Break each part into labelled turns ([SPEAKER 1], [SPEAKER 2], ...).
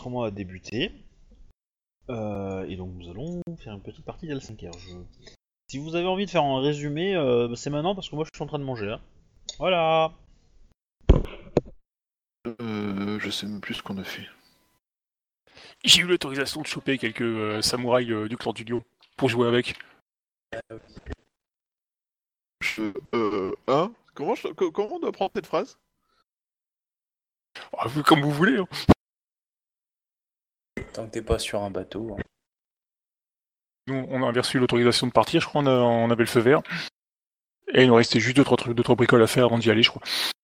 [SPEAKER 1] l'enregistrement a débuté. Et donc nous allons faire une petite partie d'L5R. Si vous avez envie de faire un résumé, c'est maintenant parce que moi je suis en train de manger. Hein. Voilà.
[SPEAKER 2] Je sais même plus ce qu'on a fait.
[SPEAKER 3] J'ai eu l'autorisation de choper quelques samouraïs du clan du lion pour jouer avec.
[SPEAKER 2] Hein comment on doit prendre cette phrase?
[SPEAKER 3] Comme vous voulez. Hein.
[SPEAKER 4] Tant que t'es pas sur un bateau. Hein.
[SPEAKER 3] Nous, on avait reçu l'autorisation de partir, je crois, on avait le feu vert. Et il nous restait juste 2-3 bricoles à faire avant d'y aller, je crois.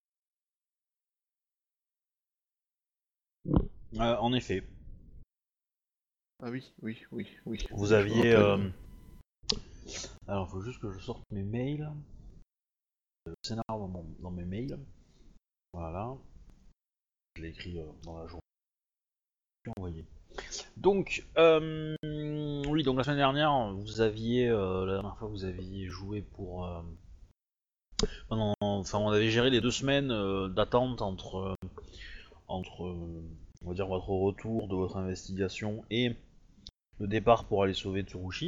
[SPEAKER 1] En effet.
[SPEAKER 2] Ah oui.
[SPEAKER 1] Vous aviez... Alors, il faut juste que je sorte mes mails. Le scénario dans mes mails. Voilà. Je l'ai écrit dans la journée. Puis envoyé. Donc, oui, donc la semaine dernière, vous aviez... la dernière fois, vous aviez joué pour... on avait géré les 2 semaines d'attente entre on va dire, votre retour de votre investigation et le départ pour aller sauver Tsurushi.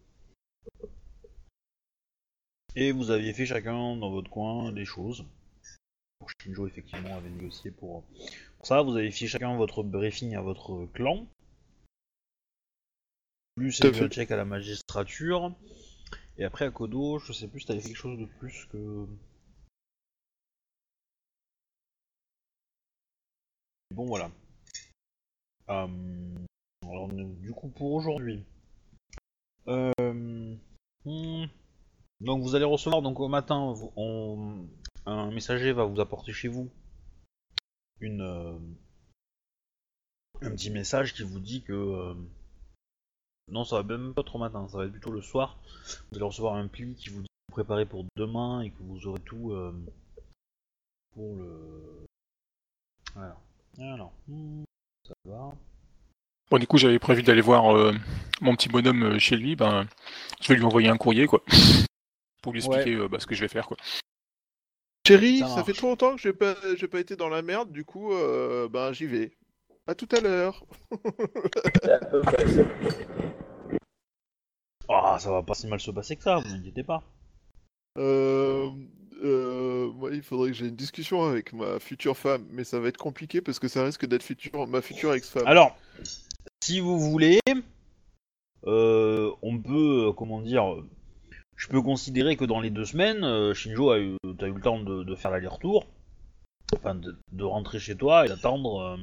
[SPEAKER 1] Et vous aviez fait chacun dans votre coin des choses. Shinjo effectivement avait négocié pour ça. Vous avez fait chacun votre briefing à votre clan. Plus un check à la magistrature. Et après à Kodo, je sais plus si t'avais fait quelque chose de plus que... Bon voilà. Alors du coup pour aujourd'hui. Donc vous allez recevoir donc au matin un messager va vous apporter chez vous un petit message qui vous dit que non, ça va même pas trop matin, ça va être plutôt le soir. Vous allez recevoir un pli qui vous dit que vous préparez pour demain et que vous aurez tout pour le... Voilà. Alors, ça va.
[SPEAKER 3] Bon, du coup, j'avais prévu d'aller voir mon petit bonhomme chez lui. Ben, je vais lui envoyer un courrier, quoi. Pour lui expliquer ce que je vais faire, quoi.
[SPEAKER 2] Chérie, ça fait trop longtemps que j'ai pas été dans la merde, du coup, j'y vais. À tout à l'heure.
[SPEAKER 1] Ah, ça va pas si mal se passer que ça, vous inquiétez pas.
[SPEAKER 2] Moi, il faudrait que j'ai une discussion avec ma future femme, mais ça va être compliqué parce que ça risque d'être ma future ex-femme.
[SPEAKER 1] Alors, si vous voulez, on peut, comment dire, je peux considérer que dans les 2 semaines, Shinjo t'as eu le temps de faire l'aller-retour, enfin de rentrer chez toi et d'attendre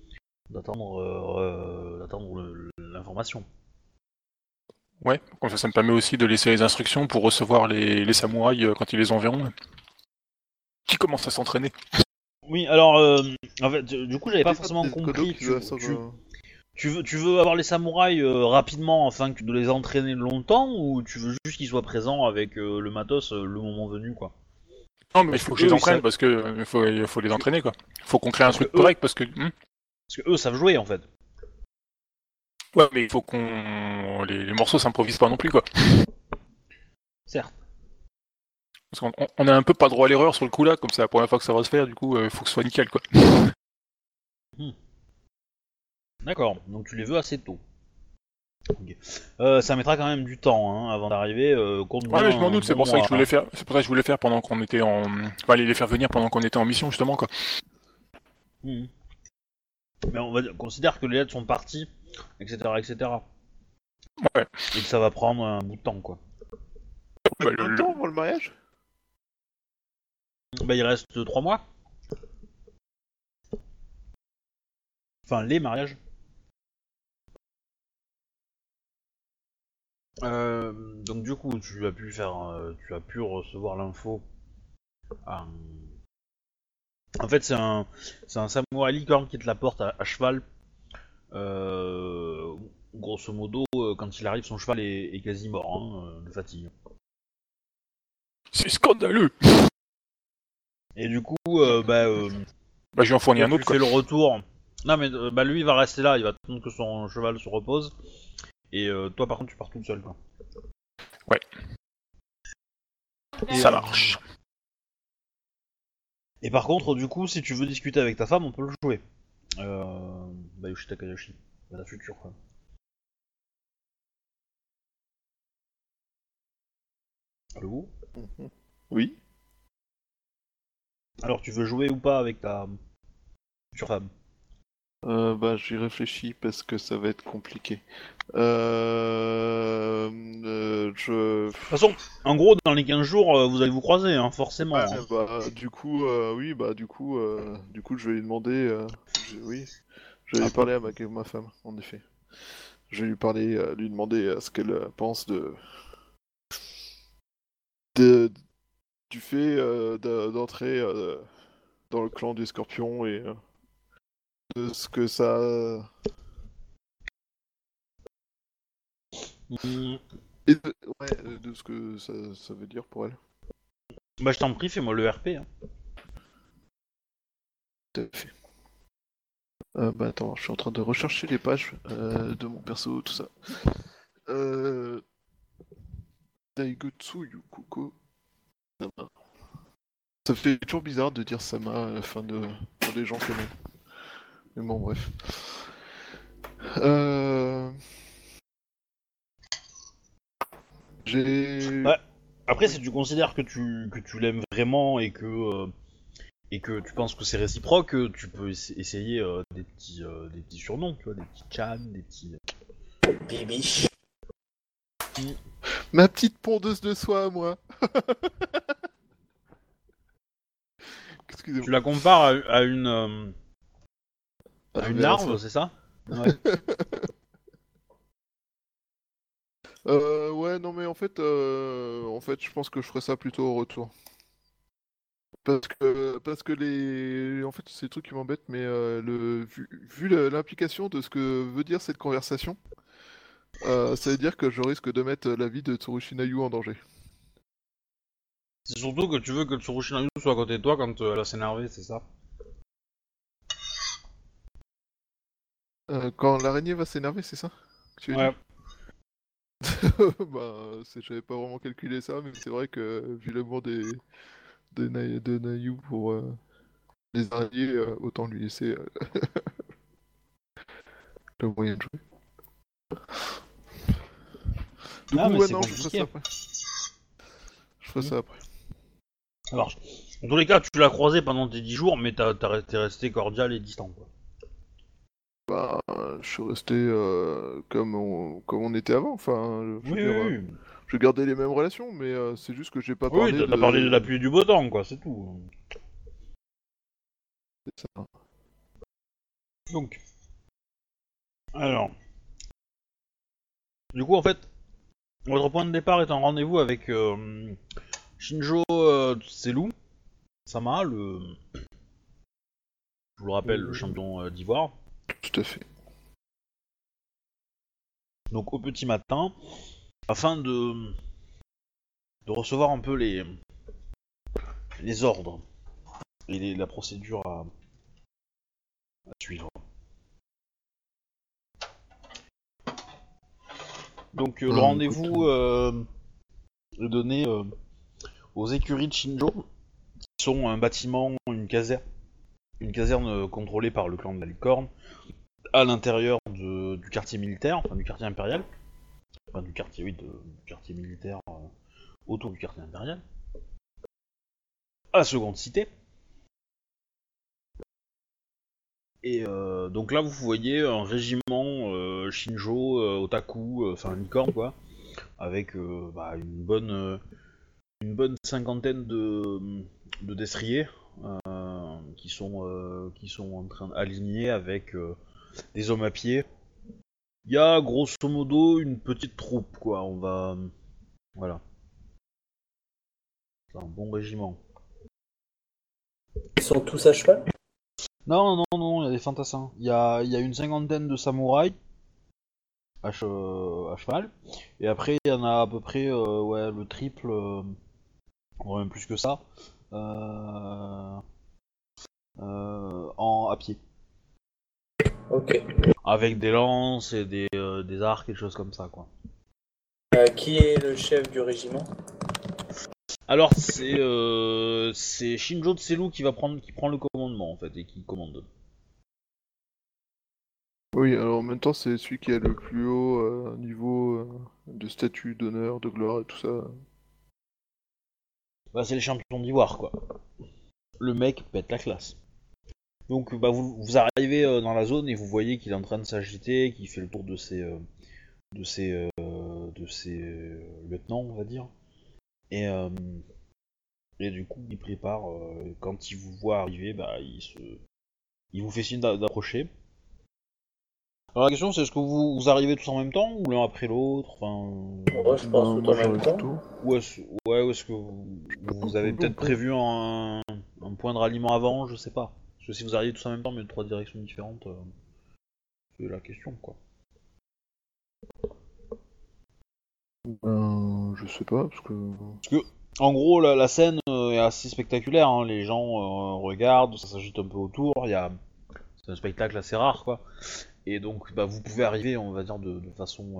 [SPEAKER 1] l'information.
[SPEAKER 3] Ouais, comme ça me permet aussi de laisser les instructions pour recevoir les samouraïs quand ils les enverront. Qui commencent à s'entraîner.
[SPEAKER 1] Oui, alors, en fait, du coup, j'avais pas forcément compris. Tu veux avoir les samouraïs rapidement afin de les entraîner longtemps, ou tu veux juste qu'ils soient présents avec le matos le moment venu, quoi?
[SPEAKER 3] Non, mais il faut que je les entraîne parce que il faut les entraîner, quoi. Il faut qu'on crée un truc correct parce que...
[SPEAKER 1] Parce que eux savent jouer, en fait.
[SPEAKER 3] Ouais, mais il faut qu'on... Les morceaux s'improvisent pas non plus, quoi.
[SPEAKER 1] Certes.
[SPEAKER 3] Parce qu'on a un peu pas droit à l'erreur sur le coup là, comme c'est la première fois que ça va se faire, du coup, il faut que ce soit nickel, quoi.
[SPEAKER 1] D'accord, donc tu les veux assez tôt. Okay. Ça mettra quand même du temps hein, avant d'arriver.
[SPEAKER 3] Ouais, mais je m'en doute, c'est pour ça que je voulais faire. C'est pour ça que je voulais faire pendant qu'on était en. Enfin, les faire venir pendant qu'on était en mission, justement, quoi.
[SPEAKER 1] Mais on considère que les lettres sont parties, etc., etc.
[SPEAKER 3] Ouais.
[SPEAKER 1] Et que ça va prendre un bout de temps, quoi.
[SPEAKER 2] Combien de temps avant le mariage?
[SPEAKER 1] Bah, il reste 3 mois. Enfin, les mariages. Donc du coup, tu as pu recevoir l'info. En fait, c'est un samouraï licorne qui te la porte à cheval. Grosso modo, quand il arrive, son cheval est quasi mort de fatigue.
[SPEAKER 3] C'est scandaleux.
[SPEAKER 1] Et du coup,
[SPEAKER 3] je vais en fournir un autre.
[SPEAKER 1] Tu fais le retour. Non mais lui, il va rester là. Il va attendre que son cheval se repose. Et toi, par contre, tu pars toute seule, quoi.
[SPEAKER 3] Ouais. Et ça marche.
[SPEAKER 1] Et par contre, du coup, si tu veux discuter avec ta femme, on peut le jouer. Bayushi Takahashi, la future femme. Allô?
[SPEAKER 2] Oui.
[SPEAKER 1] Alors tu veux jouer ou pas avec ta future femme?
[SPEAKER 2] J'y réfléchis parce que ça va être compliqué.
[SPEAKER 1] De toute façon, en gros, dans les 15 jours, vous allez vous croiser, hein, forcément.
[SPEAKER 2] Ouais,
[SPEAKER 1] Hein.
[SPEAKER 2] du coup, je vais lui demander. Oui, je vais lui parler à ma femme, en effet. Je vais lui parler, lui demander ce qu'elle pense de- du fait d'entrer dans le clan des Scorpions et de ce que ça.
[SPEAKER 1] Mm.
[SPEAKER 2] De ce que ça veut dire pour elle.
[SPEAKER 1] Bah je t'en prie, fais-moi le RP. Hein.
[SPEAKER 2] Tout à fait. Attends, je suis en train de rechercher les pages de mon perso, tout ça. Daigotsu Yukuko Sama. Ça fait toujours bizarre de dire Sama à la fin pour des gens comme elle. Mais bon, bref. J'ai...
[SPEAKER 1] Ouais. Après, si tu considères que tu l'aimes vraiment et que tu penses que c'est réciproque, tu peux essayer des petits surnoms, tu vois, des petits Chan, des petits...
[SPEAKER 4] Bibi.
[SPEAKER 2] Ma petite pondeuse de soie, moi. Excusez-moi.
[SPEAKER 1] Tu la compares à une larve, c'est ça? Ouais.
[SPEAKER 2] Ouais, non, mais en fait, je pense que je ferais ça plutôt au retour. En fait, c'est le truc qui m'embête, mais vu l'implication de ce que veut dire cette conversation, ça veut dire que je risque de mettre la vie de Tsurushinayu en danger.
[SPEAKER 1] C'est surtout que tu veux que Tsurushinayu soit à côté de toi quand elle va s'énerver, c'est ça?
[SPEAKER 2] Quand l'araignée va s'énerver, c'est ça que tu veux
[SPEAKER 1] Ouais.
[SPEAKER 2] dire? J'avais pas vraiment calculé ça, mais c'est vrai que vu l'amour de Nayu pour les araignées, autant lui laisser le moyen de jouer. Du
[SPEAKER 1] Ah,
[SPEAKER 2] coup,
[SPEAKER 1] mais
[SPEAKER 2] ouais,
[SPEAKER 1] c'est
[SPEAKER 2] non, je ferai
[SPEAKER 1] compliqué.
[SPEAKER 2] ça après. Je ferai ça après.
[SPEAKER 1] Ça marche. En tous les cas, tu l'as croisé pendant tes 10 jours, mais t'es resté cordial et distant, quoi.
[SPEAKER 2] Je suis resté comme on était avant. Enfin, je veux
[SPEAKER 1] Oui,
[SPEAKER 2] dire,
[SPEAKER 1] oui, oui.
[SPEAKER 2] je gardais les mêmes relations, mais c'est juste que j'ai pas
[SPEAKER 1] Oui,
[SPEAKER 2] parlé
[SPEAKER 1] t'as parlé de la pluie et du beau temps, quoi, c'est tout.
[SPEAKER 2] C'est ça.
[SPEAKER 1] Donc, alors, du coup, en fait, votre point de départ est en rendez-vous avec Shinjo Tselu Sama, je vous le rappelle, le champion d'Ivoire.
[SPEAKER 2] Tout à fait.
[SPEAKER 1] Donc, au petit matin, afin de recevoir un peu les ordres et la procédure à suivre. Donc, le rendez-vous est donné aux écuries de Shinjo, qui sont un bâtiment, une caserne contrôlée par le clan de la Licorne, à l'intérieur du quartier militaire, enfin du quartier impérial, enfin du quartier, oui, du quartier militaire autour du quartier impérial, à la seconde cité. Et donc là, vous voyez un régiment Shinjo, Otaku, enfin Licorne quoi, avec une bonne cinquantaine de destriers qui sont en train d'aligner avec des hommes à pied. Il y a grosso modo une petite troupe quoi. Voilà, c'est un bon régiment.
[SPEAKER 4] Ils sont tous à cheval?
[SPEAKER 1] Non, non, non, il y a des fantassins. Il y a une cinquantaine de samouraïs à cheval. Et après, il y en a à peu près ouais, le triple, voire même plus que ça, à pied.
[SPEAKER 4] Ok.
[SPEAKER 1] Avec des lances et des arcs et des choses comme ça, quoi.
[SPEAKER 4] Qui est le chef du régiment?
[SPEAKER 1] Alors, c'est Shinjo Tselu qui prend le commandement, en fait, et qui commande.
[SPEAKER 2] Oui, alors en même temps, c'est celui qui a le plus haut niveau de statut, d'honneur, de gloire et tout ça.
[SPEAKER 1] Bah, c'est le champion d'ivoire, quoi. Le mec pète la classe. Donc, bah, vous arrivez dans la zone et vous voyez qu'il est en train de s'agiter, qu'il fait le tour de ses lieutenants, on va dire. Et, euh, et du coup, il prépare. Quand il vous voit arriver, bah, il vous fait signe d'approcher. Alors la question, c'est est-ce que vous arrivez tous en même temps ou l'un après l'autre, enfin,
[SPEAKER 4] Moi, je pense tout
[SPEAKER 2] Moi,
[SPEAKER 4] en même
[SPEAKER 2] j'arrive
[SPEAKER 4] temps.
[SPEAKER 2] tôt.
[SPEAKER 1] ou est-ce que vous avez
[SPEAKER 2] Oui,
[SPEAKER 1] peut-être
[SPEAKER 2] on peut.
[SPEAKER 1] prévu un point de ralliement avant, je sais pas. Parce que si vous arrivez tous en même temps, mais de trois directions différentes, c'est la question, quoi.
[SPEAKER 2] Je sais pas, parce que...
[SPEAKER 1] Parce que, en gros, la scène est assez spectaculaire, hein. Les gens regardent, ça s'agite un peu autour, c'est un spectacle assez rare, quoi. Et donc, bah, vous pouvez arriver, on va dire, de façon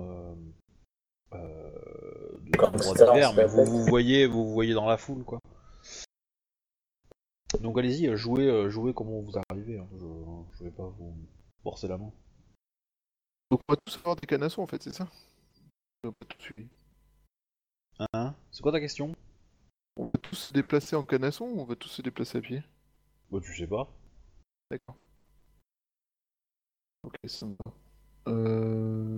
[SPEAKER 4] Comme
[SPEAKER 1] droit
[SPEAKER 4] ça,
[SPEAKER 1] divers,
[SPEAKER 4] se
[SPEAKER 1] mais
[SPEAKER 4] la fête.
[SPEAKER 1] vous voyez dans la foule, quoi. Donc allez-y, jouez comment vous arrivez, hein. Je vais pas vous forcer la main.
[SPEAKER 2] Donc on va tous avoir des canassons, en fait, c'est ça? On va pas tous suivi.
[SPEAKER 1] Hein? C'est quoi ta question?
[SPEAKER 2] On va tous se déplacer en canasson ou on va tous se déplacer à pied?
[SPEAKER 1] Bah tu sais pas.
[SPEAKER 2] D'accord. Ok, ça me va. Euh...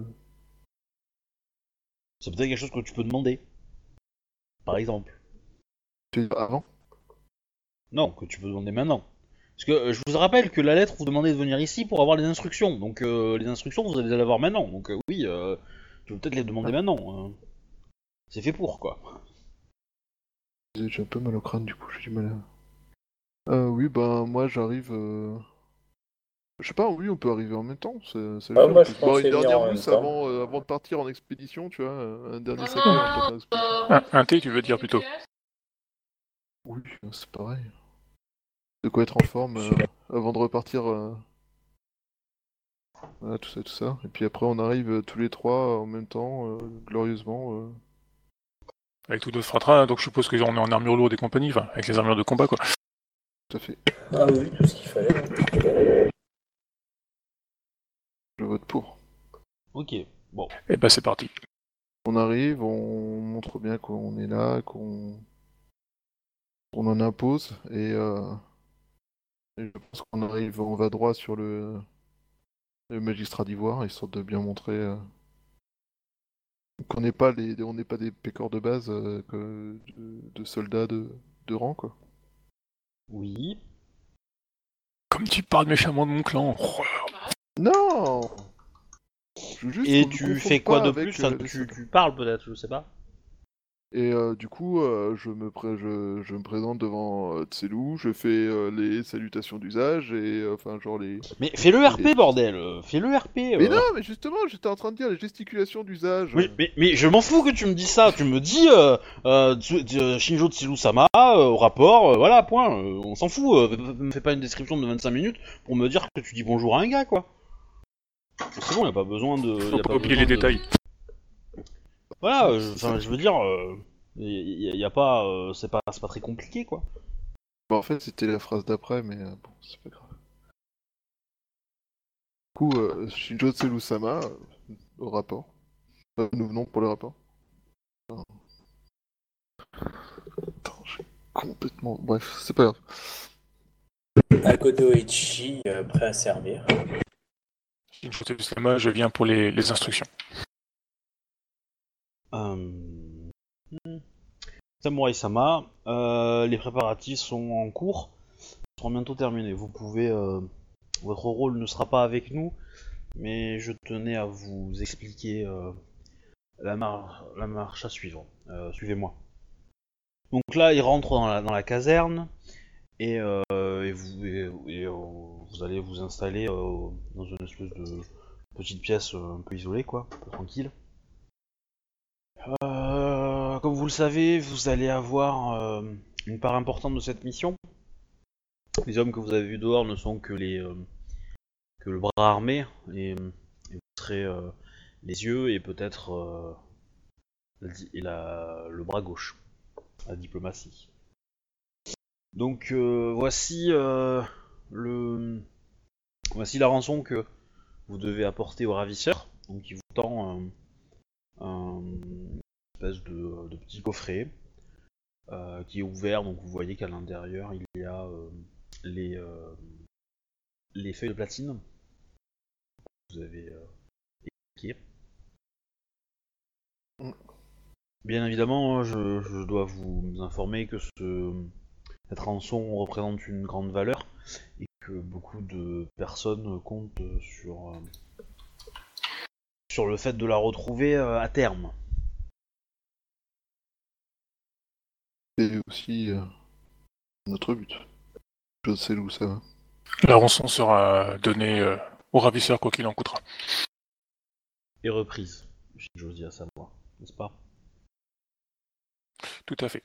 [SPEAKER 1] C'est peut-être quelque chose que tu peux demander, par exemple.
[SPEAKER 2] Tu veux dire avant?
[SPEAKER 1] Non, que tu peux demander maintenant. Parce que je vous rappelle que la lettre vous demandait de venir ici pour avoir les instructions. Donc les instructions vous allez les avoir maintenant. Donc oui, tu peux peut-être les demander
[SPEAKER 2] Ah.
[SPEAKER 1] maintenant. C'est fait pour, quoi.
[SPEAKER 2] J'ai un peu mal au crâne, du coup, j'ai du mal à... oui, bah moi j'arrive... Je sais pas, oui, on peut arriver en même temps, ça le
[SPEAKER 4] Ouais,
[SPEAKER 2] fait.
[SPEAKER 4] moi,
[SPEAKER 2] On
[SPEAKER 4] je
[SPEAKER 2] peut se boire
[SPEAKER 4] pensais
[SPEAKER 2] une
[SPEAKER 4] venir
[SPEAKER 2] dernière
[SPEAKER 4] en même
[SPEAKER 2] mousse
[SPEAKER 4] temps.
[SPEAKER 2] avant de partir en expédition, tu vois, un dernier saké avant de partir en expédition.
[SPEAKER 3] Un thé, tu veux dire plutôt?
[SPEAKER 2] Oui, c'est pareil. De quoi être en forme avant de repartir, voilà, tout ça, tout ça. Et puis après on arrive tous les trois en même temps, glorieusement.
[SPEAKER 3] Avec tout notre fratras, donc je suppose qu'on est en armure lourde et compagnie, enfin, avec les armures de combat, quoi.
[SPEAKER 2] Tout à fait,
[SPEAKER 4] Ah oui, tout ce qu'il fallait.
[SPEAKER 2] je vote pour.
[SPEAKER 1] Ok, bon.
[SPEAKER 3] Et bah c'est parti.
[SPEAKER 2] On arrive, on montre bien qu'on est là, on en impose, et je pense qu'on arrive, on va droit sur le magistrat d'Ivoire, histoire de bien montrer qu'on n'est pas on n'est pas des pécores de base, de soldats de rang, quoi.
[SPEAKER 1] Oui.
[SPEAKER 3] Comme tu parles méchamment de mon clan. Oh,
[SPEAKER 2] Non! Je veux juste
[SPEAKER 1] Et
[SPEAKER 2] qu'on ne
[SPEAKER 1] tu
[SPEAKER 2] confonde
[SPEAKER 1] fais quoi
[SPEAKER 2] pas
[SPEAKER 1] de plus?
[SPEAKER 2] avec
[SPEAKER 1] Enfin,
[SPEAKER 2] les soldats.
[SPEAKER 1] tu parles peut-être, je sais pas.
[SPEAKER 2] Et du coup, je me présente devant Tselou, je fais les salutations d'usage et enfin genre
[SPEAKER 1] Mais fais le
[SPEAKER 2] les-
[SPEAKER 1] RP, bordel! Fais le RP!
[SPEAKER 2] Mais non, mais justement, j'étais en train de dire les gesticulations d'usage.
[SPEAKER 1] Mais je m'en fous que tu me dis ça. Tu me dis Shinjo Tsulusama au rapport, voilà, point. On s'en fout. Me fais pas une description de 25 minutes pour me dire que tu dis bonjour à un gars, quoi. C'est bon, y a pas besoin de.
[SPEAKER 3] faut
[SPEAKER 1] Y a
[SPEAKER 3] pas
[SPEAKER 1] pas
[SPEAKER 3] oublier
[SPEAKER 1] besoin
[SPEAKER 3] les
[SPEAKER 1] de...
[SPEAKER 3] détails.
[SPEAKER 1] Voilà,
[SPEAKER 2] C'est ça,
[SPEAKER 1] enfin,
[SPEAKER 2] le
[SPEAKER 1] je veux
[SPEAKER 2] truc.
[SPEAKER 1] dire, y a pas, c'est pas très compliqué, quoi.
[SPEAKER 2] Bon, en fait, c'était la phrase d'après, mais bon, c'est pas grave. Du coup, Shinjo Tselou-sama, au rapport. Nous venons pour le rapport. Attends, j'ai complètement... Bref, c'est pas grave.
[SPEAKER 4] Akodo Ichi, prêt à servir.
[SPEAKER 3] Une fois que c'est moi, je viens pour les instructions.
[SPEAKER 1] Euh... Samurai-sama, les préparatifs sont en cours, ils seront bientôt terminés. Vous pouvez, votre rôle ne sera pas avec nous, mais je tenais à vous expliquer la marche à suivre. Suivez-moi. Donc là, il rentre dans la caserne et vous allez vous installer dans une espèce de petite pièce un peu isolée, quoi, un peu tranquille. Comme vous le savez, vous allez avoir une part importante de cette mission. Les hommes que vous avez vus dehors ne sont que le bras armé, et vous serez les yeux et peut-être le bras gauche, la diplomatie. Donc voici la rançon que vous devez apporter au ravisseur. Donc il vous tend un espèce de petit coffret qui est ouvert. Donc vous voyez qu'à l'intérieur il y a les feuilles de platine. Vous avez évoqué. Bien évidemment, je dois vous informer que cette rançon représente une grande valeur et que beaucoup de personnes comptent sur le fait de la retrouver à terme.
[SPEAKER 2] C'est aussi notre but. Je sais où ça va.
[SPEAKER 3] La rançon sera donnée au ravisseur quoi qu'il en coûtera.
[SPEAKER 1] Et reprise, si j'ose dire ça moi, n'est-ce pas?
[SPEAKER 3] Tout à fait.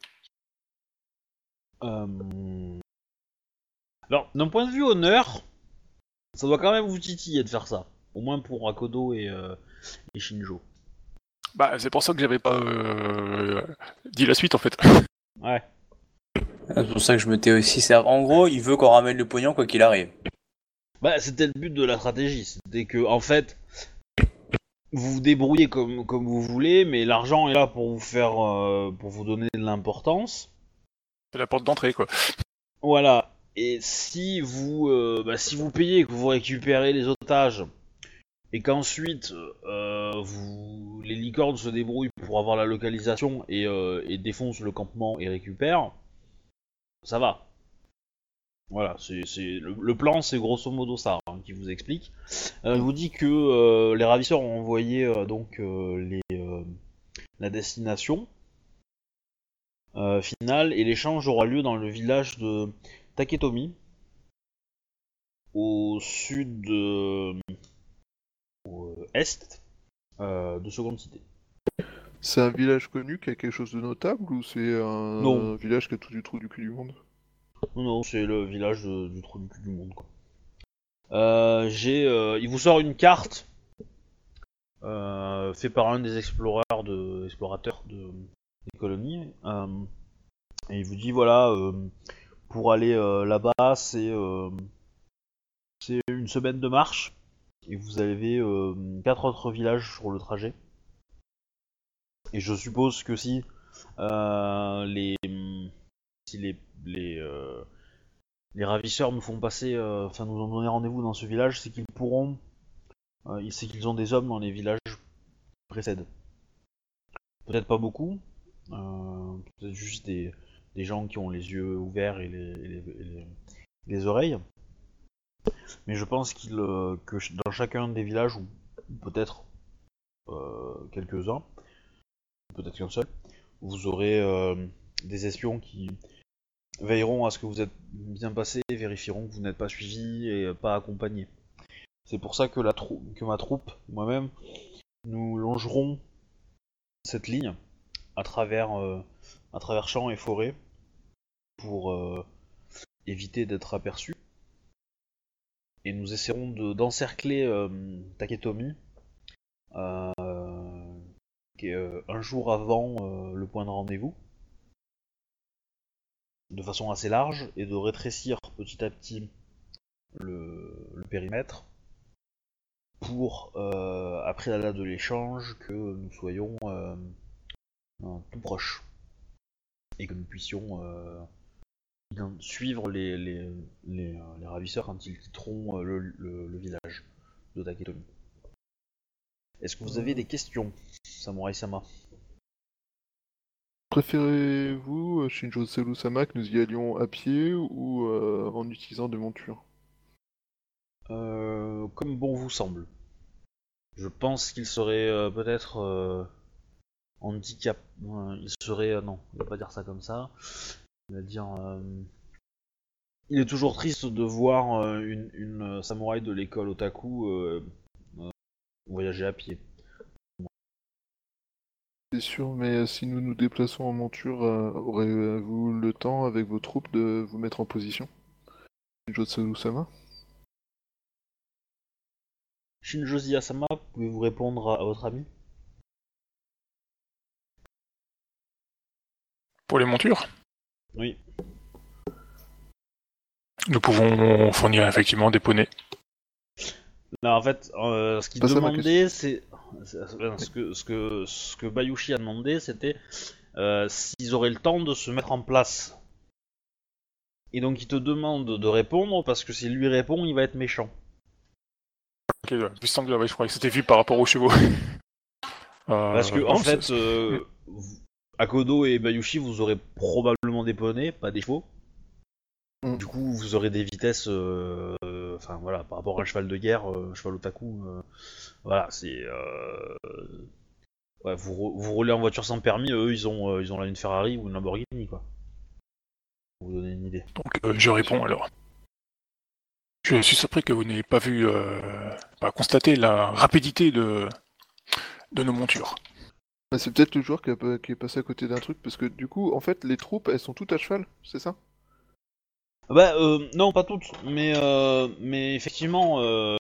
[SPEAKER 1] Alors, d'un point de vue honneur, ça doit quand même vous titiller de faire ça. Au moins pour Akodo et Shinjo.
[SPEAKER 3] Bah, c'est pour ça que j'avais pas dit la suite en fait.
[SPEAKER 1] Ouais.
[SPEAKER 4] C'est pour ça que je me tais aussi. En gros, il veut qu'on ramène le pognon quoi qu'il arrive.
[SPEAKER 1] Bah, c'était le but de la stratégie. C'était que, en fait, vous vous débrouillez comme vous voulez, mais l'argent est là pour vous faire, pour vous donner de l'importance.
[SPEAKER 3] C'est la porte d'entrée quoi.
[SPEAKER 1] Voilà. Et si vous payez, que vous récupérez les otages, et qu'ensuite les licornes se débrouillent pour avoir la localisation et défoncent le campement et récupèrent, ça va. Voilà, le plan, c'est grosso modo ça qui vous explique. Il vous dit que les ravisseurs ont envoyé la destination finale et l'échange aura lieu dans le village de Taketomi, au sud est de Seconde Cité.
[SPEAKER 2] C'est un village connu qui a quelque chose de notable ou c'est un village qui a tout du trou du cul du monde?
[SPEAKER 1] Non, c'est le village du trou du cul du monde, quoi. Il vous sort une carte faite par un des explorateurs des colonies. Et il vous dit, voilà, pour aller là-bas, c'est une semaine de marche. Et vous avez 4 autres villages sur le trajet. Et je suppose que si les ravisseurs nous font passer, nous ont donné rendez-vous dans ce village, c'est qu'ils pourront, c'est qu'ils ont des hommes dans les villages qui précèdent. Peut-être pas beaucoup, peut-être juste des gens qui ont les yeux ouverts et les oreilles. Mais je pense que dans chacun des villages, ou peut-être quelques-uns, peut-être qu'un seul, vous aurez des espions qui veilleront à ce que vous êtes bien passé, vérifieront que vous n'êtes pas suivi et pas accompagné. C'est pour ça que ma troupe, moi-même, nous longerons cette ligne à travers champs et forêts pour éviter d'être aperçus. Et nous essaierons d'encercler Taketomi un jour avant le point de rendez-vous, de façon assez large, et de rétrécir petit à petit le périmètre pour, après la date de l'échange, que nous soyons tout proches et que nous puissions suivre les ravisseurs quand ils quitteront le village de Taketomi. Est-ce que vous avez des questions, Samurai-sama?
[SPEAKER 2] Préférez-vous, Shinjo Seru-sama, que nous y allions à pied ou en utilisant des montures?
[SPEAKER 1] Comme bon vous semble. Je pense qu'il serait peut-être handicap. Il serait. Non, il va pas dire ça comme ça. Il va dire. Il est toujours triste de voir une samouraï de l'école otaku voyager à pied.
[SPEAKER 2] C'est sûr, mais si nous nous déplaçons en monture, aurez-vous le temps, avec vos troupes, de vous mettre en position? Shinjo Seru-sama?
[SPEAKER 1] Shinjo Ziyasama, pouvez-vous répondre à votre ami?
[SPEAKER 3] Pour les montures,
[SPEAKER 1] Oui.
[SPEAKER 3] nous pouvons fournir effectivement des poneys.
[SPEAKER 1] Non, en fait, ce qu'il
[SPEAKER 2] Pas ça, ma
[SPEAKER 1] demandait, ce que Bayushi a demandé, c'était s'ils auraient le temps de se mettre en place. Et donc il te demande de répondre parce que s'il lui répond, il va être méchant.
[SPEAKER 3] Ok, ouais. Il me semble, ouais, je croyais que c'était vu par rapport aux chevaux.
[SPEAKER 1] Parce que
[SPEAKER 3] non,
[SPEAKER 1] en fait, Akodo et Bayushi, vous aurez probablement des poneys, pas des chevaux. Du coup, vous aurez des vitesses, enfin voilà, par rapport à un cheval de guerre, cheval otaku, voilà, c'est, ouais, vous roulez en voiture sans permis, eux ils ont là une Ferrari ou une Lamborghini quoi. Pour vous donner une idée.
[SPEAKER 3] Donc je réponds alors. Je suis surpris que vous n'ayez pas vu, constaté la rapidité de nos montures.
[SPEAKER 2] Bah, c'est peut-être le joueur qui est passé à côté d'un truc, parce que du coup, en fait, les troupes, elles sont toutes à cheval, c'est ça?
[SPEAKER 1] Bah non, pas toutes, mais effectivement,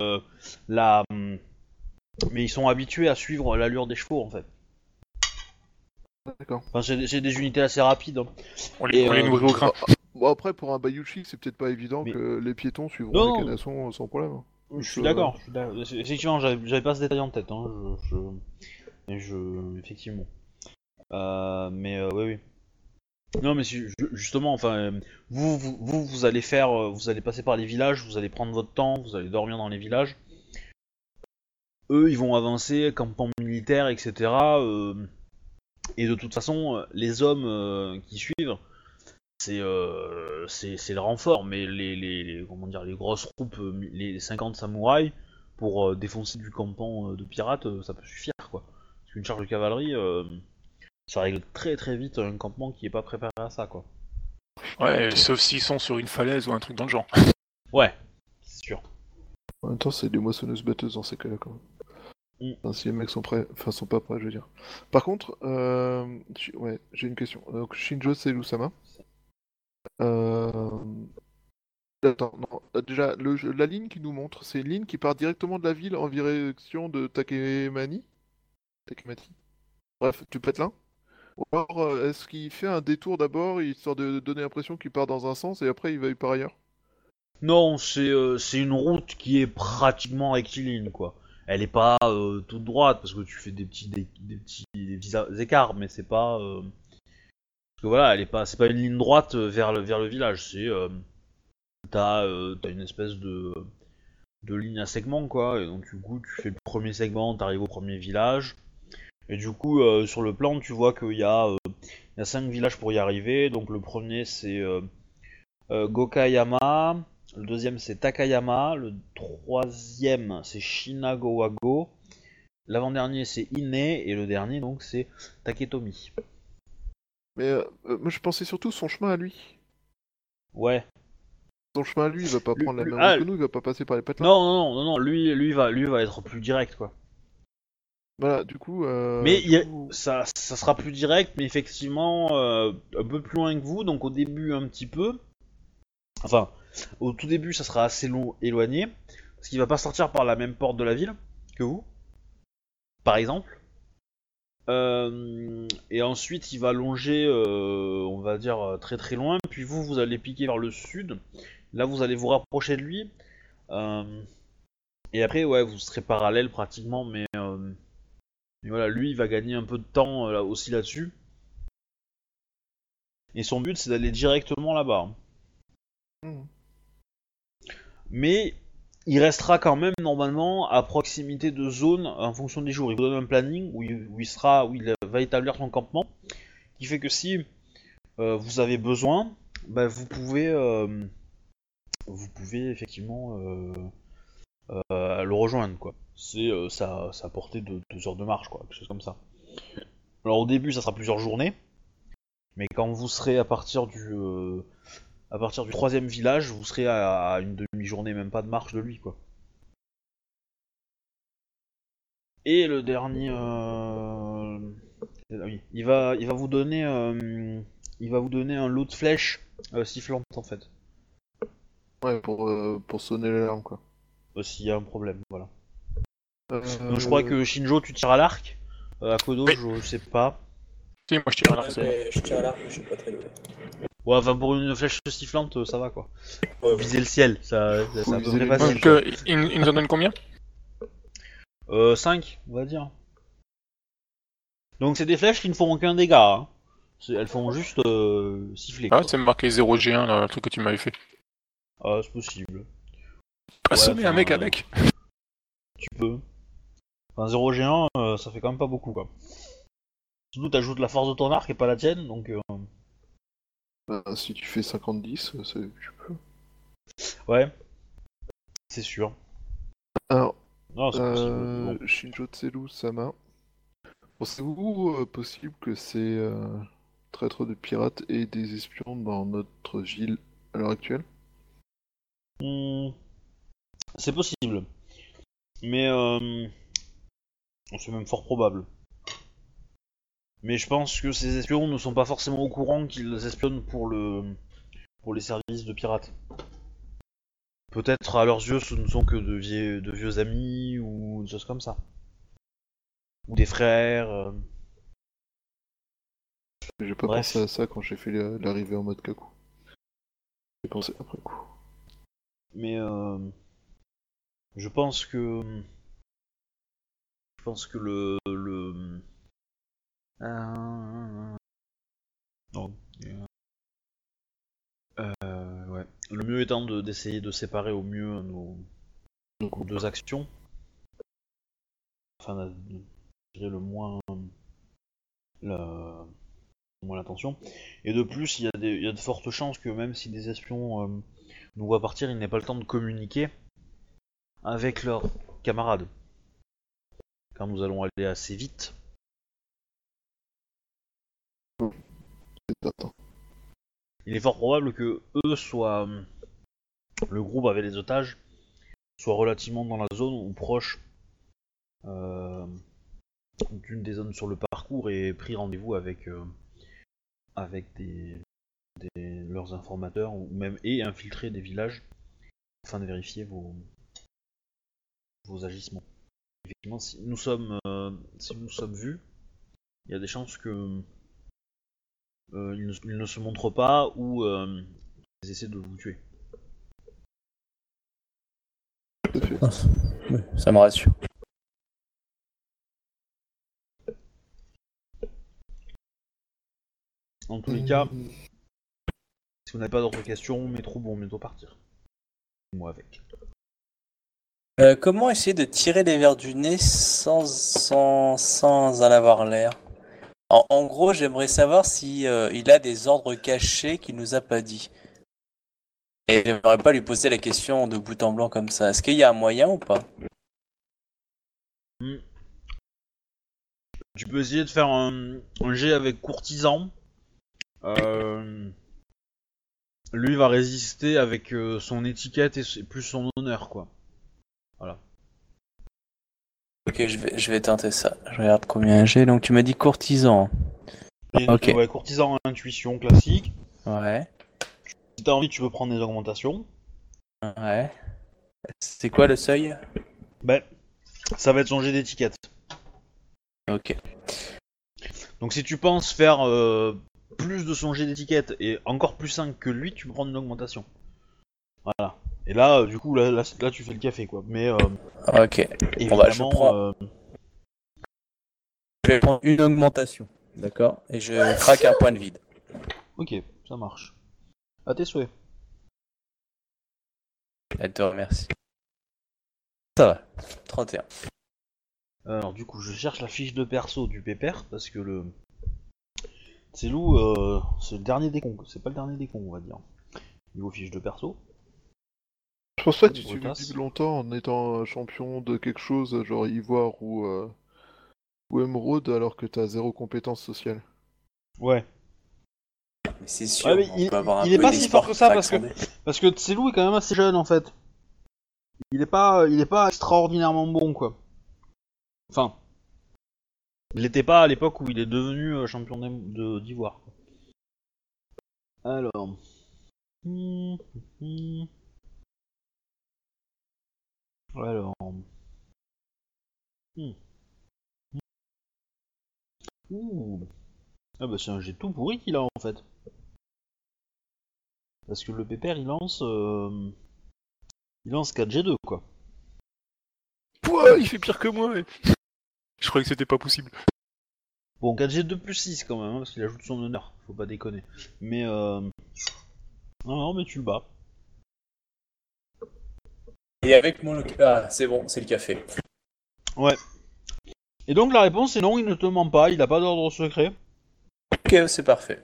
[SPEAKER 1] mais ils sont habitués à suivre l'allure des chevaux en fait.
[SPEAKER 2] D'accord.
[SPEAKER 1] Enfin, c'est des unités assez rapides. Hein.
[SPEAKER 3] On les nourrit au grain.
[SPEAKER 2] Bon, après, pour un Bayushi, c'est peut-être pas évident
[SPEAKER 1] Mais-
[SPEAKER 2] que les piétons suivront
[SPEAKER 1] Non,
[SPEAKER 2] les canassons sans problème.
[SPEAKER 1] Je suis d'accord. Effectivement, j'avais pas ce détail en tête. Hein. Effectivement. Oui, oui. Non, mais justement, enfin, vous allez vous allez passer par les villages, vous allez prendre votre temps, vous allez dormir dans les villages. Eux, ils vont avancer, campement militaire, etc. Et de toute façon, les hommes qui suivent, c'est le renfort, mais comment dire, les grosses troupes, les 50 samouraïs, pour défoncer du campement de pirates, ça peut suffire, quoi. Parce qu'une charge de cavalerie, ça règle très très vite un campement qui est pas préparé à ça, quoi.
[SPEAKER 3] Ouais, sauf s'ils sont sur une falaise ou un truc dans le genre.
[SPEAKER 1] Ouais, c'est sûr.
[SPEAKER 2] En même temps, c'est des moissonneuses batteuses dans ces cas-là, quand même. Enfin, si les mecs sont prêts, enfin, sont pas prêts, je veux dire. Par contre, ouais, j'ai une question. Donc, Shinjo Seirusama. Attends, non, déjà, la ligne qui nous montre, c'est une ligne qui part directement de la ville en direction de Takemati. Bref, tu pètes là? Ou alors, est-ce qu'il fait un détour d'abord, histoire de donner l'impression qu'il part dans un sens et après il va par ailleurs?
[SPEAKER 1] Non, c'est une route qui est pratiquement rectiligne, quoi. Elle est pas toute droite, parce que tu fais des petits écarts, mais c'est pas... Parce que voilà, c'est pas une ligne droite vers le village, c'est... T'as une espèce de ligne à segment, quoi, et donc du coup, tu fais le premier segment, t'arrives au premier village, et du coup, sur le plan, tu vois qu'il y a 5 villages pour y arriver, donc le premier, c'est Gokayama, le deuxième, c'est Takayama, le troisième, c'est Shinagawago, l'avant-dernier, c'est Ine, et le dernier, donc, c'est Taketomi.
[SPEAKER 2] Mais moi je pensais surtout son chemin à lui.
[SPEAKER 1] Ouais.
[SPEAKER 2] Son chemin à lui, il va pas
[SPEAKER 1] Lui-
[SPEAKER 2] prendre la
[SPEAKER 1] lui-
[SPEAKER 2] même
[SPEAKER 1] ah,
[SPEAKER 2] route que nous, il va pas passer par les patelins.
[SPEAKER 1] Non, lui va être plus direct, quoi.
[SPEAKER 2] Voilà, du coup.
[SPEAKER 1] Mais ça sera plus direct, mais effectivement un peu plus loin que vous, donc au début un petit peu. Enfin, au tout début ça sera assez long, éloigné, parce qu'il va pas sortir par la même porte de la ville que vous, par exemple. Et ensuite il va longer, on va dire très très loin, puis vous allez piquer vers le sud. Là vous allez vous rapprocher de lui. Et après ouais vous serez parallèles pratiquement, mais voilà, lui il va gagner un peu de temps là, aussi là-dessus. Et son but c'est d'aller directement là-bas. Mais il restera quand même normalement à proximité de zones en fonction des jours. Il vous donne un planning où il va établir son campement, qui fait que si vous avez besoin, bah, vous pouvez effectivement le rejoindre, quoi. C'est sa portée de 2 heures de marche, quoi, quelque chose comme ça. Alors au début ça sera plusieurs journées, mais quand vous serez à partir du 3ème village, vous serez à une demi-journée, même pas de marche de lui, quoi. Et le dernier, oui, il va vous donner un lot de flèches sifflantes en fait.
[SPEAKER 2] Ouais, pour sonner l'alarme, quoi.
[SPEAKER 1] S'il y a un problème, voilà.
[SPEAKER 2] Euh,
[SPEAKER 1] Donc je crois que Shinjo, tu tires à l'arc. Akodo,
[SPEAKER 3] Oui.
[SPEAKER 1] je sais pas.
[SPEAKER 3] Si, moi je tire à l'arc, c'est bon.
[SPEAKER 4] Je tire à l'arc, mais je suis pas très doué.
[SPEAKER 1] Ouais, enfin pour une flèche sifflante, ça va quoi.
[SPEAKER 4] Ouais,
[SPEAKER 1] Viser le ciel, c'est à peu
[SPEAKER 2] viser
[SPEAKER 1] près
[SPEAKER 2] les
[SPEAKER 1] facile.
[SPEAKER 3] Donc, il nous en donne combien?
[SPEAKER 1] 5, on va dire. Donc c'est des flèches qui ne font aucun dégât. Hein. Elles font juste siffler.
[SPEAKER 3] Ah,
[SPEAKER 1] Quoi.
[SPEAKER 3] c'est marqué 0G1, là, le truc que tu m'avais fait.
[SPEAKER 1] Ah, c'est possible.
[SPEAKER 3] Assommer un mec avec.
[SPEAKER 1] Tu peux. Enfin, 0G1, ça fait quand même pas beaucoup, quoi. Surtout, t'ajoutes la force de ton arc et pas la tienne, donc...
[SPEAKER 2] Si tu fais 50-10, tu peux.
[SPEAKER 1] Ouais, c'est sûr.
[SPEAKER 2] Alors,
[SPEAKER 1] Non, c'est possible. Bon.
[SPEAKER 2] Shinjo Tselu Sama. Pensez-vous possible que ces traîtres de pirates aient des espions dans notre ville à l'heure actuelle?
[SPEAKER 1] C'est possible. Mais c'est même fort probable. Mais je pense que ces espions ne sont pas forcément au courant qu'ils espionnent pour les services de pirates. Peut-être à leurs yeux ce ne sont que de vieux amis ou des choses comme ça. Ou des frères.
[SPEAKER 2] J'ai pas
[SPEAKER 1] Bref.
[SPEAKER 2] pensé à ça quand j'ai fait l'arrivée en mode Kaku. J'ai pensé après coup.
[SPEAKER 1] Mais je pense que non. Ouais. Le mieux étant d'essayer de séparer au mieux nos deux actions, afin d'attirer le moins l'attention. Et de plus, il y a de fortes chances que même si des espions nous voient partir, ils n'aient pas le temps de communiquer avec leurs camarades. Car nous allons aller assez vite. Il est fort probable que eux soient... le groupe avec les otages soit relativement dans la zone ou proche d'une des zones sur le parcours et pris rendez-vous avec leurs informateurs ou même et infiltrer des villages afin de vérifier vos agissements. Effectivement, si nous sommes vus, il y a des chances que ils ne se montrent pas ou ils essaient de vous tuer.
[SPEAKER 4] Ça me rassure.
[SPEAKER 1] En tous les cas, si vous n'avez pas d'autres questions, métro bon, bientôt partir. Moi avec.
[SPEAKER 4] Comment essayer de tirer les vers du nez sans en avoir l'air? En gros, j'aimerais savoir si il a des ordres cachés qu'il nous a pas dit. Et j'aimerais pas lui poser la question de bout en blanc comme ça. Est-ce qu'il y a un moyen ou pas?
[SPEAKER 1] Tu peux essayer de faire un jet avec courtisan. Lui va résister avec son étiquette et plus son honneur, quoi. Voilà.
[SPEAKER 4] Ok, je vais tenter ça. Je regarde combien j'ai. Donc tu m'as dit courtisan. Ok.
[SPEAKER 1] Ouais, courtisan intuition classique.
[SPEAKER 4] Ouais.
[SPEAKER 1] Si t'as envie, tu peux prendre des augmentations.
[SPEAKER 4] Ouais. C'est quoi le seuil?
[SPEAKER 1] Ben, ça va être son jet d'étiquette.
[SPEAKER 4] Ok.
[SPEAKER 1] Donc si tu penses faire plus de son jet d'étiquette et encore plus 5 que lui, tu peux prendre une augmentation. Voilà. Et là, du coup, là, tu fais le café, quoi. Mais
[SPEAKER 4] Ok.
[SPEAKER 1] évidemment,
[SPEAKER 4] Bon bah je vais prendre une augmentation. D'accord. Et je craque un point de vide.
[SPEAKER 1] ok, ça marche. À tes souhaits.
[SPEAKER 4] Elle te remercie. Ça va. 31.
[SPEAKER 1] Alors du coup, je cherche la fiche de perso du pépère parce que c'est Lou, c'est le dernier des cons. C'est pas le dernier des cons, on va dire. Niveau fiche de perso.
[SPEAKER 2] Je pense pas que tu
[SPEAKER 1] Brutasse.
[SPEAKER 2] survives longtemps en étant champion de quelque chose, genre Ivoire ou Émeraude, alors que t'as zéro compétence sociale.
[SPEAKER 1] Ouais.
[SPEAKER 4] Mais c'est sûr,
[SPEAKER 1] Ouais, mais
[SPEAKER 4] on peut avoir un
[SPEAKER 1] il est
[SPEAKER 4] peu
[SPEAKER 1] pas
[SPEAKER 4] des
[SPEAKER 1] si fort que ça
[SPEAKER 4] sports
[SPEAKER 1] parce que Tselou est quand même assez jeune en fait. Il est pas extraordinairement bon quoi. Enfin, il l'était pas à l'époque où il est devenu champion d'Ivoire. Quoi. Alors. Alors. Ouh. Ah bah c'est un jet tout pourri qu'il a en fait. Parce que le pépère il lance 4G2 quoi.
[SPEAKER 2] Pouah
[SPEAKER 3] Oh, il fait pire que moi. Je croyais que c'était pas possible.
[SPEAKER 1] Bon, 4G 2 plus 6 quand même, hein, parce qu'il ajoute son honneur, faut pas déconner. Mais non, mais tu le bats.
[SPEAKER 4] Et avec mon... Ah, c'est bon, c'est le café.
[SPEAKER 1] Ouais. Et donc la réponse est non, il ne te ment pas, il a pas d'ordre secret.
[SPEAKER 4] Ok, c'est parfait.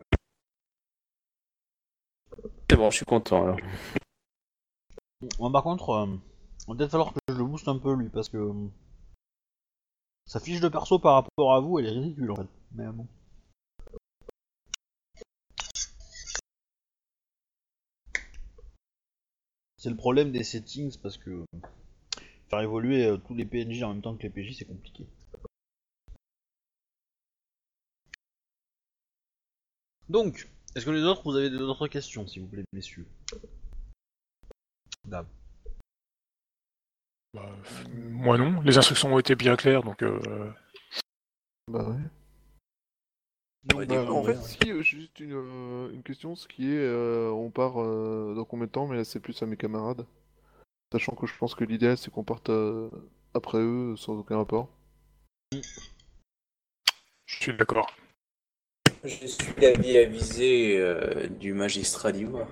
[SPEAKER 4] C'est bon, je suis content alors.
[SPEAKER 1] Bon, par contre, va peut-être falloir que je le booste un peu lui, parce que sa fiche de perso par rapport à vous, elle est ridicule en fait. Mais bon. C'est le problème des settings, parce que faire évoluer tous les PNJ en même temps que les PJ, c'est compliqué. Donc, est-ce que les autres, vous avez d'autres questions, s'il vous plaît, messieurs? Dame.
[SPEAKER 3] Bah, moi non. Les instructions ont été bien claires, donc.
[SPEAKER 2] Bah ouais.
[SPEAKER 1] Donc,
[SPEAKER 4] Ouais,
[SPEAKER 2] Bah, en
[SPEAKER 4] ouais.
[SPEAKER 2] fait, si, juste une question, ce qui est, on part dans combien de temps, mais là c'est plus à mes camarades. Sachant que je pense que l'idéal c'est qu'on parte après eux sans aucun rapport.
[SPEAKER 3] Je suis d'accord.
[SPEAKER 4] Je suis l'avis avisé du magistrat d'Ivoire.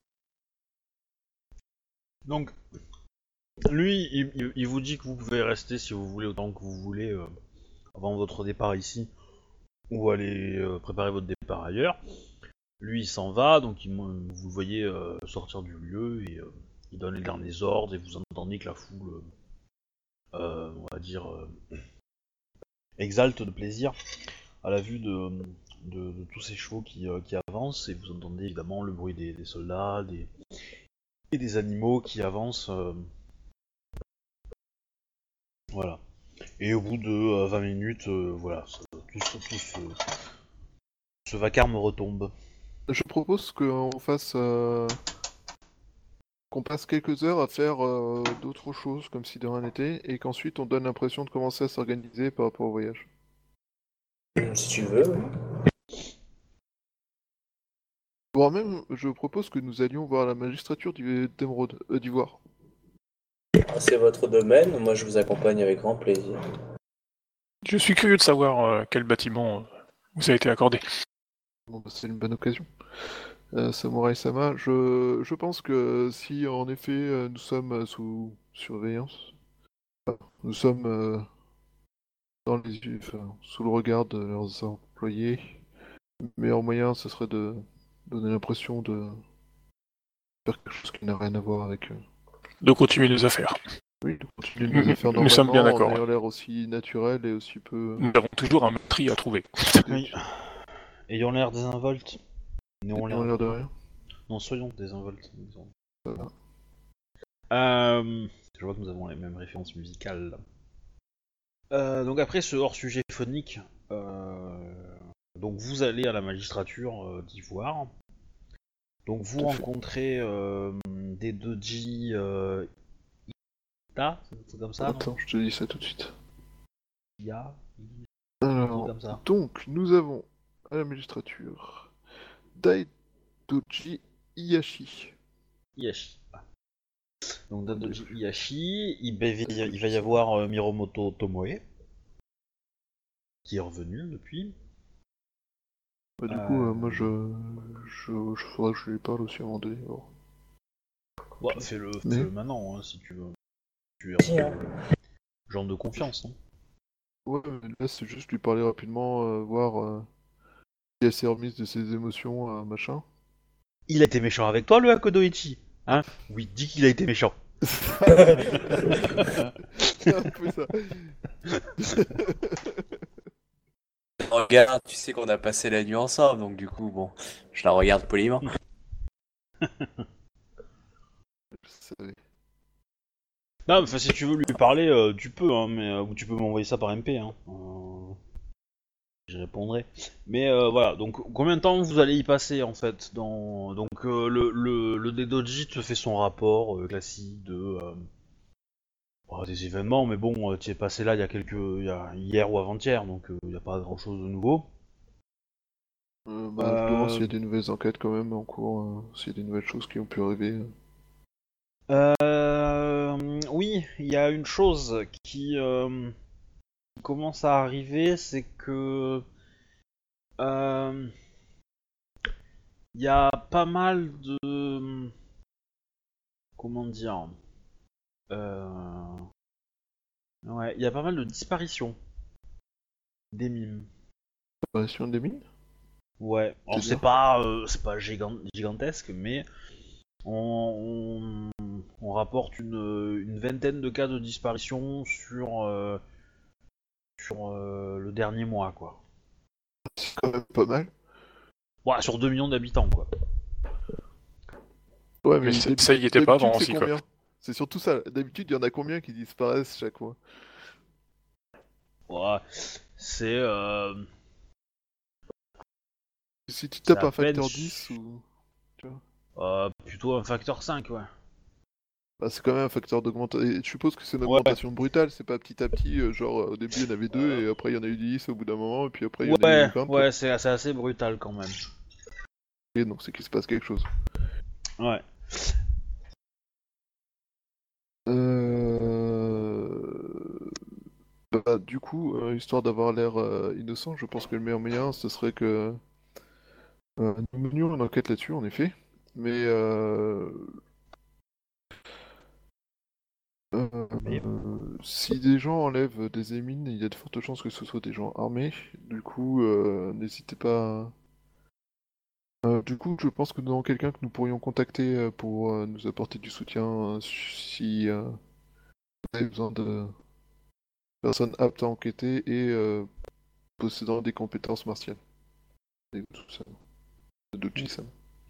[SPEAKER 1] donc, lui, il vous dit que vous pouvez rester si vous voulez autant que vous voulez avant votre départ ici, ou aller préparer votre départ ailleurs. Lui, il s'en va, donc vous le voyez sortir du lieu et il donne les derniers ordres et vous entendez que la foule, on va dire, exalte de plaisir à la vue de tous ces chevaux qui avancent et vous entendez évidemment le bruit des soldats et des animaux qui avancent. Voilà. Et au bout de 20 minutes, voilà, ce vacarme retombe.
[SPEAKER 2] Je propose qu'on fasse, qu'on passe quelques heures à faire d'autres choses comme si de rien n'était, et qu'ensuite on donne l'impression de commencer à s'organiser par rapport au voyage.
[SPEAKER 4] Si tu veux.
[SPEAKER 2] Voire même, je propose que nous allions voir la magistrature d'Émeraude, d'Ivoire.
[SPEAKER 4] C'est votre domaine, moi je vous accompagne avec grand plaisir.
[SPEAKER 3] Je suis curieux de savoir quel bâtiment vous a été accordé.
[SPEAKER 2] Bon, bah, c'est une bonne occasion. Samurai Sama, je pense que si en effet nous sommes sous surveillance, nous sommes dans les yeux, enfin, sous le regard de leurs employés, le meilleur moyen ce serait de donner l'impression de faire quelque chose qui n'a rien à voir avec eux.
[SPEAKER 3] De continuer nos affaires.
[SPEAKER 2] Oui, de continuer nos affaires
[SPEAKER 3] Nous sommes bien
[SPEAKER 2] normalement,
[SPEAKER 3] d'accord.
[SPEAKER 2] en ayant l'air aussi naturel et aussi peu...
[SPEAKER 3] Nous avons toujours un meurtrier à trouver.
[SPEAKER 1] Oui. Ayant l'air désinvolte.
[SPEAKER 2] Ayant l'air de rien.
[SPEAKER 1] Non, soyons désinvoltes. disons.
[SPEAKER 2] Voilà.
[SPEAKER 1] Je vois que nous avons les mêmes références musicales. Donc après ce hors-sujet phonique, donc vous allez à la magistrature d'Ivoire. Donc vous
[SPEAKER 2] Tout à fait.
[SPEAKER 1] rencontrez des doji Ita, c'est comme ça, non?
[SPEAKER 2] Attends, je te dis ça tout de suite.
[SPEAKER 1] Ya,
[SPEAKER 2] Alors,
[SPEAKER 1] comme ça.
[SPEAKER 2] donc, nous avons à la magistrature Daidoji Iyashi.
[SPEAKER 1] Iyashi. Donc Dadoji Iyashi, il va y avoir Miromoto Tomoe, qui est revenu depuis.
[SPEAKER 2] Bah, du coup, moi, faudrait que je lui parle aussi avant de... Oh.
[SPEAKER 1] Ouais, fais-le
[SPEAKER 2] Mais-
[SPEAKER 1] maintenant, hein, si tu veux. Tu
[SPEAKER 4] Si,
[SPEAKER 1] es
[SPEAKER 4] hein.
[SPEAKER 1] genre de confiance, non?
[SPEAKER 2] Ouais, mais là, c'est juste lui parler rapidement, voir si elle s'est remise de ses émotions, machin.
[SPEAKER 1] Il a été méchant avec toi, le Hakodoichi? Hein? Oui, dis qu'il a été méchant.
[SPEAKER 2] C'est un peu ça.
[SPEAKER 4] Regarde, tu sais qu'on a passé la nuit ensemble, donc du coup, bon, je la regarde poliment.
[SPEAKER 2] Je savais.
[SPEAKER 1] Non, enfin, si tu veux lui parler, tu peux, hein, mais ou tu peux m'envoyer ça par MP, hein. J'y répondrai. Mais voilà, donc combien de temps vous allez y passer en fait donc le Dedoji te fait son rapport classique de des événements, mais bon, tu es passé là il y a hier ou avant-hier, donc il n'y a pas grand-chose de nouveau.
[SPEAKER 2] Bah, je demande s'il y a des nouvelles enquêtes quand même en cours, s'il y a des nouvelles choses qui ont pu arriver.
[SPEAKER 1] oui, il y a une chose qui commence à arriver, c'est que il y a pas mal de comment dire ouais, il y a pas mal de disparitions des mimes.
[SPEAKER 2] Apparition des mines?
[SPEAKER 1] Ouais, alors c'est pas gigantesque, mais on rapporte une vingtaine de cas de disparition sur le dernier mois, quoi.
[SPEAKER 2] C'est quand même pas mal.
[SPEAKER 1] Ouais, sur 2 millions d'habitants, quoi.
[SPEAKER 2] Ouais,
[SPEAKER 3] Mais
[SPEAKER 2] mais
[SPEAKER 3] ça y était pas
[SPEAKER 2] d'habitude,
[SPEAKER 3] avant
[SPEAKER 2] c'est
[SPEAKER 3] aussi, quoi.
[SPEAKER 2] combien? C'est surtout ça. D'habitude, il y en a combien qui disparaissent chaque fois?
[SPEAKER 1] Ouais, c'est
[SPEAKER 2] Si tu
[SPEAKER 1] c'est
[SPEAKER 2] tapes
[SPEAKER 1] à
[SPEAKER 2] un
[SPEAKER 1] peine
[SPEAKER 2] facteur 10 ou... Tu vois.
[SPEAKER 1] plutôt un facteur 5, ouais.
[SPEAKER 2] Bah, c'est quand même un facteur d'augmentation. Et je suppose que c'est une
[SPEAKER 1] Ouais.
[SPEAKER 2] augmentation brutale, c'est pas petit à petit, genre au début il y en avait 2 et après il y en a eu 10 au bout d'un moment et puis après il y en a eu
[SPEAKER 1] Ouais,
[SPEAKER 2] 20 quoi.
[SPEAKER 1] ouais, c'est assez brutal quand même.
[SPEAKER 2] Et donc c'est qu'il se passe quelque chose.
[SPEAKER 1] Ouais.
[SPEAKER 2] Du coup, histoire d'avoir l'air innocent, je pense que le meilleur moyen ce serait que nous menions une enquête là-dessus en effet. Mais
[SPEAKER 1] Mais
[SPEAKER 2] si des gens enlèvent des émines, il y a de fortes chances que ce soit des gens armés. Du coup, n'hésitez pas. Du coup, je pense que nous avons quelqu'un que nous pourrions contacter pour nous apporter du soutien si vous avez besoin de personnes aptes à enquêter et possédant des compétences martiales. Et tout ça. De Jisam.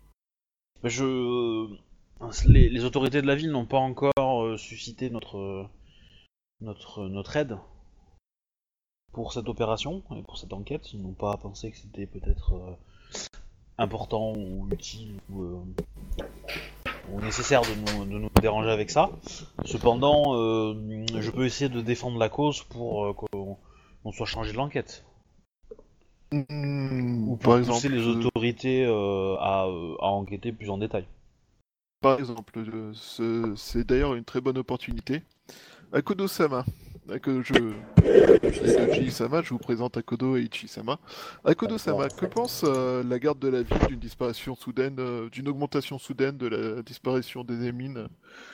[SPEAKER 1] les autorités de la ville n'ont pas encore suscité notre aide pour cette opération et pour cette enquête. Ils n'ont pas pensé que c'était peut-être important ou utile ou nécessaire de nous déranger avec ça. Cependant, je peux essayer de défendre la cause pour qu'on soit chargé de l'enquête. Ou pour
[SPEAKER 2] Par
[SPEAKER 1] pousser
[SPEAKER 2] exemple,
[SPEAKER 1] les autorités à enquêter plus en détail.
[SPEAKER 2] C'est d'ailleurs une très bonne opportunité. Akodo-sama. Ichi-sama, je vous présente Akodo et Ichi-sama. Akodo-sama, que pense la garde de la ville d'une disparition soudaine, d'une augmentation soudaine de la disparition des émines?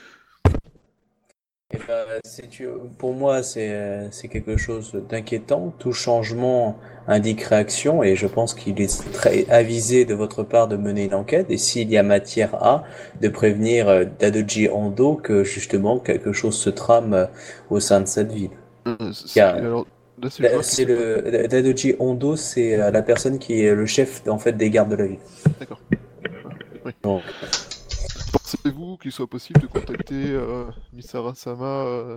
[SPEAKER 4] Eh ben, pour moi, c'est quelque chose d'inquiétant. Tout changement indique réaction et je pense qu'il est très avisé de votre part de mener une enquête. Et s'il y a matière à, de prévenir Dadoji Ando que justement quelque chose se trame au sein de cette ville.
[SPEAKER 2] Alors, là, c'est le joueur qui
[SPEAKER 4] C'est
[SPEAKER 2] se pose.
[SPEAKER 4] Dadoji Ando, c'est la personne qui est le chef en fait des gardes de la ville.
[SPEAKER 2] D'accord. Oui.
[SPEAKER 4] Donc,
[SPEAKER 2] Pensez-vous qu'il soit possible de contacter Misara-sama,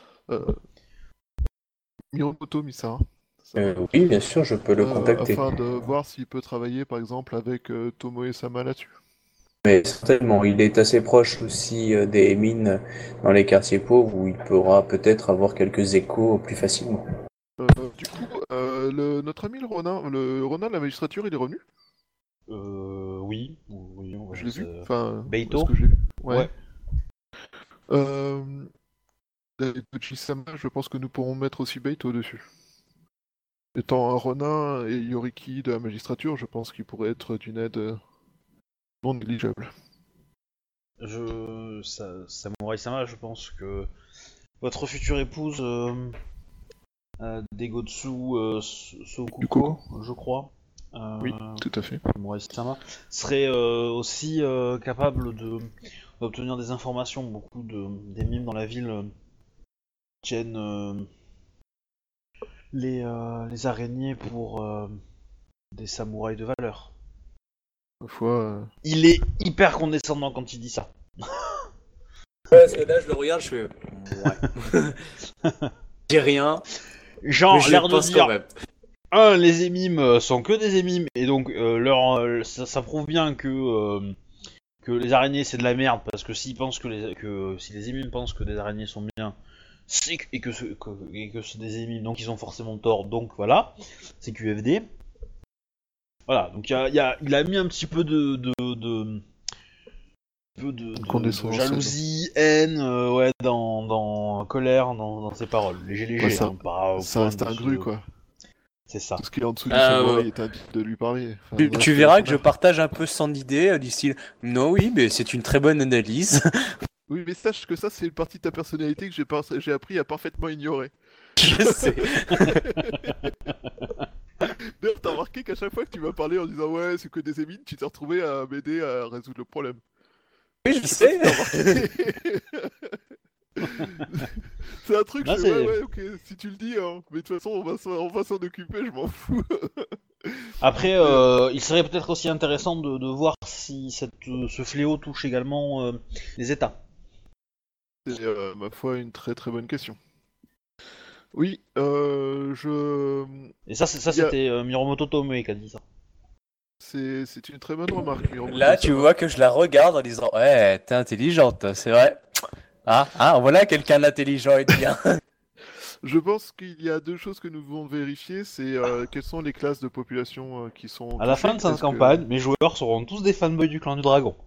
[SPEAKER 2] Miromoto Misara?
[SPEAKER 4] oui, bien sûr, je peux le contacter.
[SPEAKER 2] Afin de voir s'il peut travailler par exemple avec Tomoe-sama là-dessus.
[SPEAKER 4] Mais certainement, il est assez proche aussi des mines dans les quartiers pauvres où il pourra peut-être avoir quelques échos plus facilement.
[SPEAKER 2] Du coup, notre ami le Ronin de la magistrature, il est revenu?
[SPEAKER 1] Oui, ouais,
[SPEAKER 2] Je l'ai vu.
[SPEAKER 1] c'est-
[SPEAKER 2] Enfin,
[SPEAKER 1] Beito
[SPEAKER 2] est-ce que j'ai vu?
[SPEAKER 1] Ouais.
[SPEAKER 2] Tochi-sama, je pense que nous pourrons mettre aussi Beito dessus. Étant un Ronin et Yoriki de la magistrature, je pense qu'il pourrait être d'une aide non négligeable.
[SPEAKER 1] Samurai-sama, je pense que votre future épouse, Degotsu Sokuko, je crois,
[SPEAKER 2] Oui, tout à fait.
[SPEAKER 1] Samurai-sama, serait aussi capable d'obtenir des informations. Beaucoup des mimes dans la ville tiennent les araignées pour des samouraïs de valeur.
[SPEAKER 2] Ma foi,
[SPEAKER 1] Il est hyper condescendant quand il dit ça.
[SPEAKER 4] Ouais, parce que là, je le regarde, je fais. Ouais. J'ai rien,
[SPEAKER 1] Genre,
[SPEAKER 4] mais je
[SPEAKER 1] l'air de
[SPEAKER 4] pense
[SPEAKER 1] dire,
[SPEAKER 4] quand même.
[SPEAKER 1] les émimes sont que des émimes, et donc ça prouve bien que les araignées c'est de la merde, parce que s'ils pensent que si les émimes pensent que des araignées sont bien, et que c'est des émimes, donc ils ont forcément tort, donc voilà, c'est QFD. Voilà, donc il a mis un petit peu peu de
[SPEAKER 2] Condescendance,
[SPEAKER 1] jalousie, haine, ouais, dans colère, dans ses paroles. Léger,
[SPEAKER 2] Ouais, ça-
[SPEAKER 1] hein, pas au
[SPEAKER 2] Ça
[SPEAKER 1] point
[SPEAKER 2] reste
[SPEAKER 1] de
[SPEAKER 2] un
[SPEAKER 1] se-
[SPEAKER 2] gru, quoi.
[SPEAKER 1] C'est ça.
[SPEAKER 2] Tout ce qui est en dessous du
[SPEAKER 4] Ah,
[SPEAKER 2] samouraï
[SPEAKER 4] ouais.
[SPEAKER 2] est indigne de lui parler. Enfin,
[SPEAKER 4] Tu,
[SPEAKER 2] reste
[SPEAKER 4] tu verras que je
[SPEAKER 2] réfractaire.
[SPEAKER 4] partage un peu son idée, du style non, oui, mais c'est une très bonne analyse.
[SPEAKER 2] Oui, mais sache que ça, c'est une partie de ta personnalité que j'ai appris à parfaitement ignorer.
[SPEAKER 4] Je sais.
[SPEAKER 2] D'ailleurs, t'as remarqué qu'à chaque fois que tu m'as parlé en disant ouais, c'est que des émines, tu t'es retrouvé à m'aider à résoudre le problème.
[SPEAKER 4] Oui, je sais.
[SPEAKER 2] C'est un truc,
[SPEAKER 1] Là,
[SPEAKER 2] je
[SPEAKER 1] c'est-
[SPEAKER 2] fais, ouais, ok, si tu le dis, hein. Mais de toute façon, on va s'en occuper, je m'en fous.
[SPEAKER 1] Après, il serait peut-être aussi intéressant de voir si ce fléau touche également les États.
[SPEAKER 2] C'est, ma foi, une très très bonne question. Oui,
[SPEAKER 1] Et ça,
[SPEAKER 2] Il y a-
[SPEAKER 1] c'était Miromoto Tomoe qui a dit ça.
[SPEAKER 2] c'est une très bonne remarque. Miromoto
[SPEAKER 4] Là, tu
[SPEAKER 2] Sama.
[SPEAKER 4] vois que je la regarde en disant ouais, t'es intelligente, c'est vrai. Ah, voilà quelqu'un d'intelligent et de bien.
[SPEAKER 2] Je pense qu'il y a deux choses que nous devons vérifier, c'est quelles sont les classes de population qui sont
[SPEAKER 1] À la fin de
[SPEAKER 2] touchées.
[SPEAKER 1] cette campagne, mes joueurs seront tous des fanboys du clan du dragon.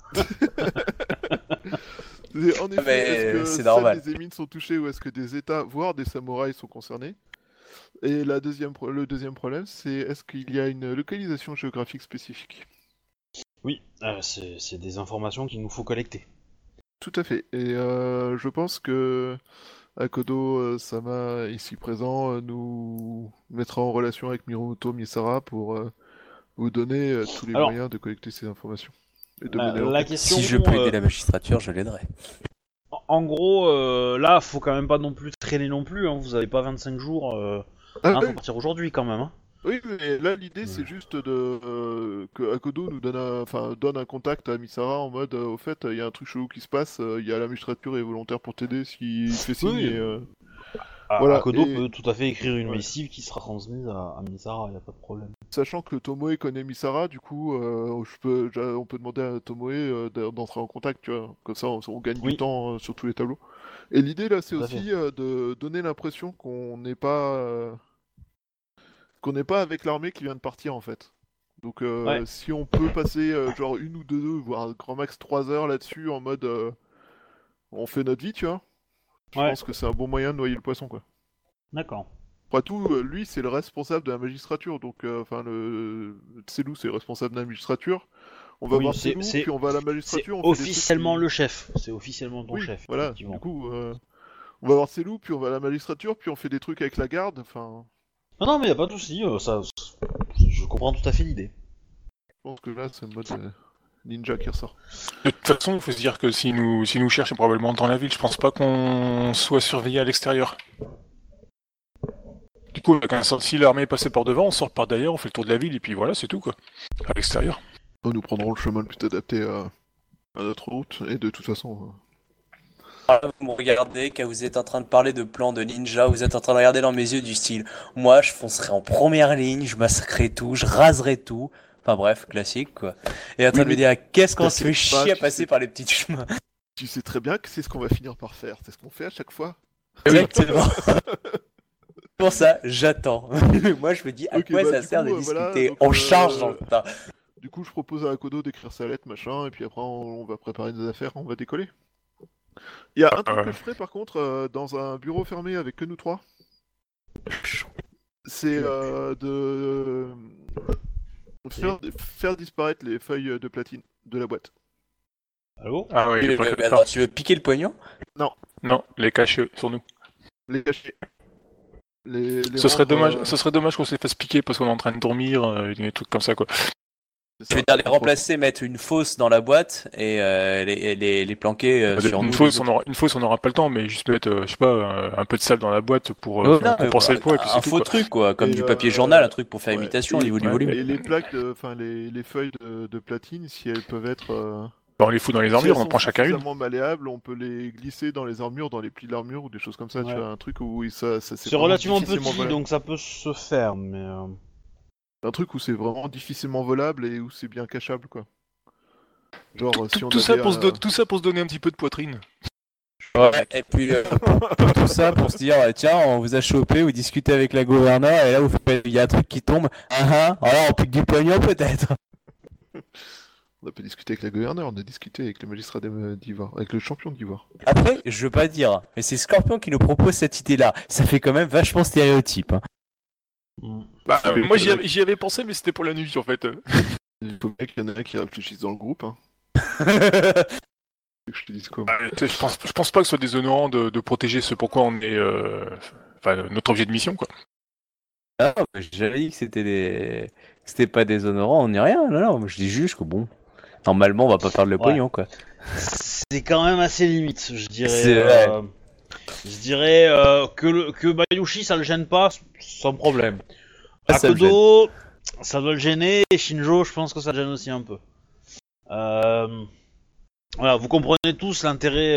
[SPEAKER 2] En effet,
[SPEAKER 4] Mais
[SPEAKER 2] est-ce que
[SPEAKER 4] c'est
[SPEAKER 2] seuls
[SPEAKER 4] normal.
[SPEAKER 2] des émines sont touchés ou est-ce que des États, voire des samouraïs sont concernés? Et le deuxième problème, c'est est-ce qu'il y a une localisation géographique spécifique?
[SPEAKER 1] Oui, c'est des informations qu'il nous faut collecter.
[SPEAKER 2] Tout à fait. Et je pense que Akodo Sama, ici présent, nous mettra en relation avec Miromoto Misara pour vous donner tous les
[SPEAKER 1] Alors,
[SPEAKER 2] moyens de collecter ces informations. Et de
[SPEAKER 1] La,
[SPEAKER 2] mener
[SPEAKER 1] la
[SPEAKER 2] l'enquête.
[SPEAKER 1] question,
[SPEAKER 4] Si je peux aider la magistrature, je l'aiderai.
[SPEAKER 1] en gros, là, faut quand même pas non plus traîner non plus. Hein. Vous avez pas 25 jours
[SPEAKER 2] Ah,
[SPEAKER 1] pour
[SPEAKER 2] oui,
[SPEAKER 1] partir aujourd'hui quand même. Hein.
[SPEAKER 2] oui, mais là l'idée c'est juste que Akodo nous donne un contact à Misara en mode au fait il y a un truc chelou qui se passe, il y a la magistrature est volontaire pour t'aider s'il fait signe
[SPEAKER 1] Oui.
[SPEAKER 2] et Voilà,
[SPEAKER 1] Akodo
[SPEAKER 2] et-
[SPEAKER 1] peut tout à fait écrire une
[SPEAKER 2] Ouais.
[SPEAKER 1] missive qui sera transmise à Misara, y a pas de problème.
[SPEAKER 2] sachant que Tomoe connaît Misara, du coup on peut demander à Tomoe d'entrer en contact, tu vois, comme ça on gagne
[SPEAKER 1] Oui.
[SPEAKER 2] du temps sur tous les tableaux. Et l'idée là c'est
[SPEAKER 1] Tout à
[SPEAKER 2] aussi de donner l'impression qu'on n'est pas avec l'armée qui vient de partir en fait. Donc
[SPEAKER 1] Ouais.
[SPEAKER 2] si on peut passer genre une ou deux, voire grand max 3 heures là-dessus en mode on fait notre vie, tu vois. Je
[SPEAKER 1] Ouais.
[SPEAKER 2] pense que c'est un bon moyen de noyer le poisson quoi.
[SPEAKER 1] D'accord.
[SPEAKER 2] Après tout, lui c'est le responsable de la magistrature, donc le Tselou c'est le responsable de la magistrature. On va
[SPEAKER 1] Oui,
[SPEAKER 2] voir
[SPEAKER 1] c'est-
[SPEAKER 2] Tselou,
[SPEAKER 1] c'est-
[SPEAKER 2] puis on va à la
[SPEAKER 1] C'est
[SPEAKER 2] magistrature. on fait des trucs
[SPEAKER 1] officiellement
[SPEAKER 2] qui-
[SPEAKER 1] le chef. C'est officiellement ton
[SPEAKER 2] Oui,
[SPEAKER 1] chef.
[SPEAKER 2] voilà.
[SPEAKER 1] effectivement.
[SPEAKER 2] Du coup, on va voir Tselou, puis on va à la magistrature, puis on fait des trucs avec la garde. Enfin,
[SPEAKER 1] Non, mais y a pas de souci. Je comprends tout à fait l'idée.
[SPEAKER 2] je pense que là c'est le mode ninja qui ressort.
[SPEAKER 3] De toute façon, il faut se dire que si nous cherchent, c'est probablement dans la ville. Je pense pas qu'on soit surveillé à l'extérieur. Du coup, si l'armée est passée par devant, on sort par derrière, on fait le tour de la ville, et puis voilà, c'est tout, quoi. À l'extérieur.
[SPEAKER 2] Nous prendrons le chemin le plus adapté à notre route, et de toute façon.
[SPEAKER 4] Vous me regardez, quand vous êtes en train de parler de plans de ninja, vous êtes en train de regarder dans mes yeux du style moi je foncerai en première ligne, je massacrerai tout, je raserai tout. Enfin bref, classique quoi. Et en train
[SPEAKER 2] Oui,
[SPEAKER 4] de me
[SPEAKER 2] mais
[SPEAKER 4] dire qu'est-ce qu'on se fait
[SPEAKER 2] t'inquiète pas,
[SPEAKER 4] chier à
[SPEAKER 2] tu
[SPEAKER 4] passer
[SPEAKER 2] sais.
[SPEAKER 4] par les petits chemins.
[SPEAKER 2] Tu sais très bien que c'est ce qu'on va finir par faire. C'est ce qu'on fait à chaque fois.
[SPEAKER 4] Exactement. Pour ça, j'attends. Moi je me dis à
[SPEAKER 2] Ok,
[SPEAKER 4] quoi
[SPEAKER 2] bah,
[SPEAKER 4] ça
[SPEAKER 2] du
[SPEAKER 4] sert
[SPEAKER 2] coup,
[SPEAKER 4] de
[SPEAKER 2] voilà,
[SPEAKER 4] discuter.
[SPEAKER 2] donc,
[SPEAKER 4] On charge dans le tas.
[SPEAKER 2] Du coup, je propose à Akodo d'écrire sa lettre, machin, et puis après on va préparer nos affaires, on va décoller. Il y a un truc que je ferai par contre dans un bureau fermé avec que nous trois. C'est de faire disparaître les feuilles de platine de la boîte.
[SPEAKER 1] Allô?
[SPEAKER 3] Ah oui,
[SPEAKER 4] Mais attends, tu veux piquer le pognon?
[SPEAKER 3] non, les cacher sur nous.
[SPEAKER 2] Les cacher. Les
[SPEAKER 3] Ce serait
[SPEAKER 2] rendre,
[SPEAKER 3] dommage qu'on se les fasse piquer parce qu'on est en train de dormir, des trucs comme ça, quoi.
[SPEAKER 2] c'est
[SPEAKER 4] Je
[SPEAKER 2] ça,
[SPEAKER 4] veux dire les
[SPEAKER 2] entre autres.
[SPEAKER 4] remplacer, mettre une fosse dans la boîte et les planquer sur
[SPEAKER 3] Une
[SPEAKER 4] nous.
[SPEAKER 3] fausse, on n'aura pas le temps, mais juste mettre, je sais pas, un peu de sale dans la boîte pour
[SPEAKER 4] Non,
[SPEAKER 3] compenser le poids, et puis
[SPEAKER 4] un
[SPEAKER 3] c'est tout,
[SPEAKER 4] faux
[SPEAKER 3] quoi.
[SPEAKER 4] truc quoi, comme
[SPEAKER 2] Et,
[SPEAKER 4] du papier journal, un truc pour faire
[SPEAKER 2] ouais.
[SPEAKER 4] imitation au niveau du
[SPEAKER 3] Ouais.
[SPEAKER 4] volume.
[SPEAKER 2] Et les plaques, les feuilles de platine, si elles peuvent être
[SPEAKER 3] On les fout dans les
[SPEAKER 2] si
[SPEAKER 3] armures,
[SPEAKER 2] elles
[SPEAKER 3] on en
[SPEAKER 2] sont
[SPEAKER 3] prend chacun une.
[SPEAKER 2] suffisamment malléables, on peut les glisser dans les armures, dans les plis de l'armure ou des choses comme ça.
[SPEAKER 1] Ouais.
[SPEAKER 2] Tu vois, un truc où ça c'est
[SPEAKER 1] C'est
[SPEAKER 2] vraiment
[SPEAKER 1] relativement
[SPEAKER 2] difficilement
[SPEAKER 1] petit,
[SPEAKER 2] volable.
[SPEAKER 1] donc ça peut se faire, mais...
[SPEAKER 2] Un truc où c'est vraiment difficilement volable et où c'est bien cachable, quoi. Genre, si on
[SPEAKER 3] Tout ça
[SPEAKER 2] avait
[SPEAKER 3] pour se donner un petit peu de poitrine.
[SPEAKER 4] Ouais, et puis tout ça pour se dire tiens on vous a chopé, vous discutez avec la gouverneure et là vous faites il y a un truc qui tombe, alors on pique du pognon peut-être.
[SPEAKER 2] On n'a pas discuté avec la gouverneure, on a discuté avec le magistrat d'Ivoire, avec le champion d'Ivoire.
[SPEAKER 4] Après, je veux pas dire, mais c'est Scorpion qui nous propose cette idée-là. Ça fait quand même vachement stéréotype. Hein.
[SPEAKER 3] Bah, moi j'y avais pensé, mais c'était pour la nuit en fait.
[SPEAKER 2] Il faut bien qu'il y en ait qui réfléchissent dans le groupe. Hein. Que je te dise quoi.
[SPEAKER 3] Je pense pas que ce soit déshonorant de protéger ce pourquoi on est. Notre objet de mission, quoi.
[SPEAKER 4] Ah, j'avais dit que c'était pas déshonorant, on n'est rien. Non, je dis juste que bon, normalement, on va pas perdre le pognon, quoi.
[SPEAKER 1] C'est quand même assez limite, je dirais.
[SPEAKER 4] C'est vrai.
[SPEAKER 1] Je dirais que Bayushi ça le gêne pas sans problème.
[SPEAKER 4] Ça le
[SPEAKER 1] Akodo, ça doit le gêner, et Shinjo, je pense que ça le gêne aussi un peu. Voilà, vous comprenez tous l'intérêt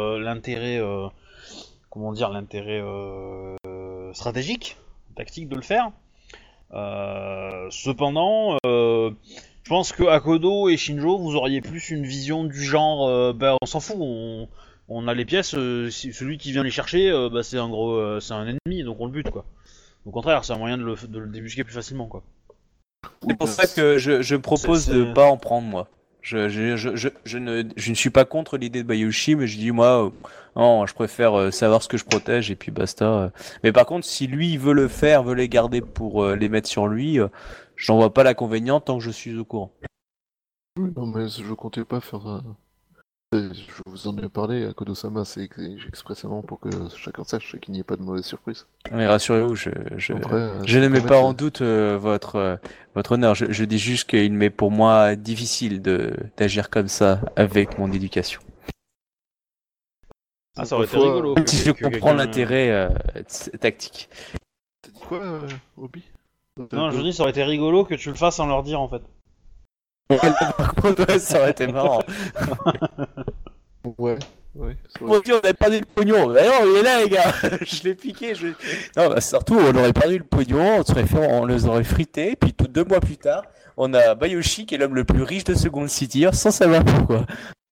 [SPEAKER 1] stratégique, tactique de le faire. Cependant, je pense que Akodo et Shinjo, vous auriez plus une vision du genre, on s'en fout, on a les pièces, celui qui vient les chercher, c'est un ennemi, donc on le bute, quoi. Au contraire, c'est un moyen de le débusquer plus facilement, quoi.
[SPEAKER 4] C'est pour ça que je propose de pas en prendre, moi. Je ne suis pas contre l'idée de Bayushi, mais je dis moi, non, je préfère savoir ce que je protège et puis basta. Mais par contre, si lui veut le faire, veut les garder pour les mettre sur lui, j'en vois pas l'inconvénient tant que je suis au courant.
[SPEAKER 2] Non, mais je comptais pas faire. Je vous en ai parlé à Kodo-sama, c'est expressément pour que chacun sache qu'il n'y ait pas de mauvaise surprise.
[SPEAKER 4] Mais rassurez-vous, je ne mets pas en doute votre honneur. Je dis juste qu'il m'est pour moi difficile d'agir comme ça avec mon éducation.
[SPEAKER 1] Ah, ça aurait été rigolo.
[SPEAKER 4] Si je comprends l'intérêt tactique.
[SPEAKER 2] T'as dit quoi, Obi?
[SPEAKER 1] Non, je dis ça aurait été rigolo que tu le fasses sans leur dire en fait.
[SPEAKER 4] Par contre, ouais, ça aurait été marrant.
[SPEAKER 2] Ouais.
[SPEAKER 4] Mon dieu, on avait perdu le pognon. Mais non, il est là, les gars. Je l'ai piqué. Non, surtout, on aurait perdu le pognon, on les aurait frités, puis 2 mois plus tard, on a Bayushi qui est l'homme le plus riche de Second City, sans savoir pourquoi.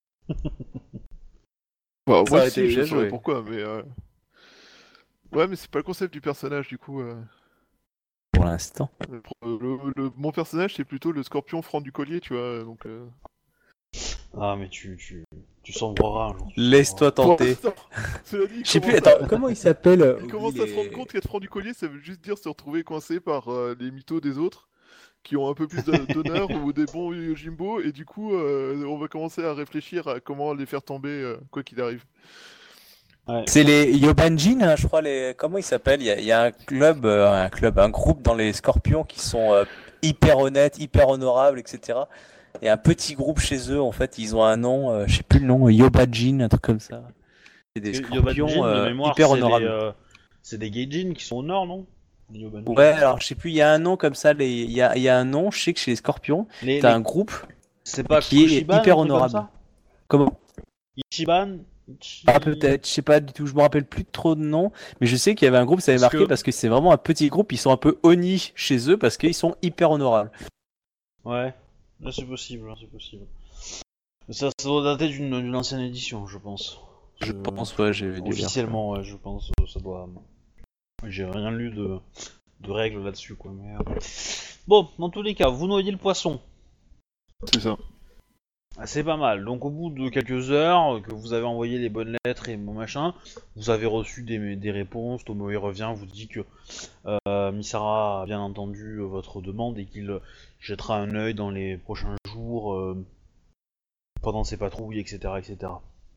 [SPEAKER 2] Bah,
[SPEAKER 4] Ça
[SPEAKER 2] moi
[SPEAKER 4] aurait
[SPEAKER 2] aussi,
[SPEAKER 4] été
[SPEAKER 2] je
[SPEAKER 4] bien
[SPEAKER 2] saurais
[SPEAKER 4] joué.
[SPEAKER 2] pourquoi, mais... Ouais, mais c'est pas le concept du personnage, du coup.
[SPEAKER 4] Pour l'instant.
[SPEAKER 2] Mon personnage, c'est plutôt le scorpion franc du collier, tu vois, donc...
[SPEAKER 1] Ah, mais tu sombreras un jour.
[SPEAKER 4] Laisse-toi tenter.
[SPEAKER 2] Cela dit,
[SPEAKER 4] Je sais plus, attends, comment il s'appelle
[SPEAKER 2] il commence à se rendre compte qu'être franc du collier, ça veut juste dire se retrouver coincé par les mythos des autres, qui ont un peu plus d'honneur, ou des bons Yojimbo, et du coup, on va commencer à réfléchir à comment les faire tomber, quoi qu'il arrive.
[SPEAKER 1] Ouais.
[SPEAKER 4] C'est les Yobanjin, hein, je crois. Comment ils s'appellent? Il y a un groupe dans les Scorpions qui sont hyper honnêtes, hyper honorables, etc. Et un petit groupe chez eux, en fait, ils ont un nom, je sais plus le nom, Yobanjin, un truc comme ça. C'est des Scorpions
[SPEAKER 1] Yobajin, de mémoire,
[SPEAKER 4] hyper honorables.
[SPEAKER 1] C'est des Gaijin qui sont au nord, non? Yobajin.
[SPEAKER 4] Ouais, alors je sais plus, il y a un nom comme ça. Il y a un nom, je sais que chez les Scorpions, t'as un groupe
[SPEAKER 1] C'est pas
[SPEAKER 4] qui est
[SPEAKER 1] Kushiban,
[SPEAKER 4] hyper
[SPEAKER 1] un truc comme
[SPEAKER 4] honorable.
[SPEAKER 1] ça
[SPEAKER 4] Comment?
[SPEAKER 1] Ichiban?
[SPEAKER 4] Ah, peut-être, je sais pas du tout, je me rappelle plus trop de noms, mais je sais qu'il y avait un groupe, ça avait marqué parce que c'est vraiment un petit groupe, ils sont un peu oni chez eux parce qu'ils sont hyper honorables.
[SPEAKER 1] Ouais, là c'est possible, Ça doit dater d'une ancienne édition, je pense.
[SPEAKER 4] Je pense, ouais, j'ai dû lire.
[SPEAKER 1] Officiellement, ouais, je pense, ça doit... J'ai rien lu de règles là-dessus, quoi, mais... Bon, dans tous les cas, vous noyez le poisson.
[SPEAKER 2] C'est ça.
[SPEAKER 1] C'est pas mal. Donc au bout de quelques heures que vous avez envoyé les bonnes lettres et mon machin, vous avez reçu des réponses. Tomoe revient, vous dit que Misara a bien entendu votre demande et qu'il jettera un œil dans les prochains jours pendant ses patrouilles, etc., etc.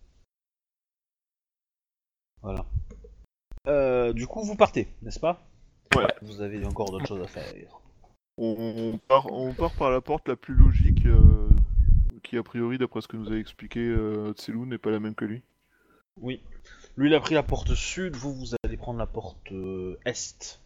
[SPEAKER 1] Voilà. Du coup, vous partez, n'est-ce pas?
[SPEAKER 2] Ouais.
[SPEAKER 1] Vous avez encore d'autres choses à faire.
[SPEAKER 2] On part par la porte la plus logique, qui a priori, d'après ce que nous a expliqué Tselu, n'est pas la même que lui.
[SPEAKER 1] Oui. Lui, il a pris la porte sud, vous allez prendre la porte est.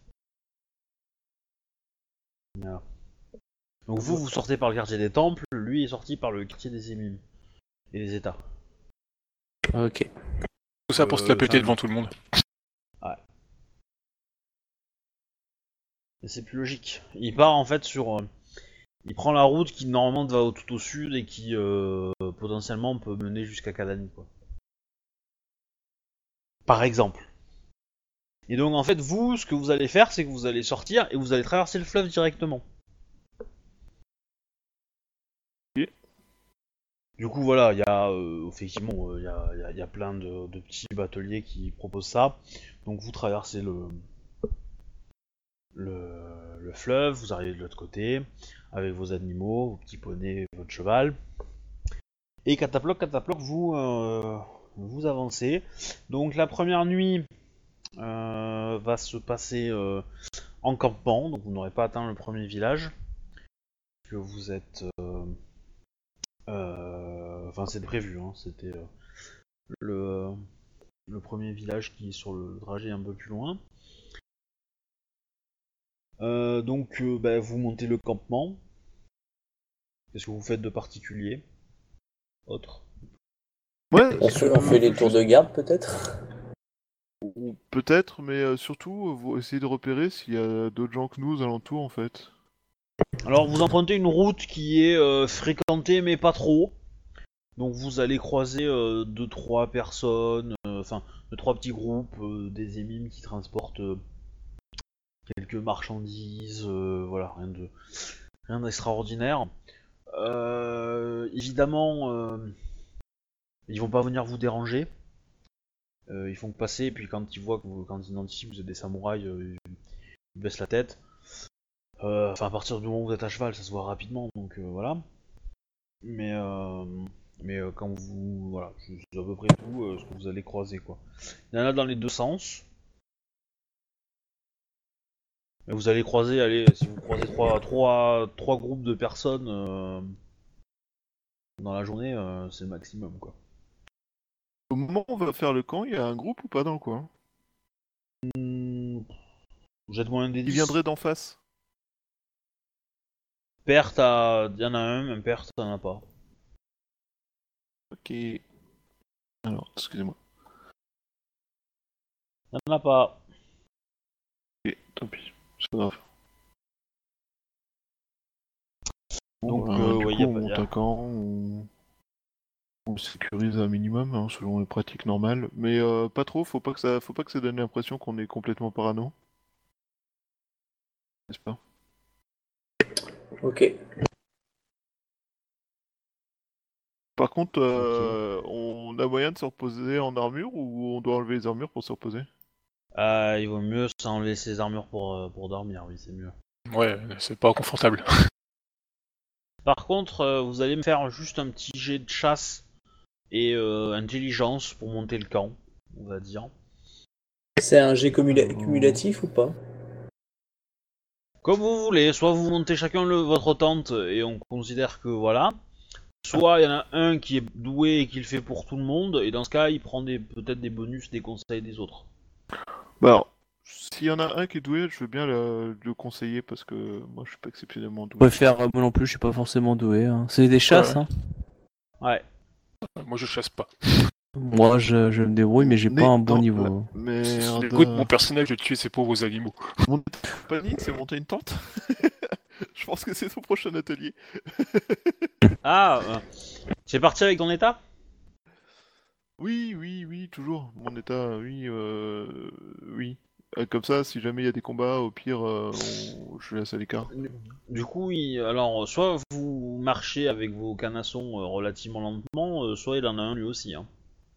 [SPEAKER 1] Voilà. Donc vous sortez par le quartier des temples, lui est sorti par le quartier des émimes et des états.
[SPEAKER 4] Ok.
[SPEAKER 3] Tout ça pour se la péter devant tout le monde.
[SPEAKER 1] Ouais. Et c'est plus logique. Il part en fait sur... il prend la route qui normalement va tout au sud et qui potentiellement peut mener jusqu'à Kadani, quoi. Par exemple. Et donc en fait vous, ce que vous allez faire, c'est que vous allez sortir et vous allez traverser le fleuve directement. Du coup, voilà, il y a effectivement, il y a plein de petits bateliers qui proposent ça. Donc vous traversez le fleuve, vous arrivez de l'autre côté, avec vos animaux, vos petits poneys, votre cheval. Et cataploc, vous avancez. Donc la première nuit va se passer en campement, donc vous n'aurez pas atteint le premier village, que vous êtes... Enfin, c'est prévu, hein, c'était le, le premier village qui est sur le trajet un peu plus loin. Donc, vous montez le campement. Qu'est-ce que vous faites de particulier? Autre?
[SPEAKER 2] Ouais,
[SPEAKER 4] On fait les tours de garde peut-être.
[SPEAKER 2] ou peut-être, mais surtout, vous essayez de repérer s'il y a d'autres gens que nous aux alentours, en fait.
[SPEAKER 1] Alors, vous empruntez une route qui est fréquentée, mais pas trop. Donc, vous allez croiser 2-3 personnes, enfin, 2-3 petits groupes, des émimes qui transportent quelques marchandises, voilà, rien d'extraordinaire. Évidemment, ils vont pas venir vous déranger. Ils font que passer, et puis quand ils voient que quand ils identifient que vous êtes des samouraïs, ils baissent la tête. Enfin, à partir du moment où vous êtes à cheval, ça se voit rapidement, donc voilà. Mais, quand vous. Voilà, c'est à peu près tout ce que vous allez croiser, quoi. Il y en a dans les deux sens. Mais vous allez croiser, allez, si vous croisez trois groupes de personnes dans la journée, c'est le maximum, quoi.
[SPEAKER 2] Au moment où on va faire le camp, il y a un groupe ou pas dans le coin?
[SPEAKER 1] Hmm, jette-moi un des
[SPEAKER 2] Il
[SPEAKER 1] 10.
[SPEAKER 2] viendrait d'en face.
[SPEAKER 1] Perte, il y en a un, même perte, t'en as pas.
[SPEAKER 2] Ok. Alors, excusez-moi.
[SPEAKER 1] Il y en a pas.
[SPEAKER 2] Ok, tant pis. C'est pas grave. Bon,
[SPEAKER 1] Donc,
[SPEAKER 2] du
[SPEAKER 1] ouais,
[SPEAKER 2] coup,
[SPEAKER 1] y a
[SPEAKER 2] on
[SPEAKER 1] pas.
[SPEAKER 2] monte un camp, on sécurise un minimum, hein, selon les pratiques normales. Mais pas trop, faut pas que ça donne l'impression qu'on est complètement parano. N'est-ce pas?
[SPEAKER 4] Ok.
[SPEAKER 2] Par contre,
[SPEAKER 1] Ok.
[SPEAKER 2] on a moyen de se reposer en armure ou on doit enlever les armures pour se reposer?
[SPEAKER 1] Il vaut mieux s'enlever ses armures pour dormir, oui, c'est mieux.
[SPEAKER 3] Ouais, c'est pas confortable.
[SPEAKER 1] Par contre, vous allez me faire juste un petit jet de chasse et intelligence pour monter le camp, on va dire.
[SPEAKER 4] C'est un jet cumulatif ou pas?
[SPEAKER 1] Comme vous voulez, soit vous montez chacun votre tente et on considère que voilà, soit il y en a un qui est doué et qui le fait pour tout le monde, et dans ce cas, il prend peut-être des bonus des conseils des autres.
[SPEAKER 2] Bah alors, s'il y en a un qui est doué, je veux bien le conseiller parce que moi je suis pas exceptionnellement
[SPEAKER 5] Je
[SPEAKER 2] doué.
[SPEAKER 5] préfère, moi non plus, je suis pas forcément doué. Hein. C'est des chasses,
[SPEAKER 3] Ouais.
[SPEAKER 5] hein.
[SPEAKER 1] Ouais.
[SPEAKER 3] Moi, je chasse pas.
[SPEAKER 5] Moi, je me débrouille, mais j'ai pas un bon
[SPEAKER 2] Dans
[SPEAKER 5] niveau.
[SPEAKER 2] la merde.
[SPEAKER 3] Le goût de mon personnage de tuer ces pauvres animaux.
[SPEAKER 2] Mon panique, c'est monter une tente. Je pense que c'est son prochain atelier.
[SPEAKER 1] Ah, c'est parti avec ton état?
[SPEAKER 2] Oui, toujours. Mon état, oui, oui. Comme ça, si jamais il y a des combats, au pire, je laisse à l'écart.
[SPEAKER 1] Du coup, alors, soit vous marchez avec vos canassons relativement lentement, soit il en a un lui aussi. Hein.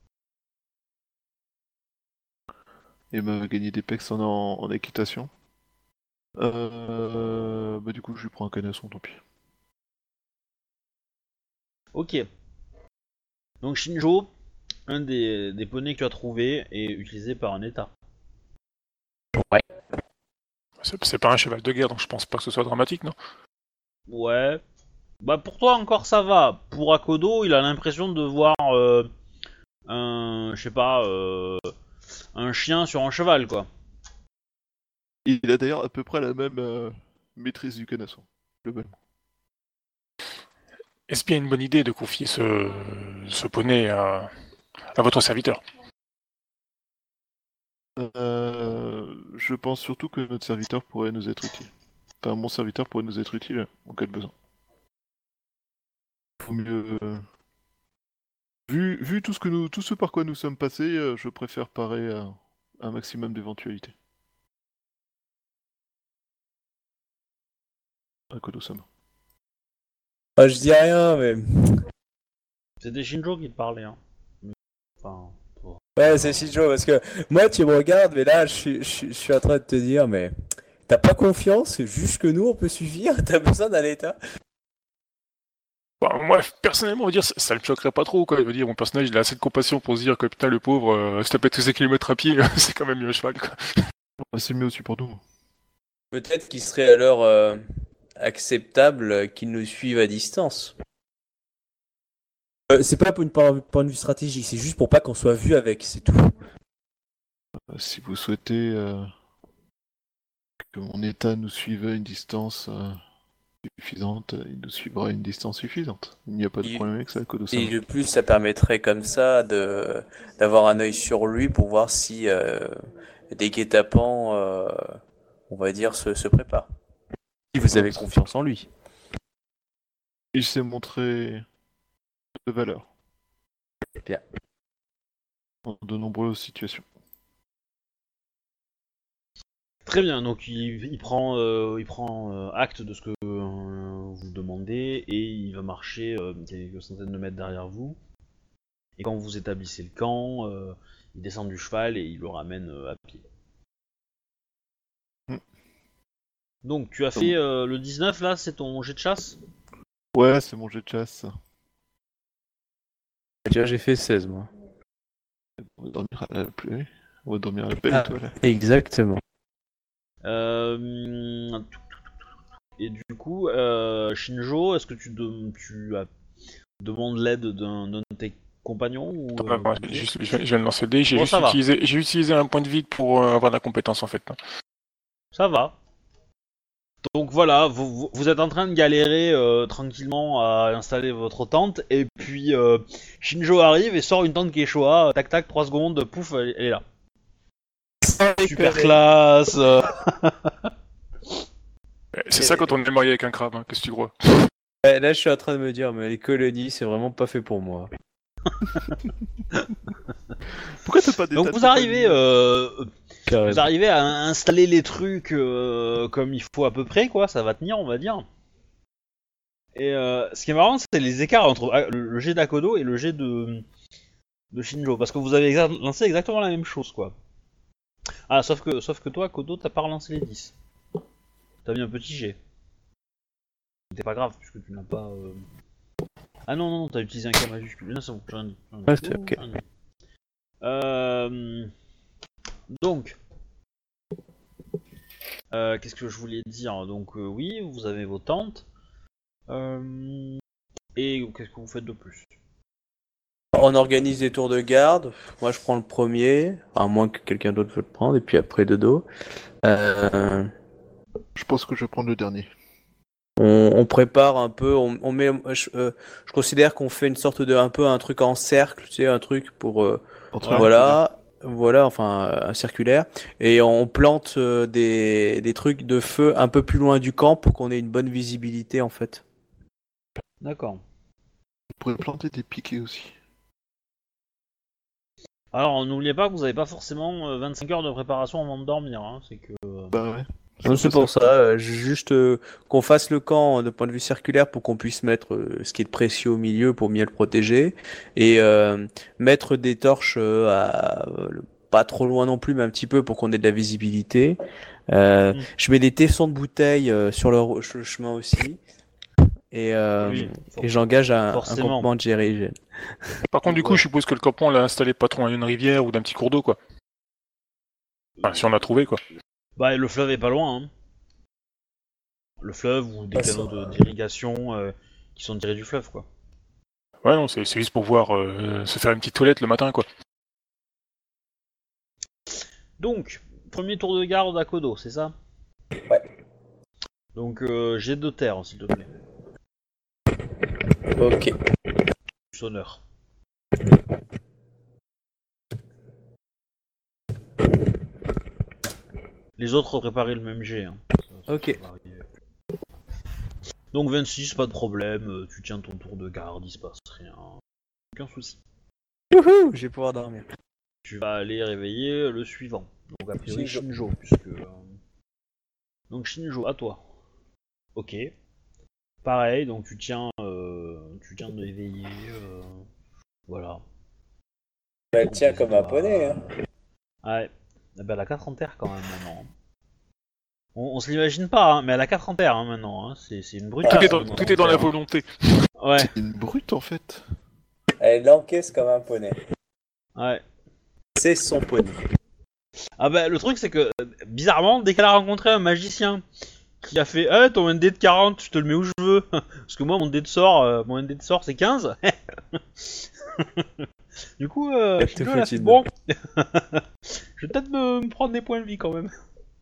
[SPEAKER 2] Et m'a gagné des pecs en équitation. Bah du coup, je lui prends un canasson, tant pis.
[SPEAKER 1] Ok. Donc Shinjo, un des poneys que tu as trouvé est utilisé par un état.
[SPEAKER 5] Ouais.
[SPEAKER 3] C'est pas un cheval de guerre, donc je pense pas que ce soit dramatique, non?
[SPEAKER 1] Ouais. Bah pour toi encore ça va. Pour Akodo, il a l'impression de voir je sais pas, un chien sur un cheval quoi.
[SPEAKER 2] Il a d'ailleurs à peu près la même maîtrise du canasson, globalement.
[SPEAKER 3] Est-ce bien une bonne idée de confier ce poney à votre serviteur?
[SPEAKER 2] Je pense surtout que notre serviteur pourrait nous être utile. Enfin, mon serviteur pourrait nous être utile en cas de besoin. Faut mieux. Vu tout ce par quoi nous sommes passés, je préfère parer à un maximum d'éventualités. À Kodo-sama.
[SPEAKER 4] Ah, je dis rien, mais
[SPEAKER 1] C'était Shinjo qui te parlait, hein. Enfin,
[SPEAKER 4] Ouais, c'est Shinjo, parce que moi, tu me regardes, mais là, je suis en train de te dire, mais t'as pas confiance, juste que nous, on peut suffire, t'as besoin d'un état.
[SPEAKER 3] Bah, moi, personnellement, on va dire, ça me choquerait pas trop, quoi. Je veux dire, mon personnage, il a assez de compassion pour se dire que putain, le pauvre, se taper tous ces kilomètres à pied, c'est quand même mieux un cheval, quoi.
[SPEAKER 2] C'est mieux aussi pour nous.
[SPEAKER 4] Peut-être qu'il serait alors acceptable qu'ils nous suivent à distance. C'est pas pour une point de vue stratégique, c'est juste pour pas qu'on soit vu avec, c'est tout.
[SPEAKER 2] Si vous souhaitez que mon état nous suive à une distance suffisante, il nous suivra à une distance suffisante. Il n'y a pas de problème avec ça, Kodo-sama.
[SPEAKER 4] Et de plus, ça permettrait comme ça d'avoir un œil sur lui pour voir si des guet-apens, on va dire, se préparent. Si vous avez confiance en lui.
[SPEAKER 2] Il s'est montré de valeur.
[SPEAKER 4] Bien.
[SPEAKER 2] Dans de nombreuses situations.
[SPEAKER 1] très bien, donc il prend acte de ce que vous demandez et il va marcher quelques centaines de mètres derrière vous. Et quand vous établissez le camp, il descend du cheval et il le ramène à pied. Donc tu as fait le 19 là, c'est ton jet de chasse?
[SPEAKER 2] Ouais, c'est mon jet de chasse.
[SPEAKER 5] Déjà, j'ai fait 16, moi.
[SPEAKER 2] On va dormir à la pluie. On va dormir à la belle
[SPEAKER 5] Ah.
[SPEAKER 2] étoile.
[SPEAKER 5] Exactement.
[SPEAKER 1] Et du coup, Shinjo, est-ce que tu demandes l'aide d'un de tes compagnons ou,
[SPEAKER 3] Je viens de lancer le dé,
[SPEAKER 1] Bon, ça va.
[SPEAKER 3] j'ai utilisé un point de vide pour avoir de la compétence, en fait.
[SPEAKER 1] Ça va. Donc voilà, vous êtes en train de galérer tranquillement à installer votre tente, et puis Shinjo arrive et sort une tente Quechua, tac tac, 3 secondes, pouf, elle est là. Super classe.
[SPEAKER 3] C'est ça quand on est marié avec un crabe, hein, qu'est-ce que tu crois?
[SPEAKER 5] Ouais, là, je suis en train de me dire, mais les colonies, c'est vraiment pas fait pour moi.
[SPEAKER 2] Pourquoi t'as pas des
[SPEAKER 1] Donc
[SPEAKER 2] tas de
[SPEAKER 1] vous arrivez,
[SPEAKER 5] Carrément.
[SPEAKER 1] vous arrivez à installer les trucs comme il faut à peu près, quoi, ça va tenir, on va dire. Et ce qui est marrant, c'est les écarts entre le jet d'Akodo et le jet de Shinjo, parce que vous avez lancé exactement la même chose, quoi. Ah, sauf que toi, Kodo, t'as pas relancé les 10. T'as mis un petit jet. C'est pas grave, puisque tu n'as pas... Ah non, non, t'as utilisé un K majuscule. Non, c'est bon, j'ai rien dit.
[SPEAKER 5] Ouais, c'est ok.
[SPEAKER 1] Donc... qu'est-ce que je voulais dire? Donc oui, vous avez vos tentes. Et qu'est-ce que vous faites de plus?
[SPEAKER 4] On organise des tours de garde. Moi, je prends le premier, à moins que quelqu'un d'autre veuille le prendre, et puis après Dodo.
[SPEAKER 2] Je pense que je vais prendre le dernier.
[SPEAKER 4] On prépare un peu, on met. Je considère qu'on fait une sorte de un peu un truc en cercle, tu sais, un truc pour voilà, enfin un circulaire, et on plante des trucs de feu un peu plus loin du camp pour qu'on ait une bonne visibilité en fait.
[SPEAKER 1] D'accord.
[SPEAKER 2] On pourrait planter des piquets aussi.
[SPEAKER 1] Alors n'oubliez pas que vous avez pas forcément 25 heures de préparation avant de dormir, hein. C'est que...
[SPEAKER 2] Bah ouais.
[SPEAKER 4] Donc, c'est pour ça, juste qu'on fasse le camp de point de vue circulaire pour qu'on puisse mettre ce qui est de précieux au milieu pour mieux le protéger, et mettre des torches pas trop loin non plus, mais un petit peu pour qu'on ait de la visibilité. Je mets des tessons de bouteilles sur le chemin aussi, et j'engage un campement de GRIGN.
[SPEAKER 3] Par contre, du coup, je suppose que le campement, on l'a installé pas trop à une rivière ou d'un petit cours d'eau, quoi. Enfin, si on a trouvé, quoi.
[SPEAKER 1] Bah le fleuve est pas loin, hein. Le fleuve ou des canaux d'irrigation qui sont tirés du fleuve, quoi.
[SPEAKER 3] Ouais, non, c'est juste pour pouvoir se faire une petite toilette le matin, quoi.
[SPEAKER 1] Donc, premier tour de garde à Kodo, c'est ça?
[SPEAKER 4] Ouais.
[SPEAKER 1] Donc jet de terre, s'il te plaît.
[SPEAKER 4] Ok.
[SPEAKER 1] Sonneur. Les autres préparez le même jet, hein.
[SPEAKER 4] Ok.
[SPEAKER 1] va arriver. Donc 26, pas de problème, tu tiens ton tour de garde, il se passe rien. Aucun souci.
[SPEAKER 4] Youhou, je vais pouvoir dormir.
[SPEAKER 1] Tu vas aller réveiller le suivant. Donc a priori Shinjo, puisque... Donc Shinjo, à toi. Ok. Pareil, donc tu tiens tiens de éveiller, voilà.
[SPEAKER 4] Bah, elle tient comme un poney. Hein.
[SPEAKER 1] Ouais, eh ben, elle a 4 en terre quand même maintenant. On se l'imagine pas, hein, mais elle a 4 en terre hein, maintenant, hein. C'est une brute.
[SPEAKER 3] Tout
[SPEAKER 4] Ah,
[SPEAKER 3] est dans, tout est dans la
[SPEAKER 1] terre, hein.
[SPEAKER 3] volonté.
[SPEAKER 1] Ouais,
[SPEAKER 2] C'est une brute en fait.
[SPEAKER 4] Elle encaisse comme un poney.
[SPEAKER 1] ouais.
[SPEAKER 4] C'est son poney.
[SPEAKER 1] Ah bah le truc c'est que, bizarrement, dès qu'elle a rencontré un magicien qui a fait « ton ND de 40, je te le mets où je veux », parce que moi mon ND de sort c'est 15. Du coup, Shinjo, elle a fait,
[SPEAKER 5] faut-il.
[SPEAKER 1] bon, je vais peut-être me prendre des points de vie quand même.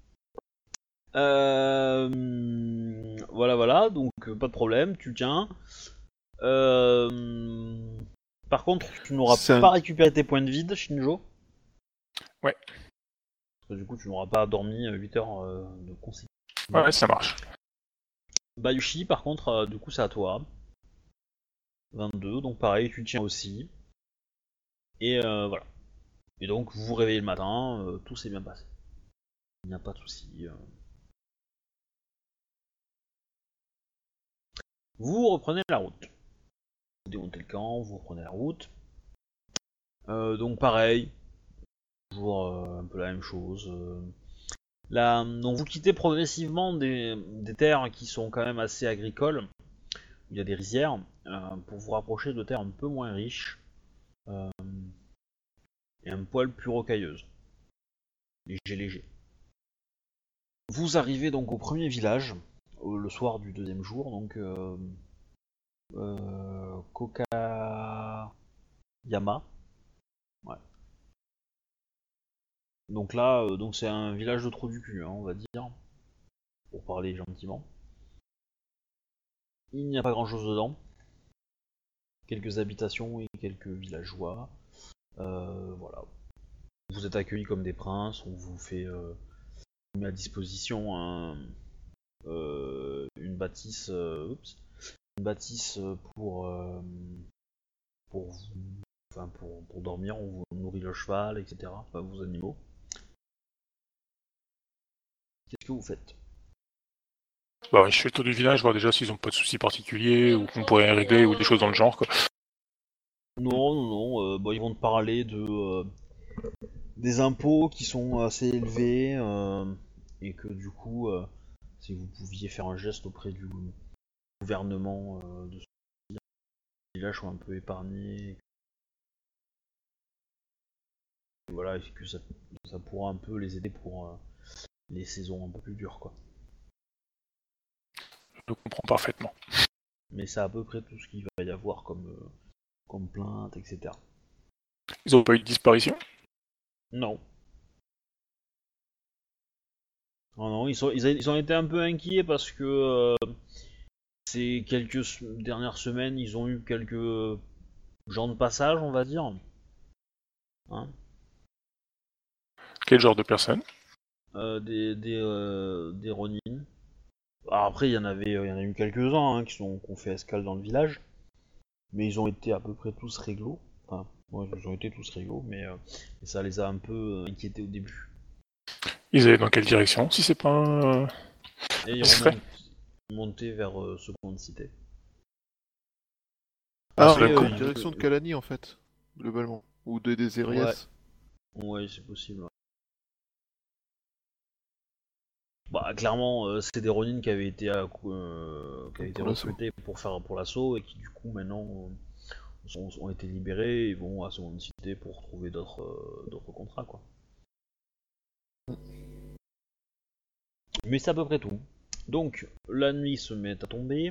[SPEAKER 1] Voilà, donc pas de problème, tu tiens. Par contre, tu n'auras
[SPEAKER 2] C'est un-
[SPEAKER 1] pas récupéré tes points de vide, Shinjo.
[SPEAKER 3] Ouais.
[SPEAKER 1] Parce que du coup, tu n'auras pas dormi 8 heures de consécutif.
[SPEAKER 3] Ouais, ça marche.
[SPEAKER 1] Bayushi, par contre, du coup, c'est à toi. 22, donc pareil, tu tiens aussi. Et voilà. Et donc, vous vous réveillez le matin, tout s'est bien passé. Il n'y a pas de souci. Vous reprenez la route. Vous démontez le camp, vous reprenez la route. Donc pareil, toujours un peu la même chose. Donc vous quittez progressivement des terres qui sont quand même assez agricoles, où il y a des rizières, pour vous rapprocher de terres un peu moins riches euh, et un poil plus rocailleuses. Léger. Vous arrivez donc au premier village, le soir du deuxième jour, donc Kokayama. Ouais. Donc là, donc c'est un village de trou du cul, hein, on va dire, pour parler gentiment. Il n'y a pas grand chose dedans. Quelques habitations et quelques villageois. Voilà. Vous êtes accueillis comme des princes, on vous met à disposition une bâtisse, une bâtisse pour vous, enfin pour dormir, on vous nourrit le cheval, etc. Enfin vos animaux. Qu'est-ce que vous faites?
[SPEAKER 3] Bah, ouais, je fais le tour du village, voir déjà s'ils ont pas de soucis particuliers ou qu'on pourrait régler ou des choses dans le genre, quoi.
[SPEAKER 1] Non, ils vont te parler de des impôts qui sont assez élevés et que du coup, si vous pouviez faire un geste auprès du gouvernement de ce village sont un peu épargnés, et voilà, et que ça pourra un peu les aider pour les saisons un peu plus dures, quoi.
[SPEAKER 3] Je comprends parfaitement.
[SPEAKER 1] Mais c'est à peu près tout ce qu'il va y avoir comme plainte, etc.
[SPEAKER 3] Ils ont pas eu de disparition?
[SPEAKER 1] Non. Non, ils ont été un peu inquiets parce que ces dernières semaines, ils ont eu quelques gens de passage, on va dire. Hein,
[SPEAKER 3] Quel genre de personne?
[SPEAKER 1] des Ronin. Alors après, il y en a eu quelques-uns hein, qui ont fait escale dans le village, mais ils ont été à peu près tous réglo. Enfin, ouais, ils ont été tous réglo, mais ça les a un peu inquiétés au début.
[SPEAKER 3] Ils allaient dans quelle direction, si c'est pas
[SPEAKER 1] Et ils
[SPEAKER 3] discret?
[SPEAKER 1] montaient vers Seconde Cité.
[SPEAKER 2] Ah,
[SPEAKER 1] Après,
[SPEAKER 2] en direction de Kalani en fait, globalement. Ou des Erias.
[SPEAKER 1] Ouais, c'est possible. Ouais. Bah, clairement, c'est des Ronin qui avaient été recrutés pour l'assaut et qui du coup maintenant ont été libérés et vont à Seconde Cité pour trouver d'autres contrats quoi. Mais c'est à peu près tout. Donc la nuit se met à tomber.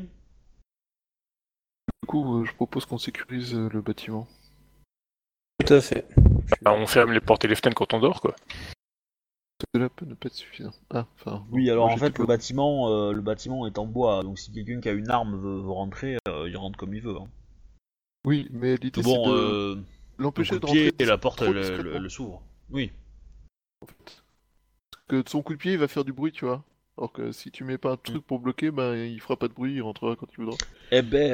[SPEAKER 2] Du coup, je propose qu'on sécurise le bâtiment.
[SPEAKER 4] Tout à fait.
[SPEAKER 3] Bah, on ferme les portes et les fenêtres quand on dort, quoi.
[SPEAKER 2] Cela peut ne pas être suffisant. Ah, enfin.
[SPEAKER 1] Oui,
[SPEAKER 2] bon,
[SPEAKER 1] alors
[SPEAKER 2] moi,
[SPEAKER 1] en
[SPEAKER 2] j'étais
[SPEAKER 1] fait
[SPEAKER 2] pas-
[SPEAKER 1] le bâtiment est en bois, donc si quelqu'un qui a une arme veut rentrer, il rentre comme il veut. Hein.
[SPEAKER 2] Oui, mais l'idée c'est
[SPEAKER 1] Bon,
[SPEAKER 2] de
[SPEAKER 1] le
[SPEAKER 2] l'empêcher
[SPEAKER 1] coup de
[SPEAKER 2] de rentrer
[SPEAKER 1] pied et la porte
[SPEAKER 2] trop
[SPEAKER 1] elle
[SPEAKER 2] discrètement.
[SPEAKER 1] elle s'ouvre. Oui.
[SPEAKER 2] En fait. Que de son coup de pied il va faire du bruit, tu vois. Alors que si tu mets pas un truc pour bloquer, ben il fera pas de bruit, il rentrera quand il voudra.
[SPEAKER 1] Eh ben,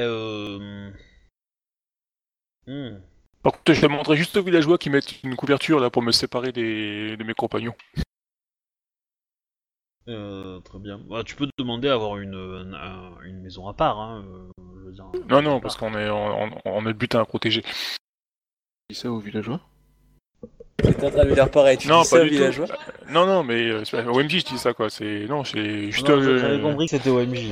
[SPEAKER 3] Par contre, je demanderais juste aux villageois qui mettent une couverture là pour me séparer de mes compagnons.
[SPEAKER 1] très bien. Bah, tu peux te demander à avoir une maison à part, hein. veux dire.
[SPEAKER 3] Non, parce qu'on est, on a le butin à protéger.
[SPEAKER 2] Dis ça aux villageois.
[SPEAKER 4] J'étais en train de lui dire pareil, tu
[SPEAKER 3] Non,
[SPEAKER 4] dis
[SPEAKER 3] pas
[SPEAKER 4] ça,
[SPEAKER 3] du tout.
[SPEAKER 4] villageois?
[SPEAKER 3] Non, mais c'est pas- OMJ, je dis ça, quoi. Non, c'est juste...
[SPEAKER 1] Non, j'avais compris que c'était OMJ,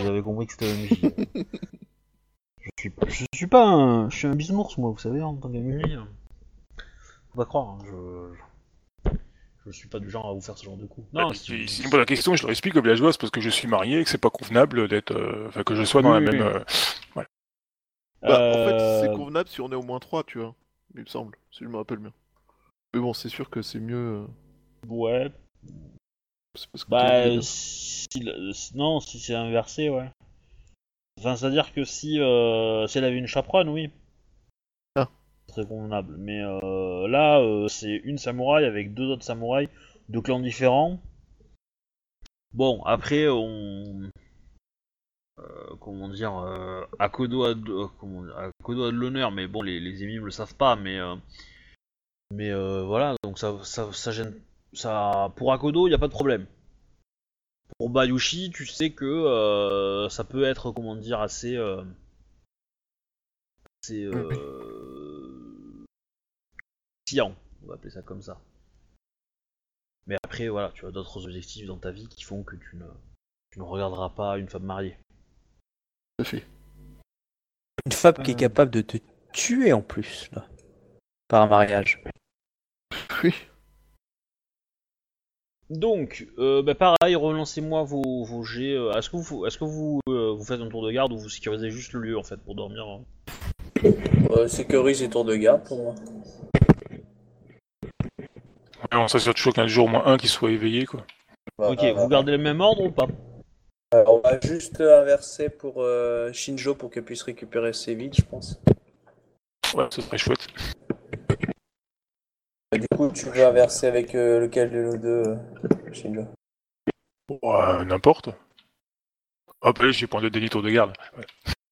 [SPEAKER 1] Je suis pas un... Je suis un bisounours, moi, vous savez, en tant qu'MJ. Faut pas croire, hein, je suis pas du genre à vous faire ce genre de coup. Non,
[SPEAKER 3] si ils me posent la question, je leur explique aux villageois, c'est parce que je suis marié et que c'est pas convenable d'être... Enfin, que je sois dans la même... voilà.
[SPEAKER 2] Bah, en fait, c'est convenable si on est au moins 3, tu vois. Il me semble, si je me rappelle bien. Mais bon, c'est sûr que c'est mieux.
[SPEAKER 1] Ouais.
[SPEAKER 2] C'est parce que
[SPEAKER 1] Bah,
[SPEAKER 2] t'es obligé,
[SPEAKER 1] non, si c'est inversé, ouais. Enfin, c'est-à-dire que si elle avait une chaperonne, oui.
[SPEAKER 2] Ah.
[SPEAKER 1] Très convenable. Mais là, c'est une samouraï avec 2 autres samouraïs de clans différents. Bon, après, comment dire, Akodo a Akodo a de l'honneur, mais bon, les émimes le savent pas, mais voilà, donc ça gêne. Ça, pour Akodo, y a pas de problème. Pour Bayushi, tu sais que ça peut être, comment dire, assez sciant, on va appeler ça comme ça. Mais après, voilà, tu as d'autres objectifs dans ta vie qui font que tu ne regarderas pas une femme mariée.
[SPEAKER 2] tout à fait.
[SPEAKER 5] Une femme qui est capable de te tuer en plus, là. Par un mariage.
[SPEAKER 2] Oui.
[SPEAKER 1] Donc, pareil, relancez-moi vos jets. Est-ce que vous faites un tour de garde ou vous sécurisez juste le lieu en fait pour dormir hein
[SPEAKER 4] Sécurise et tour de garde pour moi.
[SPEAKER 3] Ouais, on s'assure toujours qu'il y en a toujours au moins un qui soit éveillé, quoi.
[SPEAKER 1] Ok, vous gardez le même ordre ou pas?
[SPEAKER 4] On va juste inverser pour Shinjo pour qu'elle puisse récupérer ses vides, je pense.
[SPEAKER 3] Ouais, ce serait chouette.
[SPEAKER 4] Du coup, tu veux inverser avec lequel de nous deux, Shinjo?
[SPEAKER 3] Ouais, n'importe. Hop, allez, j'ai point de délit tour de garde. Ouais.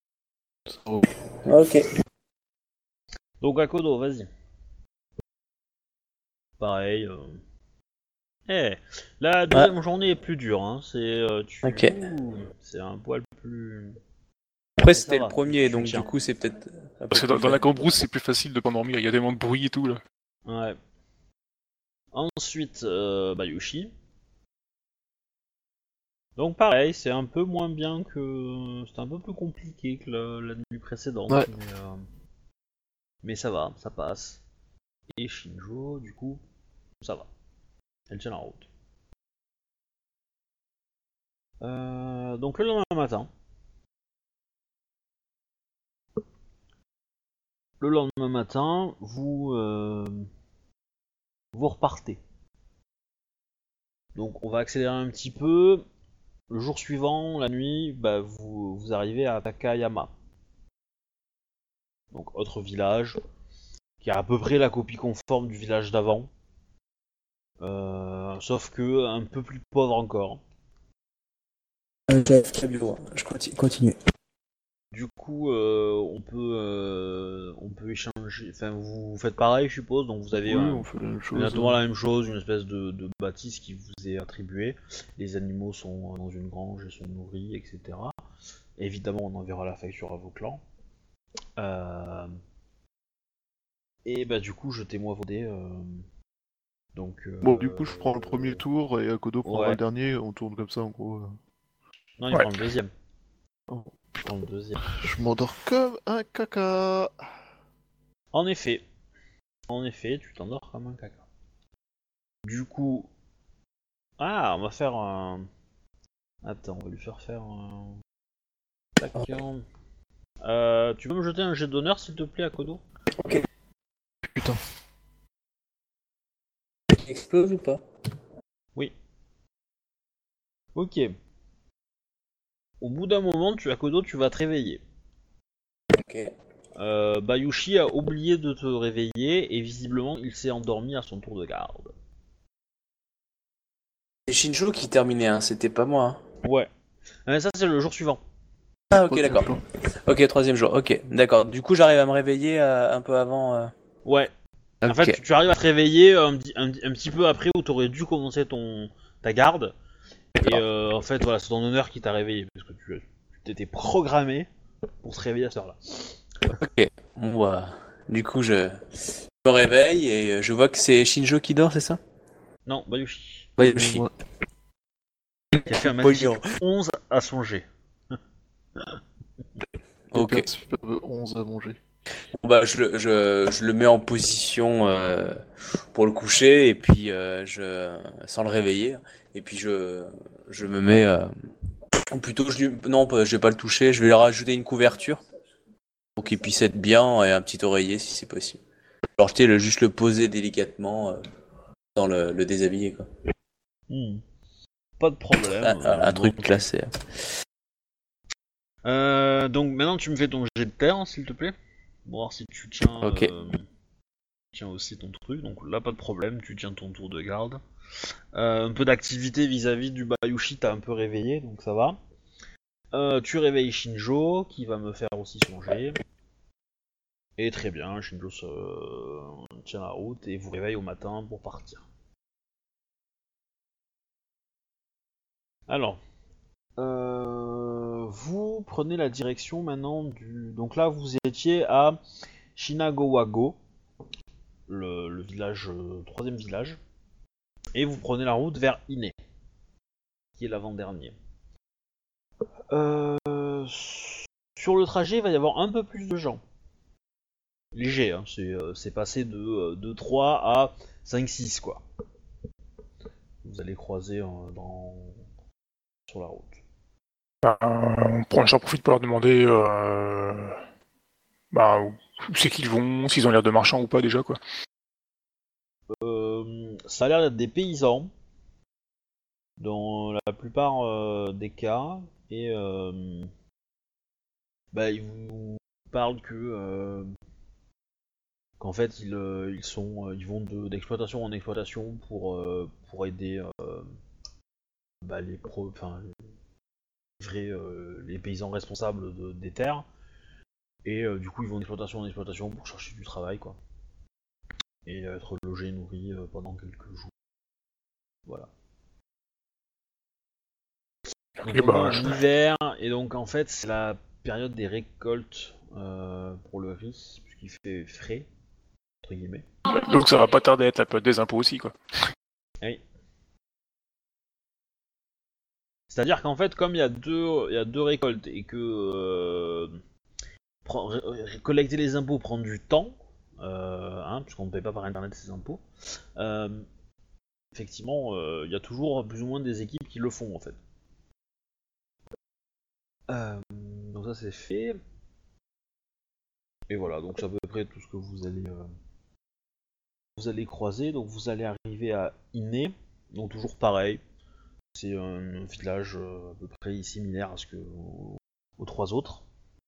[SPEAKER 4] Ok.
[SPEAKER 1] Donc Akodo, vas-y. Pareil. La deuxième journée est plus dure, hein.
[SPEAKER 5] Ok.
[SPEAKER 1] C'est un poil plus.
[SPEAKER 5] Après,
[SPEAKER 1] ça
[SPEAKER 5] c'était
[SPEAKER 1] va,
[SPEAKER 5] le premier,
[SPEAKER 1] tu
[SPEAKER 5] donc
[SPEAKER 1] tiens.
[SPEAKER 5] du coup, c'est peut-être. un peu
[SPEAKER 3] Parce que
[SPEAKER 5] plus
[SPEAKER 3] dans la
[SPEAKER 5] facile.
[SPEAKER 3] cambrousse, c'est plus facile de pas dormir, il y a tellement de bruit et tout, là.
[SPEAKER 1] Ouais. Ensuite, Bayushi. Donc pareil, c'est un peu moins bien que... C'est un peu plus compliqué que la nuit précédente,
[SPEAKER 2] Ouais.
[SPEAKER 1] mais ça va, ça passe. Et Shinjo, du coup, ça va. Elle tient la route. Donc le lendemain matin... vous repartez. Donc on va accélérer un petit peu. Le jour suivant, la nuit, vous arrivez à Takayama. Donc autre village, qui a à peu près la copie conforme du village d'avant. Sauf que un peu plus pauvre encore.
[SPEAKER 4] Je continue.
[SPEAKER 1] Du coup, on peut échanger. Enfin, vous faites pareil, je suppose. Donc vous avez
[SPEAKER 2] Oui, on fait la même chose.
[SPEAKER 1] exactement la même chose, une espèce de bâtisse qui vous est attribuée. Les animaux sont dans une grange et sont nourris, etc. Évidemment, on enverra la facture à vos clans. Et du coup, jetez-moi vos dés. Donc.
[SPEAKER 2] Bon, du coup, je prends le premier tour et Akodo prendra
[SPEAKER 1] Ouais.
[SPEAKER 2] le dernier. On tourne comme ça, en gros.
[SPEAKER 1] Non, il
[SPEAKER 3] Ouais.
[SPEAKER 1] prend le deuxième.
[SPEAKER 2] Oh,
[SPEAKER 1] Il prend le deuxième.
[SPEAKER 2] Je m'endors comme un caca.
[SPEAKER 1] En effet, tu t'endors comme un caca. Du coup, on va faire un. Attends, on va lui faire un. Tac. Tu peux me jeter un jet d'honneur, s'il te plaît, Akodo?
[SPEAKER 2] Putain.
[SPEAKER 4] Il explose ou pas?
[SPEAKER 1] Oui. Ok. Au bout d'un moment, Akodo, tu vas te réveiller.
[SPEAKER 4] Ok.
[SPEAKER 1] Bayushi a oublié de te réveiller et visiblement, il s'est endormi à son tour de garde.
[SPEAKER 4] C'est Shinjo qui terminait, hein, c'était pas moi. Hein.
[SPEAKER 1] Ouais. Mais ça, c'est le jour suivant.
[SPEAKER 4] Ah, ok, d'accord. Ok, troisième jour, ok, d'accord. Du coup, j'arrive à me réveiller un peu avant.
[SPEAKER 1] Ouais. En
[SPEAKER 4] Ok.
[SPEAKER 1] fait, tu arrives à te réveiller un petit peu après où t'aurais dû commencer ta garde. Et en fait, voilà, c'est ton honneur qui t'a réveillé. Parce que tu t'étais programmé pour se réveiller à cette heure-là.
[SPEAKER 4] Ok. Bon, bah, du coup, je me réveille et je vois que c'est Shinjo qui dort, c'est ça?
[SPEAKER 1] Non, Bayushi.
[SPEAKER 4] Bayushi.
[SPEAKER 2] Moi,
[SPEAKER 1] Qui a fait un
[SPEAKER 4] Polio.
[SPEAKER 1] magnifique 11 à son jet.
[SPEAKER 4] Ok.
[SPEAKER 2] un superbe 11 à manger.
[SPEAKER 4] Bon, bah, je le mets en position pour le coucher et puis sans le réveiller. Et puis je me mets. Ou plutôt, non, je vais pas le toucher. Je vais lui rajouter une couverture pour qu'il puisse être bien et un petit oreiller si c'est possible. Alors, tu sais, juste le poser délicatement sans le déshabiller, quoi.
[SPEAKER 1] Pas de problème.
[SPEAKER 4] Un truc classé.
[SPEAKER 1] Donc maintenant tu me fais ton jet de terre, s'il te plaît. Pour voir si tu tiens,
[SPEAKER 4] Ok.
[SPEAKER 1] tiens aussi ton truc. Donc là, pas de problème, tu tiens ton tour de garde. Un peu d'activité vis-à-vis du Bayushi, t'as un peu réveillé, donc ça va. Tu réveilles Shinjo, qui va me faire aussi son jet. Et très bien, Shinjo tient la route et vous réveille au matin pour partir. Alors, vous prenez la direction maintenant du... Donc là, vous étiez à Shinagawa-go, le village, troisième village. Et vous prenez la route vers Ine, qui est l'avant-dernier. Sur le trajet, il va y avoir un peu plus de gens. Léger, hein, c'est passé de 3 à 5-6, quoi. Vous allez croiser sur la route.
[SPEAKER 3] J'en profite pour leur demander où c'est qu'ils vont, s'ils ont l'air de marchands ou pas déjà, quoi.
[SPEAKER 1] Ça a l'air d'être des paysans, dans la plupart des cas, et ils vous parlent qu'en fait ils vont d'exploitation en exploitation pour aider les paysans responsables des terres, et du coup ils vont d'exploitation en exploitation pour chercher du travail, quoi, et être logés et nourris pendant quelques jours. Voilà. Donc
[SPEAKER 3] Et
[SPEAKER 1] on est en hiver, et donc en fait c'est la période des récoltes pour le riz, puisqu'il fait frais, entre guillemets.
[SPEAKER 3] donc ça va pas tarder à être la période des impôts aussi, quoi.
[SPEAKER 1] Oui. C'est-à-dire qu'en fait, comme il y a deux récoltes et que collecter les impôts prend du temps, puisqu'on ne paye pas par internet ces impôts, effectivement, il y a toujours plus ou moins des équipes qui le font en fait. Donc ça c'est fait. Et voilà, donc c'est à peu près tout ce que vous allez croiser. Donc vous allez arriver à Ine, donc toujours pareil. C'est un village à peu près similaire à aux trois autres.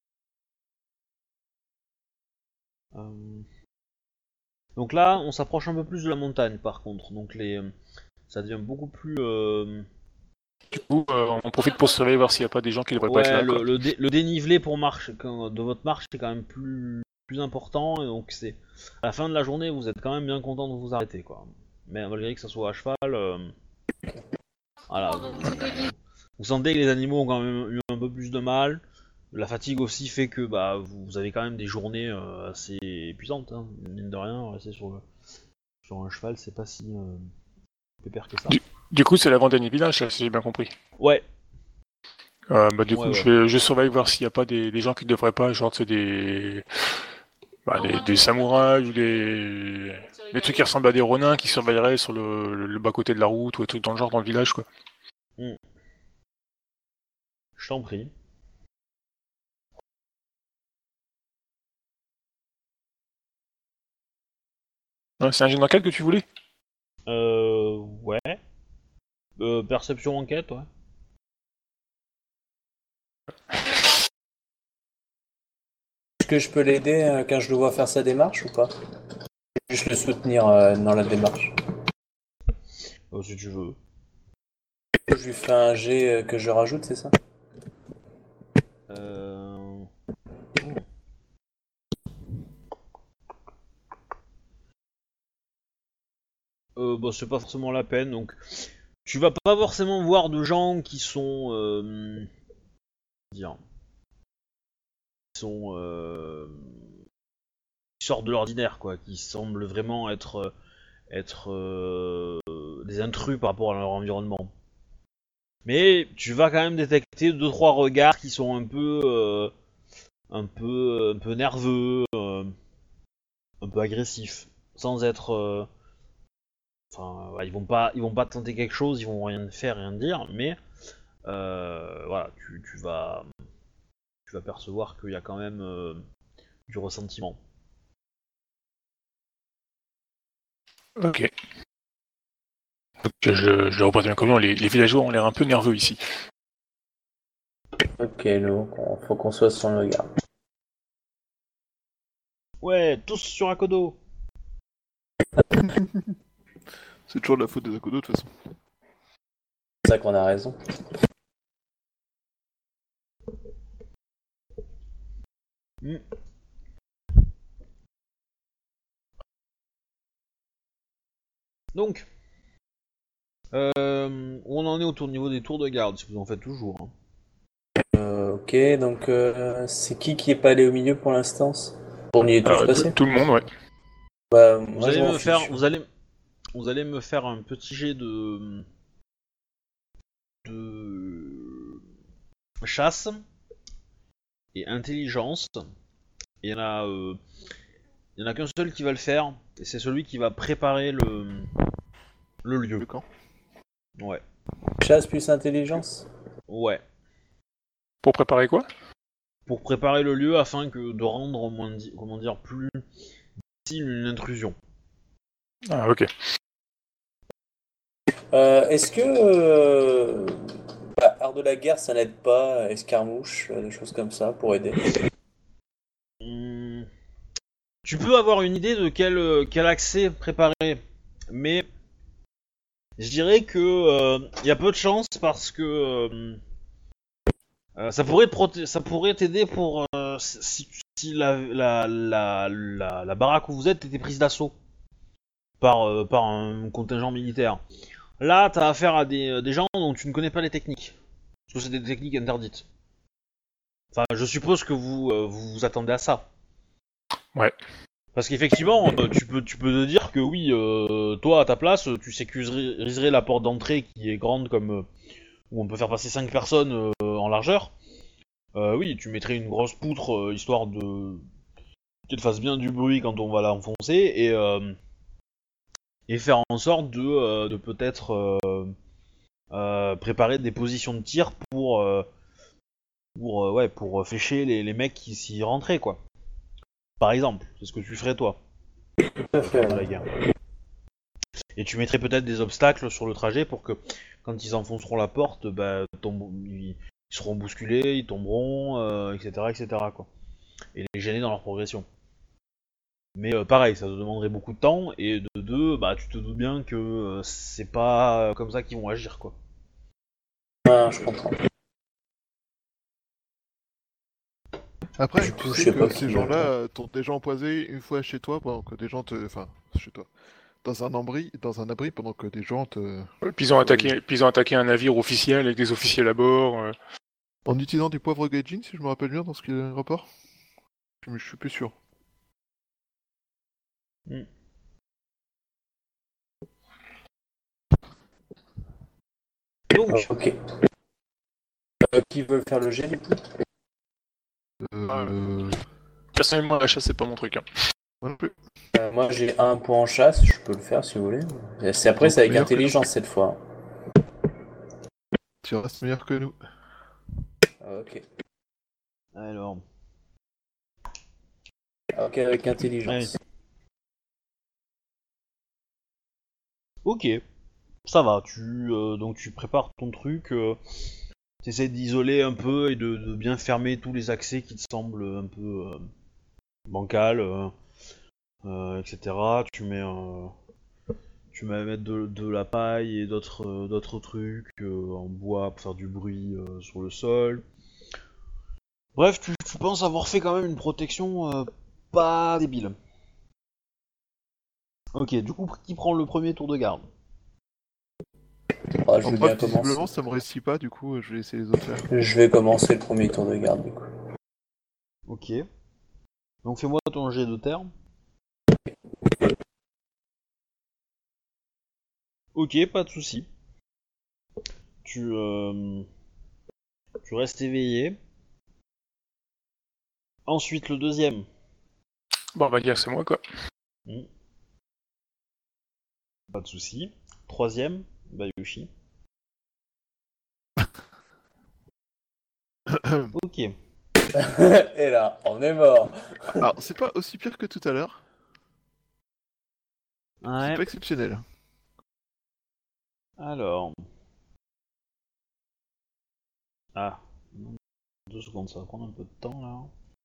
[SPEAKER 1] Donc là, on s'approche un peu plus de la montagne par contre. Donc ça devient beaucoup plus.
[SPEAKER 3] Du coup, on profite pour surveiller, voir s'il n'y a pas des gens qui devraient pas être là, quoi.
[SPEAKER 1] Le dénivelé de votre marche est quand même plus important. Et donc à la fin de la journée, vous êtes quand même bien content de vous arrêter, quoi. Mais malgré que ça soit à cheval, voilà. Vous sentez que les animaux ont quand même eu un peu plus de mal. La fatigue aussi fait que vous avez quand même des journées assez épuisantes, hein. Mine de rien, rester sur un cheval, c'est pas si pépère que ça.
[SPEAKER 3] Du coup, c'est l'avant-dernier village, là, si j'ai bien compris.
[SPEAKER 1] Ouais.
[SPEAKER 3] Du coup, je surveille voir s'il n'y a pas des gens qui ne devraient pas, genre c'est des samouraïs ou des trucs qui ressemblent à des ronins qui surveilleraient sur le bas-côté de la route ou des trucs dans le genre dans le village, quoi.
[SPEAKER 1] Je t'en prie.
[SPEAKER 3] Ouais, c'est un jeu d'enquête que tu voulais?
[SPEAKER 1] Ouais. Perception enquête, ouais.
[SPEAKER 4] Est-ce que je peux l'aider quand je le vois faire sa démarche ou pas? Juste le soutenir dans la démarche.
[SPEAKER 1] Si tu veux.
[SPEAKER 4] Je lui fais un jet que je rajoute, c'est ça?
[SPEAKER 1] C'est pas forcément la peine, donc tu vas pas forcément voir de gens qui sont dire sont qui sortent de l'ordinaire, quoi, qui semblent vraiment être des intrus par rapport à leur environnement. Mais tu vas quand même détecter 2-3 regards qui sont un peu nerveux, un peu agressifs, sans être. Enfin, ouais, ils vont pas tenter quelque chose, ils vont rien faire, rien dire, mais voilà, tu vas percevoir qu'il y a quand même du ressentiment.
[SPEAKER 3] Ok. Donc, je reprends bien comment les villageois ont l'air un peu nerveux ici.
[SPEAKER 4] Ok, donc faut qu'on soit sur le garde.
[SPEAKER 1] Ouais, tous sur Akodo.
[SPEAKER 2] C'est toujours de la faute des Akodo de toute façon.
[SPEAKER 4] C'est ça qu'on a raison.
[SPEAKER 1] Donc, on en est au niveau des tours de garde, si vous en faites toujours. Hein.
[SPEAKER 4] Ok, donc c'est qui est pas allé au milieu pour l'instant? On y est tous passés?
[SPEAKER 3] Tout le monde, ouais.
[SPEAKER 4] Bah,
[SPEAKER 1] Vous
[SPEAKER 4] moi je
[SPEAKER 1] allez
[SPEAKER 4] m'en
[SPEAKER 1] me faire,
[SPEAKER 4] fiche.
[SPEAKER 1] vous allez me faire un petit jet de chasse et intelligence. Il y en a, il y en a qu'un seul qui va le faire, et c'est celui qui va préparer le lieu.
[SPEAKER 2] Le camp.
[SPEAKER 1] Ouais,
[SPEAKER 4] Chasse plus intelligence?
[SPEAKER 1] ouais.
[SPEAKER 3] Pour préparer quoi?
[SPEAKER 1] Pour préparer le lieu afin que de rendre moins, comment dire, plus difficile une intrusion.
[SPEAKER 3] Ah, ok.
[SPEAKER 4] Est-ce que art de la guerre ça n'aide pas, escarmouche, des choses comme ça pour aider?
[SPEAKER 1] Hum, Tu peux avoir une idée de quel accès préparer, mais je dirais que y a peu de chance parce que ça pourrait t'aider pour si la baraque où vous êtes était prise d'assaut par un contingent militaire. Là, t'as affaire à des gens dont tu ne connais pas les techniques, parce que c'est des techniques interdites. Enfin, je suppose que vous vous attendez à ça.
[SPEAKER 3] Ouais.
[SPEAKER 1] Parce qu'effectivement, tu peux te dire que oui, toi à ta place, tu sécuriserais la porte d'entrée qui est grande comme où on peut faire passer 5 personnes en largeur. Oui, tu mettrais une grosse poutre histoire de qu'elle fasse bien du bruit quand on va l'enfoncer et faire en sorte de peut-être préparer des positions de tir pour flécher les mecs qui s'y rentraient quoi. Par exemple, c'est ce que tu ferais toi.
[SPEAKER 4] Tout à fait.
[SPEAKER 1] De la guerre. Et tu mettrais peut-être des obstacles sur le trajet pour que quand ils enfonceront la porte, bah, ils seront bousculés, ils tomberont, etc., etc. Quoi. Et les gêner dans leur progression. Mais pareil, ça te demanderait beaucoup de temps, et de deux, bah tu te doutes bien que c'est pas comme ça qu'ils vont agir, quoi.
[SPEAKER 4] Ah, je comprends.
[SPEAKER 2] Après,
[SPEAKER 4] Du
[SPEAKER 2] tu
[SPEAKER 4] coup, je
[SPEAKER 2] sais
[SPEAKER 4] sais
[SPEAKER 2] que
[SPEAKER 4] pas
[SPEAKER 2] ces
[SPEAKER 4] qui
[SPEAKER 2] gens-là t'ont déjà empoisé une fois chez toi pendant que des gens te... Enfin, chez toi. Dans un abri pendant que des gens te...
[SPEAKER 3] Puis ils ont attaqué un navire officiel avec des officiels à bord.
[SPEAKER 2] En utilisant du poivre gaijin, si je me rappelle bien, dans ce qu'il y a dans le rapport. Je suis plus sûr.
[SPEAKER 1] Mm. Donc,
[SPEAKER 4] Ok. Qui veut faire le jet du coup?
[SPEAKER 3] Personnellement, la chasse, c'est pas mon truc. Hein.
[SPEAKER 2] Moi non plus.
[SPEAKER 4] Moi j'ai un point en chasse, je peux le faire si vous voulez. Après c'est avec
[SPEAKER 2] Meilleur que
[SPEAKER 4] intelligence cette fois.
[SPEAKER 2] Tu restes meilleur que nous.
[SPEAKER 4] Ok.
[SPEAKER 1] alors,
[SPEAKER 4] Ok, avec intelligence.
[SPEAKER 1] ok, ça va. Donc tu prépares ton truc, t'essaies d'isoler un peu et de bien fermer tous les accès qui te semblent un peu bancal, etc. Tu mets à mettre de la paille et d'autres trucs en bois pour faire du bruit sur le sol. Bref, tu penses avoir fait quand même une protection pas débile. Ok, du coup, qui prend le premier tour de garde?
[SPEAKER 4] Ah, je
[SPEAKER 2] En
[SPEAKER 4] veux
[SPEAKER 2] bref,
[SPEAKER 4] bien commencer.
[SPEAKER 2] visiblement, ça me réussit pas, du coup, je vais laisser les autres faire.
[SPEAKER 4] Je vais commencer le premier tour de garde du coup.
[SPEAKER 1] Ok. Donc fais-moi ton jet de terre. Ok, pas de souci. Tu, tu restes éveillé. Ensuite, le deuxième.
[SPEAKER 3] Bon, on va dire que c'est moi, quoi.
[SPEAKER 1] Hmm, pas de souci. Troisième, Bayushi. Ok.
[SPEAKER 4] Et là, on est mort.
[SPEAKER 2] Alors, c'est pas aussi pire que tout à l'heure. C'est
[SPEAKER 1] Ouais.
[SPEAKER 2] pas exceptionnel.
[SPEAKER 1] Alors. Ah. 2 secondes, ça va prendre un peu de temps là.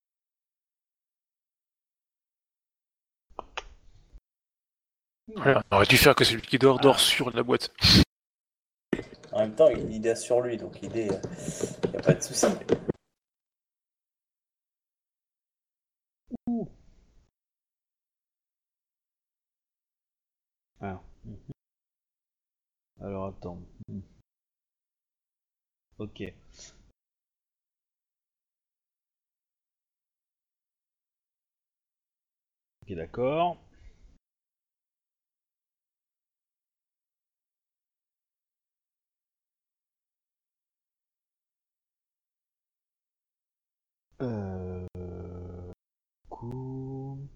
[SPEAKER 3] Voilà, on aurait dû faire que celui qui dort, dort sur la boîte.
[SPEAKER 4] En même temps, il est sur lui, donc il est. Y a pas de souci.
[SPEAKER 1] Ouh. Ah. Alors attends. Ok. Ok, d'accord. Euh... Coup...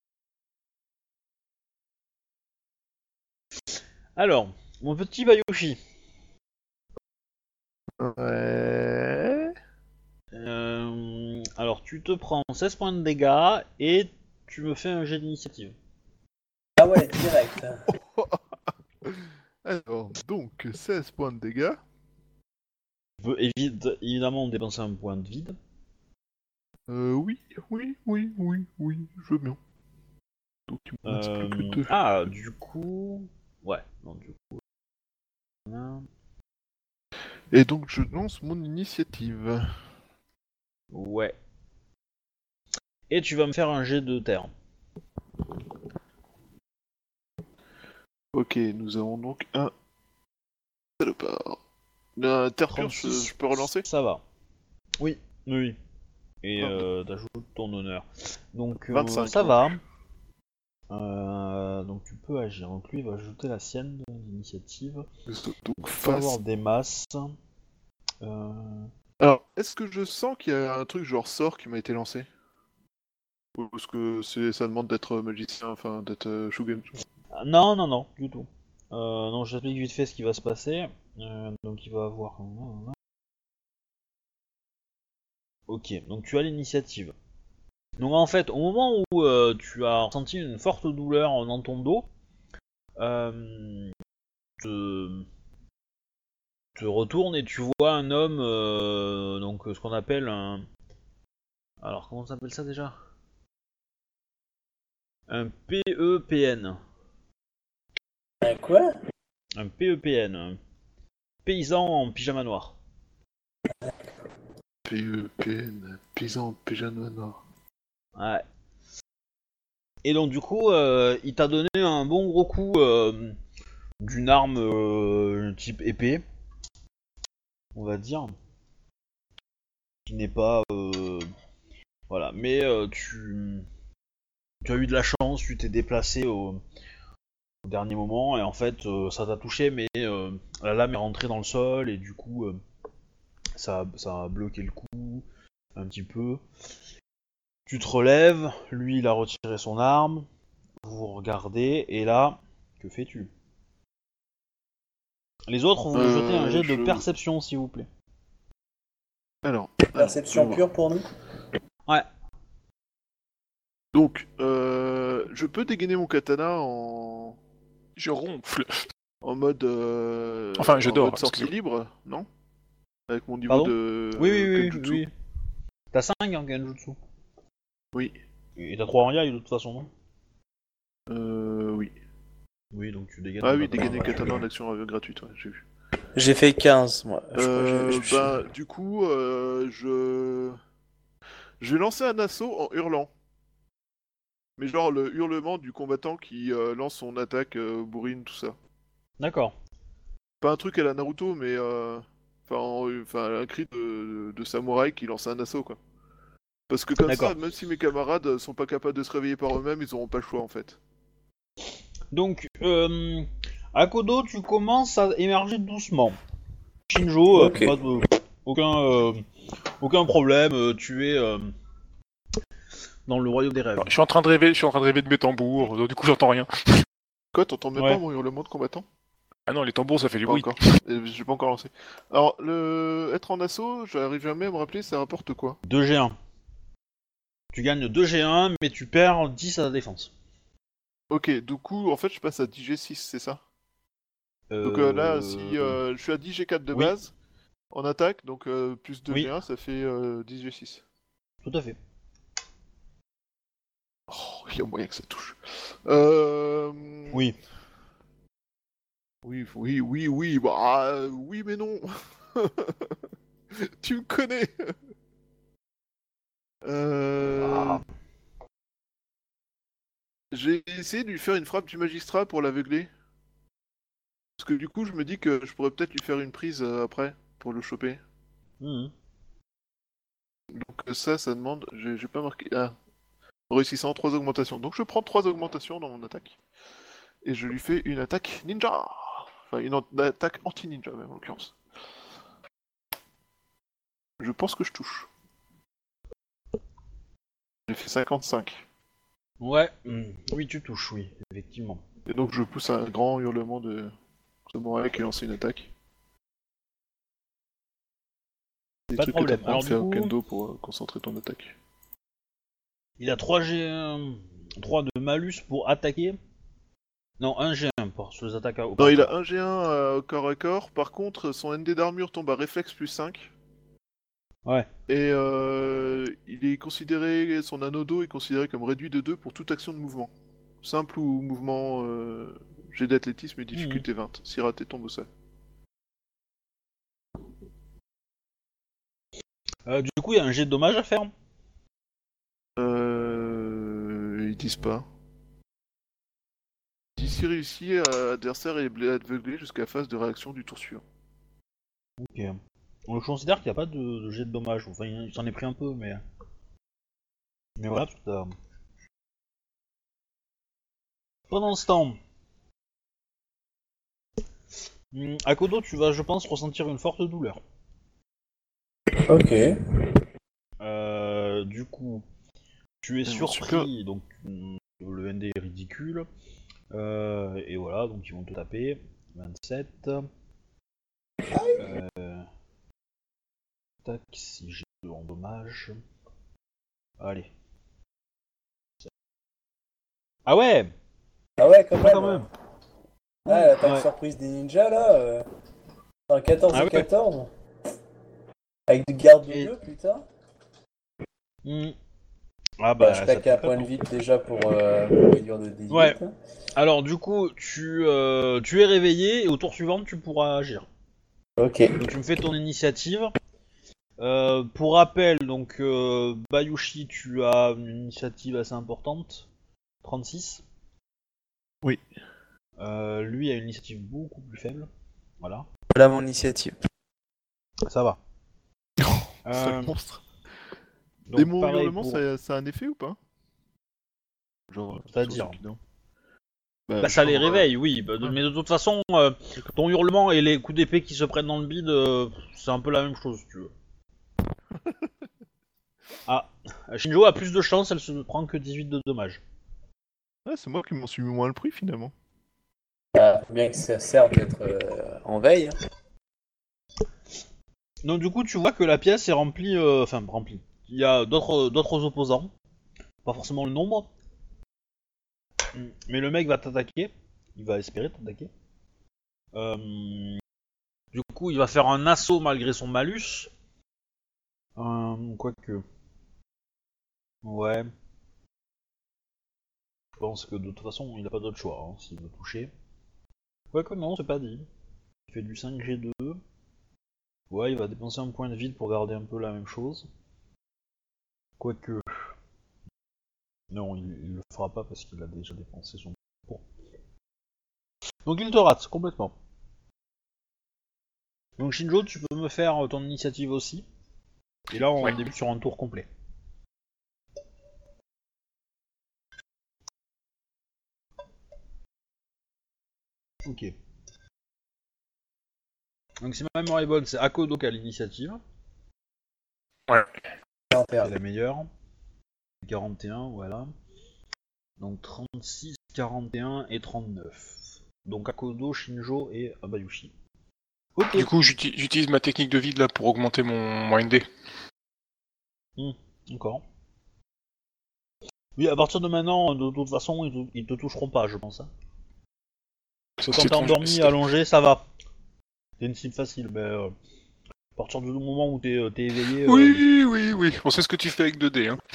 [SPEAKER 1] Alors, mon petit Bayushi.
[SPEAKER 2] Ouais.
[SPEAKER 1] Alors, tu te prends 16 points de dégâts et tu me fais un jet d'initiative.
[SPEAKER 4] Ah ouais, direct.
[SPEAKER 2] Alors, donc, 16 points de dégâts.
[SPEAKER 1] Je veux évidemment dépenser un point de vide.
[SPEAKER 2] Oui, je veux bien. Donc, il me reste plus que 2.
[SPEAKER 1] Ah, du coup... Ouais, non, du coup... voilà.
[SPEAKER 2] Et donc, je lance mon initiative.
[SPEAKER 1] Ouais. Et tu vas me faire un jet de terre.
[SPEAKER 2] Ok, nous avons donc un salopard. Terre pure,
[SPEAKER 1] 36,
[SPEAKER 2] je peux relancer?
[SPEAKER 1] ça va. Oui, oui. Et
[SPEAKER 2] Ah,
[SPEAKER 1] t'ajoutes ton honneur. Donc
[SPEAKER 2] 25
[SPEAKER 1] ça
[SPEAKER 2] donc.
[SPEAKER 1] va. Donc tu peux agir. Donc lui il va ajouter la sienne d'initiative.
[SPEAKER 2] Donc,
[SPEAKER 1] Il faut avoir
[SPEAKER 2] face.
[SPEAKER 1] des masses. Euh,
[SPEAKER 2] Alors, est-ce que je sens qu'il y a un truc genre sort qui m'a été lancé? Ou est-ce que ça demande d'être magicien, enfin d'être Shugen?
[SPEAKER 1] Non, non, non, du tout. Non, j'explique vite fait ce qui va se passer. Donc il va avoir... Ok, donc tu as l'initiative. Donc en fait, au moment où tu as ressenti une forte douleur dans ton dos, euh, te, te retournes et tu vois un homme, donc ce qu'on appelle un... Alors comment on s'appelle ça déjà? Un PEPN.
[SPEAKER 4] Quoi?
[SPEAKER 1] Un PEPN. Un paysan en pyjama noir.
[SPEAKER 2] PEPN, paysan pyjama noir.
[SPEAKER 1] Ouais. Et donc du coup, il t'a donné un bon gros coup d'une arme type épée, on va dire, qui n'est pas... voilà, mais tu as eu de la chance, tu t'es déplacé au dernier moment, et en fait, ça t'a touché, mais la lame est rentrée dans le sol, et du coup, ça a bloqué le coup, un petit peu. Tu te relèves, lui, il a retiré son arme, vous vous regardez, et là, que fais-tu? Les autres, vous me jetez un jet de
[SPEAKER 2] Je...
[SPEAKER 1] perception, s'il vous plaît.
[SPEAKER 4] Perception
[SPEAKER 2] voyons
[SPEAKER 4] pure
[SPEAKER 2] voir.
[SPEAKER 4] pour nous?
[SPEAKER 1] Ouais.
[SPEAKER 2] Donc, je peux dégainer mon katana
[SPEAKER 3] Je ronfle.
[SPEAKER 2] en mode,
[SPEAKER 3] Enfin, je
[SPEAKER 2] en
[SPEAKER 3] dors,
[SPEAKER 2] mode sortie
[SPEAKER 3] excusez-moi.
[SPEAKER 2] libre, non? Avec mon niveau
[SPEAKER 1] Pardon? Oui, oui,
[SPEAKER 2] de
[SPEAKER 1] oui,
[SPEAKER 2] Kenjutsu.
[SPEAKER 1] oui. T'as 5 en Genjutsu.
[SPEAKER 2] Oui.
[SPEAKER 1] Et t'as 3 en Yai de toute façon, non?
[SPEAKER 2] Oui.
[SPEAKER 1] Oui, donc tu dégaines
[SPEAKER 2] Ah
[SPEAKER 1] ton
[SPEAKER 2] oui,
[SPEAKER 1] katana
[SPEAKER 2] dégainer
[SPEAKER 1] gratuit.
[SPEAKER 2] katana en action gratuite, ouais, j'ai vu.
[SPEAKER 4] J'ai fait 15, moi. Je crois que
[SPEAKER 2] Bah, du coup, je vais lancer un assaut en hurlant. Mais genre le hurlement du combattant qui lance son attaque bourrine, tout ça.
[SPEAKER 1] D'accord.
[SPEAKER 2] Pas un truc à la Naruto, mais enfin un cri de samouraï qui lance un assaut, quoi. Parce que comme
[SPEAKER 1] D'accord.
[SPEAKER 2] ça, même si mes camarades sont pas capables de se réveiller par eux-mêmes, ils auront pas le choix en fait.
[SPEAKER 1] Donc, Akodo, tu commences à émerger doucement. Shinjo,
[SPEAKER 4] Ok.
[SPEAKER 1] pas de... aucun problème, tu es dans le royaume des rêves.
[SPEAKER 3] Alors, je suis en train de rêver de mes tambours, donc du coup j'entends rien.
[SPEAKER 2] Quoi, t'entends même
[SPEAKER 1] Ouais.
[SPEAKER 2] pas mon hurlement de combattant?
[SPEAKER 3] Ah non, les tambours ça fait du
[SPEAKER 2] Pas
[SPEAKER 3] bruit.
[SPEAKER 2] encore. J'ai pas encore lancé. Alors, être en assaut, j'arrive jamais à me rappeler, ça rapporte quoi?
[SPEAKER 1] 2G1. Tu gagnes 2G1, mais tu perds 10 à la défense.
[SPEAKER 2] Ok, du coup, en fait, je passe à 10G6, c'est ça? Donc là, si je suis à 10G4 de
[SPEAKER 1] oui.
[SPEAKER 2] base, en attaque, donc plus
[SPEAKER 1] Oui.
[SPEAKER 2] 2G1, ça fait 10G6.
[SPEAKER 1] Tout à fait.
[SPEAKER 2] Oh, il y a moyen que ça touche.
[SPEAKER 1] Oui.
[SPEAKER 2] Oui, bah oui mais non. Tu me connais.
[SPEAKER 1] Ah.
[SPEAKER 2] J'ai essayé de lui faire une frappe du magistrat pour l'aveugler. Parce que du coup, je me dis que je pourrais peut-être lui faire une prise après, pour le choper.
[SPEAKER 1] Mhm.
[SPEAKER 2] Donc ça demande... J'ai pas marqué... Ah, réussissant 3 augmentations. Donc je prends 3 augmentations dans mon attaque. Et je lui fais une attaque ninja. Enfin, une attaque anti-ninja même, en l'occurrence. Je pense que je touche. J'ai fait 55.
[SPEAKER 1] Ouais. Oui, tu touches, oui, effectivement.
[SPEAKER 2] Et donc je pousse un grand hurlement de samouraï qui lance une attaque. Des
[SPEAKER 1] Pas de
[SPEAKER 2] trucs que t'as
[SPEAKER 1] problème.
[SPEAKER 2] pas
[SPEAKER 1] Alors,
[SPEAKER 2] faire
[SPEAKER 1] du
[SPEAKER 2] au
[SPEAKER 1] coup-
[SPEAKER 2] kendo pour concentrer ton attaque.
[SPEAKER 1] Il a 3 de malus pour attaquer. Non, 1G1 pour sur les attaques au
[SPEAKER 2] Non, il a
[SPEAKER 1] corps.
[SPEAKER 2] 1 G1 au corps à corps, par contre son ND d'armure tombe à réflexe plus 5.
[SPEAKER 1] Ouais.
[SPEAKER 2] Et il est considéré, son anneau d'eau est considéré comme réduit de 2 pour toute action de mouvement. Simple ou mouvement jet d'athlétisme et difficulté 20. Si raté, tombe au sol.
[SPEAKER 1] Du coup, il y a un jet de dommage à faire.
[SPEAKER 2] Ils disent pas. D'ici réussi, adversaire est aveuglé jusqu'à la phase de réaction du tour suivant.
[SPEAKER 1] Ok. Donc, je considère qu'il n'y a pas de jet de dommage. Enfin, il s'en est pris un peu, mais. Mais voilà, parce que pendant ce temps. Akodo, tu vas, je pense, ressentir une forte douleur.
[SPEAKER 4] Ok.
[SPEAKER 1] Du coup, tu es
[SPEAKER 2] Super.
[SPEAKER 1] surpris, donc le ND est ridicule. Et voilà, donc ils vont te taper. 27. Tac, si j'ai 2 en dommage. Allez. Ah ouais!
[SPEAKER 4] Ah ouais, quand
[SPEAKER 1] Ah,
[SPEAKER 4] même.
[SPEAKER 1] quand même.
[SPEAKER 4] Ah, l'attaque
[SPEAKER 1] Ouais.
[SPEAKER 4] surprise des ninjas, là. Dans 14
[SPEAKER 1] Ah
[SPEAKER 4] et
[SPEAKER 1] ouais.
[SPEAKER 4] 14. Avec du garde de
[SPEAKER 1] Et-
[SPEAKER 4] 2, putain.
[SPEAKER 1] Hmm. Ah
[SPEAKER 4] Bah,
[SPEAKER 1] bah,
[SPEAKER 4] je
[SPEAKER 1] ça
[SPEAKER 4] claque
[SPEAKER 1] te
[SPEAKER 4] un
[SPEAKER 1] fait
[SPEAKER 4] point
[SPEAKER 1] pas,
[SPEAKER 4] de
[SPEAKER 1] hein.
[SPEAKER 4] vide déjà pour réduire de 18.
[SPEAKER 1] Ouais. Alors du coup, tu es réveillé et au tour suivant, tu pourras agir.
[SPEAKER 4] Ok.
[SPEAKER 1] Donc tu me fais ton initiative. Pour rappel, donc Bayushi, tu as une initiative assez importante. 36.
[SPEAKER 2] Oui.
[SPEAKER 1] Lui a une initiative beaucoup plus faible. Voilà.
[SPEAKER 5] Voilà mon initiative.
[SPEAKER 1] Ça va.
[SPEAKER 2] Sale monstre.
[SPEAKER 1] Donc,
[SPEAKER 2] Et mon
[SPEAKER 1] pareil
[SPEAKER 2] hurlement,
[SPEAKER 1] pour...
[SPEAKER 2] ça a un effet ou pas? Genre,
[SPEAKER 1] C'est-à-dire
[SPEAKER 2] sur ceux qui donnent.
[SPEAKER 1] Bah, ça les
[SPEAKER 2] genre,
[SPEAKER 1] réveille, oui. Bah, mais de toute façon, ton hurlement et les coups d'épée qui se prennent dans le bide, c'est un peu la même chose, si tu veux. Ah, Shinjo a plus de chance, elle se prend que 18 de dommages.
[SPEAKER 2] Ouais, c'est moi qui m'en suis mis moins le prix finalement.
[SPEAKER 4] Bah, faut bien que ça serve d'être en veille. Hein.
[SPEAKER 1] Donc du coup, tu vois que la pièce est remplie, enfin remplie. Il y a d'autres opposants, pas forcément le nombre, mais le mec va t'attaquer, il va espérer t'attaquer. Du coup, il va faire un assaut malgré son malus. Quoique, ouais. Je pense que de toute façon, il a pas d'autre choix hein, s'il veut toucher. Quoique non, c'est pas dit. Il fait du 5G2. Ouais, il va dépenser un point de vide pour garder un peu la même chose. Quoique... Non, il le fera pas parce qu'il a déjà dépensé son point. Donc il te rate complètement. Donc Shinjo, tu peux me faire ton initiative aussi. Et là, on
[SPEAKER 3] Ouais.
[SPEAKER 1] débute sur un tour complet. Ok. Donc si ma mémoire est bonne, c'est Akodo qui a l'initiative. C'est la meilleure. 41, voilà. Donc 36, 41 et 39. Donc Akodo, Shinjo et Abayushi. Ok.
[SPEAKER 3] Du coup, j'utilise ma technique de vide là pour augmenter mon ND.
[SPEAKER 1] D'accord. Oui, à partir de maintenant, de toute façon, ils te toucheront pas, je pense. Hein. Parce que quand t'es endormi, allongé, ça va. C'est une cible facile, mais à partir du moment où t'es éveillé...
[SPEAKER 3] Oui. On sait ce que tu fais avec 2D. Hein.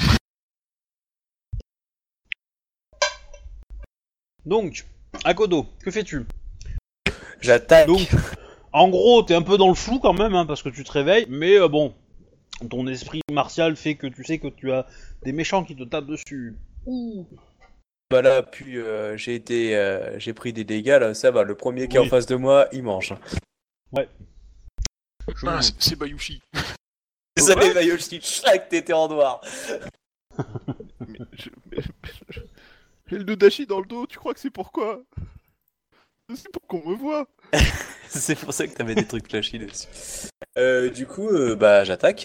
[SPEAKER 1] Donc, Akodo, que fais-tu?
[SPEAKER 4] J'attaque.
[SPEAKER 1] Donc, en gros, t'es un peu dans le flou quand même, hein, parce que tu te réveilles, mais bon, ton esprit martial fait que tu sais que tu as des méchants qui te tapent dessus. Ouh.
[SPEAKER 4] Bah là, puis j'ai pris des dégâts là, ça va. Le premier qui est en face de moi, il mange.
[SPEAKER 3] Ah, c'est Bayushi.
[SPEAKER 4] Ça les Bayoshi, chaque t'étais en noir.
[SPEAKER 2] J'ai le Dodashi dans le dos, tu crois que c'est pourquoi? C'est pour qu'on me voit.
[SPEAKER 4] C'est pour ça que t'avais des trucs flashy dessus. Du coup, bah j'attaque.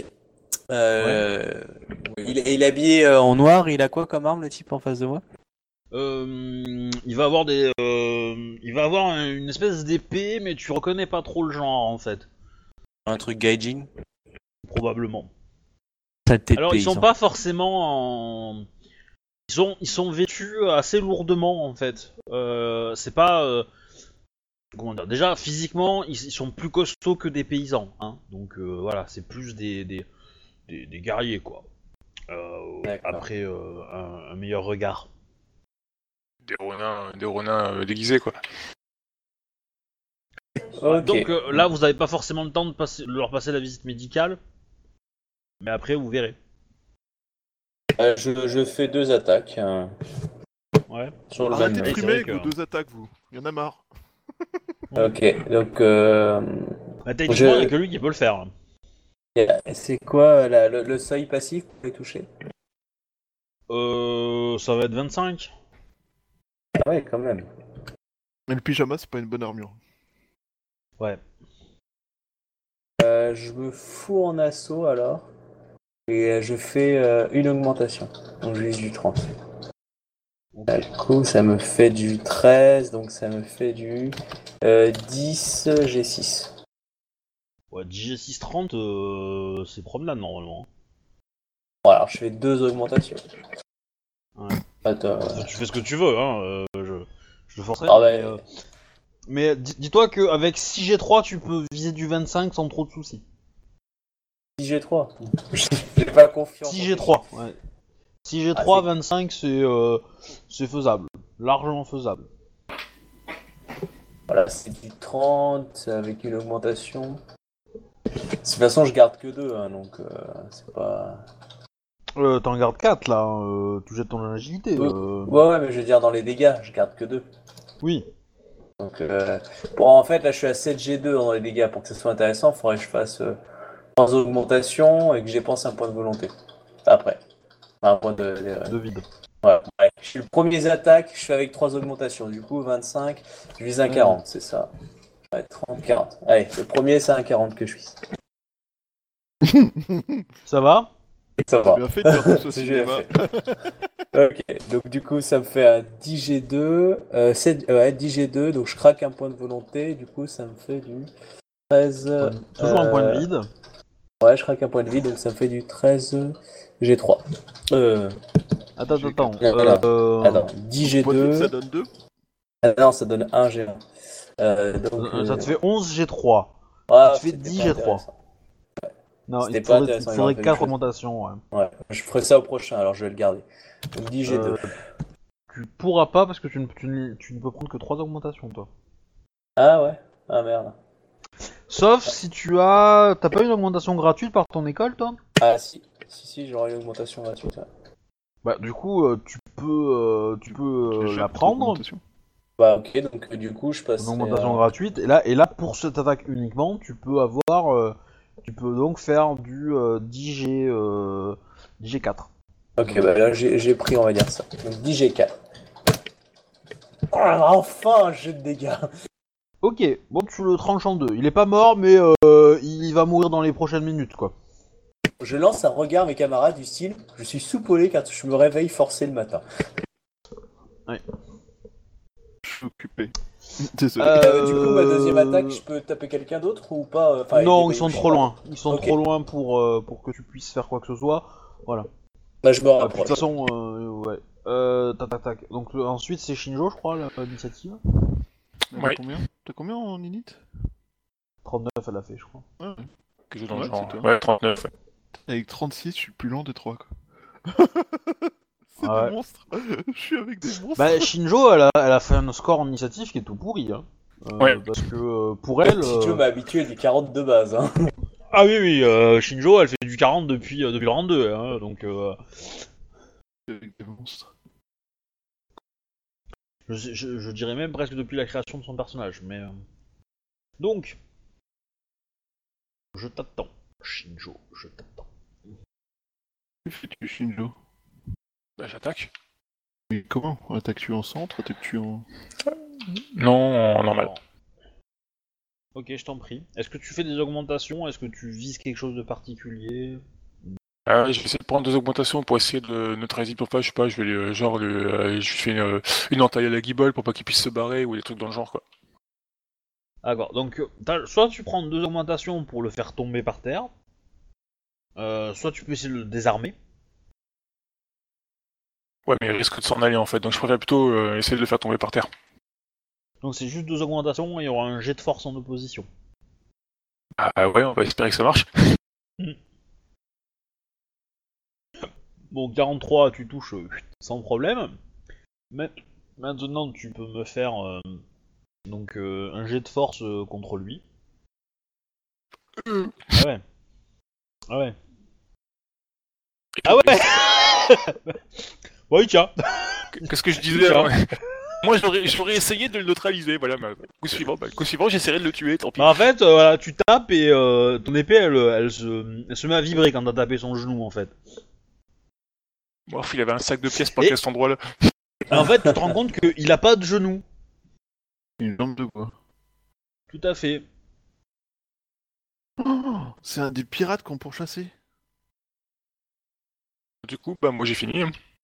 [SPEAKER 4] Il est habillé en noir, il a quoi comme arme le type en face de moi?
[SPEAKER 1] Il va avoir une espèce d'épée, mais tu reconnais pas trop le genre en fait,
[SPEAKER 4] Un truc gaijin?
[SPEAKER 1] probablement.
[SPEAKER 5] Saleté de
[SPEAKER 1] Alors ils sont
[SPEAKER 5] paysan.
[SPEAKER 1] pas forcément en... Ils sont vêtus assez lourdement en fait. C'est pas... comment dire, déjà physiquement ils sont plus costauds que des paysans, hein. Donc voilà, c'est plus des guerriers quoi. Après un meilleur regard.
[SPEAKER 3] Des renins déguisés, quoi.
[SPEAKER 4] Ok.
[SPEAKER 1] Donc là vous avez pas forcément le temps de leur passer la visite médicale, mais après vous verrez.
[SPEAKER 4] Je fais 2 attaques.
[SPEAKER 1] Ouais.
[SPEAKER 4] Sur le
[SPEAKER 2] Arrêtez de
[SPEAKER 4] même
[SPEAKER 1] c'est
[SPEAKER 2] frimer
[SPEAKER 1] vrai
[SPEAKER 2] avec vos
[SPEAKER 1] que-
[SPEAKER 2] 2 attaques, vous. Il y en a marre.
[SPEAKER 4] Ok, donc
[SPEAKER 1] Bah, techniquement, il n'y a que lui qui peut le faire.
[SPEAKER 4] c'est quoi le seuil passif pour les toucher?
[SPEAKER 1] Ça va être 25.
[SPEAKER 4] Ah ouais, quand même.
[SPEAKER 2] Mais le pyjama, c'est pas une bonne armure.
[SPEAKER 1] Ouais.
[SPEAKER 4] Je me fous en assaut alors. Et je fais une augmentation. Donc j'ai du 30.
[SPEAKER 1] Ok.
[SPEAKER 4] Du coup, ça me fait du 13, donc ça me fait du 10 G6.
[SPEAKER 1] Ouais, DG630, c'est promenade normalement.
[SPEAKER 4] Bon, alors je fais 2 augmentations.
[SPEAKER 1] Ouais.
[SPEAKER 4] Attends.
[SPEAKER 1] Tu fais ce que tu veux, hein. Je te forcerai.
[SPEAKER 4] Ah ouais.
[SPEAKER 1] Mais dis-toi qu'avec 6G3, tu peux viser du 25 sans trop de soucis.
[SPEAKER 4] 10 G3. J'ai pas confiance.
[SPEAKER 1] 6G3, ouais. 6G3,
[SPEAKER 4] Ah,
[SPEAKER 1] 25, c'est faisable. Largement faisable.
[SPEAKER 4] Voilà, c'est du 30 avec une augmentation. De toute façon, je garde que 2, hein, donc c'est pas.
[SPEAKER 1] T'en gardes 4 là, tu jettes ton agilité.
[SPEAKER 4] Ouais, mais je veux dire, dans les dégâts, je garde que 2.
[SPEAKER 1] Oui.
[SPEAKER 4] Donc, bon, en fait, là, je suis à 7G2 dans les dégâts. Pour que ce soit intéressant, il faudrait que je fasse 3 augmentations et que j'ai pensé un point de volonté. Après. Enfin, un point
[SPEAKER 1] De vide.
[SPEAKER 4] Ouais. Je suis le premier attaque, je fais avec 3 augmentations. Du coup, 25, je vise un 40, c'est ça. Ouais, 30, 40. Allez, le premier, c'est un 40 que je vise.
[SPEAKER 1] Ça va?
[SPEAKER 4] Ça va.
[SPEAKER 2] Bien fait de faire tout ce
[SPEAKER 4] C'est bien
[SPEAKER 2] cinéma.
[SPEAKER 4] Ok, donc du coup ça me fait un 10G2, 10G2, donc je craque un point de volonté, du coup ça me fait du 13...
[SPEAKER 1] Toujours un point de vide.
[SPEAKER 4] Ouais, je craque un point de vide, donc ça me fait du 13G3.
[SPEAKER 1] Attends.
[SPEAKER 4] Attends,
[SPEAKER 2] Point de vue, ça
[SPEAKER 4] 10G2...
[SPEAKER 2] donne 2.
[SPEAKER 4] non, ça donne 1G1. Donc,
[SPEAKER 1] Ça te fait 11 G3.
[SPEAKER 4] ah,
[SPEAKER 1] ça te fait
[SPEAKER 4] c'était
[SPEAKER 1] 10
[SPEAKER 4] pas
[SPEAKER 1] G3.
[SPEAKER 4] intéressant.
[SPEAKER 1] Non,
[SPEAKER 4] C'était
[SPEAKER 1] il
[SPEAKER 4] pas
[SPEAKER 1] te
[SPEAKER 4] intéressant, il
[SPEAKER 1] faudrait
[SPEAKER 4] aurait fallu
[SPEAKER 1] 4
[SPEAKER 4] que je-
[SPEAKER 1] augmentations. Ouais.
[SPEAKER 4] Ouais, je ferai ça au prochain, alors je vais le garder. Donc 10G2.
[SPEAKER 1] Tu pourras pas parce que tu ne peux prendre que 3 augmentations, toi.
[SPEAKER 4] Ah ouais? Ah merde.
[SPEAKER 1] Sauf si t'as pas une augmentation gratuite par ton école, toi?
[SPEAKER 4] Ah si, j'aurai une augmentation gratuite. Ouais.
[SPEAKER 1] Bah, du coup, tu peux la prendre.
[SPEAKER 4] Bah ok, donc du coup je passe.
[SPEAKER 1] Une augmentation gratuite. Et là, pour cette attaque uniquement, tu peux avoir. Tu peux donc faire du 10G4.
[SPEAKER 4] Ok, bah là j'ai pris, on va dire ça. Donc 10G4. Oh, enfin un jeu de dégâts.
[SPEAKER 1] Ok, bon, tu le tranches en deux. Il est pas mort, mais il va mourir dans les prochaines minutes, quoi.
[SPEAKER 4] Je lance un regard à mes camarades du style je suis soupolé car je me réveille forcé le matin.
[SPEAKER 2] Je suis occupé. Désolé.
[SPEAKER 4] Du coup, ma deuxième attaque, je peux taper quelqu'un d'autre ou pas enfin,
[SPEAKER 1] Non,
[SPEAKER 4] aider
[SPEAKER 1] ils sont
[SPEAKER 4] Bayushi,
[SPEAKER 1] trop
[SPEAKER 4] pardon.
[SPEAKER 1] loin. Ils sont
[SPEAKER 4] Ok.
[SPEAKER 1] trop loin pour que tu puisses faire quoi que ce soit. Voilà.
[SPEAKER 4] Bah, je me
[SPEAKER 1] De toute
[SPEAKER 4] rapproche.
[SPEAKER 1] façon, ouais. Tac. Donc ensuite, c'est Shinjo, je crois, l'initiative.
[SPEAKER 3] Ouais.
[SPEAKER 2] T'as combien en init?
[SPEAKER 1] 39, elle a fait, je crois.
[SPEAKER 2] Ouais.
[SPEAKER 3] Quelque chose dans le
[SPEAKER 2] Ouais,
[SPEAKER 3] genre.
[SPEAKER 2] c'est toi.
[SPEAKER 3] Ouais, 39. Ouais.
[SPEAKER 2] Avec 36, je suis le plus lent des trois, quoi. C'est
[SPEAKER 1] Ah ouais.
[SPEAKER 2] des monstres. Je suis avec des monstres.
[SPEAKER 1] Bah, Shinjo, elle a fait un score en initiative qui est tout pourri, hein.
[SPEAKER 3] Ouais.
[SPEAKER 1] Parce que pour elle.
[SPEAKER 4] Si tu m'a habitué à des 40 de base. Hein.
[SPEAKER 1] Ah oui, Shinjo, elle fait du 40 depuis le 32, hein, donc.
[SPEAKER 2] Avec des monstres.
[SPEAKER 1] Je dirais même presque depuis la création de son personnage, mais. Donc. Je t'attends, Shinjo, je t'attends.
[SPEAKER 2] Que fais-tu, Shinjo?
[SPEAKER 3] Bah, j'attaque.
[SPEAKER 2] Mais comment? Attaques-tu en centre? Attaques-tu en...
[SPEAKER 3] Non, en normal.
[SPEAKER 1] Alors. Ok, je t'en prie. Est-ce que tu fais des augmentations? Est-ce que tu vises quelque chose de particulier?
[SPEAKER 3] Ah, je vais essayer de prendre 2 augmentations pour essayer de le neutraliser pour pas, je sais pas, je vais je fais une entaille à la guibole pour pas qu'il puisse se barrer ou des trucs dans le genre quoi.
[SPEAKER 1] D'accord, donc soit tu prends 2 augmentations pour le faire tomber par terre, soit tu peux essayer de le désarmer.
[SPEAKER 3] Ouais, mais il risque de s'en aller en fait, donc je préfère plutôt essayer de le faire tomber par terre.
[SPEAKER 1] Donc c'est juste 2 augmentations et il y aura un jet de force en opposition.
[SPEAKER 3] Ah ouais, on va espérer que ça marche.
[SPEAKER 1] Bon, 43, tu touches sans problème. Mais maintenant, tu peux me faire un jet de force contre lui. Ah ouais. Ah ouais. Ah ouais. Oui, tiens.
[SPEAKER 3] Qu'est-ce que je disais
[SPEAKER 1] Tiens.
[SPEAKER 3] hein. Moi j'aurais essayé de le neutraliser, voilà, coup suivant j'essaierai de le tuer, tant pis.
[SPEAKER 1] Bah, en fait, voilà, tu tapes et ton épée, elle se met à vibrer quand t'as tapé son genou, en fait.
[SPEAKER 3] Bon, il avait un sac de pièces parqué à cet endroit-là.
[SPEAKER 1] Et en fait, tu te rends compte qu'il a pas de genou.
[SPEAKER 2] Une jambe de bois.
[SPEAKER 1] Tout à fait.
[SPEAKER 2] Oh, c'est un des pirates qu'on pourchassait.
[SPEAKER 3] Du coup, bah moi j'ai fini.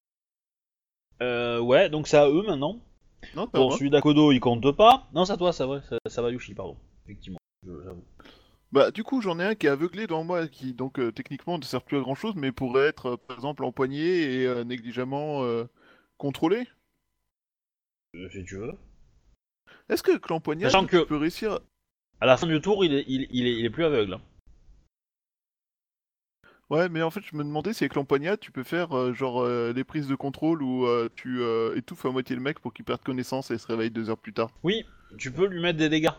[SPEAKER 1] Ouais, donc c'est à eux maintenant.
[SPEAKER 2] Non, t'as
[SPEAKER 1] Bon,
[SPEAKER 2] pas.
[SPEAKER 1] celui d'Akodo, il compte pas. Non, c'est à toi, c'est vrai, ça va Yushi, pardon. Effectivement, j'avoue.
[SPEAKER 2] Bah, du coup, j'en ai un qui est aveuglé devant moi, qui donc techniquement ne sert plus à grand chose, mais pourrait être par exemple empoigné et négligemment contrôlé.
[SPEAKER 1] Si tu veux.
[SPEAKER 2] Est-ce que l'empoignade,
[SPEAKER 1] Sachant
[SPEAKER 2] tu
[SPEAKER 1] que-
[SPEAKER 2] peux réussir.
[SPEAKER 1] À la fin du tour, il est plus aveugle. Hein.
[SPEAKER 2] Ouais, mais en fait, je me demandais si avec l'empoignade, tu peux faire genre les prises de contrôle où tu étouffes à moitié le mec pour qu'il perde connaissance et se réveille 2 heures plus tard.
[SPEAKER 1] Oui, tu peux lui mettre des dégâts.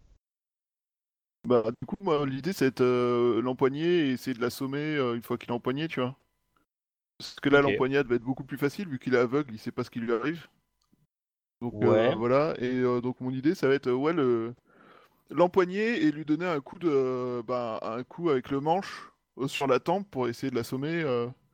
[SPEAKER 2] Bah, du coup, moi, l'idée, c'est d'être l'empoigner et essayer de l'assommer une fois qu'il est empoigné, tu vois. Parce que là,
[SPEAKER 1] Ok.
[SPEAKER 2] l'empoignade va être beaucoup plus facile vu qu'il est aveugle, il sait pas ce qui lui arrive. Donc
[SPEAKER 1] Ouais.
[SPEAKER 2] voilà, et donc mon idée, ça va être ouais, l'empoigner et lui donner un coup un coup avec le manche sur la tempe pour essayer de l'assommer.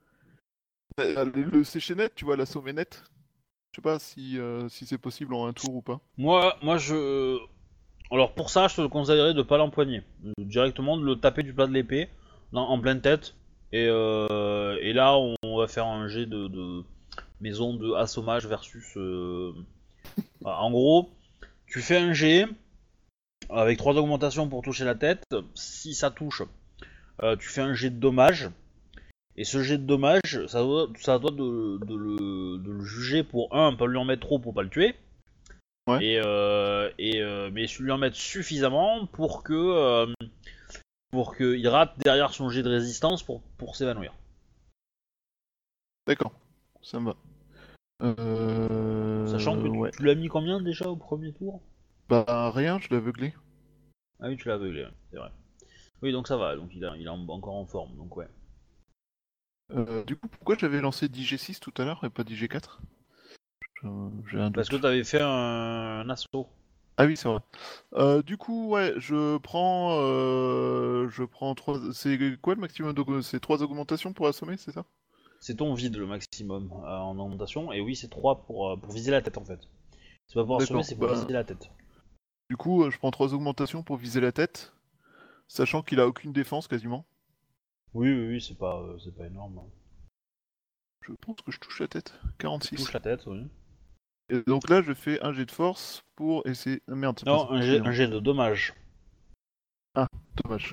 [SPEAKER 2] Le sécher net, tu vois, l'assommer net. Je sais pas si c'est possible en un tour ou pas.
[SPEAKER 1] Moi, je. Alors pour ça, je te conseillerais de pas l'empoigner. Directement de le taper du plat de l'épée en pleine tête. Et là, on va faire un jet de maison de assommage versus. Voilà, en gros, tu fais un jet avec 3 augmentations pour toucher la tête. Si ça touche, tu fais un jet de dommage. Et ce jet de dommage, ça doit de le juger pour pas lui en mettre trop pour pas le tuer.
[SPEAKER 2] Ouais.
[SPEAKER 1] Mais lui en mettre suffisamment pour que il rate derrière son jet de résistance pour s'évanouir.
[SPEAKER 2] D'accord, ça me va.
[SPEAKER 1] Sachant que
[SPEAKER 2] ouais.
[SPEAKER 1] tu l'as mis combien déjà au premier tour?
[SPEAKER 2] Bah rien, je l'ai aveuglé.
[SPEAKER 1] Ah oui, tu l'as aveuglé, c'est vrai. Oui, donc ça va, donc il est encore en forme, donc ouais.
[SPEAKER 2] Du coup, pourquoi j'avais lancé 10G6 tout à l'heure et pas 10G4? J'ai un doute.
[SPEAKER 1] Parce que t'avais fait un assaut.
[SPEAKER 2] Ah oui, c'est vrai. Du coup, ouais, je prends 3. C'est quoi le maximum c'est 3 augmentations pour assommer, c'est ça?
[SPEAKER 1] C'est ton vide le maximum en augmentation, et oui, c'est 3 pour viser la tête en fait. C'est pas pour assommer,
[SPEAKER 2] D'accord,
[SPEAKER 1] c'est pour
[SPEAKER 2] bah-
[SPEAKER 1] viser la tête.
[SPEAKER 2] Du coup, je prends 3 augmentations pour viser la tête, sachant qu'il a aucune défense quasiment.
[SPEAKER 1] Oui, c'est pas énorme.
[SPEAKER 2] Je pense que je touche la tête.
[SPEAKER 1] Tu
[SPEAKER 2] 46.
[SPEAKER 1] touches la tête, oui.
[SPEAKER 2] Et donc là, je fais un jet de force pour essayer... Ah, merde, c'est pas
[SPEAKER 1] Non,
[SPEAKER 2] ça.
[SPEAKER 1] un jet de dommage.
[SPEAKER 2] Dommage.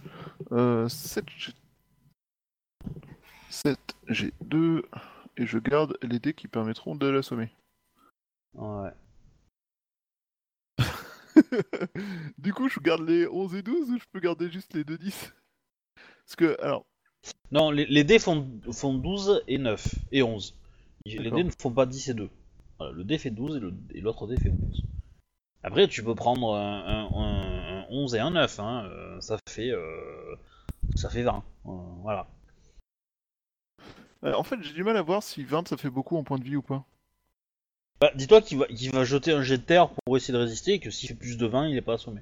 [SPEAKER 2] 7 G2, et je garde les dés qui permettront de l'assommer.
[SPEAKER 1] Ouais.
[SPEAKER 2] Du coup, je garde les 11 et 12 ou je peux garder juste les 2 10? Parce que, alors,
[SPEAKER 1] Non, les dés font 12 et 9 et 11. Les
[SPEAKER 2] D'accord.
[SPEAKER 1] dés ne font pas 10 et 2. Voilà, le dé fait 12 et l'autre dé fait 11. Après, tu peux prendre un 11 et un 9, hein. Ça fait 20. Voilà.
[SPEAKER 2] en fait, j'ai du mal à voir si 20 ça fait beaucoup en points de vie ou pas.
[SPEAKER 1] Bah, dis-toi qu'il va jeter un jet de terre pour essayer de résister et que s'il fait plus de 20, il est pas assommé.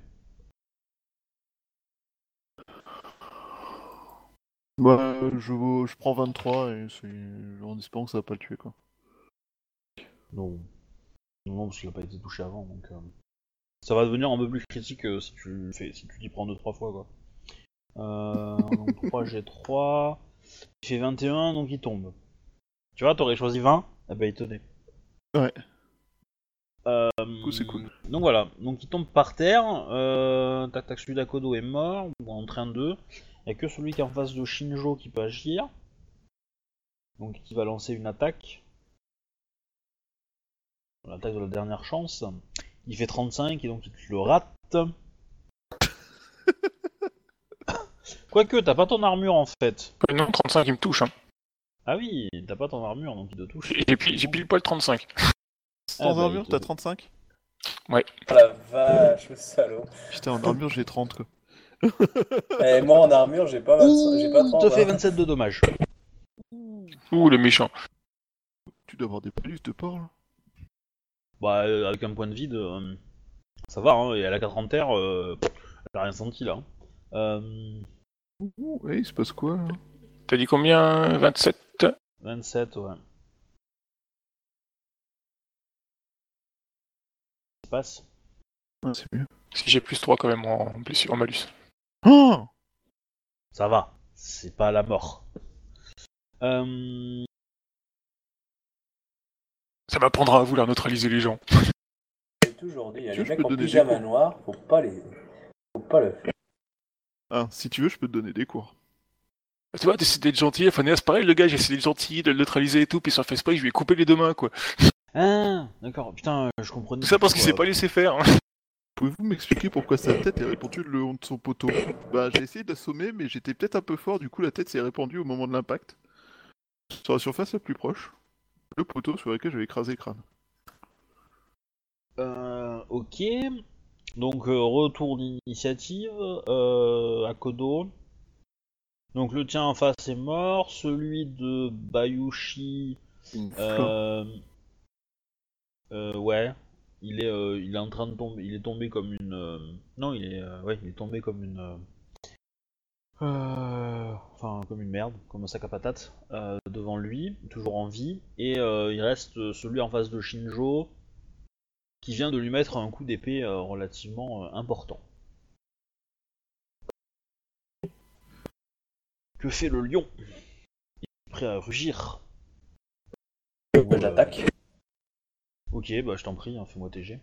[SPEAKER 2] Bah, je prends 23 et en espérant que ça va pas le tuer, quoi.
[SPEAKER 1] Non. Non, parce qu'il a pas été touché avant, donc... Ça va devenir un peu plus critique si tu t'y prends 2-3 fois, quoi. Donc 3 G3... Il fait 21, donc il tombe. Tu vois, t'aurais choisi 20, eh ben il tenait.
[SPEAKER 2] Ouais. Du coup, c'est cool.
[SPEAKER 1] Donc voilà, donc il tombe par terre. Tac, celui d'Akodo est mort, ou en train de. Il n'y a que celui qui est en face de Shinjo qui peut agir. Donc qui va lancer une attaque. L'attaque de la dernière chance. Il fait 35 et donc il le rate. Quoique, t'as pas ton armure en fait.
[SPEAKER 3] Non, 35, il me touche. Hein.
[SPEAKER 1] Ah oui, t'as pas ton armure donc il te touche.
[SPEAKER 3] J'ai pile poil 35.
[SPEAKER 2] Sans
[SPEAKER 1] bah,
[SPEAKER 2] armure,
[SPEAKER 1] il te-
[SPEAKER 2] t'as 35?
[SPEAKER 4] Oh la vache, le salaud.
[SPEAKER 2] Putain, en armure, j'ai 30, quoi.
[SPEAKER 4] Et moi en armure, j'ai pas 25, j'ai pas
[SPEAKER 1] Ouh,
[SPEAKER 4] 30.
[SPEAKER 1] te fait
[SPEAKER 4] hein.
[SPEAKER 1] 27 de dommages.
[SPEAKER 3] Ouh, le méchant.
[SPEAKER 2] Tu dois avoir des palus de porc, là.
[SPEAKER 1] Bah, avec un point de vide, ça va, hein, et elle a 4 en terre, elle a rien senti là.
[SPEAKER 2] Ouais, il se passe quoi, là?
[SPEAKER 3] T'as dit combien 27?
[SPEAKER 1] 27, ouais. Ça passe.
[SPEAKER 2] Ah, c'est mieux.
[SPEAKER 3] Si j'ai plus 3 quand même en malus.
[SPEAKER 2] Oh!
[SPEAKER 1] Ça va, c'est pas la mort. Euh...
[SPEAKER 3] Ça m'apprendra à vouloir neutraliser les gens.
[SPEAKER 4] J'ai toujours dit, il y a
[SPEAKER 2] Tu veux,
[SPEAKER 4] les
[SPEAKER 2] je
[SPEAKER 4] mecs
[SPEAKER 2] peux
[SPEAKER 4] en
[SPEAKER 2] te donner
[SPEAKER 4] pyjama
[SPEAKER 2] des cours.
[SPEAKER 4] noir, faut pas le faire.
[SPEAKER 2] Ah, si tu veux, je peux te donner des cours.
[SPEAKER 3] Tu vois, t'essaies d'être gentil, enfin, c'est pareil, le gars, j'ai essayé d'être gentil, de le neutraliser et tout, puis sur Facebook, je lui ai coupé les 2 mains, quoi.
[SPEAKER 1] Ah, d'accord, putain, je comprenais.
[SPEAKER 3] Tout ça parce qu'il s'est pas laissé faire. Hein.
[SPEAKER 2] Pouvez-vous m'expliquer pourquoi sa tête est répandue le long de son poteau? Bah, j'ai essayé d'assommer, mais j'étais peut-être un peu fort, du coup la tête s'est répandue au moment de l'impact. Sur la surface la plus proche. Le poteau sur lequel j'avais écrasé le crâne.
[SPEAKER 1] Ok. Donc, retour d'initiative à Kodo. Donc, le tien en face est mort. Celui de Bayushi. Ouais. Il est en train de tomber. Il est tombé comme une. Non, il est tombé comme une. Enfin, comme une merde, comme un sac à patates, devant lui, toujours en vie. Et il reste celui en face de Shinjo, qui vient de lui mettre un coup d'épée relativement important. Que fait le lion? Il est prêt à rugir.
[SPEAKER 4] J'attaque.
[SPEAKER 1] Ok, bah je t'en prie, hein, fais-moi TG.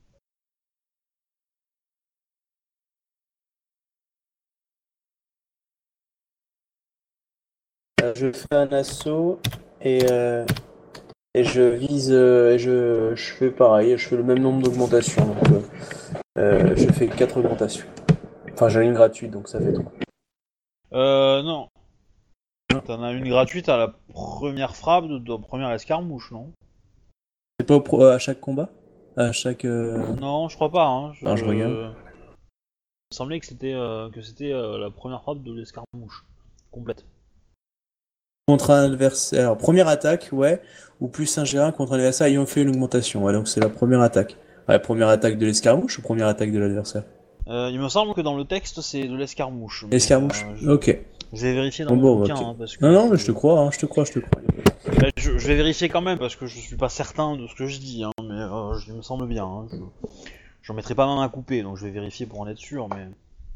[SPEAKER 4] Je fais un assaut et je vise, je fais pareil, je fais le même nombre d'augmentations. Donc je fais 4 augmentations. Enfin, j'ai une gratuite, donc ça fait 3.
[SPEAKER 1] Non. T'en as une gratuite à la première frappe de première escarmouche, non?
[SPEAKER 4] C'est pas à chaque combat? À chaque.
[SPEAKER 1] Non, je crois pas. Hein.
[SPEAKER 4] Ah, je regarde.
[SPEAKER 1] Il me semblait que c'était la première frappe de l'escarmouche complète.
[SPEAKER 4] Contre un adversaire. Alors, première attaque, ouais. Ou plus un G1 contre un adversaire ayant fait une augmentation. Ouais, donc c'est la première attaque. Ouais, première attaque de l'escarmouche ou première attaque de l'adversaire?
[SPEAKER 1] Il me semble que dans le texte c'est de l'escarmouche. mais,
[SPEAKER 4] L'escarmouche? Ok.
[SPEAKER 1] Je vais vérifier dans
[SPEAKER 4] Bon,
[SPEAKER 1] mon
[SPEAKER 4] bon,
[SPEAKER 1] bouquin.
[SPEAKER 4] ok.
[SPEAKER 1] Hein, parce que
[SPEAKER 4] Non, mais je te crois, hein, je te crois.
[SPEAKER 1] Bah, je vais vérifier quand même parce que je suis pas certain de ce que je dis, hein, mais il me semble bien. Hein, J'en mettrai pas ma main à couper, donc je vais vérifier pour en être sûr, mais...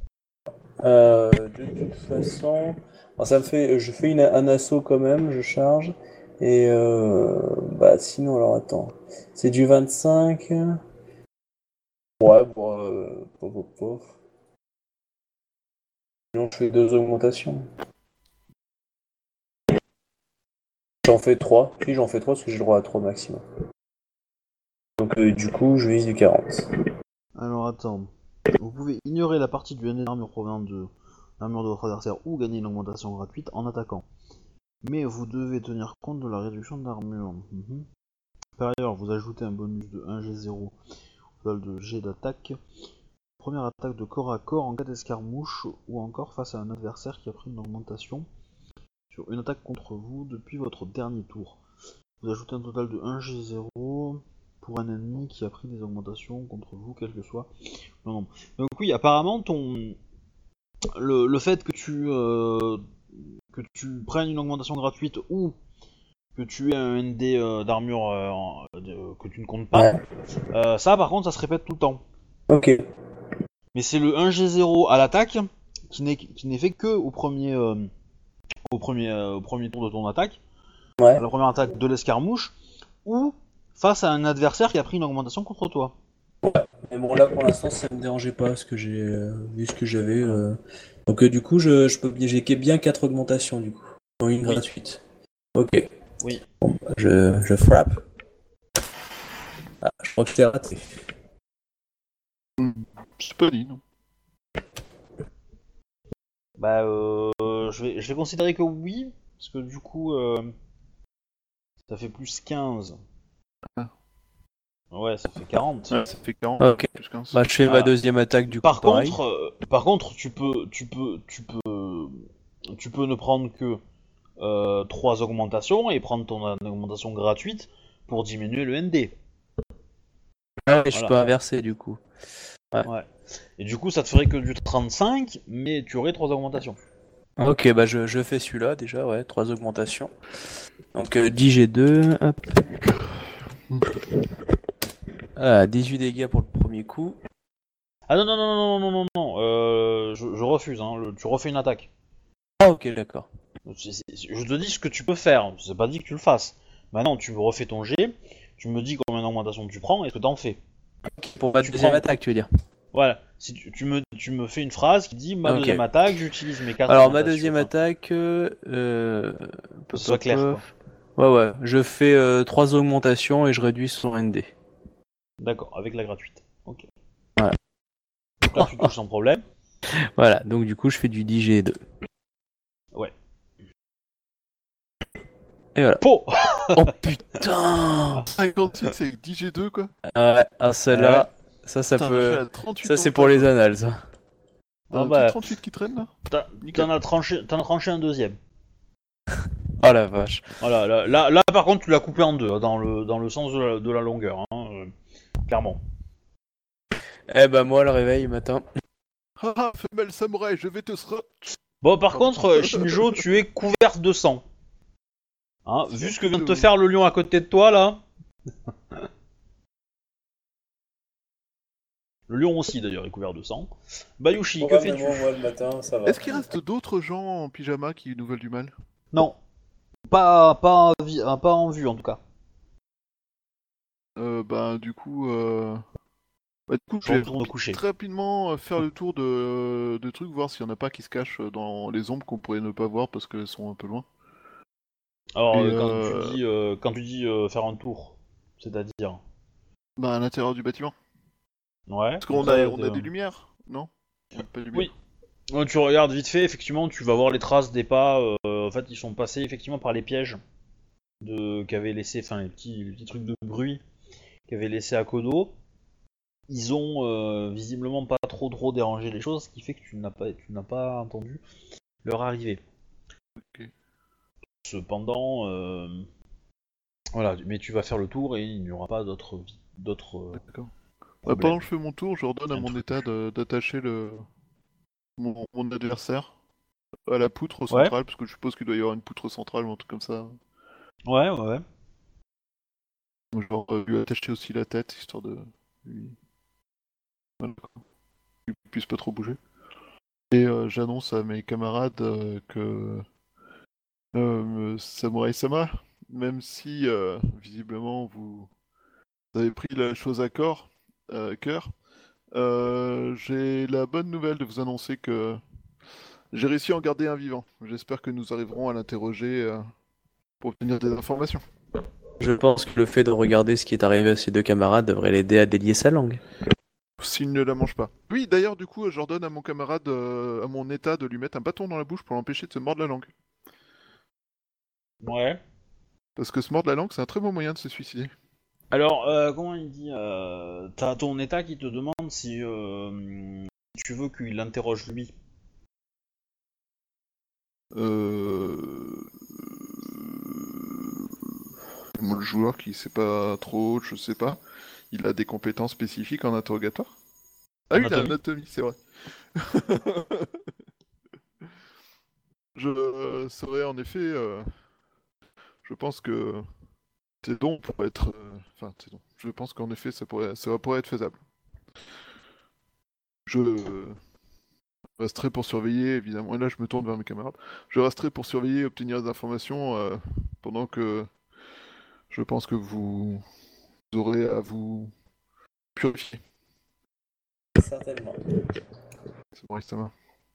[SPEAKER 4] De toute façon, alors ça me fait, je fais un assaut quand même, je charge. Et bah sinon, alors attends, c'est du 25. Ouais, bon, pof. Sinon, je fais 2 augmentations. J'en fais 3. Puis j'en fais 3 parce que j'ai le droit à 3 maximum. Donc du coup, je vise du 40.
[SPEAKER 1] Alors attends, vous pouvez ignorer la partie du ND d'armure provenant de l'armure de votre adversaire ou gagner une augmentation gratuite en attaquant. Mais vous devez tenir compte de la réduction d'armure. Par ailleurs, vous ajoutez un bonus de 1G0 au total de G d'attaque. Première attaque de corps à corps en cas d'escarmouche ou encore face à un adversaire qui a pris une augmentation sur une attaque contre vous depuis votre dernier tour. Vous ajoutez un total de 1G0 pour un ennemi qui a pris des augmentations contre vous, quel que soit le nombre. Donc oui, apparemment, le fait que tu prennes une augmentation gratuite ou que tu aies un ND d'armure que tu ne comptes pas,
[SPEAKER 4] Ouais.
[SPEAKER 1] ça par contre ça se répète tout le temps.
[SPEAKER 4] Ok.
[SPEAKER 1] Mais c'est le 1G0 à l'attaque qui n'est fait que au premier tour de ton attaque,
[SPEAKER 4] Ouais.
[SPEAKER 1] à la première attaque de l'escarmouche, ou face à un adversaire qui a pris une augmentation contre toi.
[SPEAKER 4] Mais bon, là pour l'instant, ça me dérangeait pas parce que j'ai vu ce que j'avais. Donc du coup, j'ai bien 4 augmentations du coup, dont une
[SPEAKER 1] Oui.
[SPEAKER 4] gratuite. Ok.
[SPEAKER 1] Oui.
[SPEAKER 4] Bon, bah, je frappe. Ah, je crois que t'es raté.
[SPEAKER 2] C'est pas dit, non.
[SPEAKER 1] Bah, je vais considérer que oui, parce que du coup, ça fait plus 15.
[SPEAKER 2] Ah.
[SPEAKER 1] Ouais, ça fait 40.
[SPEAKER 2] Ouais, ça fait 40
[SPEAKER 5] Ok.
[SPEAKER 2] plus 15.
[SPEAKER 5] Bah, je fais ma
[SPEAKER 1] Ah.
[SPEAKER 5] deuxième attaque du coup.
[SPEAKER 1] Par
[SPEAKER 5] pareil.
[SPEAKER 1] contre, tu peux ne prendre que 3 augmentations et prendre ton augmentation gratuite pour diminuer le ND.
[SPEAKER 5] Ah ouais, je
[SPEAKER 1] Voilà.
[SPEAKER 5] peux inverser du coup.
[SPEAKER 1] Ouais. Et du coup, ça te ferait que du 35, mais tu aurais 3 augmentations.
[SPEAKER 5] Ok, bah je fais celui-là déjà, ouais, 3 augmentations. Donc 10 G2, hop. Ah, 18 dégâts pour le premier coup.
[SPEAKER 1] Ah non, non, non, non, non, non, non, non, je refuse, hein, tu refais une attaque.
[SPEAKER 5] Ah ok, d'accord.
[SPEAKER 1] Je te dis ce que tu peux faire, c'est pas dit que tu le fasses. Maintenant, tu refais ton jet, tu me dis combien d'augmentation tu prends et ce que t'en fais.
[SPEAKER 5] Pour ma
[SPEAKER 1] Tu
[SPEAKER 5] deuxième
[SPEAKER 1] prends.
[SPEAKER 5] attaque, tu veux dire.
[SPEAKER 1] Voilà, si tu me fais une phrase qui dit ma
[SPEAKER 5] Ok.
[SPEAKER 1] deuxième attaque, j'utilise mes 4
[SPEAKER 5] Alors ma
[SPEAKER 1] augmentations.
[SPEAKER 5] deuxième
[SPEAKER 1] Enfin,
[SPEAKER 5] attaque,
[SPEAKER 1] que ce soit clair, quoi.
[SPEAKER 5] Ouais, je fais 3 augmentations et je réduis son ND.
[SPEAKER 1] D'accord, avec la gratuite. Ok.
[SPEAKER 5] Voilà.
[SPEAKER 1] Donc là, tu touches sans problème.
[SPEAKER 5] Voilà, donc du coup je fais du 10 G2.
[SPEAKER 1] Ouais.
[SPEAKER 5] Et voilà.
[SPEAKER 1] Po.
[SPEAKER 5] Oh putain.
[SPEAKER 2] 56, c'est 10 G2 quoi.
[SPEAKER 5] Ouais, ah celle-là, ça
[SPEAKER 2] Putain,
[SPEAKER 5] peut...
[SPEAKER 2] j'ai la 38
[SPEAKER 5] Ça
[SPEAKER 2] en
[SPEAKER 5] c'est pour
[SPEAKER 2] attaque,
[SPEAKER 5] les
[SPEAKER 2] quoi.
[SPEAKER 5] annales, ça.
[SPEAKER 1] Ah
[SPEAKER 2] T'as
[SPEAKER 1] bah,
[SPEAKER 2] 38 qui traîne là.
[SPEAKER 1] t'en as tranché un deuxième.
[SPEAKER 5] Oh la vache.
[SPEAKER 1] Voilà, là, par contre, tu l'as coupé en deux, hein, dans le sens de la longueur, hein, clairement.
[SPEAKER 5] Eh bah moi le réveil matin.
[SPEAKER 2] Haha, femelle samouraï, je vais te
[SPEAKER 1] Bon, par
[SPEAKER 2] Pardon.
[SPEAKER 1] contre, Shinjo, tu es couverte de sang. Hein, vu ce que vient de te faire le lion à côté de toi, là. Le lion aussi, d'ailleurs, est couvert de sang. Bayushi, que fais-tu?
[SPEAKER 4] Moi, le matin, ça va.
[SPEAKER 2] Est-ce qu'il reste d'autres gens en pyjama qui nous veulent du mal?
[SPEAKER 1] Non. Pas en vue, en tout cas.
[SPEAKER 2] Du coup, je
[SPEAKER 1] Je
[SPEAKER 2] vais
[SPEAKER 1] retourne me coucher.
[SPEAKER 2] très rapidement faire le tour de trucs, voir s'il y en a pas qui se cachent dans les ombres qu'on pourrait ne pas voir parce qu'elles sont un peu loin.
[SPEAKER 1] Alors,
[SPEAKER 2] Et,
[SPEAKER 1] quand tu dis faire un tour, c'est-à-dire...
[SPEAKER 2] à l'intérieur du bâtiment.
[SPEAKER 1] Ouais.
[SPEAKER 2] Parce qu'on
[SPEAKER 1] ça,
[SPEAKER 2] on a des lumières, non? On a pas de lumière.
[SPEAKER 1] Oui. Tu regardes vite fait, effectivement, tu vas voir les traces des pas. En fait, ils sont passés effectivement par les pièges qu'avaient laissé, enfin les petits trucs de bruit qu'avait laissé à Kodo. Ils ont visiblement pas trop dérangé les choses, ce qui fait que tu n'as pas entendu leur arrivée.
[SPEAKER 2] Ok.
[SPEAKER 1] Cependant, voilà, mais tu vas faire le tour et il n'y aura pas d'autres
[SPEAKER 2] D'accord.
[SPEAKER 1] problèmes.
[SPEAKER 2] Pendant que je fais mon tour, je ordonne à
[SPEAKER 1] Un
[SPEAKER 2] mon
[SPEAKER 1] truc.
[SPEAKER 2] état d'attacher mon adversaire à la poutre
[SPEAKER 1] Ouais.
[SPEAKER 2] centrale, parce que je suppose qu'il doit y avoir une poutre centrale ou un truc comme ça.
[SPEAKER 1] Ouais.
[SPEAKER 2] Genre lui attacher aussi la tête, histoire de lui Qu'ils puissent pas trop bouger. Et j'annonce à mes camarades que Samurai Sama, même si visiblement vous avez pris la chose à cœur, j'ai la bonne nouvelle de vous annoncer que j'ai réussi à en garder un vivant. J'espère que nous arriverons à l'interroger pour obtenir des informations.
[SPEAKER 5] Je pense que le fait de regarder ce qui est arrivé à ses deux camarades devrait l'aider à délier sa langue.
[SPEAKER 2] S'il ne la mange pas. Oui, d'ailleurs, du coup, j'ordonne à mon camarade, à mon état, de lui mettre un bâton dans la bouche pour l'empêcher de se mordre la langue.
[SPEAKER 1] Ouais.
[SPEAKER 2] Parce que se mordre la langue, c'est un très bon moyen de se suicider.
[SPEAKER 1] Alors, comment il dit t'as ton état qui te demande si tu veux qu'il l'interroge lui.
[SPEAKER 2] Moi, le joueur qui sait pas trop, je sais pas. Il a des compétences spécifiques en interrogatoire. Ah oui, il a anatomie, c'est vrai. Je serais en effet. Je pense que tes dons pourraient être. Enfin, tes dons. Je pense qu'en effet, ça pourrait être faisable. Je resterai pour surveiller, évidemment. Et là, je me tourne vers mes camarades. Je resterai pour surveiller et obtenir des informations pendant que je pense que vous aurez à vous purifier.
[SPEAKER 4] Certainement.
[SPEAKER 2] C'est bon, Sama.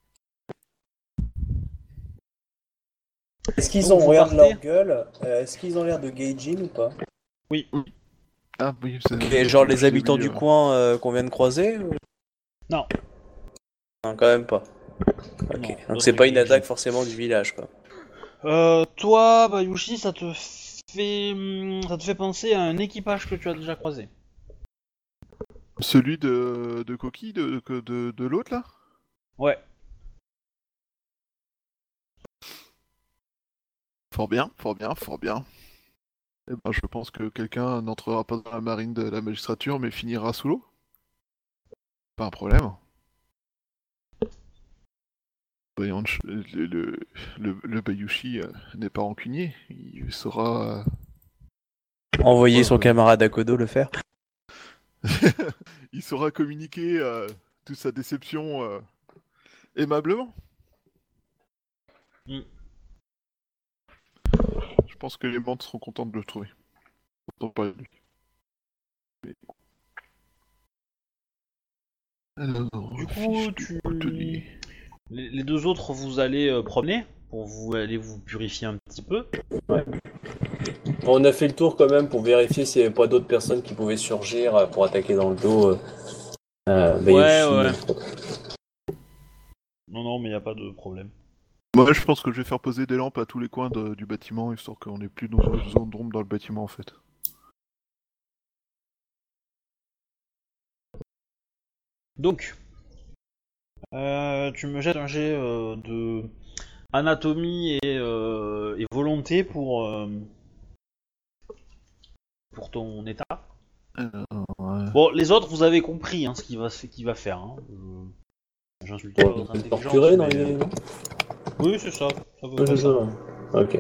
[SPEAKER 4] Est-ce qu'ils
[SPEAKER 1] Donc,
[SPEAKER 4] ont,
[SPEAKER 1] vous
[SPEAKER 4] regarde
[SPEAKER 1] partez
[SPEAKER 4] leur gueule, est-ce qu'ils ont l'air de gaijin ou pas?
[SPEAKER 1] Oui.
[SPEAKER 2] Ah oui, c'est...
[SPEAKER 5] Ok, genre les
[SPEAKER 2] je l'ai
[SPEAKER 5] habitants
[SPEAKER 2] vu,
[SPEAKER 5] du coin qu'on vient de croiser ou...
[SPEAKER 1] Non.
[SPEAKER 5] Non, quand même pas. Ok,
[SPEAKER 1] Non,
[SPEAKER 5] donc
[SPEAKER 1] d'autres
[SPEAKER 5] c'est pas une
[SPEAKER 1] gaijin.
[SPEAKER 5] attaque forcément du village, quoi.
[SPEAKER 1] Toi, Bayushi, ça te fait penser à un équipage que tu as déjà croisé.
[SPEAKER 2] Celui de Coquille, de l'autre, là?
[SPEAKER 1] Ouais.
[SPEAKER 2] Fort bien, fort bien, fort bien. Eh ben, je pense que quelqu'un n'entrera pas dans la marine de la magistrature, mais finira sous l'eau. Pas un problème. Voyons, le Bayushi n'est pas rancunier. Il saura...
[SPEAKER 5] Envoyer son
[SPEAKER 2] Ouais.
[SPEAKER 5] camarade à Kodo le faire.
[SPEAKER 2] il saura communiquer toute sa déception aimablement.
[SPEAKER 1] Mm.
[SPEAKER 2] Je pense que les bandes seront contentes de le trouver. Autant parler de lui. Mais... Alors,
[SPEAKER 1] Du coup,
[SPEAKER 2] fiche du coutelier.
[SPEAKER 1] les deux autres, vous allez promener pour vous aller vous purifier un petit peu.
[SPEAKER 4] On a fait le tour quand même pour vérifier s'il n'y avait pas d'autres personnes qui pouvaient surgir pour attaquer dans le dos Bayushi.
[SPEAKER 1] Ouais. Non, mais y a pas de problème.
[SPEAKER 2] Moi, je pense que je vais faire poser des lampes à tous les coins du bâtiment, histoire qu'on n'ait plus dans une zone d'ombre dans le bâtiment, en fait.
[SPEAKER 1] Donc, tu me jettes un jet de anatomie et volonté pour ton état. Bon, les autres, vous avez compris ce qu'il va faire. Hein. J'insulte pas votre intelligence.
[SPEAKER 4] Torturé dans
[SPEAKER 1] mais-
[SPEAKER 4] les...
[SPEAKER 1] Oui, c'est ça. Ça veut
[SPEAKER 4] Ouais,
[SPEAKER 1] pas
[SPEAKER 4] c'est
[SPEAKER 1] ça.
[SPEAKER 4] ça. Ok.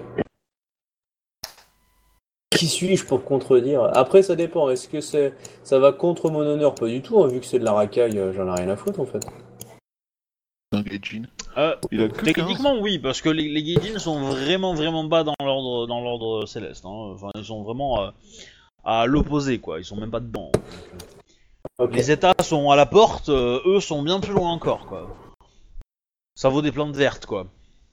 [SPEAKER 4] Qui suis-je pour contredire? Après, ça dépend. Est-ce que ça va contre mon honneur? Pas du tout, hein, vu que c'est de la racaille, j'en ai rien à foutre en fait.
[SPEAKER 2] Un Gaijin.
[SPEAKER 1] Euh,
[SPEAKER 2] Il a que 15.
[SPEAKER 1] Techniquement, oui, parce que les Gaijin sont vraiment bas dans l'ordre céleste. Hein. Enfin, ils sont vraiment à l'opposé, quoi. Ils sont même pas dedans.
[SPEAKER 4] Ok.
[SPEAKER 1] Les États sont à la porte, eux sont bien plus loin encore, quoi. Ça vaut des plantes vertes, quoi.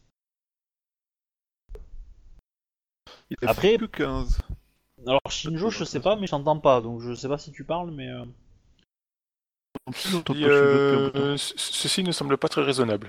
[SPEAKER 2] Il a
[SPEAKER 1] Après-
[SPEAKER 2] fait que 15.
[SPEAKER 1] Alors Shinjo, je sais pas, mais j'entends pas, donc je sais pas si tu parles, mais...
[SPEAKER 2] En plus, j'entends pas
[SPEAKER 3] Et,
[SPEAKER 2] Shinjo depuis un bout de temps.
[SPEAKER 3] ceci ne semble pas très raisonnable.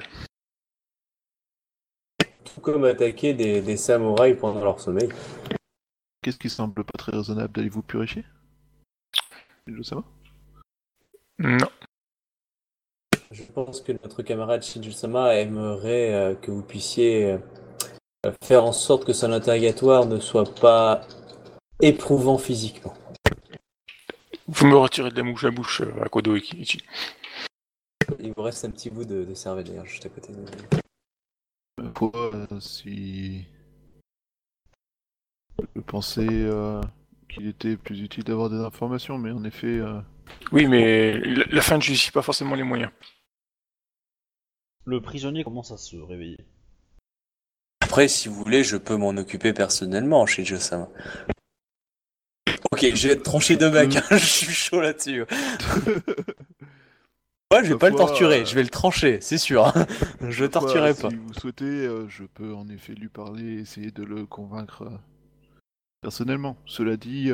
[SPEAKER 4] Tout comme attaquer des samouraïs pendant leur sommeil.
[SPEAKER 2] Qu'est-ce qui semble pas très raisonnable d'aller vous purifier? Je sais pas.
[SPEAKER 3] Non.
[SPEAKER 4] Je pense que notre camarade Shinju-sama aimerait que vous puissiez faire en sorte que son interrogatoire ne soit pas éprouvant physiquement.
[SPEAKER 3] Vous me retirez de la mouche à bouche à Kodo et Kiichi.
[SPEAKER 4] Il vous reste un petit bout de cervelle d'ailleurs, juste à côté de
[SPEAKER 2] Si... Je pensais qu'il était plus utile d'avoir des informations, mais en effet...
[SPEAKER 3] Oui, mais la fin ne justifie pas forcément les moyens.
[SPEAKER 1] Le prisonnier commence à se réveiller.
[SPEAKER 4] Après, si vous voulez, je peux m'en occuper personnellement chez Josama. Ok, je vais être tranché de mec, hein, je suis chaud là-dessus. Moi, je vais pas le torturer, je vais le trancher, c'est sûr. Je le torturerai pas.
[SPEAKER 2] Si vous souhaitez, je peux en effet lui parler et essayer de le convaincre personnellement. Cela dit,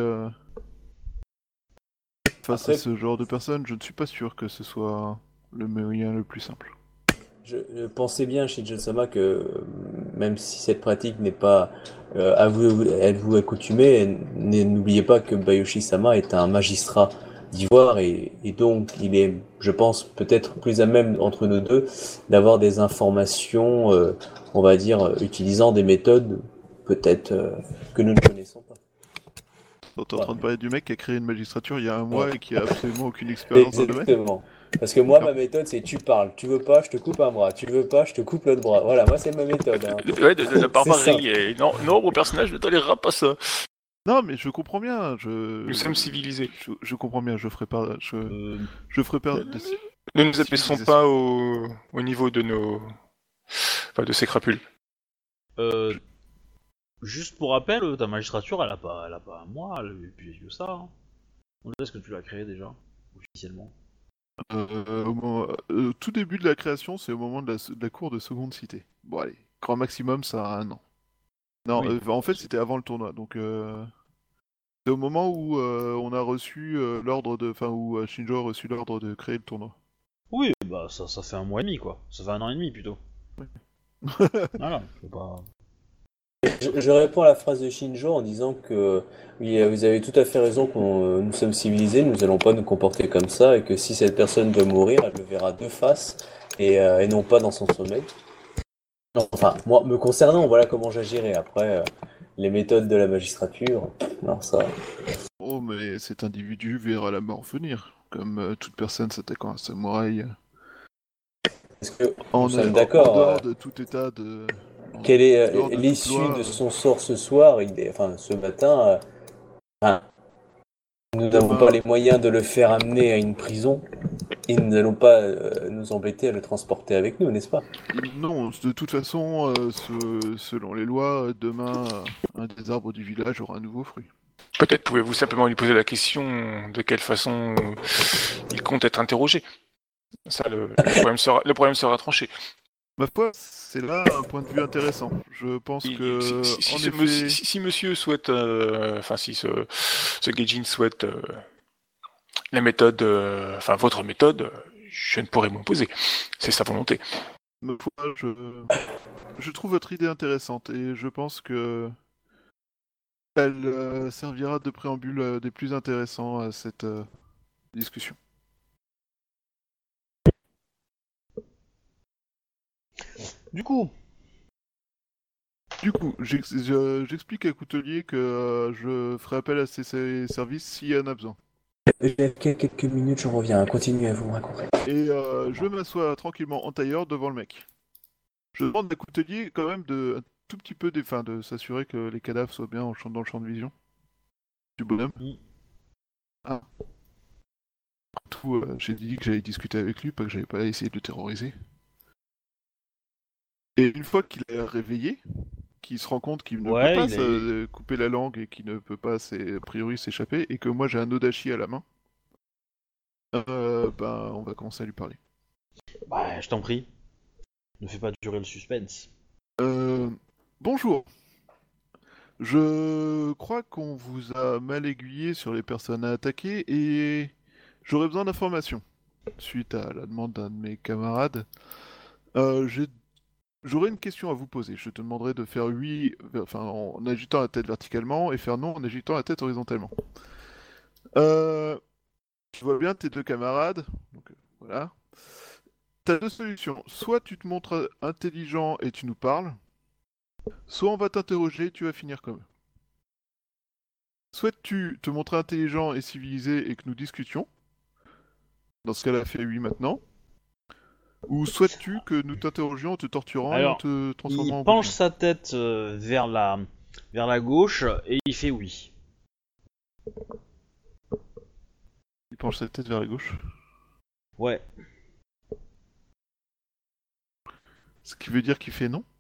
[SPEAKER 2] face à ce genre de personnes, je ne suis pas sûr que ce soit le moyen le plus simple.
[SPEAKER 4] Je pensais bien chez Josama que même si cette pratique n'est pas à vous accoutumée, n'oubliez pas que Bayoshi-sama est un magistrat d'Ivoire et donc il est, je pense, peut-être plus à même entre nous deux d'avoir des informations, on va dire, utilisant des méthodes peut-être que nous ne connaissons pas.
[SPEAKER 2] T'es en train de parler du mec qui a créé une magistrature il y a un mois et qui a absolument aucune expérience dans le domaine.
[SPEAKER 4] Exactement. Parce que moi, ma méthode, c'est tu parles. Tu veux pas, je te coupe un bras. Tu veux pas, je te coupe l'autre bras. Voilà, moi, c'est ma méthode. Hein.
[SPEAKER 3] Ouais, de la barbarie.
[SPEAKER 4] C'est
[SPEAKER 3] Et non, mon personnage ne tolérera pas ça.
[SPEAKER 2] Non, mais je comprends bien.
[SPEAKER 3] Nous sommes civilisés.
[SPEAKER 2] Je comprends bien. Je ferai pas. Je ferai pas.
[SPEAKER 3] Ne nous abaissons pas au niveau de nos, enfin, de ces crapules.
[SPEAKER 1] Juste pour rappel, ta magistrature, elle a pas un mois, elle est plus vieille que ça. Hein. Est-ce que tu l'as créée déjà, officiellement?
[SPEAKER 2] Au tout début de la création, c'est au moment de la cour de seconde cité. Bon, allez, grand maximum, ça a 1 an. Non,
[SPEAKER 1] Oui.
[SPEAKER 2] En fait, c'était avant le tournoi, donc c'est au moment où on a reçu l'ordre de, enfin où Shinjo a reçu l'ordre de créer le tournoi.
[SPEAKER 1] Oui, bah ça fait 1 mois et demi, quoi. Ça fait 1 an et demi, plutôt.
[SPEAKER 2] Oui.
[SPEAKER 1] Voilà, je peux pas...
[SPEAKER 4] Je réponds à la phrase de Shinjo en disant que oui, vous avez tout à fait raison qu'on nous sommes civilisés, nous allons pas nous comporter comme ça et que si cette personne doit mourir, elle le verra de face et non pas dans son sommeil. Non, enfin, moi, me concernant, voilà comment j'agirais. Après, les méthodes de la magistrature, non, ça...
[SPEAKER 2] Oh, mais cet individu verra la mort venir, comme toute personne s'attaquant à un samouraï.
[SPEAKER 4] Parce que
[SPEAKER 2] En
[SPEAKER 4] nous sommes
[SPEAKER 2] en
[SPEAKER 4] d'accord.
[SPEAKER 2] dehors de tout état de...
[SPEAKER 4] Quelle est
[SPEAKER 2] en dehors de toute
[SPEAKER 4] l'issue
[SPEAKER 2] loi,
[SPEAKER 4] de son sort ce soir, enfin ce matin enfin, nous n'avons
[SPEAKER 2] demain-
[SPEAKER 4] pas les moyens de le faire amener à une prison et nous n'allons pas nous embêter à le transporter avec nous, n'est-ce pas?
[SPEAKER 2] Non, de toute façon, selon les lois, demain, un des arbres du village aura un nouveau fruit.
[SPEAKER 3] Peut-être pouvez-vous simplement lui poser la question de quelle façon il compte être interrogé. Ça, le problème sera tranché.
[SPEAKER 2] Ma foi, c'est là un point de vue intéressant. Je pense que,
[SPEAKER 3] Si monsieur souhaite, enfin si ce Gaijin souhaite la méthode, enfin votre méthode, je ne pourrais m'opposer. C'est sa volonté.
[SPEAKER 2] ma foi, je trouve votre idée intéressante et je pense que elle servira de préambule des plus intéressants à cette discussion.
[SPEAKER 1] Du coup,
[SPEAKER 2] J'explique à Coutelier que je ferai appel à ses services s'il y en a besoin.
[SPEAKER 4] J'ai quelques minutes, je reviens. Continuez à vous raconter.
[SPEAKER 2] Et je m'assois tranquillement en tailleur devant le mec. Je demande à Coutelier quand même un tout petit peu de s'assurer que les cadavres soient bien dans le champ de vision du bonhomme.
[SPEAKER 1] Mm.
[SPEAKER 2] Ah. Tout, j'ai dit que j'allais discuter avec lui, pas que j'allais pas essayer de le terroriser. Et une fois qu'il est réveillé, qu'il se rend compte qu'il ne peut pas couper la langue et qu'il ne peut pas, a priori, s'échapper, et que moi j'ai un odachi à la main, on va commencer à lui parler.
[SPEAKER 1] bah, je t'en prie. Ne fais pas durer le suspense.
[SPEAKER 2] Bonjour. Je crois qu'on vous a mal aiguillé sur les personnes à attaquer et j'aurais besoin d'informations. Suite à la demande d'un de mes camarades, j'aurais une question à vous poser. Je te demanderai de faire oui, en agitant la tête verticalement et faire non en agitant la tête horizontalement. Tu vois bien tes 2 camarades, donc voilà. T'as 2 solutions. Soit tu te montres intelligent et tu nous parles, soit on va t'interroger et tu vas finir comme eux. Souhaites-tu te montrer intelligent et civilisé et que nous discutions? Dans ce cas-là, fais oui maintenant. Ou souhaites-tu que nous t'interrogions en te torturant et en te transformant en
[SPEAKER 1] Il penche
[SPEAKER 2] bouffon?
[SPEAKER 1] sa tête vers la gauche et il fait oui.
[SPEAKER 2] Il penche sa tête vers la gauche.
[SPEAKER 1] Ouais.
[SPEAKER 2] Ce qui veut dire qu'il fait non.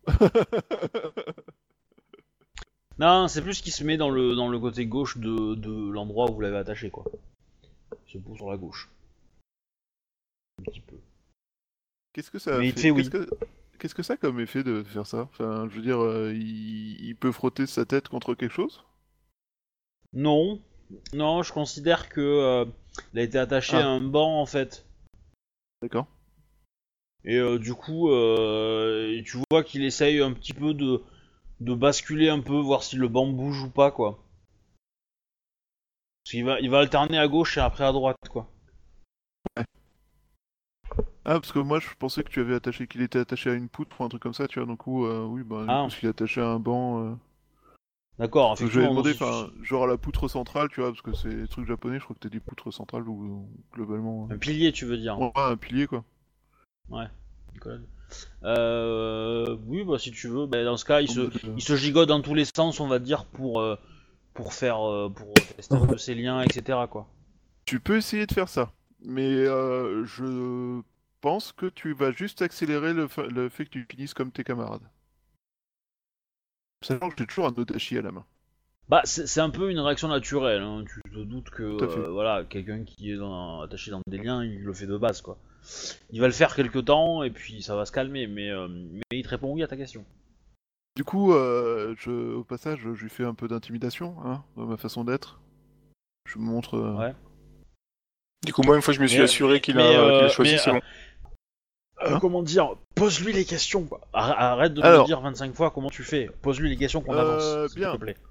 [SPEAKER 1] Non, c'est plus qu'il se met dans le côté gauche de l'endroit où vous l'avez attaché, quoi. Il se pose sur la gauche. Un petit peu.
[SPEAKER 2] Qu'est-ce que ça
[SPEAKER 1] Mais il
[SPEAKER 2] fait
[SPEAKER 1] te fait oui.
[SPEAKER 2] Qu'est-ce que ça a comme effet de faire ça? Enfin, je veux dire, il peut frotter sa tête contre quelque chose?
[SPEAKER 1] Non. Non, je considère que il a été attaché à
[SPEAKER 2] Ah,
[SPEAKER 1] un banc, en fait.
[SPEAKER 2] d'accord.
[SPEAKER 1] Et du coup, tu vois qu'il essaye un petit peu de basculer un peu, voir si le banc bouge ou pas, quoi. Parce qu'il va alterner à gauche et après à droite, quoi.
[SPEAKER 2] Ah, parce que moi je pensais que tu avais attaché, qu'il était attaché à une poutre ou un truc comme ça, tu vois. Donc, oui, bah, du coup,
[SPEAKER 1] Ah,
[SPEAKER 2] s'il est attaché à un banc.
[SPEAKER 1] d'accord,
[SPEAKER 2] Je vais
[SPEAKER 1] effectivement, non,
[SPEAKER 2] demander,
[SPEAKER 1] si
[SPEAKER 2] enfin, genre à la poutre centrale, tu vois, parce que c'est des trucs japonais, je crois que t'as dit poutre centrale ou globalement.
[SPEAKER 1] un pilier, tu veux dire.
[SPEAKER 2] Ouais, un pilier, quoi.
[SPEAKER 1] Ouais, une colonne. Oui, bah si tu veux, bah, dans ce cas,
[SPEAKER 2] En mode,
[SPEAKER 1] il se gigote dans tous les sens, on va dire, pour tester un peu ses liens, etc., quoi.
[SPEAKER 2] Tu peux essayer de faire ça, mais je pense que tu vas juste accélérer le fait que tu finisses comme tes camarades. Sachant que j'ai toujours un Odachi à la main.
[SPEAKER 1] Bah, c'est un peu une réaction naturelle, hein. Tu te doutes que,
[SPEAKER 2] Tout à fait.
[SPEAKER 1] voilà, quelqu'un qui est attaché dans des liens, il le fait de base, quoi. Il va le faire quelque temps, et puis ça va se calmer, mais il te répond oui à ta question.
[SPEAKER 2] Du coup, au passage, je lui fais un peu d'intimidation, hein, dans ma façon d'être. Je me montre.
[SPEAKER 1] Ouais.
[SPEAKER 3] Du coup, moi, une fois que je me suis
[SPEAKER 1] Mais,
[SPEAKER 3] assuré qu'il
[SPEAKER 1] mais,
[SPEAKER 3] a
[SPEAKER 1] euh,
[SPEAKER 3] choisi,
[SPEAKER 1] mais,
[SPEAKER 3] c'est bon.
[SPEAKER 2] Hein
[SPEAKER 1] comment dire, pose-lui les questions, quoi. Arrête de me
[SPEAKER 2] Alors,
[SPEAKER 1] dire 25 fois comment tu fais. Pose-lui les questions qu'on avance, s'il te
[SPEAKER 2] bien.
[SPEAKER 1] plaît.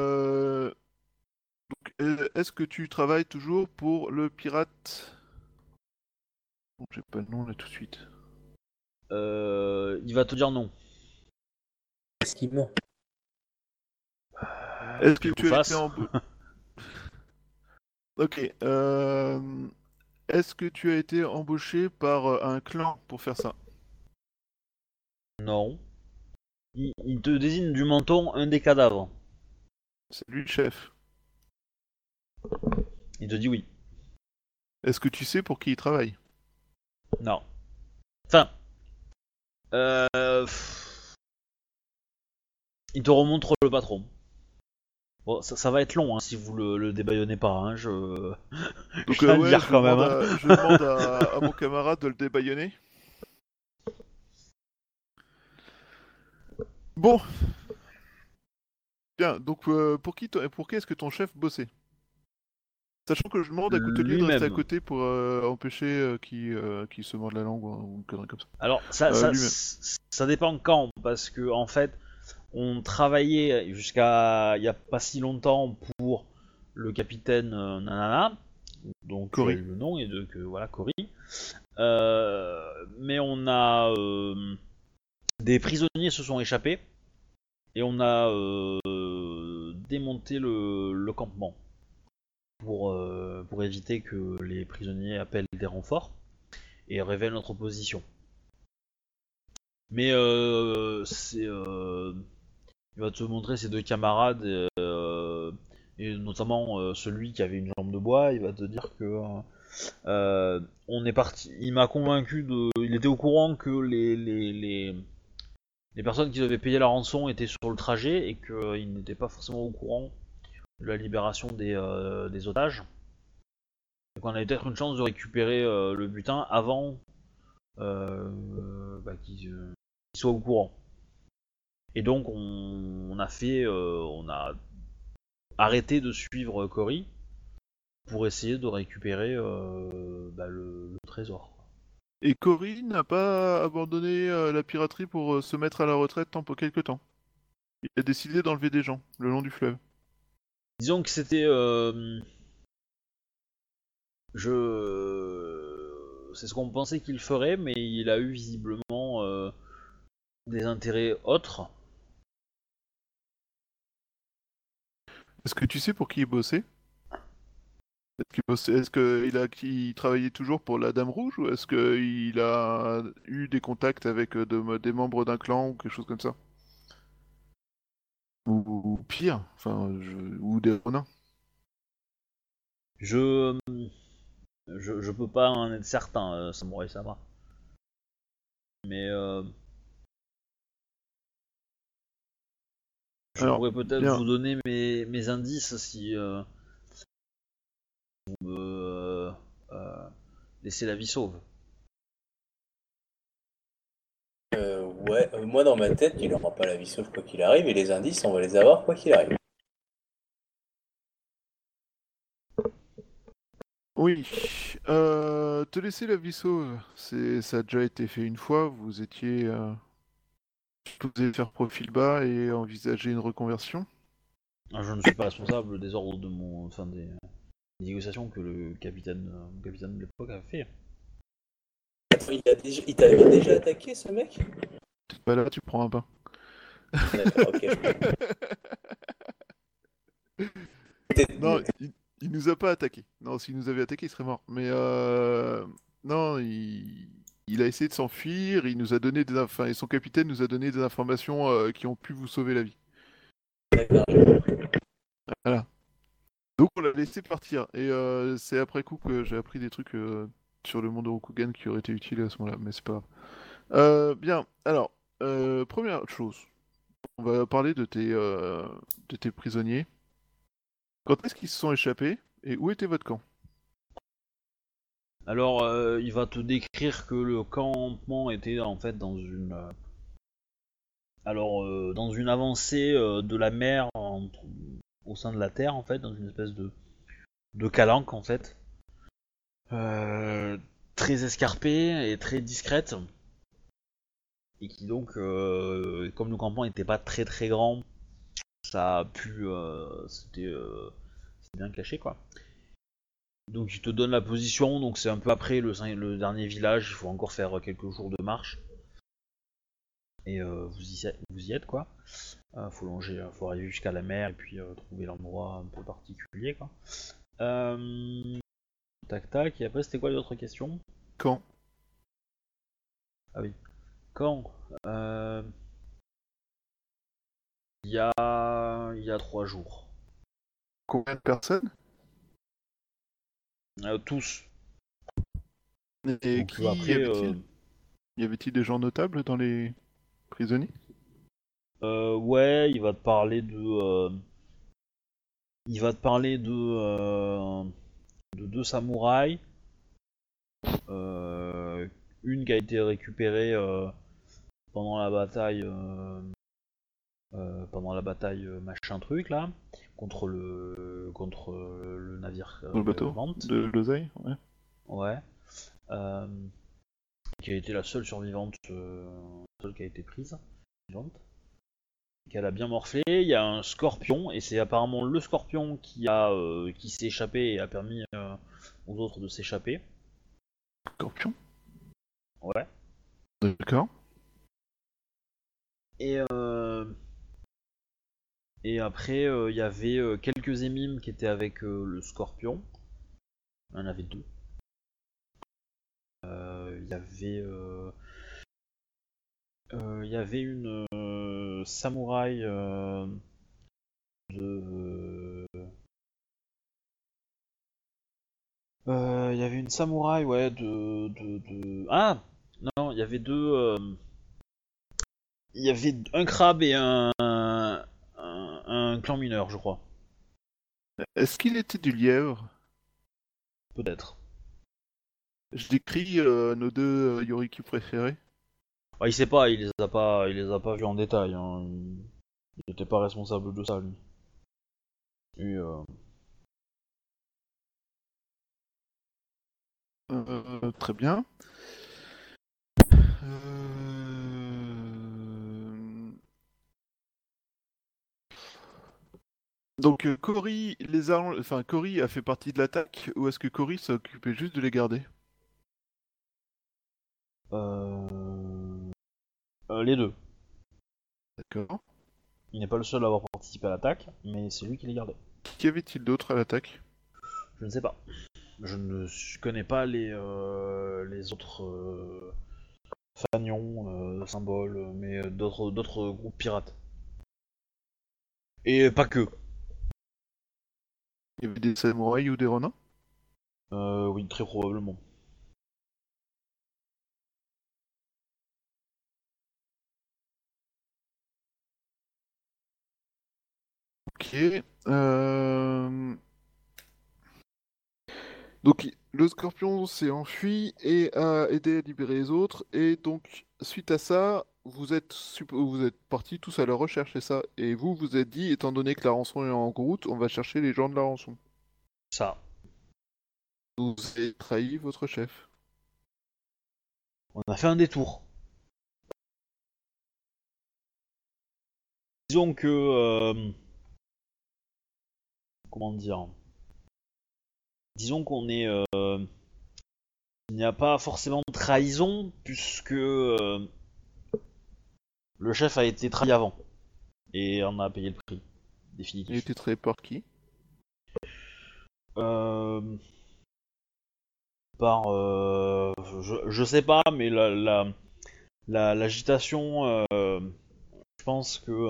[SPEAKER 2] Est-ce que tu travailles toujours pour le pirate? Bon, j'ai pas le nom là tout de suite.
[SPEAKER 1] Il va te dire non.
[SPEAKER 5] Qu'est-ce qu'il ment?
[SPEAKER 2] Est-ce que
[SPEAKER 1] Pile ou
[SPEAKER 2] tu as été
[SPEAKER 1] face.
[SPEAKER 2] embauché? Ok. Est-ce que tu as été embauché par un clan pour faire ça?
[SPEAKER 1] Non. Il te désigne du menton un des cadavres.
[SPEAKER 2] C'est lui le chef.
[SPEAKER 1] Il te dit oui.
[SPEAKER 2] Est-ce que tu sais pour qui il travaille?
[SPEAKER 1] Non. Enfin, pff, il te remontre le patron. Bon, ça va être long hein, si vous le débaillonnez pas. Hein, je
[SPEAKER 2] Donc
[SPEAKER 1] tiens à le
[SPEAKER 2] ouais,
[SPEAKER 1] dire quand même. Hein.
[SPEAKER 2] je demande à mon camarade de le débaillonner. Bon, bien. Donc pour qui est-ce que ton chef bossait? Sachant que je demande à Coutelier de rester à
[SPEAKER 1] Lui-même.
[SPEAKER 2] côté pour empêcher qu'il se morde la langue ou une connerie comme ça.
[SPEAKER 1] Alors,
[SPEAKER 2] Lui-même.
[SPEAKER 1] ça dépend quand, parce que en fait, on travaillait jusqu'à il y a pas si longtemps pour le capitaine Nanana, donc tu as
[SPEAKER 2] Cory.
[SPEAKER 1] eu le nom et de que voilà Cory. Mais on a des prisonniers se sont échappés et on a démonté le campement pour éviter que les prisonniers appellent des renforts et révèlent notre position. Mais il va te montrer ses deux camarades et notamment celui qui avait une jambe de bois. Il va te dire que on est parti. Il m'a convaincu de. Il était au courant que les personnes qui devaient payer la rançon étaient sur le trajet et qu'il n'était pas forcément au courant de la libération des otages. Donc on avait peut-être une chance de récupérer le butin avant qu'ils soient au courant. Et donc on a arrêté de suivre Cory pour essayer de récupérer le trésor.
[SPEAKER 2] Et Cory n'a pas abandonné la piraterie pour se mettre à la retraite pour quelque temps. Il a décidé d'enlever des gens le long du fleuve.
[SPEAKER 1] Disons que c'était c'est ce qu'on pensait qu'il ferait, mais il a eu visiblement des intérêts autres.
[SPEAKER 2] Est-ce que tu sais pour qui il bossait? Est-ce qu'il travaillait toujours pour la Dame Rouge ou est-ce qu'il a eu des contacts avec des membres d'un clan ou quelque chose comme ça? Ou pire, enfin, ou des renards.
[SPEAKER 1] Je peux pas en être certain, Samurai Sama. Mais je
[SPEAKER 2] Alors,
[SPEAKER 1] pourrais peut-être
[SPEAKER 2] bien.
[SPEAKER 1] vous donner mes indices si vous me laissez la vie sauve.
[SPEAKER 4] Ouais, moi dans ma tête, il aura pas la vie sauve quoi qu'il arrive, et les indices, on va les avoir quoi qu'il arrive.
[SPEAKER 2] Oui. Te laisser la vie sauve, ça a déjà été fait une fois. Vous étiez supposé faire profil bas et envisager une reconversion.
[SPEAKER 1] Je ne suis pas responsable des ordres de des négociations que le capitaine de l'époque a fait.
[SPEAKER 4] Attends, il t'avait déjà attaqué ce mec?
[SPEAKER 2] T'es pas là, tu prends un pain.
[SPEAKER 4] D'accord, ok.
[SPEAKER 2] Non, il nous a pas attaqué. Non, s'il nous avait attaqué, il serait mort. Mais non, il a essayé de s'enfuir. Il nous a donné enfin, et son capitaine nous a donné des informations qui ont pu vous sauver la vie.
[SPEAKER 4] D'accord.
[SPEAKER 2] Voilà. Donc on l'a laissé partir. Et c'est après coup que j'ai appris des trucs sur le monde de Rokugan qui auraient été utiles à ce moment-là. Mais c'est pas grave. Bien. Alors, première chose, on va parler de tes prisonniers. Quand est-ce qu'ils se sont échappés et où était votre camp?
[SPEAKER 1] Alors, il va te décrire que le campement était en fait dans une dans une avancée de la mer au sein de la terre en fait, dans une espèce de calanque en fait, euh, très escarpée et très discrète, et qui donc, comme le campement n'était pas très très grand, ça a pu, c'était bien caché quoi. Donc il te donne la position, donc c'est un peu après le dernier village, il faut encore faire quelques jours de marche. Et vous y êtes quoi. Faut arriver jusqu'à la mer et puis trouver l'endroit un peu particulier quoi. Tac tac, et après c'était quoi les autres questions?
[SPEAKER 2] Quand?
[SPEAKER 1] Ah oui. Quand euh, il y a 3 jours.
[SPEAKER 2] Combien de personnes?
[SPEAKER 1] Tous.
[SPEAKER 2] Et
[SPEAKER 1] Donc
[SPEAKER 2] qui y
[SPEAKER 1] après,
[SPEAKER 2] avait-il? Y avait-il des gens notables dans les prisonniers?
[SPEAKER 1] ouais, il va te parler de deux samouraïs. Euh, une qui a été récupérée pendant la bataille, machin truc là, contre le navire
[SPEAKER 2] Dans le bateau?
[SPEAKER 1] Vente.
[SPEAKER 2] De l'oseille? Ouais.
[SPEAKER 1] Ouais. Euh, qui a été la seule survivante, seule qui a été prise, vivante, qu'elle a bien morflé. Il y a un scorpion et c'est apparemment le scorpion qui s'est échappé et a permis aux autres de s'échapper.
[SPEAKER 2] Scorpion?
[SPEAKER 1] Ouais.
[SPEAKER 2] D'accord.
[SPEAKER 1] Et après, il y avait quelques émimes qui étaient avec le scorpion. Il y en avait deux. Il y avait une samouraï de. Il y avait une samouraï, ouais, Ah non, il y avait deux. Il y avait un crabe et un clan mineur, je crois.
[SPEAKER 2] Est-ce qu'il était du lièvre?
[SPEAKER 1] Peut-être.
[SPEAKER 2] Je décris nos deux Yoriki préférés.
[SPEAKER 1] Ah, il sait pas, il les a pas vus en détail. Hein. Il était pas responsable de ça, lui. Et,
[SPEAKER 2] Très bien. Donc Cory enfin Cory a fait partie de l'attaque ou est-ce que Cory s'est occupé juste de les garder?
[SPEAKER 1] les deux.
[SPEAKER 2] D'accord.
[SPEAKER 1] Il n'est pas le seul à avoir participé à l'attaque, mais c'est lui qui les gardait.
[SPEAKER 2] Qu'y avait-il d'autre à l'attaque?
[SPEAKER 1] Je ne sais pas. Je ne connais pas les autres fanions, symboles, mais d'autres groupes pirates. Et pas que.
[SPEAKER 2] Il y avait des samouraïs ou des renards?
[SPEAKER 1] Oui, très probablement.
[SPEAKER 2] Ok. Donc le scorpion s'est enfui et a aidé à libérer les autres. Et donc suite à ça, vous êtes partis tous à la recherche, c'est ça? Et vous vous êtes dit, étant donné que la rançon est en route, on va chercher les gens de la rançon.
[SPEAKER 1] Ça.
[SPEAKER 2] Vous avez trahi votre chef.
[SPEAKER 1] On a fait un détour. Disons que... comment dire? Disons qu'on est... il n'y a pas forcément de trahison, puisque le chef a été trahi avant. Et on a payé le prix.
[SPEAKER 2] Il a
[SPEAKER 1] Définitif.
[SPEAKER 2] été trahi par qui?
[SPEAKER 1] Euh, Par... je sais pas, mais l'agitation... je pense que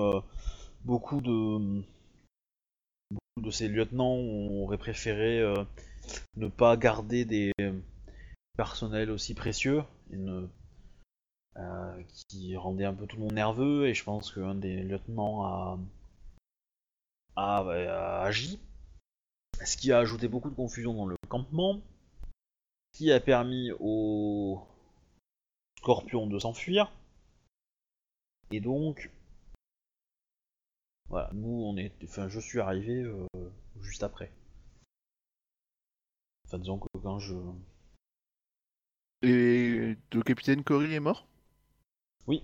[SPEAKER 1] beaucoup de ces lieutenants auraient préféré ne pas garder des personnels aussi précieux et qui rendaient un peu tout le monde nerveux, et je pense qu'un des lieutenants a agi, ce qui a ajouté beaucoup de confusion dans le campement, qui a permis aux scorpions de s'enfuir, et donc voilà, je suis arrivé juste après. Enfin, disons que quand je...
[SPEAKER 2] Et le capitaine Cory est mort?
[SPEAKER 1] Oui,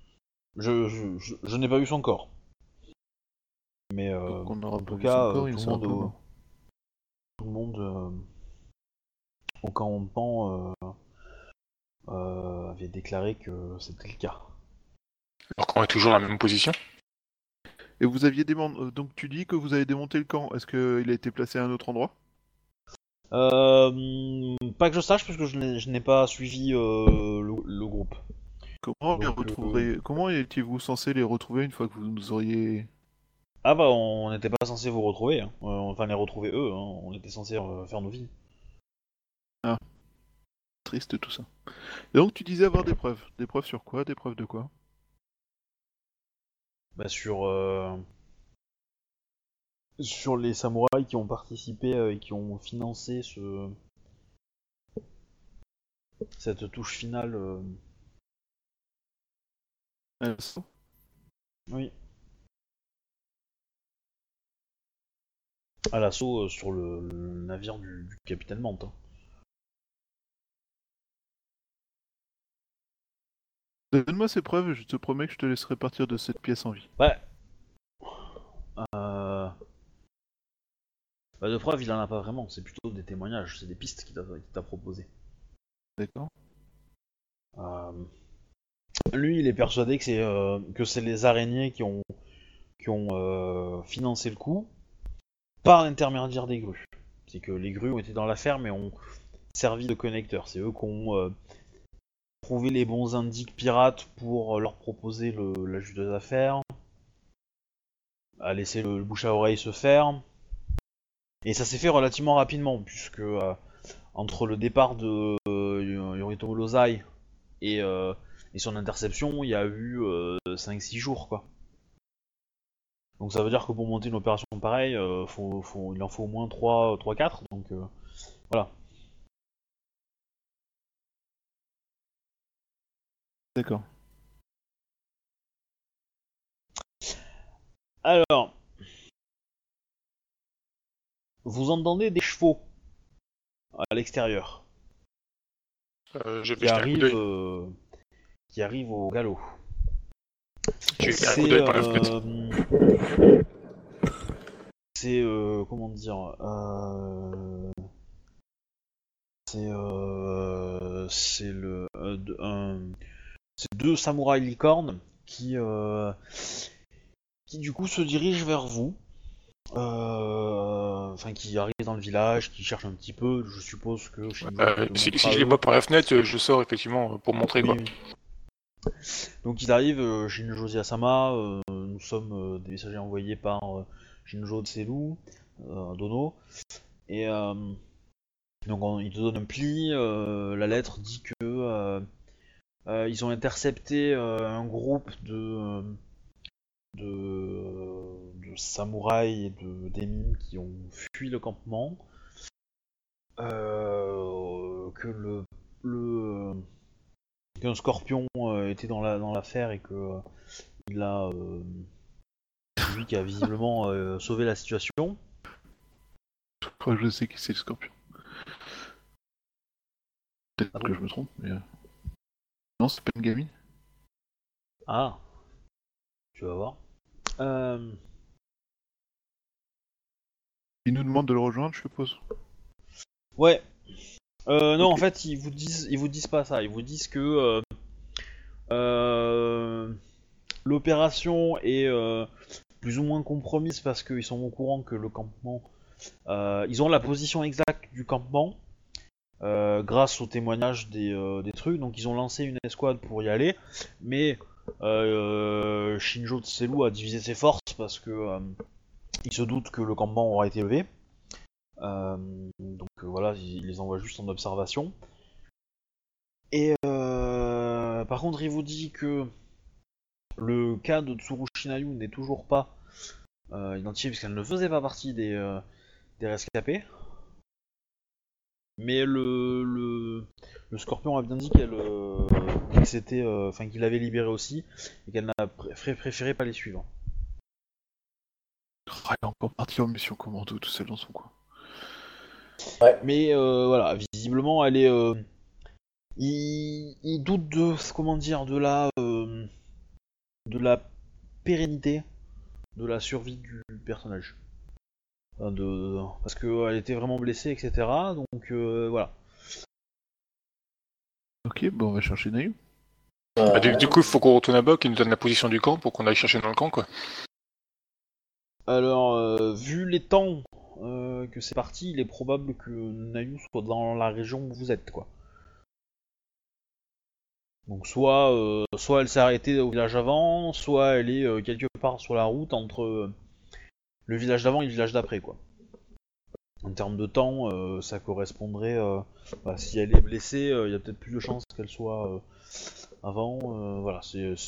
[SPEAKER 1] je n'ai pas vu son corps. Mais
[SPEAKER 2] Donc on n'aura
[SPEAKER 1] en
[SPEAKER 2] pas
[SPEAKER 1] tout
[SPEAKER 2] vu son
[SPEAKER 1] cas,
[SPEAKER 2] corps, il sera pas mort.
[SPEAKER 1] tout le monde au campement avait déclaré que c'était le cas.
[SPEAKER 3] Alors qu'on est toujours dans la même position.
[SPEAKER 2] Et vous aviez donc tu dis que vous avez démonté le camp. Est-ce qu'il a été placé à un autre endroit?
[SPEAKER 1] Pas que je sache, parce que je n'ai pas suivi le groupe. Donc,
[SPEAKER 2] Comment étiez-vous censé les retrouver une fois que vous nous auriez...
[SPEAKER 1] ah bah on n'était pas censé vous retrouver, hein. Enfin les retrouver eux, hein. On était censé faire nos vies.
[SPEAKER 2] Ah, triste tout ça. Et donc tu disais avoir des preuves. Des preuves sur quoi? Des preuves de quoi?
[SPEAKER 1] Bah sur les samouraïs qui ont participé et qui ont financé cette touche finale.
[SPEAKER 2] Ça.
[SPEAKER 1] Oui. À l'assaut sur le navire du capitaine Mante, hein.
[SPEAKER 2] Donne-moi ces preuves et je te promets que je te laisserai partir de cette pièce en vie.
[SPEAKER 1] Ouais. Euh... Bah de preuves, il en a pas vraiment. C'est plutôt des témoignages, c'est des pistes qu'il t'a proposé.
[SPEAKER 2] D'accord?
[SPEAKER 1] Euh... Lui, il est persuadé que c'est les araignées qui ont financé le coup par l'intermédiaire des grues. C'est que les grues ont été dans l'affaire mais ont servi de connecteurs. C'est eux qui ont trouvé les bons indices pirates pour leur proposer la juteuse d'affaires, à laisser le bouche à oreille se faire. Et ça s'est fait relativement rapidement, puisque entre le départ de Yoritomo Lozai et son interception, il y a eu 5-6 jours, quoi. Donc ça veut dire que pour monter une opération pareille, il en faut au moins 3-4, donc voilà.
[SPEAKER 2] D'accord.
[SPEAKER 1] Alors, vous entendez des chevaux à l'extérieur
[SPEAKER 3] Je vais
[SPEAKER 1] qui
[SPEAKER 3] jeter un coup d'œil.
[SPEAKER 1] arrivent au galop.
[SPEAKER 3] Je vais jeter un coup
[SPEAKER 1] C'est
[SPEAKER 3] d'œil par la fenêtre.
[SPEAKER 1] c'est comment dire c'est c'est deux samouraïs licornes qui du coup se dirigent vers vous. Enfin, qui arrivent dans le village, qui cherchent un petit peu. Je suppose que Shinjo
[SPEAKER 3] Si je les vois par la fenêtre, je sors effectivement pour montrer quoi.
[SPEAKER 1] Oui. Donc ils arrivent, Shinjo Asama, nous sommes des messagers envoyés par Shinjo Tselu, Dono, et Donc il te donne un pli, la lettre dit que ils ont intercepté un groupe de samouraïs et d'émimes qui ont fui le campement, que qu'un scorpion était dans l'affaire et que il a c'est lui qui a visiblement sauvé la situation.
[SPEAKER 2] Je crois que je sais qui c'est le scorpion. Peut-être
[SPEAKER 1] Ah
[SPEAKER 2] que
[SPEAKER 1] bon
[SPEAKER 2] je me trompe, mais... Non, c'est pas une gamine.
[SPEAKER 1] Ah, tu vas voir.
[SPEAKER 2] Il nous demande de le rejoindre, je suppose.
[SPEAKER 1] Ouais. Non,
[SPEAKER 2] Ok.
[SPEAKER 1] en fait, ils vous disent pas ça. Ils vous disent que l'opération est plus ou moins compromise parce qu'ils sont au courant que le campement, ils ont la position exacte du campement grâce au témoignage des trucs. Donc, ils ont lancé une escouade pour y aller, mais Shinjo Tselu a divisé ses forces parce que il se doute que le campement aura été levé. Donc voilà, il les envoie juste en observation. Et par contre, il vous dit que le cas de Tsurushi Nayu n'est toujours pas identifié puisqu'elle ne faisait pas partie des rescapés. Mais le Scorpion a bien dit qu'il avait libéré aussi et qu'elle n'a préféré pas les suivre.
[SPEAKER 2] Ah, il est encore parti en mission commando tout seul dans son coin.
[SPEAKER 1] Mais voilà, visiblement, elle est. Il doute de la pérennité, de la survie du personnage. Enfin, parce qu'elle était vraiment blessée, etc. Donc voilà.
[SPEAKER 2] Ok, bon, on va chercher Nayu.
[SPEAKER 3] Bah, du coup, il faut qu'on retourne à bas, qu'il nous donne la position du camp pour qu'on aille chercher dans le camp, quoi.
[SPEAKER 1] Alors, vu les temps que c'est parti, il est probable que Nayu soit dans la région où vous êtes, quoi. Donc soit elle s'est arrêtée au village avant, soit elle est quelque part sur la route entre le village d'avant et le village d'après, quoi. En termes de temps, ça correspondrait. Si elle est blessée, il y a peut-être plus de chances qu'elle soit avant. Voilà,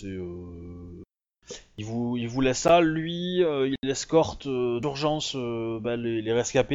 [SPEAKER 1] il vous laisse ça. Lui, il escorte d'urgence les rescapés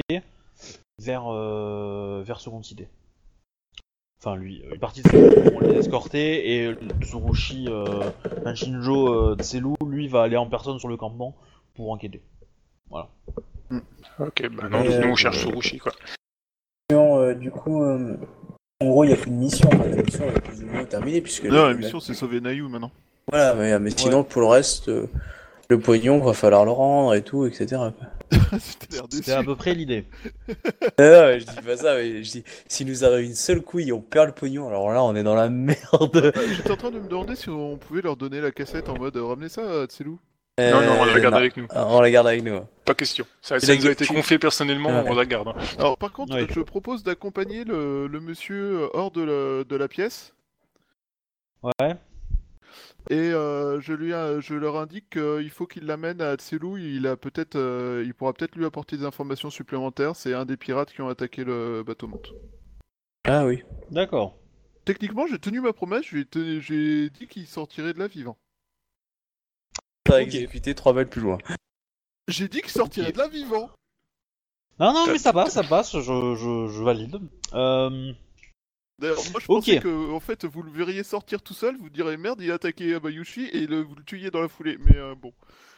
[SPEAKER 1] vers Seconde Cité. Enfin, lui, une partie de ses troupes vont les escorter et Tsurushi Shinjo Tselu, lui, va aller en personne sur le campement pour enquêter. Voilà.
[SPEAKER 3] Ok, bah non, nous on cherche Tsurushi, quoi.
[SPEAKER 4] Du coup, en gros, il n'y a plus de mission. Enfin, la mission est plus ou moins terminée. Puisque
[SPEAKER 2] Non, la mission c'est sauver Nayu maintenant.
[SPEAKER 4] Voilà, mais sinon, pour le reste, le pognon, va falloir le rendre et tout, etc.
[SPEAKER 2] C'était l'air déçu.
[SPEAKER 1] C'était à peu près l'idée.
[SPEAKER 4] Non, je dis pas ça, mais je dis, s'il nous arrive une seule couille et on perd le pognon, alors là, on est dans la merde.
[SPEAKER 2] J'étais en train de me demander si on pouvait leur donner la cassette en mode ramenez ça, Tselu.
[SPEAKER 3] Non, on la garde avec nous.
[SPEAKER 4] On la garde avec nous. Ouais.
[SPEAKER 3] Pas question. Ça
[SPEAKER 4] Il a
[SPEAKER 3] nous a été
[SPEAKER 4] dit-
[SPEAKER 3] confié personnellement,
[SPEAKER 4] Ouais.
[SPEAKER 3] on la garde. Hein.
[SPEAKER 2] Alors par contre,
[SPEAKER 1] Oui.
[SPEAKER 2] je propose d'accompagner le monsieur hors de la pièce.
[SPEAKER 1] Ouais.
[SPEAKER 2] Et je leur indique qu'il faut qu'il l'amène à Tselu. Il pourra peut-être lui apporter des informations supplémentaires. C'est un des pirates qui ont attaqué le bateau monte.
[SPEAKER 4] Ah oui.
[SPEAKER 1] D'accord.
[SPEAKER 2] Techniquement, j'ai tenu ma promesse. J'ai dit qu'il sortirait de là vivant.
[SPEAKER 4] T'as
[SPEAKER 1] Ok.
[SPEAKER 4] exécuté 3 balles plus loin.
[SPEAKER 2] J'ai dit qu'il sortirait de là vivant.
[SPEAKER 1] Non, mais ça passe, je valide.
[SPEAKER 2] D'ailleurs, moi je
[SPEAKER 1] Ok.
[SPEAKER 2] pensais que en fait vous le verriez sortir tout seul, vous direz merde, il a attaqué Abayushi et vous le tuiez dans la foulée. Mais bon.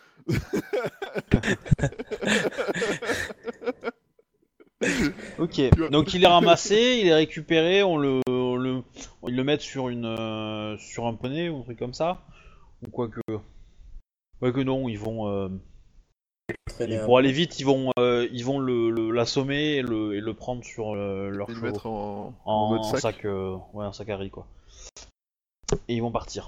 [SPEAKER 1] Ok.
[SPEAKER 2] Tu vois.
[SPEAKER 1] Donc il est ramassé, il est récupéré, ils le mettent sur sur un poney ou un truc comme ça. Ou quoi que non, ils vont. Pour aller vite, ils vont l'assommer et le prendre sur leur
[SPEAKER 2] Et le
[SPEAKER 1] chevaux.
[SPEAKER 2] mettre en mode sac.
[SPEAKER 1] Un sac à riz quoi. Et ils vont partir.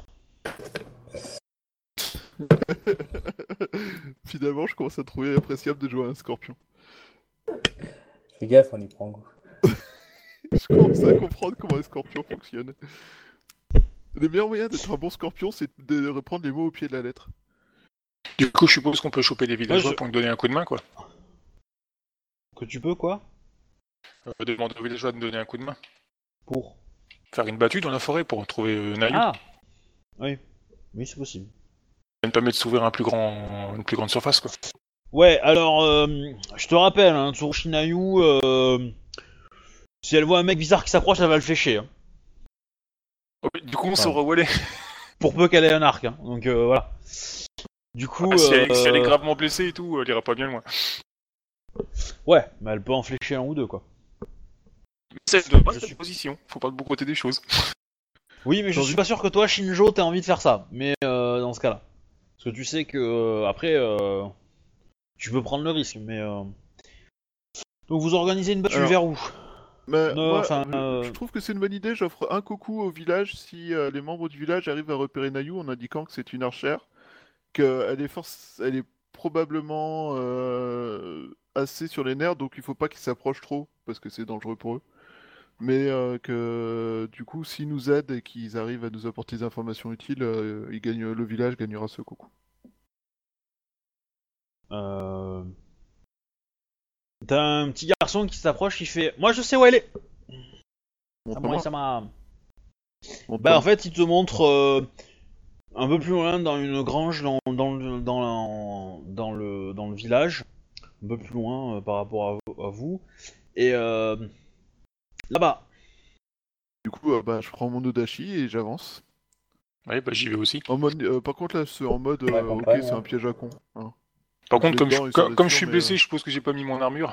[SPEAKER 2] Finalement, je commence à trouver appréciable de jouer à un scorpion.
[SPEAKER 4] Fais gaffe, on y prend goût.
[SPEAKER 2] Je commence à comprendre comment un scorpion fonctionne. Le meilleur moyen d'être un bon scorpion, c'est de reprendre les mots au pied de la lettre.
[SPEAKER 3] Du coup, je suppose qu'on peut choper des villageois
[SPEAKER 1] Ouais,
[SPEAKER 3] pour nous donner un coup de main, quoi.
[SPEAKER 1] Que tu peux quoi?
[SPEAKER 3] Demander aux villageois de me donner un coup de main.
[SPEAKER 1] Pour.
[SPEAKER 3] Faire une battue dans la forêt pour trouver Nayu.
[SPEAKER 1] Ah. Oui. Oui, c'est possible.
[SPEAKER 3] Ça me permet de s'ouvrir une plus grande surface, quoi.
[SPEAKER 1] Ouais, alors, je te rappelle, hein, Tsurushi Nayu, si elle voit un mec bizarre qui s'approche, elle va le flécher. Hein.
[SPEAKER 3] Oh, du coup, on saura où elle est.
[SPEAKER 1] Pour peu qu'elle ait un arc. Hein. Donc voilà. Du coup.
[SPEAKER 3] Si elle est gravement blessée et tout, elle ira pas bien loin.
[SPEAKER 1] Ouais, mais elle peut en flécher un ou deux, quoi.
[SPEAKER 3] Mais c'est de
[SPEAKER 1] Je suis-
[SPEAKER 3] position. Faut pas de bon côté des choses.
[SPEAKER 1] Oui, mais je suis pas sûr que toi, Shinjo, t'aies envie de faire ça. Mais dans ce cas-là. Parce que tu sais que, après, tu peux prendre le risque, mais... Donc vous organisez une battue
[SPEAKER 2] Alors,
[SPEAKER 1] vers où?
[SPEAKER 2] Mais
[SPEAKER 1] Non,
[SPEAKER 2] moi,
[SPEAKER 1] enfin,
[SPEAKER 2] je trouve que c'est une bonne idée. J'offre un coucou au village si les membres du village arrivent à repérer Nayu en indiquant que c'est une archère, qu'elle elle est probablement assez sur les nerfs, donc il faut pas qu'ils s'approchent trop parce que c'est dangereux pour eux. Mais que du coup, s'ils nous aident et qu'ils arrivent à nous apporter des informations utiles, le village gagnera ce coucou.
[SPEAKER 1] T'as un petit garçon qui s'approche, qui fait... Moi, je sais où elle est.
[SPEAKER 2] Montre-moi.
[SPEAKER 1] Ça m'a...
[SPEAKER 2] Montre-moi.
[SPEAKER 1] Bah, en fait, il te montre un peu plus loin dans une grange dans le village. Un peu plus loin par rapport à vous. Et là-bas.
[SPEAKER 2] Du coup, bah, je prends mon Odachi et j'avance.
[SPEAKER 3] Ouais, bah j'y vais aussi.
[SPEAKER 2] En mode, par contre là, c'est en mode,
[SPEAKER 4] Ouais,
[SPEAKER 2] ok,
[SPEAKER 4] campagne,
[SPEAKER 2] c'est
[SPEAKER 4] hein.
[SPEAKER 2] un piège à con. Hein.
[SPEAKER 3] Par contre,
[SPEAKER 2] Les dents, ils sont
[SPEAKER 3] comme je
[SPEAKER 2] dessus,
[SPEAKER 3] suis
[SPEAKER 2] mais,
[SPEAKER 3] blessé, je suppose que j'ai pas mis mon armure.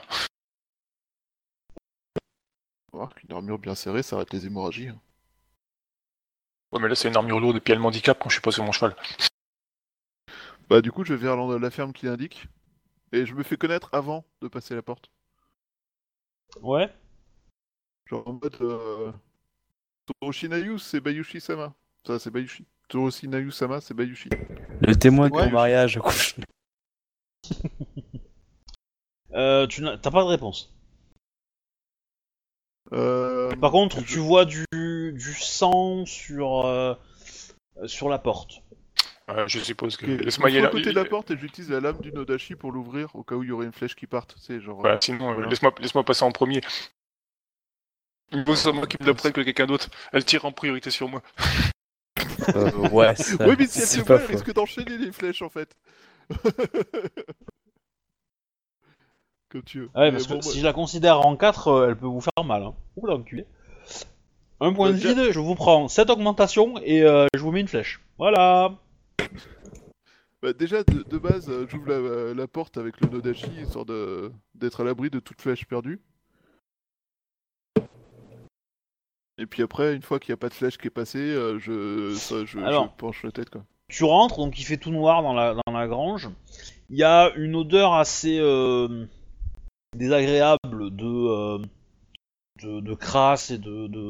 [SPEAKER 2] Une armure bien serrée, ça arrête les hémorragies. Hein.
[SPEAKER 3] Ouais, mais là, c'est une armure lourde et puis elle m'handicape quand je suis pas sur mon cheval.
[SPEAKER 2] Bah du coup, je vais vers la ferme qui l'indique et je me fais connaître avant de passer la porte.
[SPEAKER 1] Ouais.
[SPEAKER 2] Genre en mode, Toroshinayu, c'est Bayushi-sama. Ça, c'est Bayushi. Toroshinayu-sama, c'est Bayushi.
[SPEAKER 5] Le témoin de
[SPEAKER 1] Ouais.
[SPEAKER 5] ton mariage couche.
[SPEAKER 1] T'as pas de réponse. Par contre, tu vois du sang sur la porte.
[SPEAKER 3] Je suppose que.
[SPEAKER 2] Ok,
[SPEAKER 3] Laisse-moi
[SPEAKER 2] je
[SPEAKER 3] y
[SPEAKER 2] suis à
[SPEAKER 3] aller.
[SPEAKER 2] côté de la porte et j'utilise la lame du Nodashi pour l'ouvrir au cas où il y aurait une flèche qui parte. Tu sais, genre.
[SPEAKER 3] Bah, sinon,
[SPEAKER 2] voilà.
[SPEAKER 3] laisse-moi passer en premier. Il vaut ça moi qui me d'après que quelqu'un d'autre. Elle tire en priorité sur moi.
[SPEAKER 5] Ouais, ça,
[SPEAKER 2] Oui, mais si elle
[SPEAKER 5] c'est
[SPEAKER 2] te
[SPEAKER 5] pas
[SPEAKER 2] voit, elle
[SPEAKER 5] faux.
[SPEAKER 2] risque d'enchaîner les flèches en fait. Comme tu veux.
[SPEAKER 1] Ouais,
[SPEAKER 2] Mais
[SPEAKER 1] parce que
[SPEAKER 2] bon,
[SPEAKER 1] si je la considère en 4, elle peut vous faire mal. Hein. Ouh l'enculé. Un point de
[SPEAKER 2] Déjà-
[SPEAKER 1] vide, je vous prends cette augmentation et je vous mets une flèche. Voilà.
[SPEAKER 2] Bah, déjà, de base, j'ouvre la porte avec le Nodashi, histoire d'être à l'abri de toute flèche perdue. Et puis après, une fois qu'il n'y a pas de flèche qui est passée, je penche la tête, quoi.
[SPEAKER 1] Tu rentres, donc il fait tout noir dans la grange. Il y a une odeur assez désagréable de crasse et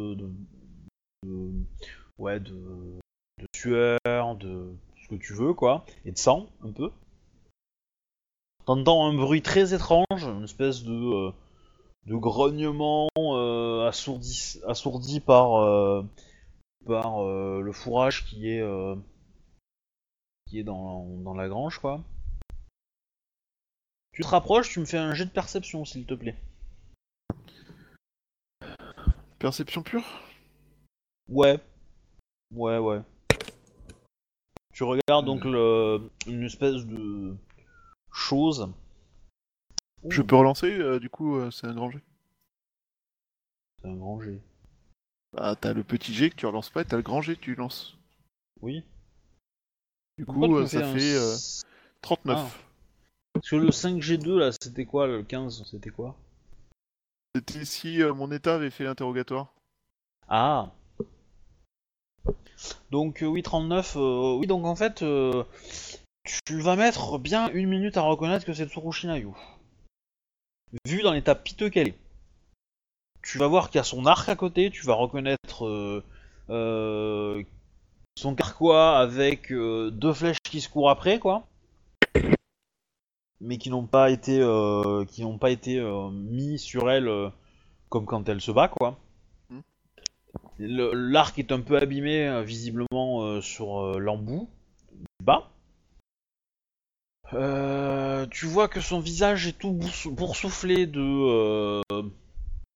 [SPEAKER 1] ouais, de sueur, de ce que tu veux, quoi. Et de sang, un peu. T'entends un bruit très étrange, une espèce de grognement assourdi par le fourrage qui est dans la grange, quoi. Tu te rapproches, tu me fais un jet de perception, s'il te plaît.
[SPEAKER 2] Perception pure?
[SPEAKER 1] Ouais. Ouais. Tu regardes donc une espèce de chose.
[SPEAKER 2] Je peux relancer, du coup, c'est un grand jet.
[SPEAKER 1] C'est un grand G.
[SPEAKER 2] Bah, t'as le petit jet que tu relances pas et t'as le grand jet que tu lances.
[SPEAKER 1] Oui.
[SPEAKER 2] Du
[SPEAKER 1] Pourquoi tu
[SPEAKER 2] coup,
[SPEAKER 1] me
[SPEAKER 2] ça
[SPEAKER 1] fais un
[SPEAKER 2] fait
[SPEAKER 1] s-
[SPEAKER 2] 39.
[SPEAKER 1] Ah. Parce que le 5G2 là, c'était quoi? Le 15, c'était quoi?
[SPEAKER 2] C'était si mon état avait fait l'interrogatoire.
[SPEAKER 1] Ah. Donc oui, 39. Oui, donc en fait, tu vas mettre bien 1 minute à reconnaître que c'est Tsurushi Nayu. Vu dans l'état piteux qu'elle est. Tu vas voir qu'il y a son arc à côté, tu vas reconnaître son carquois avec 2 flèches qui se courent après, quoi. Mais qui n'ont pas été, mis sur elle comme quand elle se bat, quoi. L'arc est un peu abîmé, visiblement, sur l'embout du bas. Tu vois que son visage est tout boursouflé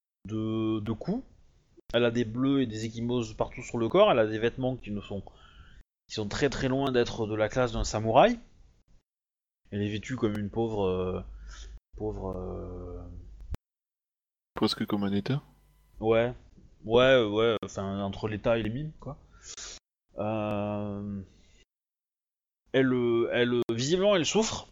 [SPEAKER 1] de coups. Elle a des bleus et des ecchymoses partout sur le corps. Elle a des vêtements qui sont très très loin d'être de la classe d'un samouraï. Elle est vêtue comme une pauvre.
[SPEAKER 2] Presque comme un état.
[SPEAKER 1] Ouais. Enfin, entre l'État et les mines, quoi. Visiblement, elle souffre.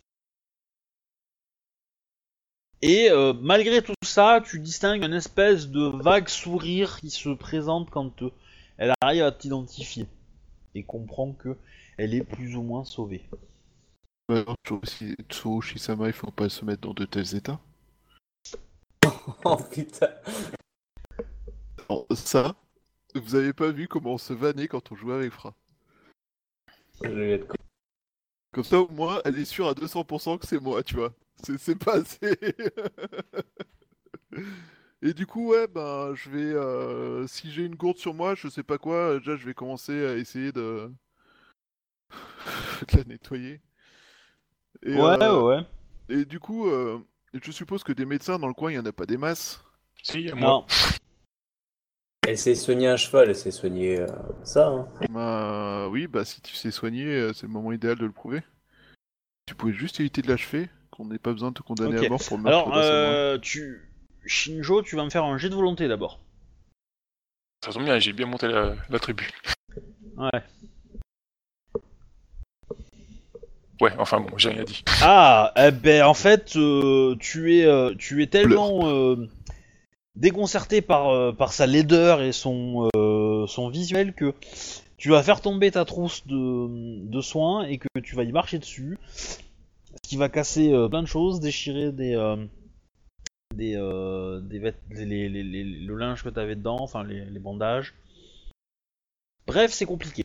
[SPEAKER 1] Et malgré tout ça, tu distingues une espèce de vague sourire qui se présente quand elle arrive à t'identifier. Et comprend que elle est plus ou moins sauvée.
[SPEAKER 2] Alors, Tsurushi-sama, il faut pas se mettre dans de tels états.
[SPEAKER 4] Oh putain.
[SPEAKER 2] Alors, ça, vous avez pas vu comment on se vannait quand on jouait avec Fra.
[SPEAKER 4] Je vais être con.
[SPEAKER 2] Comme ça, au moins, elle est sûre à 200% que c'est moi, tu vois. C'est pas assez. Et du coup, ouais, ben, je vais... si j'ai une gourde sur moi, je sais pas quoi, déjà, je vais commencer à essayer de la nettoyer. Et,
[SPEAKER 1] Ouais.
[SPEAKER 2] et du coup, je suppose que des médecins dans le coin, il y en a pas des masses.
[SPEAKER 3] Si, à moi.
[SPEAKER 1] Non.
[SPEAKER 4] Elle s'est soignée un cheval, elle s'est soignée ça. Hein.
[SPEAKER 2] Bah oui, bah si tu sais soigner, c'est le moment idéal de le prouver. Tu pouvais juste éviter de l'achever, qu'on n'ait pas besoin de te condamner
[SPEAKER 1] Ok.
[SPEAKER 2] à mort pour le meurtre
[SPEAKER 1] Alors,
[SPEAKER 2] d'un samouraï.
[SPEAKER 1] Shinjo, tu vas me faire un jet de volonté d'abord.
[SPEAKER 3] Ça tombe bien, j'ai bien monté la tribu.
[SPEAKER 1] Ouais.
[SPEAKER 3] Ouais, enfin bon, j'ai rien dit.
[SPEAKER 1] Ah, eh ben en fait, tu es tellement déconcerté par sa laideur et son visuel que tu vas faire tomber ta trousse de soins et que tu vas y marcher dessus, ce qui va casser plein de choses, déchirer le linge que t'avais dedans, enfin les bandages. Bref, c'est compliqué.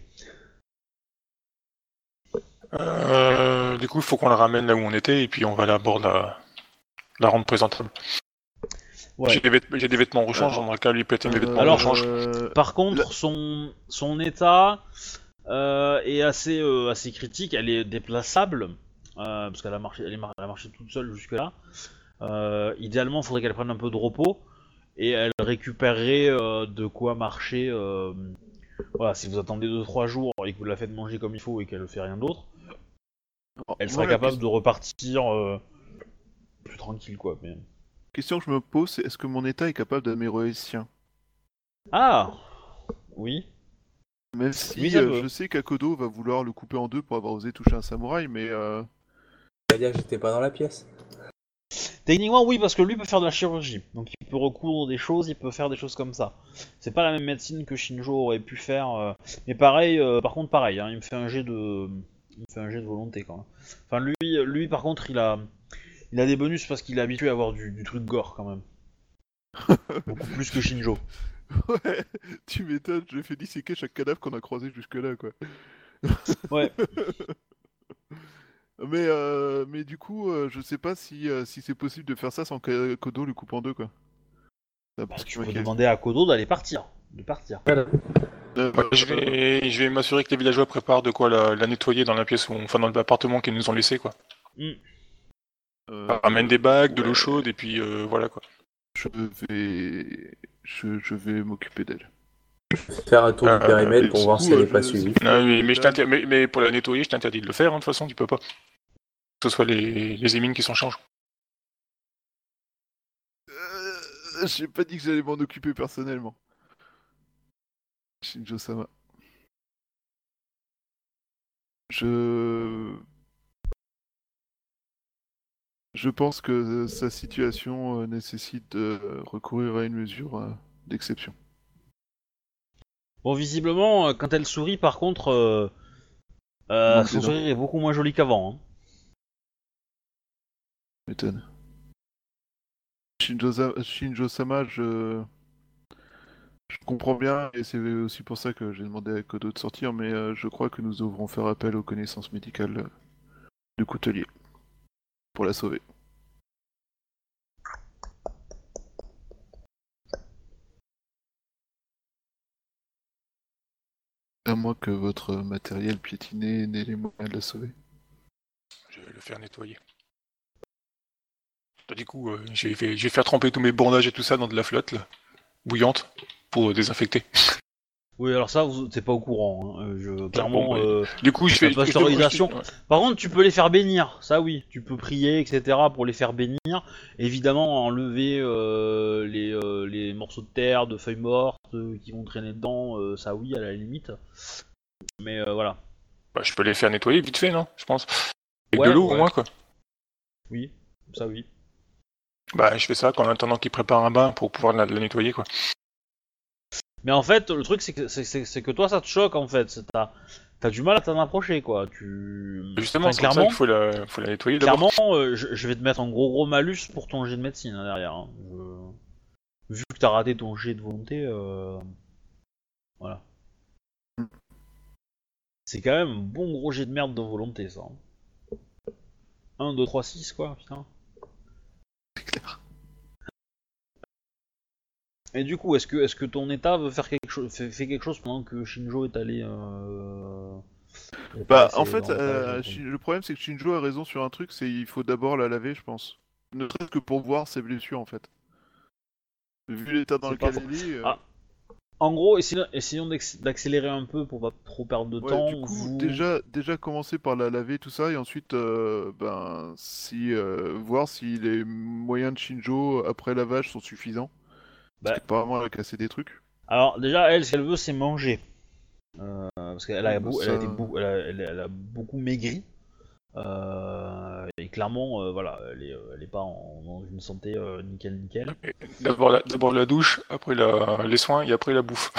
[SPEAKER 3] Du coup, il faut qu'on la ramène là où on était et puis on va d'abord la rendre présentable.
[SPEAKER 1] Ouais.
[SPEAKER 3] J'ai des vêtements en rechange, j'aimerais qu'à lui prêter mes vêtements en
[SPEAKER 1] Alors,
[SPEAKER 3] rechange.
[SPEAKER 1] Par contre, son état est assez critique. Elle est déplaçable parce qu'elle a marché, elle a marché toute seule jusque là. Idéalement, il faudrait qu'elle prenne un peu de repos et elle récupérerait de quoi marcher. Voilà, si vous attendez 2-3 jours et que vous la faites manger comme il faut et qu'elle ne fait rien d'autre, elle sera capable de repartir plus tranquille, quoi. Mais...
[SPEAKER 2] question que je me pose, c'est est-ce que mon état est capable d'améliorer le sien?
[SPEAKER 1] Ah, oui.
[SPEAKER 2] Même si
[SPEAKER 1] Oui, ça peut.
[SPEAKER 2] je sais qu'Akodo va vouloir le couper en deux pour avoir osé toucher un samouraï, mais
[SPEAKER 4] Ça veut dire que j'étais pas dans la pièce.
[SPEAKER 1] Techniquement, oui, parce que lui peut faire de la chirurgie. Donc il peut recoudre des choses, il peut faire des choses comme ça. C'est pas la même médecine que Shinjo aurait pu faire. Mais pareil, par contre, pareil, hein, il me fait un jet de volonté quand même. Enfin, lui par contre, il a des bonus parce qu'il est habitué à avoir du truc gore quand même. Beaucoup plus que Shinjo.
[SPEAKER 2] ouais, tu m'étonnes, je fais disséquer chaque cadavre qu'on a croisé jusque-là, quoi.
[SPEAKER 1] Ouais.
[SPEAKER 2] Mais du coup, je sais pas si c'est possible de faire ça sans qu'Akodo le coupe en deux, quoi.
[SPEAKER 1] Bah, tu peux demander à Kodo d'aller partir. De partir.
[SPEAKER 3] Ouais, je vais m'assurer que les villageois préparent de quoi la nettoyer dans la pièce enfin dans l'appartement qu'ils nous ont laissé, quoi. Ramène des bagues, de l'eau chaude et puis voilà, quoi.
[SPEAKER 2] Je vais m'occuper d'elle.
[SPEAKER 4] Faire un tour du périmètre pour
[SPEAKER 2] du
[SPEAKER 4] voir
[SPEAKER 2] coup,
[SPEAKER 4] si elle est pas suivie.
[SPEAKER 3] Non, mais pour la nettoyer, je t'interdis de le faire, hein, de toute façon, tu peux pas. Que ce soit les émines qui s'en changent.
[SPEAKER 2] J'ai pas dit que j'allais m'en occuper personnellement. Shinjo-sama. Je pense que sa situation nécessite de recourir à une mesure d'exception.
[SPEAKER 1] Bon, visiblement, quand elle sourit, par contre, son sourire est beaucoup moins joli qu'avant. Hein.
[SPEAKER 2] M'étonne. Shinjo-sama, je comprends bien, et c'est aussi pour ça que j'ai demandé à Kodo de sortir, mais je crois que nous devrons faire appel aux connaissances médicales du coutelier pour la sauver. À moins que votre matériel piétiné n'ait les moyens de la sauver.
[SPEAKER 3] Je vais le faire nettoyer. Du coup, je vais faire tremper tous mes bandages et tout ça dans de la flotte, là. bouillante pour désinfecter.
[SPEAKER 1] Oui, alors ça, t'es pas au courant. Clairement,
[SPEAKER 3] Bon, du coup, je fais
[SPEAKER 1] la pasteurisation.
[SPEAKER 3] ouais.
[SPEAKER 1] Par contre, tu peux les faire bénir. Ça, oui. Tu peux prier, etc. pour les faire bénir. Évidemment, enlever les morceaux de terre, de feuilles mortes qui vont traîner dedans. Ça, oui, à la limite. Mais voilà.
[SPEAKER 3] Bah, je peux les faire nettoyer vite fait, non ? Je pense. Avec
[SPEAKER 1] Ouais,
[SPEAKER 3] de l'eau
[SPEAKER 1] ouais.
[SPEAKER 3] au moins, quoi.
[SPEAKER 1] Oui, ça, oui.
[SPEAKER 3] Bah, je fais ça en attendant qu'ils préparent un bain pour pouvoir la nettoyer, quoi.
[SPEAKER 1] Mais en fait, le truc, c'est que toi, ça te choque, en fait. T'as du mal à t'en approcher, quoi.
[SPEAKER 3] Justement,
[SPEAKER 1] Enfin,
[SPEAKER 3] c'est pour ça qu'il faut la nettoyer d'abord.
[SPEAKER 1] clairement, je vais te mettre un gros malus pour ton jet de médecine hein, derrière. Hein. Vu que t'as raté ton jet de volonté, voilà. C'est quand même un bon gros jet de merde de volonté, ça. 1, 2, 3, 6, quoi, putain.
[SPEAKER 2] C'est clair.
[SPEAKER 1] Et du coup, est-ce que ton état veut faire quelque chose, fait quelque chose pendant que Shinjo est allé
[SPEAKER 2] Bah, en fait, le problème c'est que Shinjo a raison sur un truc, c'est il faut d'abord la laver, je pense. Ne serait-ce que pour voir ses blessures, en fait. Vu l'état dans
[SPEAKER 1] C'est
[SPEAKER 2] lequel
[SPEAKER 1] pas
[SPEAKER 2] elle est...
[SPEAKER 1] Ah. En gros, essayons d'accélérer un peu pour pas trop perdre de
[SPEAKER 2] Ouais,
[SPEAKER 1] temps.
[SPEAKER 2] du coup, déjà commencer par la laver, tout ça, et ensuite, voir si les moyens de Shinjo après lavage sont suffisants.
[SPEAKER 1] Bah.
[SPEAKER 2] Parce qu'apparemment, elle a cassé des trucs.
[SPEAKER 1] Alors déjà, elle, ce qu'elle veut, c'est manger. Parce qu'elle a, elle a beaucoup maigri. Et clairement, voilà, elle est pas dans une santé nickel.
[SPEAKER 3] D'abord la douche, après les soins et après la bouffe.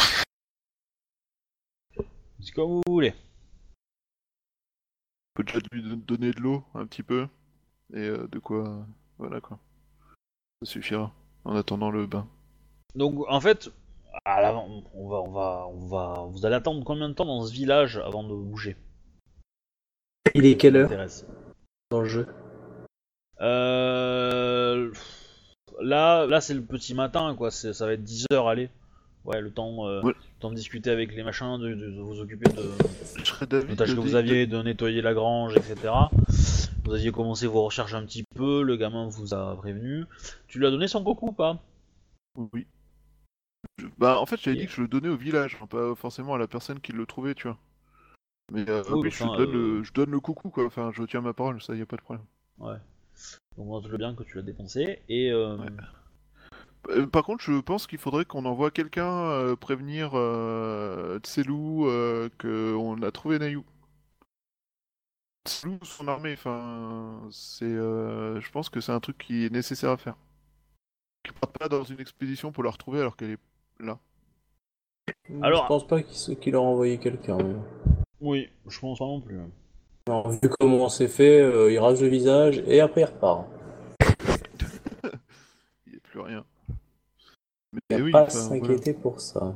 [SPEAKER 1] C'est comme vous voulez.
[SPEAKER 2] On peut déjà lui donner de l'eau, un petit peu. Et de quoi... Voilà, quoi. Ça suffira. En attendant le bain.
[SPEAKER 1] Donc en fait, vous allez attendre combien de temps dans ce village avant de bouger?
[SPEAKER 5] Il est quelle heure
[SPEAKER 1] m'intéresse.
[SPEAKER 5] dans le jeu?
[SPEAKER 1] Là c'est le petit matin, quoi. Ça va être 10h, allez. Ouais, le temps de discuter avec les machins, de vous occuper de tâches que vous aviez, de nettoyer la grange, etc. Vous aviez commencé vos recherches un petit peu, le gamin vous a prévenu. Tu lui as donné son coco ou pas?
[SPEAKER 2] Oui. Bah, en fait, j'avais dit que je le donnais au village, hein, pas forcément à la personne qui le trouvait, tu vois. Mais oui, je donne le coucou, quoi. Enfin, je tiens ma parole, ça, y a pas de problème.
[SPEAKER 1] Ouais. Donc, on note bien que tu l'as dépensé. Et.
[SPEAKER 2] Par contre, je pense qu'il faudrait qu'on envoie quelqu'un prévenir Tselou qu'on a trouvé Nayu. Tselou, son armée, enfin, je pense que c'est un truc qui est nécessaire à faire. Qu'il parte pas dans une expédition pour la retrouver alors qu'elle est là.
[SPEAKER 1] Alors-
[SPEAKER 5] Je pense pas qu'il a envoyé quelqu'un. Mais...
[SPEAKER 1] Oui, je pense pas non plus.
[SPEAKER 5] Non, vu comment c'est fait, il rase le visage et après il repart.
[SPEAKER 2] Il n'y a plus rien.
[SPEAKER 5] Il
[SPEAKER 2] Mais
[SPEAKER 5] n'y a
[SPEAKER 2] oui,
[SPEAKER 5] pas à
[SPEAKER 2] enfin,
[SPEAKER 5] s'inquiéter pour ça.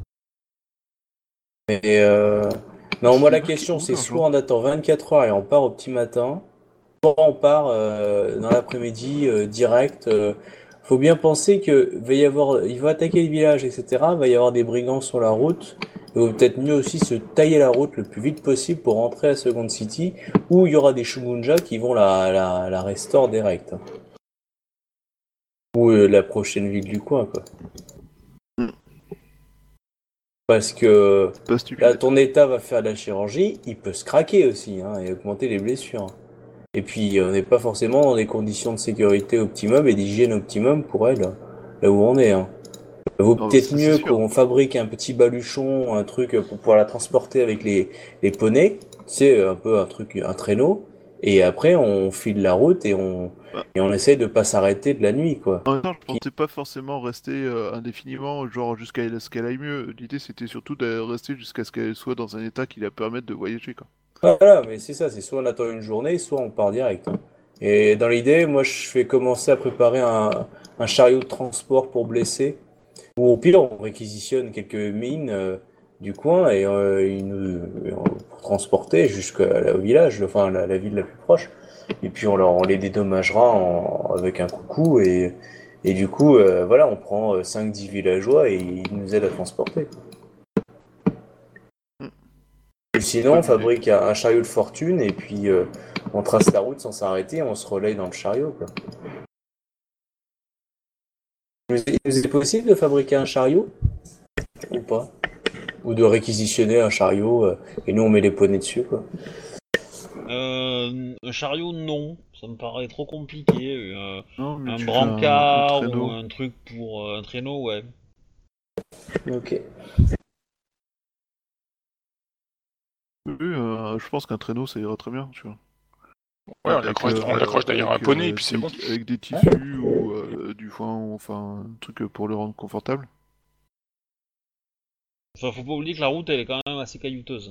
[SPEAKER 5] Mais non, moi la question c'est soit on attend 24 heures et on part au petit matin, soit on part dans l'après-midi direct. Faut bien penser que il va attaquer le village, etc. Va y avoir des brigands sur la route. Il vaut peut-être mieux aussi se tailler la route le plus vite possible pour rentrer à Second City, où il y aura des Shogunja qui vont la restore direct. Ou la prochaine ville du coin, quoi. Parce que là, ton état va faire de la chirurgie, il peut se craquer aussi, hein, et augmenter les blessures. Et puis, on n'est pas forcément dans des conditions de sécurité optimum et d'hygiène optimum pour elle, là où on est. Hein. Il vaut peut-être mieux qu'on fabrique un petit baluchon, un truc pour pouvoir la transporter avec les poneys, tu sais, un peu un traîneau, et après on file la route et on essaye de pas s'arrêter de la nuit, quoi.
[SPEAKER 2] En même temps, je pensais pas forcément rester indéfiniment, genre jusqu'à ce qu'elle aille mieux. L'idée c'était surtout de rester jusqu'à ce qu'elle soit dans un état qui la permette de voyager, quoi.
[SPEAKER 5] Voilà, mais c'est ça, c'est soit on attend une journée, soit on part direct. Hein. Et dans l'idée, moi je fais commencer à préparer un chariot de transport pour blessés, ou au pire on réquisitionne quelques mines du coin et pour transporter jusqu'au village, enfin la ville la plus proche. Et puis on les dédommagera avec un coucou et du coup voilà, on prend 5-10 villageois et ils nous aident à transporter. Et sinon on fabrique un chariot de fortune et puis on trace la route sans s'arrêter, on se relaye dans le chariot, quoi. Il nous est possible de fabriquer un chariot ou pas? Ou de réquisitionner un chariot et nous on met les poneys dessus, quoi.
[SPEAKER 1] Un chariot, non. Ça me paraît trop compliqué.
[SPEAKER 2] Non, mais
[SPEAKER 1] Un
[SPEAKER 2] tu fais
[SPEAKER 1] brancard
[SPEAKER 2] un traîneau.
[SPEAKER 1] ou un truc pour un traîneau, ouais.
[SPEAKER 5] Ok.
[SPEAKER 2] Oui, je pense qu'un traîneau ça ira très bien, tu vois.
[SPEAKER 3] Ouais, on l'accroche d'ailleurs à un poney et puis c'est bon.
[SPEAKER 2] Avec des tissus ou du foin, ou enfin un truc pour le rendre confortable.
[SPEAKER 1] Enfin, faut pas oublier que la route, elle est quand même assez caillouteuse.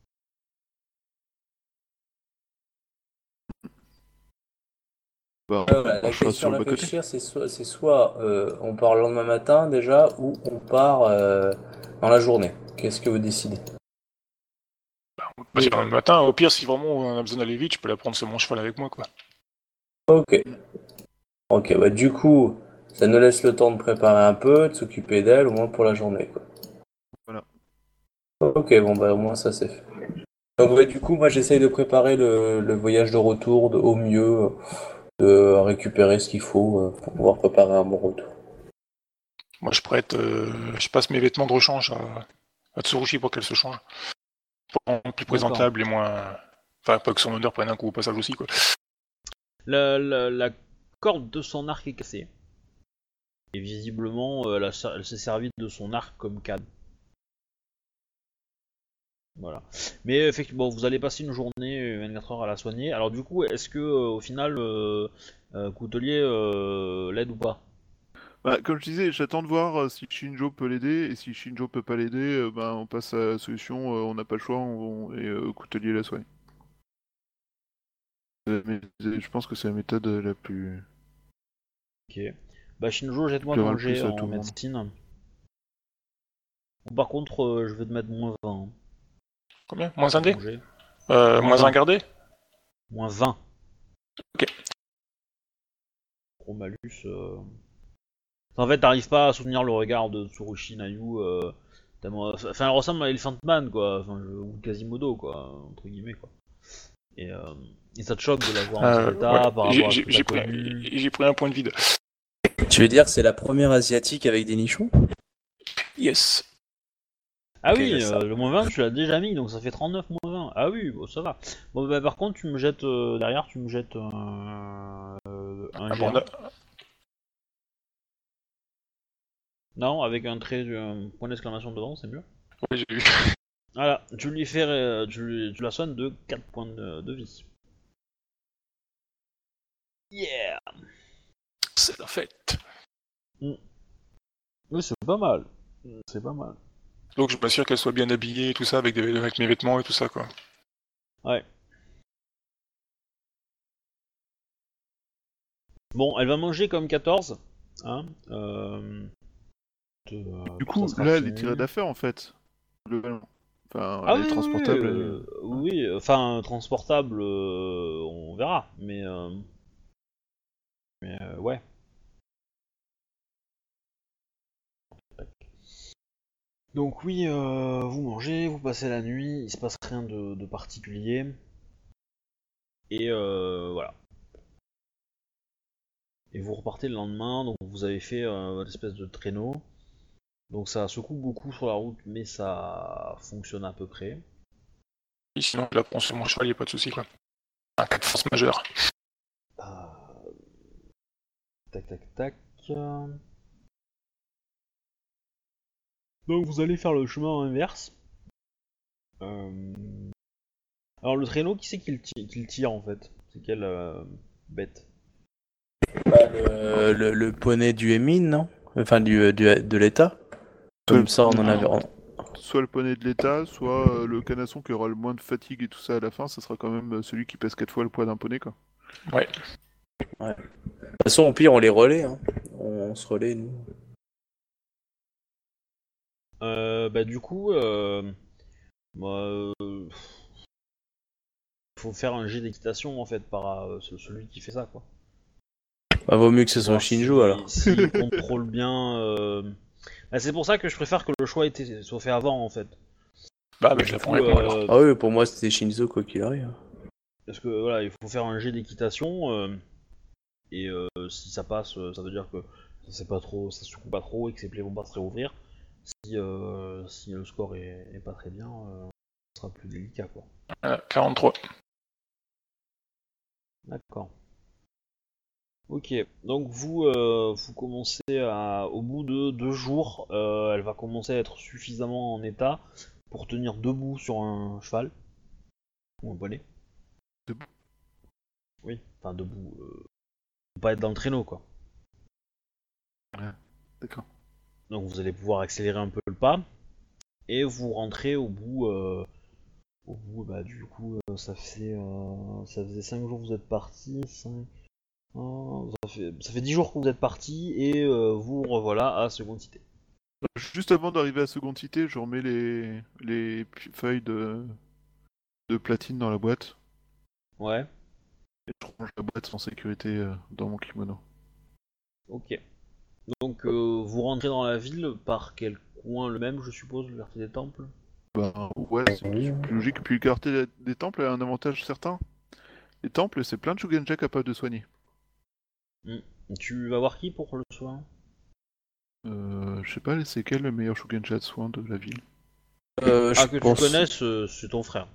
[SPEAKER 2] Bah,
[SPEAKER 5] La
[SPEAKER 2] on marchera
[SPEAKER 5] question
[SPEAKER 2] sur
[SPEAKER 5] à
[SPEAKER 2] le bas-côté.
[SPEAKER 5] réfléchir, c'est soit on part le lendemain matin déjà, ou on part dans la journée. Qu'est-ce que vous décidez?
[SPEAKER 3] Parce que le matin, au pire, si vraiment on a besoin d'aller vite, je peux la prendre sur mon cheval avec moi, quoi.
[SPEAKER 5] Ok. Ok, bah du coup, ça nous laisse le temps de préparer un peu, de s'occuper d'elle, au moins pour la journée, quoi.
[SPEAKER 2] Voilà.
[SPEAKER 5] Ok, bon bah au moins ça c'est fait. Donc ouais, du coup, moi j'essaye de préparer le voyage de retour au mieux, de récupérer ce qu'il faut pour pouvoir préparer un bon retour.
[SPEAKER 3] Moi, je passe mes vêtements de rechange à Tsurushi pour qu'elle se change. Pour rendre plus présentable et moins... Enfin, pas que son odeur prenne un coup au passage aussi, quoi.
[SPEAKER 1] La corde de son arc est cassée. Et visiblement, elle s'est servie de son arc comme canne. Voilà. Mais effectivement, vous allez passer une journée, 24 heures à la soigner. Alors du coup, est-ce que au final, Coutelier l'aide ou pas?
[SPEAKER 2] Bah, comme je disais, j'attends de voir si Shinjo peut l'aider, et si Shinjo peut pas l'aider, on passe à la solution, on n'a pas le choix, et Coutelier la soigne. Mais je pense que c'est la méthode la plus...
[SPEAKER 1] Ok. Bah Shinjo, jette-moi
[SPEAKER 2] plaira
[SPEAKER 1] ton
[SPEAKER 2] le plus
[SPEAKER 1] jet
[SPEAKER 2] à
[SPEAKER 1] en
[SPEAKER 2] tout le monde.
[SPEAKER 1] médecine. Bon, par contre, je vais te mettre moins 20.
[SPEAKER 3] Combien? Moins un dé?
[SPEAKER 1] Ton jet.
[SPEAKER 3] Moins
[SPEAKER 1] 20.
[SPEAKER 3] un gardé?
[SPEAKER 1] Moins 20.
[SPEAKER 3] Ok.
[SPEAKER 1] Gros malus. En fait, t'arrives pas à soutenir le regard de Tsurushi Nayu. Enfin, elle ressemble à Elephant Man, quoi. Enfin, ou Quasimodo, quoi. Entre guillemets, quoi. Et ça te choque de la voir en cet état
[SPEAKER 3] Ouais.
[SPEAKER 1] par rapport à ce que t'as connu.
[SPEAKER 3] J'ai pris un point de vide.
[SPEAKER 4] Tu veux dire que c'est la première asiatique avec des nichons?
[SPEAKER 3] Yes.
[SPEAKER 1] Ah
[SPEAKER 4] Ok,
[SPEAKER 1] oui,
[SPEAKER 4] je sais.
[SPEAKER 1] le moins 20, tu l'as déjà mis, donc ça fait 39 moins 20. Ah oui, bon, ça va. Bon, bah, par contre, tu me jettes derrière, tu me jettes un G1. Non, avec un trait, un point d'exclamation devant, c'est mieux.
[SPEAKER 3] Ouais, j'ai vu.
[SPEAKER 1] Voilà, tu lui fais, tu la soignes de 4 points de vie. Yeah.
[SPEAKER 3] C'est la fête.
[SPEAKER 1] Oui, c'est pas mal. C'est pas mal.
[SPEAKER 3] Donc je m'assure qu'elle soit bien habillée et tout ça, avec mes vêtements et tout ça, quoi.
[SPEAKER 1] Ouais. Bon, elle va manger comme 14. Hein.
[SPEAKER 2] Du coup,
[SPEAKER 1] ça sera
[SPEAKER 2] là, elle est
[SPEAKER 1] fini.
[SPEAKER 2] tirée d'affaire, en fait. Globalement. Enfin,
[SPEAKER 1] Ah
[SPEAKER 2] elle
[SPEAKER 1] oui,
[SPEAKER 2] est transportable.
[SPEAKER 1] oui, enfin transportable, on verra, mais ouais. Donc oui, vous mangez, vous passez la nuit, il se passe rien de particulier, et voilà. Et vous repartez le lendemain, donc vous avez fait votre espèce de traîneau, donc ça secoue beaucoup sur la route, mais ça fonctionne à peu près.
[SPEAKER 3] Et sinon, je la prends sur mon cheval, y a pas de soucis, quoi. Un cas de force majeure.
[SPEAKER 1] Tac tac tac. Donc vous allez faire le chemin inverse. Alors le traîneau, qui c'est qui le tire en fait? C'est quelle bête?
[SPEAKER 4] Le poney du Emine, non? Enfin, de l'État. Comme ça, on en avait...
[SPEAKER 2] Soit le poney de l'État, soit le canasson qui aura le moins de fatigue et tout ça à la fin, ça sera quand même celui qui pèse 4 fois le poids d'un poney, quoi.
[SPEAKER 3] Ouais.
[SPEAKER 4] De toute façon, au pire, on les relaie. Hein. On se relaie, nous.
[SPEAKER 1] Bah du coup, faut faire un jet d'équitation en fait par celui qui fait ça, quoi.
[SPEAKER 4] Bah, vaut mieux que ce soit
[SPEAKER 1] Voir
[SPEAKER 4] Shinjo alors.
[SPEAKER 1] S'il contrôle bien. Bah, c'est pour ça que je préfère que le choix soit fait avant en fait.
[SPEAKER 3] Bah, je la prends avec moi alors.
[SPEAKER 4] Ah oui, pour moi c'était Shinzo quoi qu'il arrive.
[SPEAKER 1] Parce que voilà, il faut faire un jet d'équitation et si ça passe, ça veut dire que ça se secoue pas trop et que ses plaies vont pas se réouvrir. Si le score est pas très bien, ce sera plus délicat, quoi.
[SPEAKER 3] 43.
[SPEAKER 1] D'accord. Ok, donc vous commencez au bout de 2 jours, elle va commencer à être suffisamment en état pour tenir debout sur un cheval ou un poney.
[SPEAKER 2] Debout.
[SPEAKER 1] Oui, enfin debout, pas être dans le traîneau, quoi.
[SPEAKER 2] Ouais, d'accord.
[SPEAKER 1] Donc vous allez pouvoir accélérer un peu le pas et vous rentrez au bout. Bah du coup, ça faisait 5 jours que vous êtes partis. Ça fait 10 jours que vous êtes partis et vous revoilà à Seconde Cité.
[SPEAKER 2] Juste avant d'arriver à Seconde Cité, je remets les feuilles de platine dans la boîte.
[SPEAKER 1] Ouais,
[SPEAKER 2] Et je range la boîte en sécurité dans mon kimono.
[SPEAKER 1] ok. Donc vous rentrez dans la ville par quel coin le même, je suppose, le quartier des temples?
[SPEAKER 2] Ben ouais, c'est plus logique. Puis le quartier des temples a un avantage certain. Les temples, c'est plein de Shugenja capables de soigner.
[SPEAKER 1] Tu vas voir qui pour le soin?
[SPEAKER 2] Je sais pas, c'est quel le meilleur Shugenja de soins de la ville?
[SPEAKER 1] Que tu connaisses, c'est ton frère.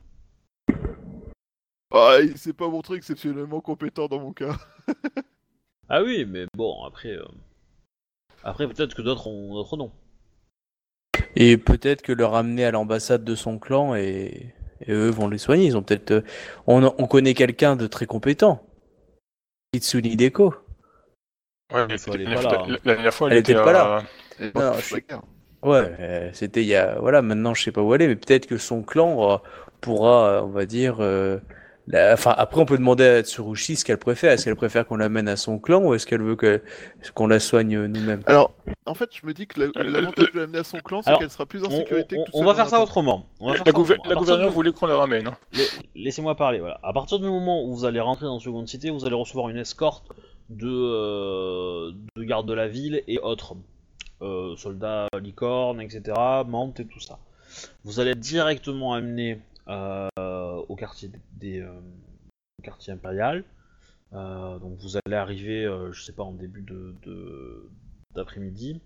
[SPEAKER 2] Ah, il s'est pas montré exceptionnellement compétent dans mon cas.
[SPEAKER 1] Ah oui, mais bon, après peut-être que d'autres ont d'autres noms.
[SPEAKER 5] Et peut-être que le ramener à l'ambassade de son clan et eux vont les soigner. Ils ont peut-être. On connaît quelqu'un de très compétent. Kitsune Hideko.
[SPEAKER 3] Ouais,
[SPEAKER 1] Elle est pas là, hein.
[SPEAKER 3] la dernière fois,
[SPEAKER 5] Elle était pas là.
[SPEAKER 2] Non,
[SPEAKER 5] Ouais, c'était il y a. Voilà, maintenant je sais pas où elle est, mais peut-être que son clan pourra, on va dire. Enfin, après, on peut demander à Tsurushi ce qu'elle préfère. Est-ce qu'elle préfère qu'on l'amène à son clan ou est-ce qu'elle veut qu'on la soigne nous-mêmes?
[SPEAKER 2] Alors, en fait, je me dis que l'avantage de l'amener à son clan, c'est
[SPEAKER 1] Alors,
[SPEAKER 2] qu'elle sera plus en sécurité que tout
[SPEAKER 1] on va faire ça autrement.
[SPEAKER 3] La gouverneure voulait qu'on la ramène. Hein.
[SPEAKER 1] Laissez-moi parler, voilà. À partir du moment où vous allez rentrer dans Seconde Cité, vous allez recevoir une escorte de gardes de la ville et autres. Soldats licornes, etc., mantes et tout ça. Vous allez être directement amené au quartier au quartier impérial. Donc vous allez arriver, je sais pas, en début d'après-midi.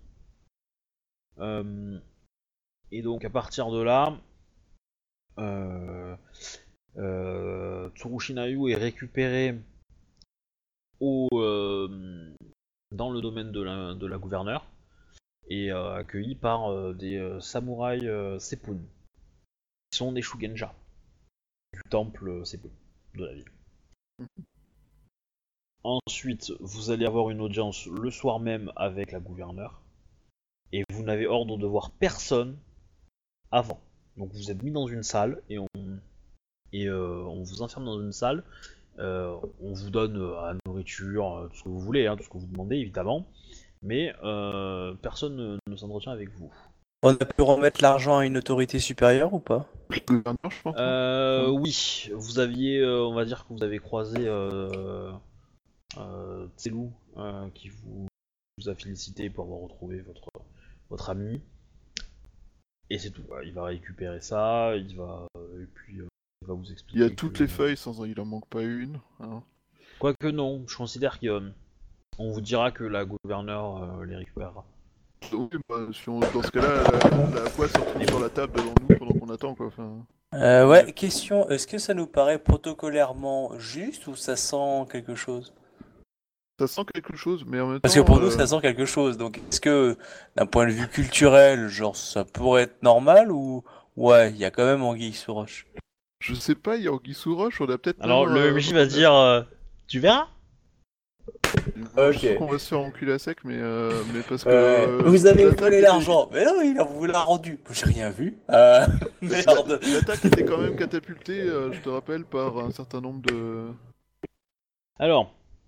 [SPEAKER 1] Et donc à partir de là, Tsurushi Nayu est récupéré dans le domaine de la gouverneure et accueilli par des samouraïs Seppun, qui sont des Shugenja du temple Seppun de la ville. Ensuite, vous allez avoir une audience le soir même avec la gouverneure et vous n'avez ordre de voir personne avant. Donc vous êtes mis dans une salle et on vous enferme dans une salle. On vous donne à nourriture, tout ce que vous voulez, tout ce que vous demandez évidemment, mais personne ne s'entretient avec vous.
[SPEAKER 5] On a pu remettre l'argent à une autorité supérieure ou pas?
[SPEAKER 2] Le gouverneur, je pense.
[SPEAKER 1] Oui, vous aviez, on va dire que vous avez croisé Tselu qui vous a félicité pour avoir retrouvé votre ami. Et c'est tout. Il va récupérer ça, et puis il va vous expliquer.
[SPEAKER 2] Il y a toutes les feuilles, il en manque pas une. Hein.
[SPEAKER 1] Quoique non, je considère qu'on vous dira que la gouverneure les récupérera.
[SPEAKER 2] Oui, bah, dans ce cas-là, la boîte sera sur la table devant nous pendant qu'on attend, quoi. Enfin...
[SPEAKER 5] Ouais, question, est-ce que ça nous paraît protocolairement juste ou ça sent quelque chose?
[SPEAKER 2] Ça sent quelque chose, mais en même temps...
[SPEAKER 5] Parce que pour nous, ça sent quelque chose, donc est-ce que, d'un point de vue culturel, genre, ça pourrait être normal ou... Ouais, il y a quand même anguille sous roche.
[SPEAKER 2] Je sais pas, il y a anguille sous roche, on a peut-être...
[SPEAKER 1] Alors, le MJ va dire... tu verras?
[SPEAKER 2] Je sais qu'on va se faire enculer à sec, mais parce que...
[SPEAKER 5] vous avez volé l'argent. Mais non, il vous l'a rendu. J'ai rien vu. Merde.
[SPEAKER 2] L'attaque était quand même catapultée, je te rappelle, par un certain nombre de...
[SPEAKER 1] Alors...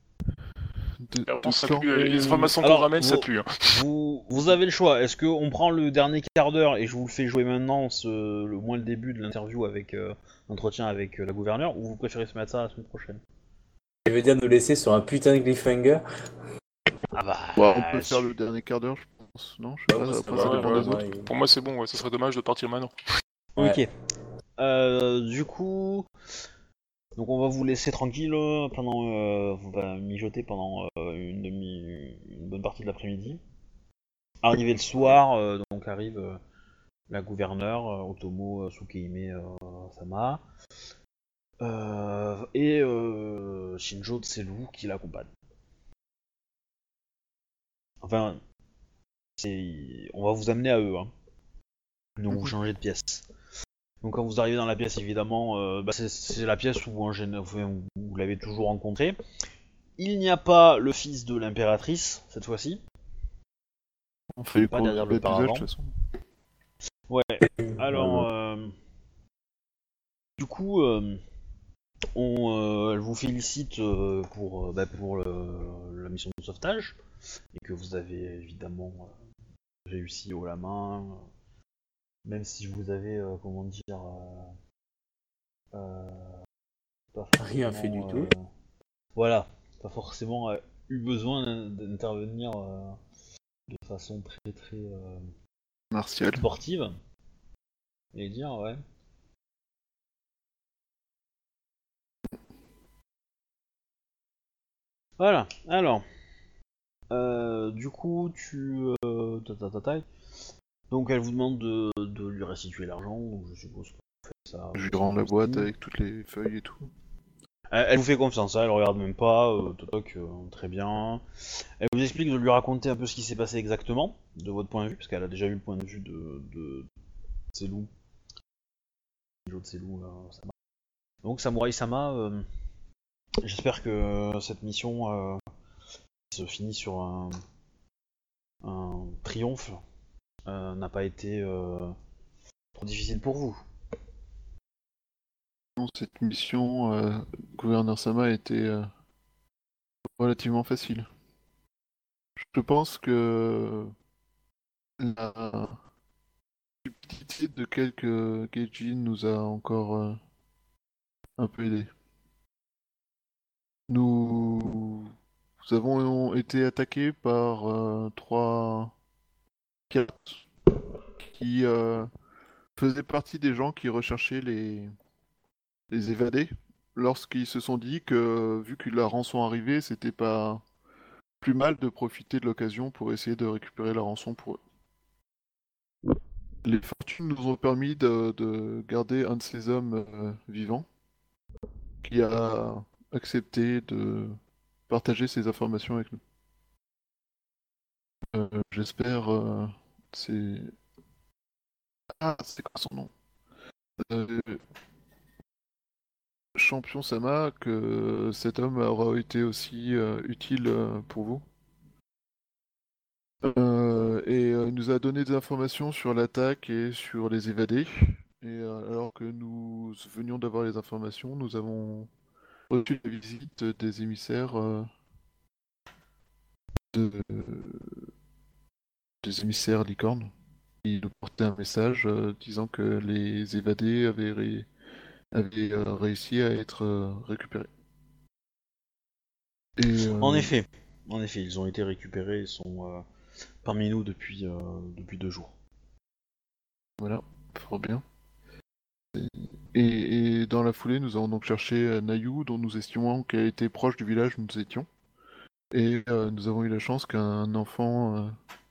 [SPEAKER 3] les informations qu'on ramène, ça pue. Hein.
[SPEAKER 1] Vous avez le choix. Est-ce qu'on prend le dernier quart d'heure et je vous le fais jouer maintenant, le début de l'interview avec l'entretien avec la gouverneure, ou vous préférez se mettre ça la semaine prochaine?
[SPEAKER 5] Tu veux dire nous laisser sur un putain de cliffhanger?
[SPEAKER 1] Ah bah...
[SPEAKER 2] on peut faire le dernier quart d'heure, je pense. Non, je sais pas, après ça dépend des autres.
[SPEAKER 3] Pour moi, c'est bon, ça serait dommage de partir maintenant.
[SPEAKER 1] Ok. Du coup... Donc on va vous laisser tranquille pendant, vous va mijoter pendant une bonne partie de l'après-midi. Arrivé le soir, donc arrive la gouverneure Otomo Tsukehime Sama et Shinjo Tselou qui l'accompagne. Enfin, on va vous amener à eux, hein. Donc vous changez de pièce. Donc quand vous arrivez dans la pièce, évidemment, c'est la pièce où vous l'avez toujours rencontré. Il n'y a pas le fils de l'impératrice cette fois-ci.
[SPEAKER 2] On fait
[SPEAKER 1] pas derrière le paravent.
[SPEAKER 2] De toute façon.
[SPEAKER 1] Ouais. Alors, du coup, elle vous félicite pour la mission de sauvetage et que vous avez évidemment réussi haut la main, même si vous avez comment dire pas
[SPEAKER 5] Rien fait du tout.
[SPEAKER 1] Voilà, pas forcément eu besoin d'intervenir de façon très très
[SPEAKER 2] martiale,
[SPEAKER 1] sportive. Et dire ouais. Voilà. Alors, du coup, donc elle vous demande de lui restituer l'argent. Donc je suppose que vous faites ça.
[SPEAKER 2] Je lui rends la boîte avec toutes les feuilles et tout.
[SPEAKER 1] Elle vous fait confiance, elle regarde même pas, très bien. Elle vous explique de lui raconter un peu ce qui s'est passé exactement, de votre point de vue, parce qu'elle a déjà eu le point de vue de Tselou. Sama. Donc Samurai Sama, j'espère que cette mission se finit sur un triomphe, n'a pas été trop difficile pour vous.
[SPEAKER 2] Cette mission, gouverneur Sama, a été relativement facile. Je pense que la stupidité de quelques Gaijin nous a encore un peu aidé. Nous avons été attaqués par 3 pirates qui faisaient partie des gens qui recherchaient les évadés lorsqu'ils se sont dit que, vu que la rançon arrivait, c'était pas plus mal de profiter de l'occasion pour essayer de récupérer la rançon pour eux. Les fortunes nous ont permis de garder un de ces hommes vivants qui a accepté de partager ses informations avec nous. J'espère. C'est. Ah, c'est quoi son nom? Euh, Champion Sama, que cet homme aura été aussi utile pour vous. Il nous a donné des informations sur l'attaque et sur les évadés. Et alors que nous venions d'avoir les informations, nous avons reçu la visite des émissaires des émissaires licornes. Ils nous portaient un message disant que les évadés avaient réussi à être récupérés. Et,
[SPEAKER 1] En effet, ils ont été récupérés et sont parmi nous depuis 2 jours.
[SPEAKER 2] Voilà, fort bien. Et dans la foulée, nous avons donc cherché Nayu, dont nous estimons qu'elle était proche du village où nous étions. Et nous avons eu la chance qu'un enfant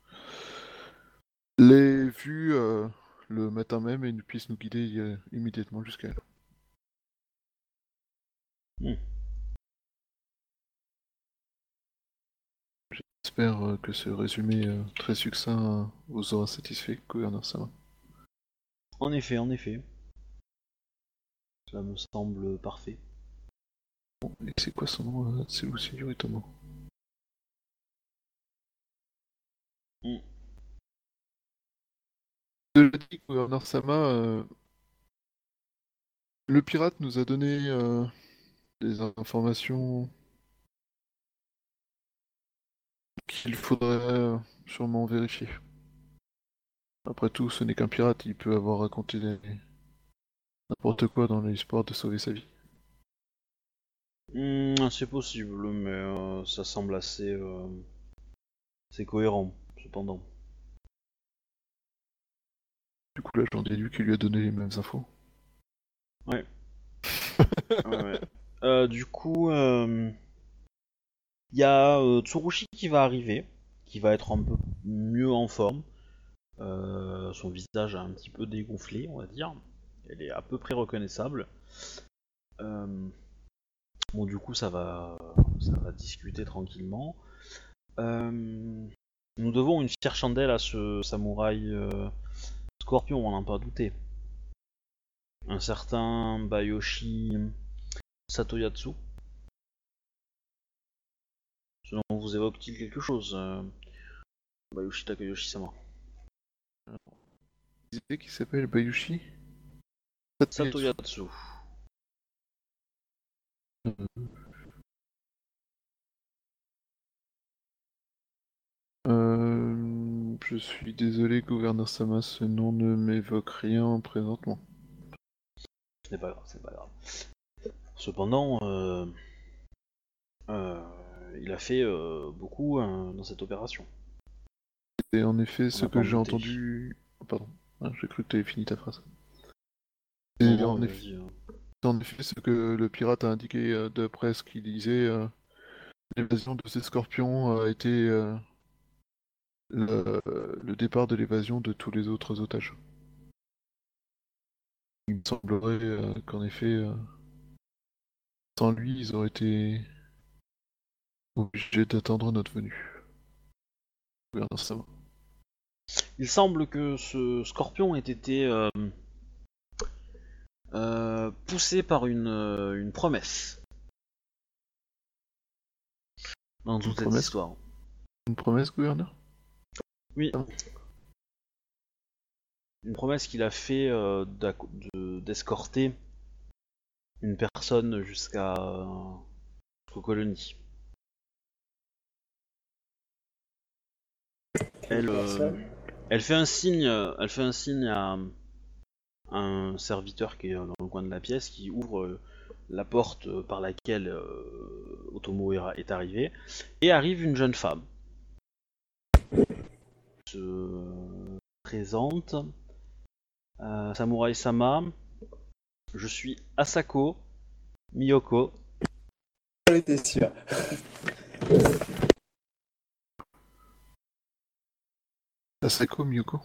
[SPEAKER 2] l'ait vue le matin même et puisse nous guider immédiatement jusqu'à elle. J'espère que ce résumé très succinct vous aura satisfait, gouverneur Sama.
[SPEAKER 1] En effet. Ça me semble parfait.
[SPEAKER 2] Bon, et c'est quoi son nom, Tselou Yoritomo? Cela dit, gouverneur Sama, le pirate nous a donné des informations qu'il faudrait sûrement vérifier. Après tout, ce n'est qu'un pirate, il peut avoir raconté n'importe quoi dans l'espoir de sauver sa vie.
[SPEAKER 1] C'est possible, mais ça semble assez cohérent, cependant.
[SPEAKER 2] Du coup, là, j'en déduis qu'il lui a donné les mêmes infos.
[SPEAKER 1] Ouais. Du coup, il y a Tsurushi qui va arriver, qui va être un peu mieux en forme. Son visage a un petit peu dégonflé, on va dire. Elle est à peu près reconnaissable. Bon, du coup, ça va discuter tranquillement. Nous devons une fière chandelle à ce samouraï Scorpion, on n'en a pas douté. Un certain Bayoshi Satoyatsu. Ce nom vous évoque-t-il quelque chose, Bayoshi Takayoshi-sama?
[SPEAKER 2] Vous savez qui s'appelle Bayushi
[SPEAKER 1] Satoyatsu.
[SPEAKER 2] Je suis désolé, gouverneur Sama, ce nom ne m'évoque rien présentement.
[SPEAKER 1] C'est pas grave. Cependant, il a fait beaucoup dans cette opération.
[SPEAKER 2] Et en effet, ce que j'ai
[SPEAKER 1] douté.
[SPEAKER 2] entendu... Oh, pardon, j'ai cru que tu avais fini ta phrase.
[SPEAKER 1] Non,
[SPEAKER 2] en effet, ce que le pirate a indiqué d'après ce qu'il disait, l'évasion de ces scorpions a été le départ de l'évasion de tous les autres otages. Il me semblerait qu'en effet, sans lui, ils auraient été obligés d'attendre notre venue. Gouverneur Sama.
[SPEAKER 1] Il semble que ce scorpion ait été poussé par une promesse dans toute cette histoire.
[SPEAKER 2] Une promesse, gouverneur?
[SPEAKER 1] Oui. Une promesse qu'il a fait d'escorter une personne jusqu'aux colonies. Elle fait un signe à un serviteur qui est dans le coin de la pièce, qui ouvre la porte par laquelle Otomo est arrivé, et arrive une jeune femme. Se présente. Samurai-sama, je suis Asako Miyoko.
[SPEAKER 5] J'étais sûr.
[SPEAKER 2] Asako Miyoko.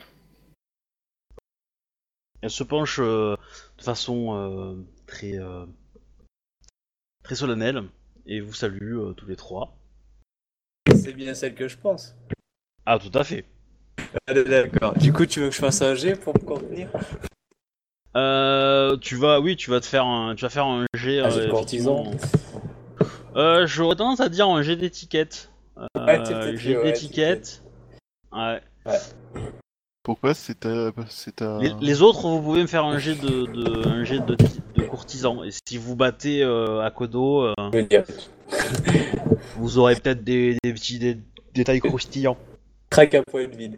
[SPEAKER 1] Elle se penche de façon très solennelle et vous salue tous les trois.
[SPEAKER 5] C'est bien celle que je pense.
[SPEAKER 1] Ah, tout à fait.
[SPEAKER 5] Allez, d'accord. Du coup, tu veux que je fasse un jet pour me contenir?
[SPEAKER 1] Tu vas faire un jet.
[SPEAKER 5] Jet de courtisan.
[SPEAKER 1] J'aurais tendance à dire un jet d'étiquette. Jet d'étiquette. Ouais.
[SPEAKER 2] Pourquoi c'est ta...
[SPEAKER 1] Les autres, vous pouvez me faire un jet de courtisan. Et si vous battez Akodo, vous aurez peut-être des petits détails croustillants.
[SPEAKER 5] Craque un point de vide.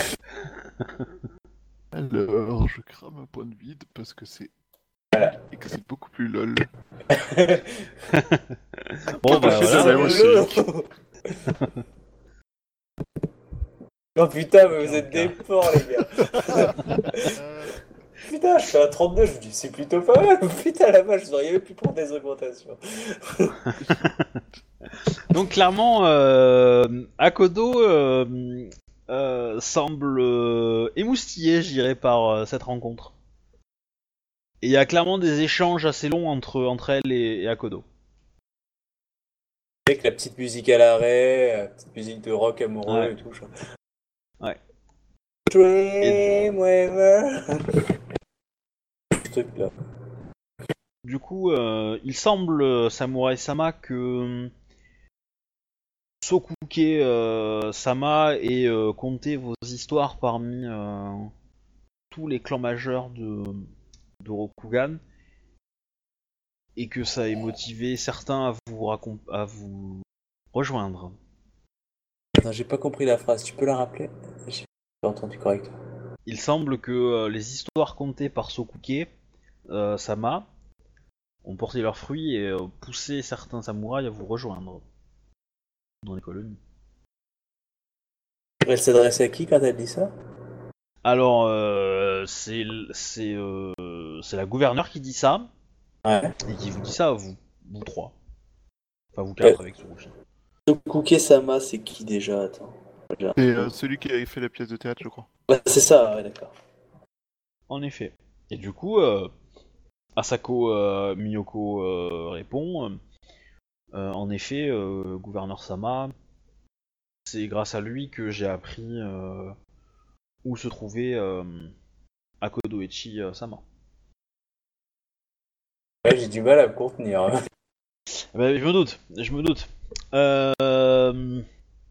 [SPEAKER 2] Alors, je crame un point de vide parce que c'est...
[SPEAKER 5] Voilà.
[SPEAKER 2] Et que c'est beaucoup plus lol.
[SPEAKER 1] Bon, bah voilà.
[SPEAKER 5] Oh putain, mais vous êtes des porcs, les gars. Putain, je fais un 32, je vous dis, c'est plutôt pas mal. Putain, la vache, vous auriez même pu prendre des augmentations.
[SPEAKER 1] Donc clairement, Akodo semble émoustillé, je dirais, par cette rencontre. Et il y a clairement des échanges assez longs entre elle et Akodo.
[SPEAKER 5] Avec la petite musique à l'arrêt, la petite musique de rock amoureux
[SPEAKER 1] Ouais.
[SPEAKER 5] et tout.
[SPEAKER 1] Ouais.
[SPEAKER 5] Dreamweaver. Ce truc là.
[SPEAKER 1] Du coup, il semble, Samurai-sama, que Sokuke Sama ait compté vos histoires parmi tous les clans majeurs de Rokugan, et que ça ait motivé certains à vous rejoindre.
[SPEAKER 5] Non, j'ai pas compris la phrase, tu peux la rappeler? J'ai pas entendu correctement.
[SPEAKER 1] Il semble que les histoires contées par Sokuke Sama ont porté leurs fruits et poussé certains samouraïs à vous rejoindre dans les colonies.
[SPEAKER 5] Elle s'adresse à qui quand elle dit ça?
[SPEAKER 1] Alors, c'est la gouverneure qui dit ça,
[SPEAKER 5] Ouais.
[SPEAKER 1] Et qui vous dit ça, vous trois. Enfin, vous quatre avec Tsurushi.
[SPEAKER 5] Tokuke-sama, c'est qui déjà? Attends.
[SPEAKER 2] C'est celui qui avait fait la pièce de théâtre, je crois.
[SPEAKER 5] Ouais, c'est ça, ouais, d'accord.
[SPEAKER 1] En effet. Et du coup, Asako Miyoko répond en effet, gouverneur Sama, c'est grâce à lui que j'ai appris où se trouvait Akodoichi Sama.
[SPEAKER 5] Ouais, j'ai du mal à me contenir. Hein.
[SPEAKER 1] Je me doute. Euh...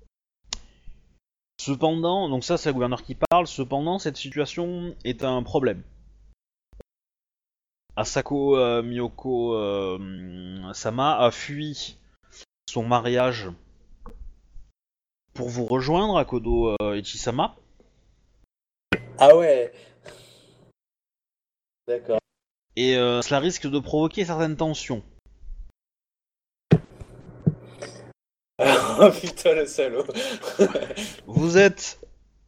[SPEAKER 1] Cependant, donc ça c'est le gouverneur qui parle, cependant cette situation est un problème. Asako Miyoko Sama a fui son mariage pour vous rejoindre à Kodo Ichisama.
[SPEAKER 5] Ah ouais. D'accord.
[SPEAKER 1] Et cela risque de provoquer certaines tensions.
[SPEAKER 5] Oh putain, le salaud.
[SPEAKER 1] Vous êtes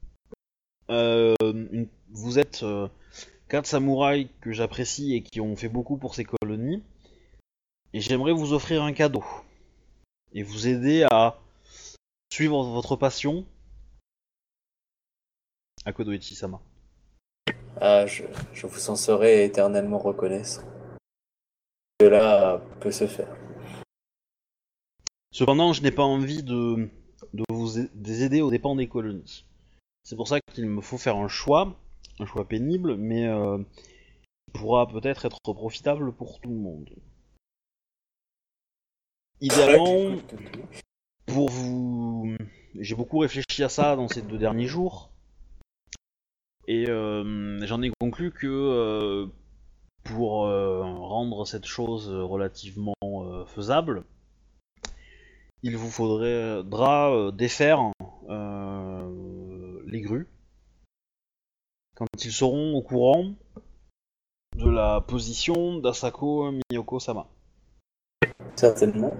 [SPEAKER 1] quatre samouraïs que j'apprécie et qui ont fait beaucoup pour ces colonies. Et j'aimerais vous offrir un cadeau. Et vous aider à suivre votre passion à Kodoichi-sama.
[SPEAKER 5] Ah, je vous en serai éternellement reconnaissant. Cela peut se faire.
[SPEAKER 1] Cependant, je n'ai pas envie de vous aider aux dépens des colonies. C'est pour ça qu'il me faut faire un choix pénible, mais qui pourra peut-être être profitable pour tout le monde. Idéalement, pour vous... J'ai beaucoup réfléchi à ça dans ces 2 derniers jours, et j'en ai conclu que pour rendre cette chose relativement faisable, il vous faudra défaire les grues quand ils seront au courant de la position d'Asako Miyoko-sama.
[SPEAKER 5] Certainement.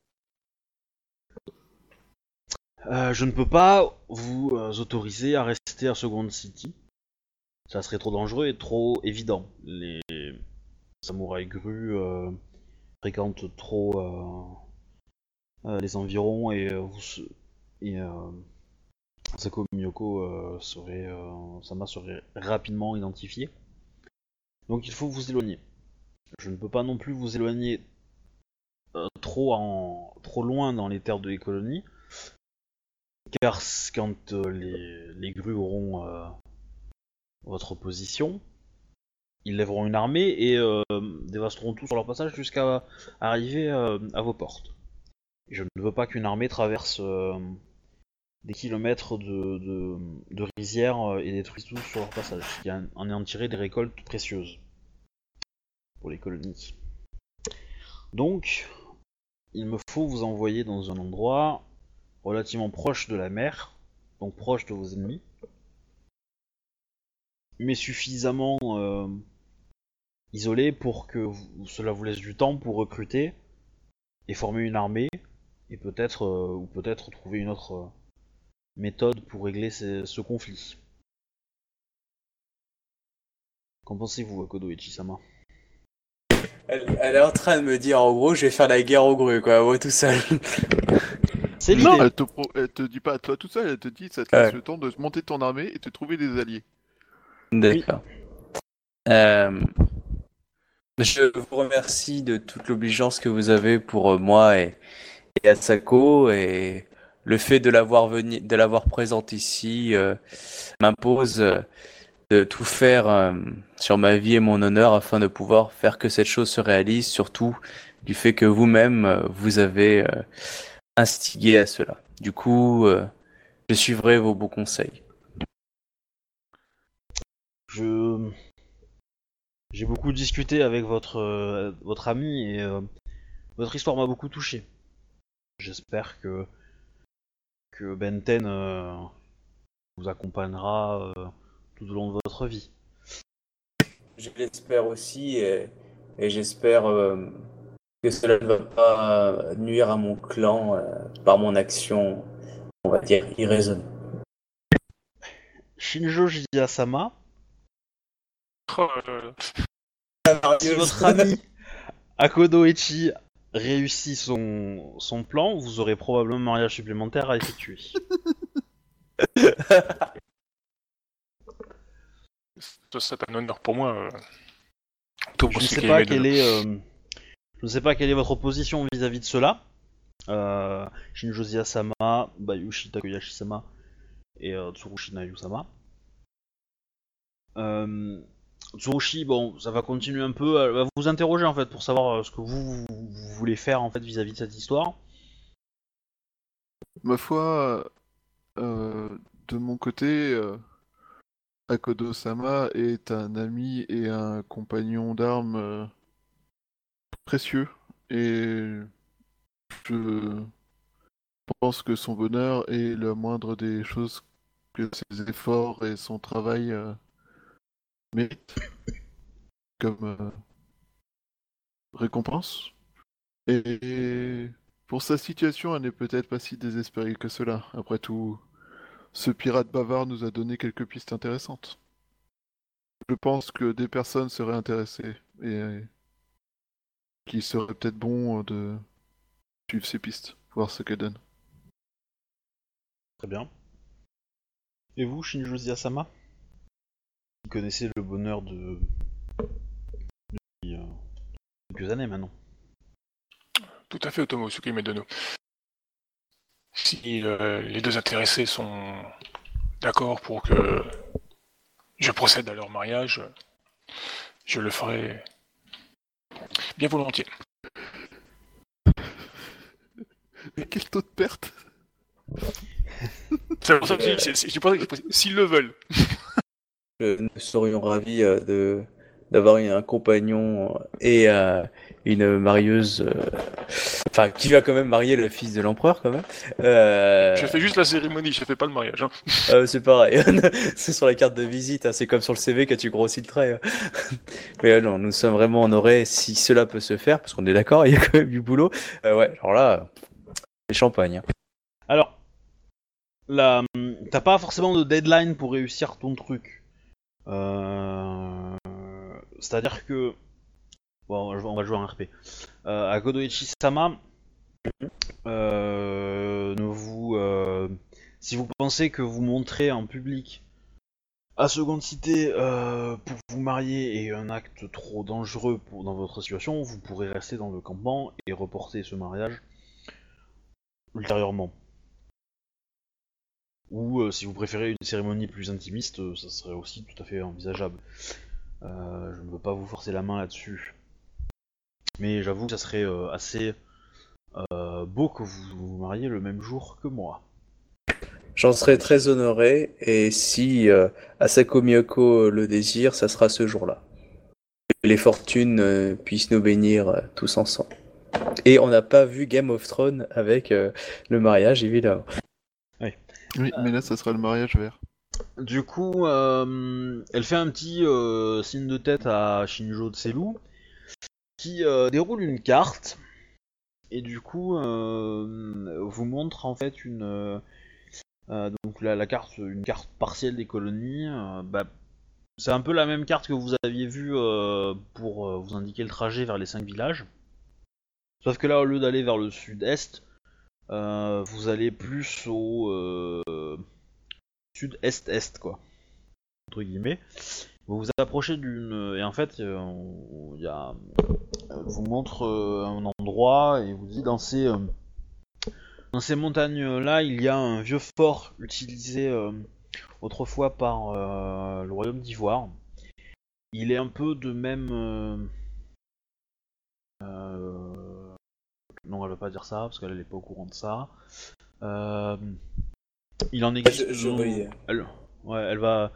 [SPEAKER 1] Je ne peux pas vous autoriser à rester à Second City. Ça serait trop dangereux et trop évident. Les samouraïs grues fréquentent trop les environs et Asako Miyoko Sama serait rapidement identifié. Donc il faut vous éloigner. Je ne peux pas non plus vous éloigner trop loin dans les terres de les colonies, car quand les grues auront votre position, ils lèveront une armée et dévasteront tout sur leur passage jusqu'à arriver à vos portes. Je ne veux pas qu'une armée traverse des kilomètres de rizières et détruise tout sur leur passage, qui anéantirait des récoltes précieuses pour les colonies. Donc, il me faut vous envoyer dans un endroit relativement proche de la mer, donc proche de vos ennemis, mais suffisamment isolé pour que cela vous laisse du temps pour recruter et former une armée, et peut-être trouver une autre méthode pour régler ce conflit. Qu'en pensez-vous, Akodo Ichisama?
[SPEAKER 5] Elle est en train de me dire, en gros, je vais faire la guerre aux grues, quoi, moi tout seul.
[SPEAKER 1] C'est l'idée.
[SPEAKER 2] Non, elle te dit pas à toi tout seul, elle te dit ça te laisse le temps de monter ton armée et de trouver des alliés.
[SPEAKER 5] D'accord. Oui. Je vous remercie de toute l'obligeance que vous avez pour moi et Asako, et le fait de l'avoir présente ici m'impose de tout faire sur ma vie et mon honneur afin de pouvoir faire que cette chose se réalise, surtout du fait que vous-même vous avez instigé à cela. Du coup, je suivrai vos bons conseils.
[SPEAKER 1] J'ai beaucoup discuté avec votre ami et votre histoire m'a beaucoup touché. J'espère que Benten vous accompagnera tout au long de votre vie.
[SPEAKER 5] Je l'espère aussi et j'espère que cela ne va pas nuire à mon clan par mon action, on va dire, irraisonnée.
[SPEAKER 1] Shinjo Jiyasama,
[SPEAKER 3] Oh là là.
[SPEAKER 1] si votre ami Akodoichi réussit son plan, vous aurez probablement un mariage supplémentaire à effectuer.
[SPEAKER 3] Ce serait un honneur pour moi.
[SPEAKER 1] Je ne sais pas quelle est, je ne sais pas quelle est votre position vis-à-vis de cela. Shinjozi Asama, Bayushi Takoyashi-sama et Tsurushi Nayu-sama. Tsurushi, bon, ça va continuer un peu, elle va vous interroger en fait pour savoir ce que vous voulez faire en fait vis-à-vis de cette histoire.
[SPEAKER 2] Ma foi, de mon côté, Akodo-sama est un ami et un compagnon d'armes précieux, et je pense que son bonheur est la moindre des choses que ses efforts et son travail méritent comme récompense. Et pour sa situation, elle n'est peut-être pas si désespérée que cela. Après tout, ce pirate bavard nous a donné quelques pistes intéressantes. Je pense que des personnes seraient intéressées et qu'il serait peut-être bon de suivre ces pistes, voir ce qu'elles donnent.
[SPEAKER 1] Très bien. Et vous, Shinjozi Asama? Vous connaissez le bonheur depuis quelques années maintenant.
[SPEAKER 3] Tout à fait, Otomo Tsukimedono. Si les deux intéressés sont d'accord pour que je procède à leur mariage, je le ferai bien volontiers.
[SPEAKER 2] Mais quel taux de perte?
[SPEAKER 3] C'est pour ça que j'ai pensé que s'ils le veulent.
[SPEAKER 5] Nous serions ravis d'avoir un compagnon et une marieuse, enfin qui va quand même marier le fils de l'empereur quand même.
[SPEAKER 3] Je fais juste la cérémonie, je fais pas le mariage. Hein.
[SPEAKER 5] C'est pareil, c'est sur la carte de visite, hein. C'est comme sur le CV que tu grossis le trait. Mais non, nous sommes vraiment honorés si cela peut se faire, parce qu'on est d'accord, il y a quand même du boulot. Ouais, alors là, c'est champagne. Hein.
[SPEAKER 1] Alors, t'as pas forcément de deadline pour réussir ton truc. C'est-à-dire que... Bon, on va jouer un RP. Akodoichi-sama, si vous pensez que vous montrez en public à Seconde Cité pour vous marier est un acte trop dangereux dans votre situation, vous pourrez rester dans le campement et reporter ce mariage ultérieurement. Ou si vous préférez une cérémonie plus intimiste, ça serait aussi tout à fait envisageable. Je ne veux pas vous forcer la main là-dessus. Mais j'avoue que ça serait assez beau que vous vous mariez le même jour que moi.
[SPEAKER 5] J'en serais très honoré, et si Asako Miyoko le désire, ça sera ce jour-là. Que les fortunes puissent nous bénir tous ensemble. Et on n'a pas vu Game of Thrones avec le mariage, évidemment.
[SPEAKER 2] Oui, mais là, ça sera le mariage vert.
[SPEAKER 1] Du coup, elle fait un petit signe de tête à Shinjo Tselu, qui déroule une carte, et du coup, vous montre en fait donc la carte, une carte partielle des colonies. C'est un peu la même carte que vous aviez vue pour vous indiquer le trajet vers les 5 villages. Sauf que là, au lieu d'aller vers le sud-est, vous allez plus au sud-est-est, quoi. Entre guillemets. Vous vous approchez d'une... Et en fait, vous montre un endroit et vous dit dans ces montagnes-là, il y a un vieux fort utilisé autrefois par le royaume d'Ivoire. Il est un peu de même... Non, elle va pas dire ça, parce qu'elle n'est pas au courant de ça. Il en existe... Elle va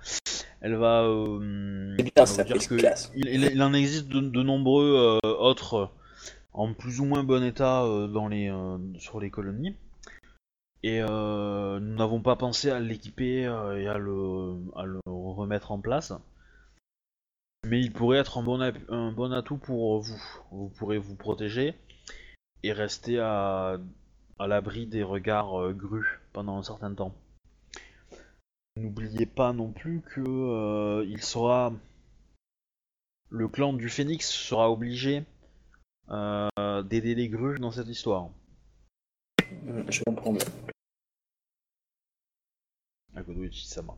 [SPEAKER 1] dire que il en existe de nombreux autres en plus ou moins bon état sur les colonies. Et nous n'avons pas pensé à l'équiper et à le remettre en place. Mais il pourrait être un bon atout pour vous. Vous pourrez vous protéger et rester à l'abri des regards grus pendant un certain temps. N'oubliez pas non plus que le clan du Phénix sera obligé d'aider les grues dans cette histoire.
[SPEAKER 5] Je comprends bien.
[SPEAKER 1] Akodo Ichisama.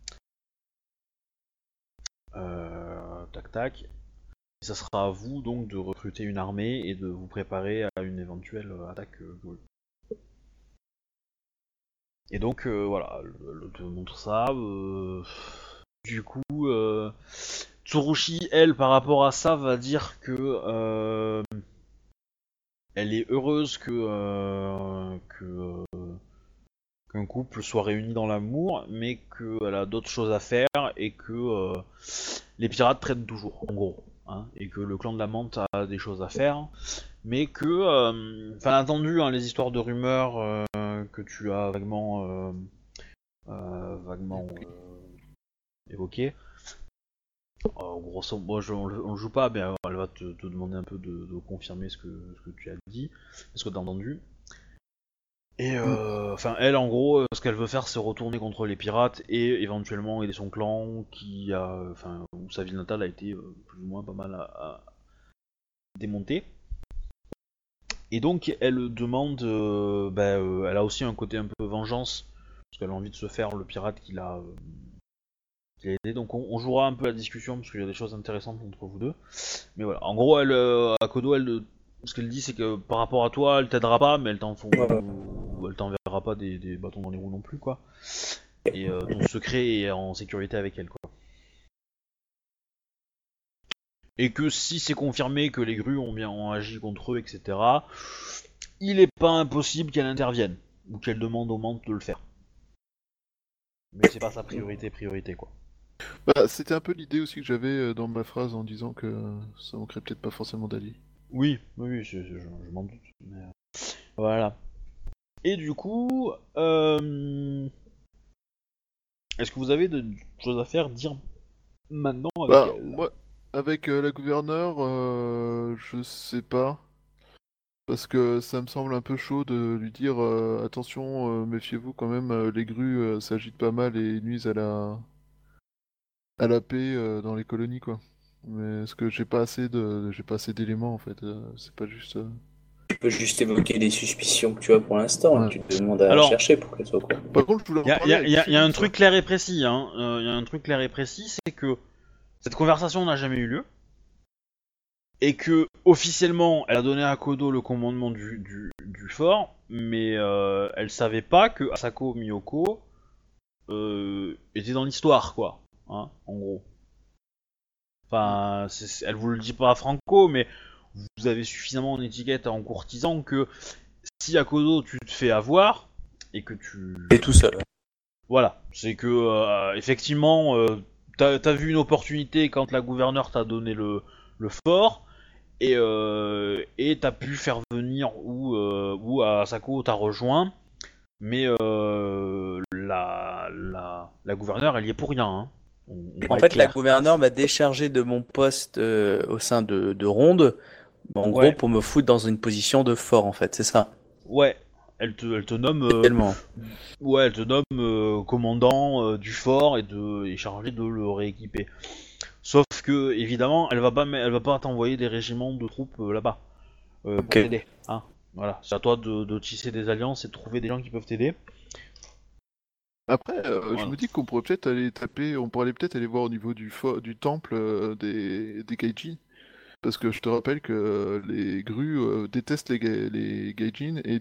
[SPEAKER 1] Tac tac. Et ça sera à vous donc de recruter une armée et de vous préparer à une éventuelle attaque grue. Et donc voilà, elle te montre ça. Du coup, Tsurushi, elle, par rapport à ça, va dire que elle est heureuse qu'un couple soit réuni dans l'amour, mais qu'elle a d'autres choses à faire et que les pirates traînent toujours, en gros. Hein, et que le clan de la Menthe a des choses à faire, mais que, enfin, entendu, hein, les histoires de rumeurs que tu as vaguement évoquées. Grosso modo, on le joue pas, mais elle va te demander un peu de confirmer ce que tu as dit, ce que tu as entendu. Et enfin, elle, en gros, ce qu'elle veut faire, c'est retourner contre les pirates et éventuellement aider son clan, où sa ville natale a été plus ou moins pas mal à démonter. Et donc, elle demande, elle a aussi un côté un peu vengeance, parce qu'elle a envie de se faire le pirate qu'il a aidé. Donc, on jouera un peu la discussion, parce qu'il y a des choses intéressantes entre vous deux. Mais voilà, en gros, elle, Akodo, ce qu'elle dit, c'est que par rapport à toi, elle t'aidera pas, mais elle t'enverra pas des bâtons dans les roues non plus, quoi. Et ton secret est en sécurité avec elle, quoi. Et que si c'est confirmé que les grues ont agi contre eux, etc., il est pas impossible qu'elle intervienne, ou qu'elle demande aux Mantes de le faire. Mais c'est pas sa priorité, quoi.
[SPEAKER 2] Bah, c'était un peu l'idée aussi que j'avais dans ma phrase en disant que ça manquerait peut-être pas forcément d'alliés.
[SPEAKER 1] Oui, je m'en doute. Mais, voilà. Et du coup, est-ce que vous avez de choses à faire dire maintenant avec elle?
[SPEAKER 2] Moi, avec la gouverneure, je sais pas. Parce que ça me semble un peu chaud de lui dire attention, méfiez-vous quand même, les grues s'agitent pas mal et nuisent à la paix dans les colonies, quoi. Mais est-ce que j'ai pas assez d'éléments en fait, c'est pas juste.
[SPEAKER 5] Tu peux juste évoquer des suspicions que tu as pour l'instant,
[SPEAKER 2] Ouais.
[SPEAKER 5] et tu te demandes à
[SPEAKER 1] Alors,
[SPEAKER 5] chercher pour qu'elle soit quoi.
[SPEAKER 2] Par contre, je voulais en parler avec
[SPEAKER 1] Il y a un
[SPEAKER 2] Philippe,
[SPEAKER 1] truc clair et précis, hein. Il y a un truc clair et précis, c'est que cette conversation n'a jamais eu lieu. Et que officiellement, elle a donné à Kodo le commandement du fort, mais elle savait pas que Asako Miyoko était dans l'histoire, quoi. Hein, en gros. Enfin, elle vous le dit pas à Franco, mais vous avez suffisamment en étiquette en courtisan que si à Kodo tu te fais avoir et que tu...
[SPEAKER 5] T'es tout seul.
[SPEAKER 1] Voilà, c'est que effectivement, t'as vu une opportunité quand la gouverneure t'a donné le fort. Et t'as pu faire venir ou Asako t'a rejoint, mais la gouverneure elle y est pour rien. Hein. On
[SPEAKER 4] En
[SPEAKER 1] va être
[SPEAKER 4] fait, la
[SPEAKER 1] clair.
[SPEAKER 4] gouverneure m'a déchargé de mon poste au sein de Ronde, en
[SPEAKER 1] Ouais.
[SPEAKER 4] gros pour me foutre dans une position de fort, en fait, c'est ça.
[SPEAKER 1] Ouais, elle te nomme,
[SPEAKER 4] Tellement.
[SPEAKER 1] ouais, elle te nomme commandant du fort et chargé de le rééquiper. Sauf que évidemment, elle va pas t'envoyer des régiments de troupes là-bas pour
[SPEAKER 4] Ok.
[SPEAKER 1] t'aider. Hein. Voilà, c'est à toi de tisser des alliances et de trouver des gens qui peuvent t'aider.
[SPEAKER 2] Après,
[SPEAKER 1] Voilà.
[SPEAKER 2] je me dis qu'on pourrait peut-être aller taper, on pourrait peut-être aller voir au niveau du temple des Gaijin. Parce que je te rappelle que les grues détestent les Gaijin et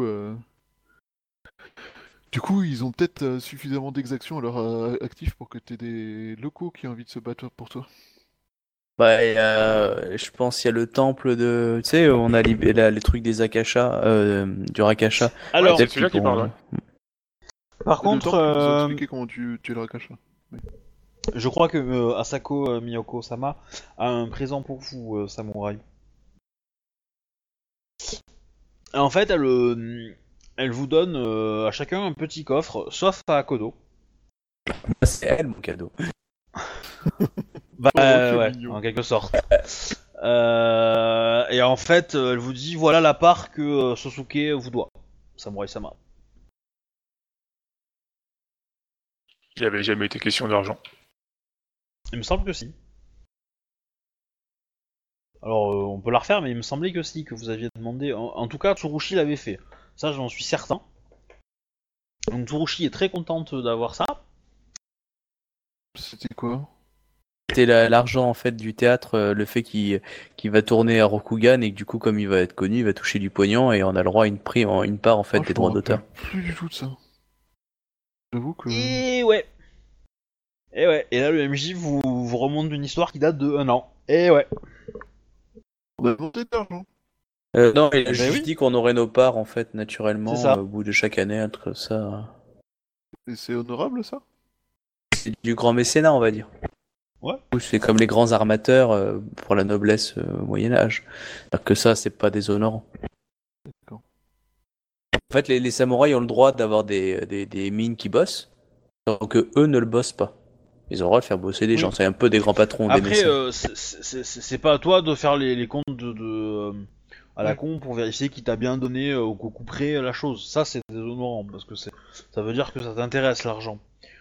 [SPEAKER 2] du coup, ils ont peut-être suffisamment d'exactions à leur actif pour que tu aies des locaux qui ont envie de se battre pour toi.
[SPEAKER 4] Bah, je pense qu'il y a le temple de. Tu sais, on a les trucs des Akasha, du Rakasha.
[SPEAKER 1] Alors,
[SPEAKER 3] c'est
[SPEAKER 4] Peut-être
[SPEAKER 3] celui-là
[SPEAKER 4] qu'ils
[SPEAKER 3] qui parle,
[SPEAKER 4] pourront-
[SPEAKER 1] par
[SPEAKER 2] Le
[SPEAKER 1] contre,
[SPEAKER 2] temple, ils nous ont expliqué comment tu es le Rakasha.
[SPEAKER 1] je crois que Asako Miyoko-sama a un présent pour vous, samouraï. En fait, elle vous donne à chacun un petit coffre, sauf à Kodo.
[SPEAKER 4] C'est elle, mon cadeau.
[SPEAKER 1] Bah
[SPEAKER 2] Oh, c'est
[SPEAKER 1] ouais,
[SPEAKER 2] mignon.
[SPEAKER 1] en quelque sorte. Et en fait, elle vous dit voilà la part que Sosuke vous doit, Samurai-sama.
[SPEAKER 3] Il n'y avait jamais été question d'argent.
[SPEAKER 1] Il me semble que si. Alors, on peut la refaire, mais il me semblait que si, que vous aviez demandé. En tout cas, Tsurushi l'avait fait. Ça, j'en suis certain. Donc, Tsurushi est très contente d'avoir ça.
[SPEAKER 2] C'était quoi?
[SPEAKER 4] C'était l'argent en fait du théâtre, le fait qu'il va tourner à Rokugan et que du coup comme il va être connu, il va toucher du pognon et on a le droit à une part en fait
[SPEAKER 2] Je
[SPEAKER 4] des droits
[SPEAKER 2] me
[SPEAKER 4] d'auteur.
[SPEAKER 2] rappelle plus du tout de ça. J'avoue que...
[SPEAKER 1] Et ouais. Et là, le MJ vous remonte une histoire qui date de 1 an. Et ouais.
[SPEAKER 2] On a demandé de l'argent.
[SPEAKER 4] Non, il a
[SPEAKER 1] Ben
[SPEAKER 4] juste
[SPEAKER 1] oui.
[SPEAKER 4] dit qu'on aurait nos parts en fait naturellement
[SPEAKER 1] C'est ça.
[SPEAKER 4] au bout de chaque année, entre ça.
[SPEAKER 2] Et c'est honorable, ça?
[SPEAKER 4] C'est du grand mécénat, on va dire.
[SPEAKER 1] Ouais.
[SPEAKER 4] C'est comme les grands armateurs pour la noblesse au Moyen-Âge. Alors que ça, c'est pas déshonorant.
[SPEAKER 2] D'accord.
[SPEAKER 4] En fait, les samouraïs ont le droit d'avoir des mines qui bossent, alors que eux ne le bossent pas. Ils ont le droit de faire bosser des
[SPEAKER 1] Oui.
[SPEAKER 4] gens. C'est un peu des grands patrons, des
[SPEAKER 1] Après,
[SPEAKER 4] mécènes.
[SPEAKER 1] c'est pas à toi de faire les comptes à la con pour vérifier qui t'a bien donné au coup près la chose. Ça, c'est déshonorant parce que ça veut dire que ça t'intéresse l'argent.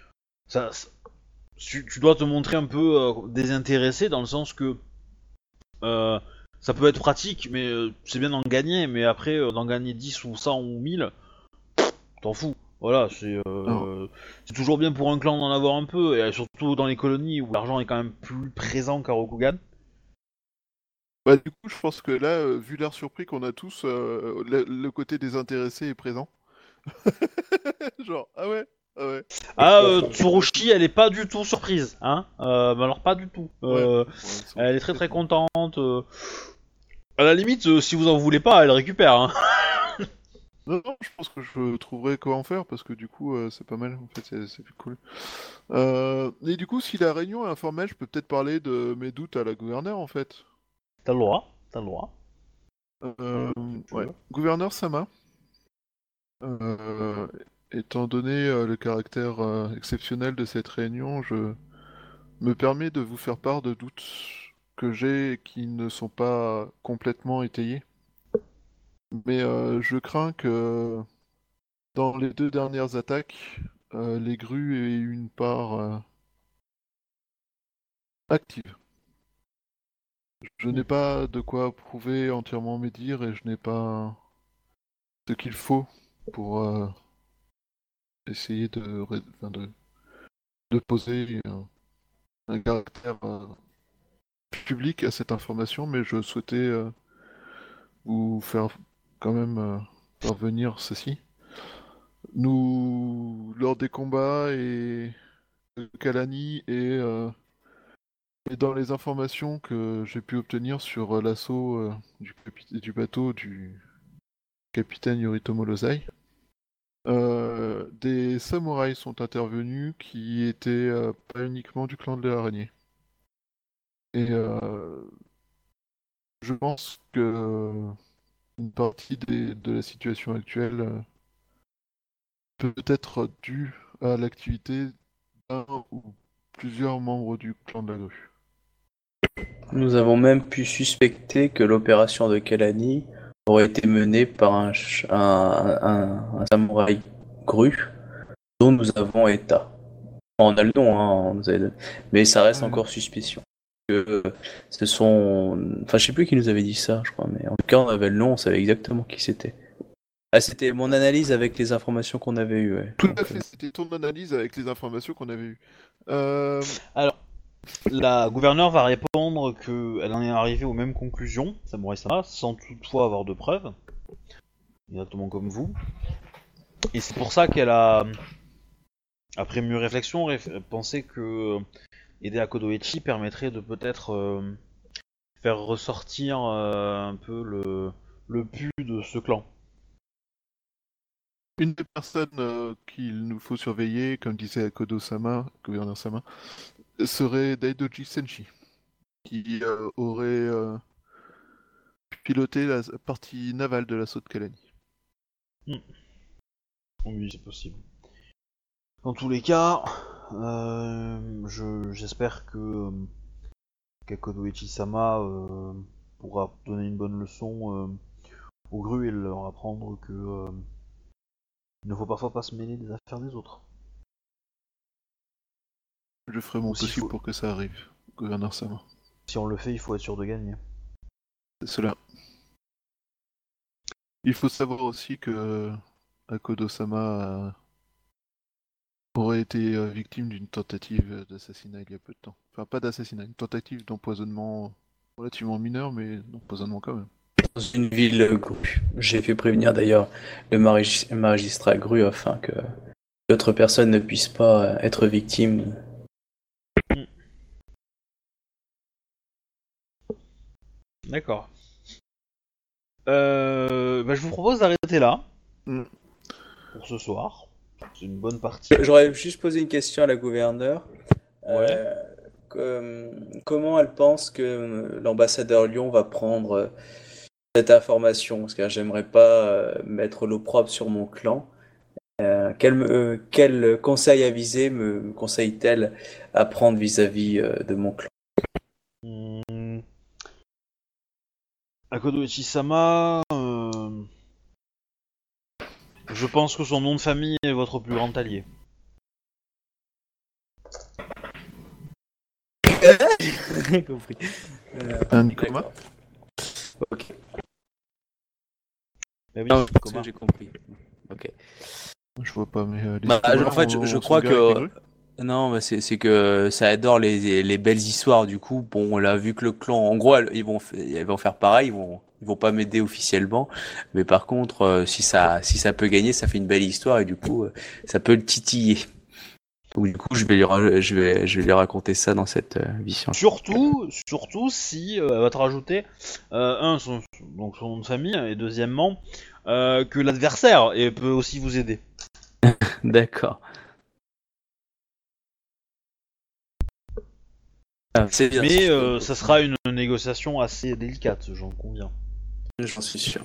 [SPEAKER 1] Tu dois te montrer un peu désintéressé dans le sens que ça peut être pratique, mais c'est bien d'en gagner, mais après d'en gagner 10 ou 100 ou 1000, t'en fous. Voilà, c'est toujours bien pour un clan d'en avoir un peu, et surtout dans les colonies où l'argent est quand même plus présent qu'à Rokugan.
[SPEAKER 2] Bah, du coup, je pense que là, vu l'air surpris qu'on a tous, le côté désintéressé est présent. Genre, ah ouais, ah ouais.
[SPEAKER 1] Ah, Tsurushi, elle est pas du tout surprise, hein. Mais alors pas du tout.
[SPEAKER 2] Ouais,
[SPEAKER 1] Elle est très très contente. À la limite, si vous en voulez pas, elle récupère. Hein.
[SPEAKER 2] Non, non, je pense que je trouverai quoi en faire parce que du coup, c'est pas mal. En fait, c'est plus cool. Et du coup, si la réunion est informelle, je peux peut-être parler de mes doutes à la gouverneure en fait.
[SPEAKER 1] T'as le droit, t'as le droit.
[SPEAKER 2] Ouais. Gouverneur Sama, euh, étant donné le caractère exceptionnel de cette réunion, je me permets de vous faire part de doutes que j'ai et qui ne sont pas complètement étayés. Mais je crains que dans les 2 dernières attaques, les grues aient eu une part active. Je n'ai pas de quoi prouver entièrement mes dires et je n'ai pas ce qu'il faut pour essayer de poser un caractère public à cette information, mais je souhaitais vous faire quand même parvenir ceci. Lors des combats et Kalani et dans les informations que j'ai pu obtenir sur l'assaut du bateau du capitaine Yoritomo Lozai, des samouraïs sont intervenus qui étaient pas uniquement du clan de l'araignée. Et je pense que une partie de la situation actuelle peut être due à l'activité d'un ou plusieurs membres du clan de la grue.
[SPEAKER 4] Nous avons même pu suspecter que l'opération de Kalani aurait été menée par un samouraï grue dont nous avons état. On a le nom, hein, mais ça reste encore suspicion. Que ce sont... Enfin, je sais plus qui nous avait dit ça, je crois, mais en tout cas, on avait le nom, on savait exactement qui c'était. Ah, c'était mon analyse avec les informations qu'on avait eues. Ouais.
[SPEAKER 2] Tout à fait, c'était ton analyse avec les informations qu'on avait eues.
[SPEAKER 1] Alors, la gouverneure va répondre qu'elle en est arrivée aux mêmes conclusions, Samurai-sama, sans toutefois avoir de preuves, exactement comme vous. Et c'est pour ça qu'elle a, après mûre réflexion, pensé que aider à Kodoichi permettrait de peut-être faire ressortir un peu le pu de ce clan.
[SPEAKER 2] Une des personnes qu'il nous faut surveiller, comme disait Kodo-sama, gouverneur Sama, serait Daidoji Senshi, qui aurait piloté la partie navale de l'assaut de Kalani.
[SPEAKER 1] Oui, c'est possible. Dans tous les cas, j'espère que Kodoichi-sama pourra donner une bonne leçon aux grues et leur apprendre que il ne faut parfois pas se mêler des affaires des autres.
[SPEAKER 2] Je ferai mon
[SPEAKER 1] Ou s'il
[SPEAKER 2] possible
[SPEAKER 1] faut-
[SPEAKER 2] pour que ça arrive, gouverneur Sama.
[SPEAKER 1] Si on le fait, il faut être sûr de gagner.
[SPEAKER 2] C'est cela. Il faut savoir aussi que Akodo-sama aurait été victime d'une tentative d'assassinat il y a peu de temps. Enfin, pas d'assassinat, une tentative d'empoisonnement relativement mineure, mais d'empoisonnement quand même.
[SPEAKER 5] Dans une ville grue. J'ai fait prévenir d'ailleurs le magistrat grue afin que d'autres personnes ne puissent pas être victimes.
[SPEAKER 1] D'accord. Je vous propose d'arrêter là pour ce soir. C'est une bonne partie.
[SPEAKER 5] J'aurais juste posé une question à la gouverneure.
[SPEAKER 1] Ouais.
[SPEAKER 5] Comment elle pense que l'ambassadeur Lyon va prendre cette information? Parce que j'aimerais pas mettre l'opprobre sur mon clan. Quel conseil avisé me conseille-t-elle à prendre vis-à-vis de mon clan?
[SPEAKER 1] Akodo Ichisama, je pense que son nom de famille est votre plus grand allié.
[SPEAKER 5] J'ai compris.
[SPEAKER 2] Nikoma.
[SPEAKER 5] Ok.
[SPEAKER 1] Mais oui,
[SPEAKER 5] Non,
[SPEAKER 1] comment
[SPEAKER 5] j'ai compris. Ok.
[SPEAKER 2] Je vois pas, mais...
[SPEAKER 5] En fait, je crois que... Non, mais c'est que ça adore les belles histoires, du coup. Bon, on l'a vu que le clan... En gros, ils vont faire pareil, ils vont pas m'aider officiellement. Mais par contre, si ça peut gagner, ça fait une belle histoire et du coup, ça peut le titiller. Donc, du coup, je vais lui raconter ça dans cette vision.
[SPEAKER 1] Surtout si elle va te rajouter son nom de famille et deuxièmement que l'adversaire peut aussi vous aider.
[SPEAKER 5] D'accord. C'est bien.
[SPEAKER 1] Mais ça sera une négociation assez délicate, j'en conviens.
[SPEAKER 5] J'en suis sûr.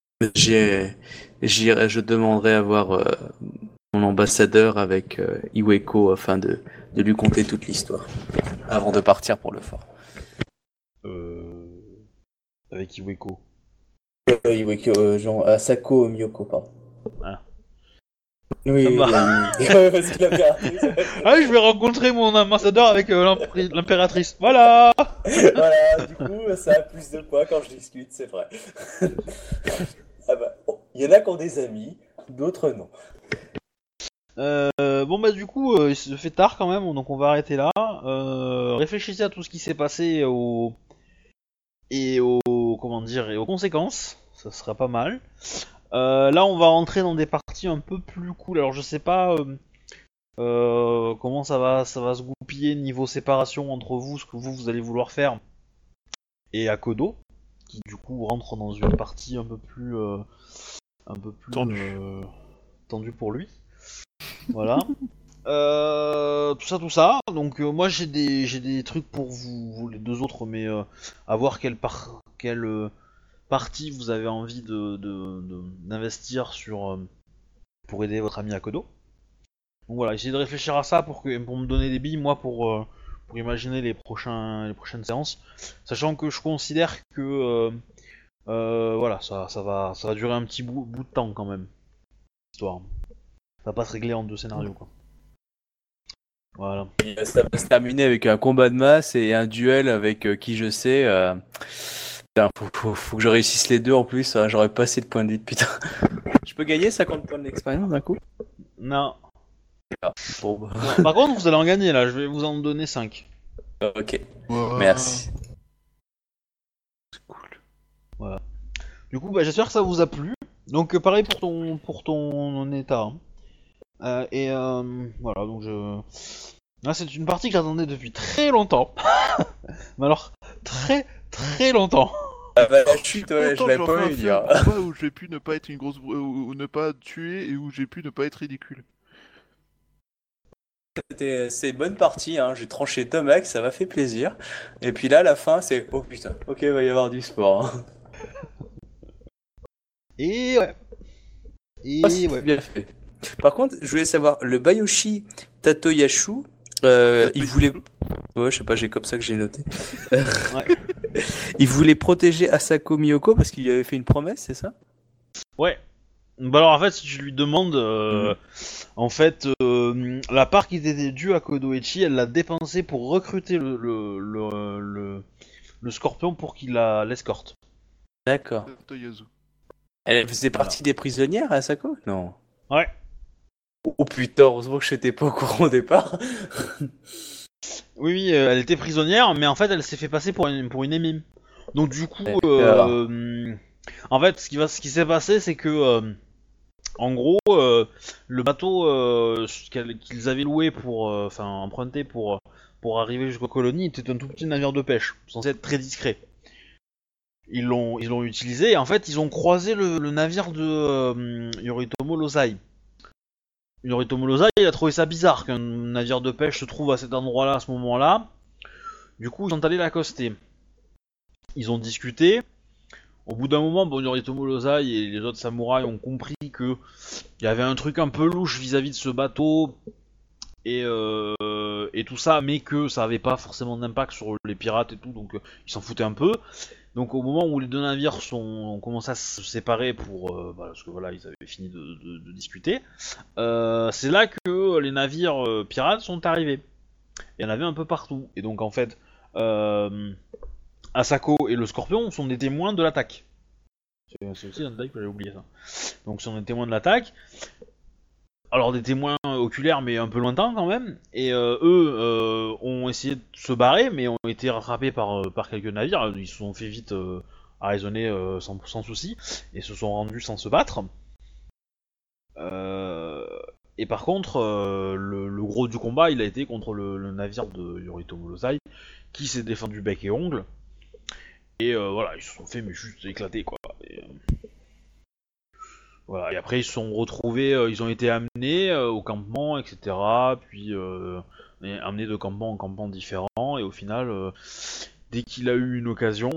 [SPEAKER 5] Je demanderai à voir mon ambassadeur avec Iweko afin de lui conter toute l'histoire avant de partir pour le fort.
[SPEAKER 1] Avec Iweko.
[SPEAKER 5] Iweko, genre Asako Miyoko, pardon.
[SPEAKER 1] Ah.
[SPEAKER 5] Oui, parce qu'il avait
[SPEAKER 1] Ah, je vais rencontrer mon ambassadeur avec l'impératrice. Voilà.
[SPEAKER 5] Voilà, du coup, ça a plus de poids quand je discute, c'est vrai. Ah bah, il y en a qui ont des amis, d'autres non.
[SPEAKER 1] Du coup, il se fait tard quand même, donc on va arrêter là. Réfléchissez à tout ce qui s'est passé et aux conséquences. Ça serait pas mal. Là, on va rentrer dans des parties un peu plus cool. Alors, je sais pas comment ça va se goupiller niveau séparation entre vous, ce que vous allez vouloir faire, et Akodo, qui du coup rentre dans une partie un peu plus tendue pour lui. Voilà. Tout ça. Donc moi j'ai des trucs pour vous les deux autres, mais à voir quelle partie vous avez envie d'investir pour aider votre ami Akodo. Donc voilà, essayez de réfléchir à ça pour me donner des billes, moi pour imaginer les prochaines séances, sachant que je considère que voilà, ça va durer un petit bout de temps quand même, histoire. Ça va pas se régler en 2 scénarios quoi. Voilà.
[SPEAKER 5] Ça va se terminer avec un combat de masse et un duel avec qui je sais. Putain, faut que je réussisse les deux en plus, j'aurais pas assez de points de vie, putain. Je peux gagner 50 points d'expérience d'un coup?
[SPEAKER 1] Non.
[SPEAKER 5] Ah, bon, bah.
[SPEAKER 1] Par contre, vous allez en gagner là, je vais vous en donner 5.
[SPEAKER 5] Ok, merci.
[SPEAKER 2] C'est cool.
[SPEAKER 1] Voilà. Du coup, j'espère que ça vous a plu. Donc pareil pour ton état. Hein. Voilà, donc là, c'est une partie que j'attendais depuis très longtemps. Mais alors, très très longtemps.
[SPEAKER 5] Ah bah la chute, ouais, je l'avais pas eu dire.
[SPEAKER 2] Où j'ai pu ne pas être une grosse... ou ne pas tuer et où j'ai pu ne pas être ridicule.
[SPEAKER 5] C'est une bonne partie, hein. J'ai tranché 2 mecs, ça m'a fait plaisir. Et puis là, à la fin, c'est... Oh putain, ok, il va y avoir du sport. Hein.
[SPEAKER 1] Et ouais.
[SPEAKER 5] Ouais. Bien fait. Par contre, je voulais savoir, le Bayoshi Tatoyashu, il voulait... Ouais, je sais pas, j'ai comme ça que j'ai noté.
[SPEAKER 1] Ouais.
[SPEAKER 5] Il voulait protéger Asako Miyoko parce qu'il lui avait fait une promesse, c'est ça?
[SPEAKER 1] Ouais. Alors en fait, si je lui demande, en fait, la part qui était due à Kodoichi, elle l'a dépensée pour recruter le Scorpion pour qu'il l'escorte.
[SPEAKER 4] D'accord.
[SPEAKER 2] Toyozu.
[SPEAKER 4] Elle faisait partie des prisonnières, Asako ? Non.
[SPEAKER 1] Ouais.
[SPEAKER 4] Oh putain, heureusement que j'étais pas au courant au départ.
[SPEAKER 1] Oui, elle était prisonnière, mais en fait, elle s'est fait passer pour une émime. Donc du coup,
[SPEAKER 4] D'accord.
[SPEAKER 1] en fait, ce qui s'est passé, c'est que, en gros, le bateau qu'ils avaient loué emprunté pour arriver jusqu'aux colonies, était un tout petit navire de pêche, censé être très discret. Ils l'ont utilisé, et en fait, ils ont croisé le navire de Yoritomo Lozai. Yoritomo Lozai, il a trouvé ça bizarre qu'un navire de pêche se trouve à cet endroit-là, à ce moment-là. Du coup, ils sont allés l'accoster. Ils ont discuté. Au bout d'un moment, Yoritomo Lozai et les autres samouraïs ont compris que il y avait un truc un peu louche vis-à-vis de ce bateau et tout ça, mais que ça avait pas forcément d'impact sur les pirates et tout, donc ils s'en foutaient un peu. Donc au moment où les deux navires ont commencé à se séparer parce que voilà, ils avaient fini de discuter, c'est là que les navires pirates sont arrivés. Il y en avait un peu partout. Et donc en fait, Asako et le Scorpion sont des témoins de l'attaque. C'est aussi un détail que j'avais oublié ça. Donc sont des témoins de l'attaque. Alors des témoins oculaires mais un peu lointains quand même. Et eux ont essayé de se barrer mais ont été rattrapés par quelques navires. Ils se sont fait vite arraisonner sans souci et se sont rendus sans se battre. Et par contre, le gros du combat, il a été contre le navire de Yoritomo Lozai, qui s'est défendu bec et ongles. Et voilà, ils se sont fait mais juste éclater quoi. Voilà. Et après ils se sont retrouvés, ils ont été amenés au campement, etc. Puis amenés de campement en campement différent. Et au final, dès qu'il a eu une occasion,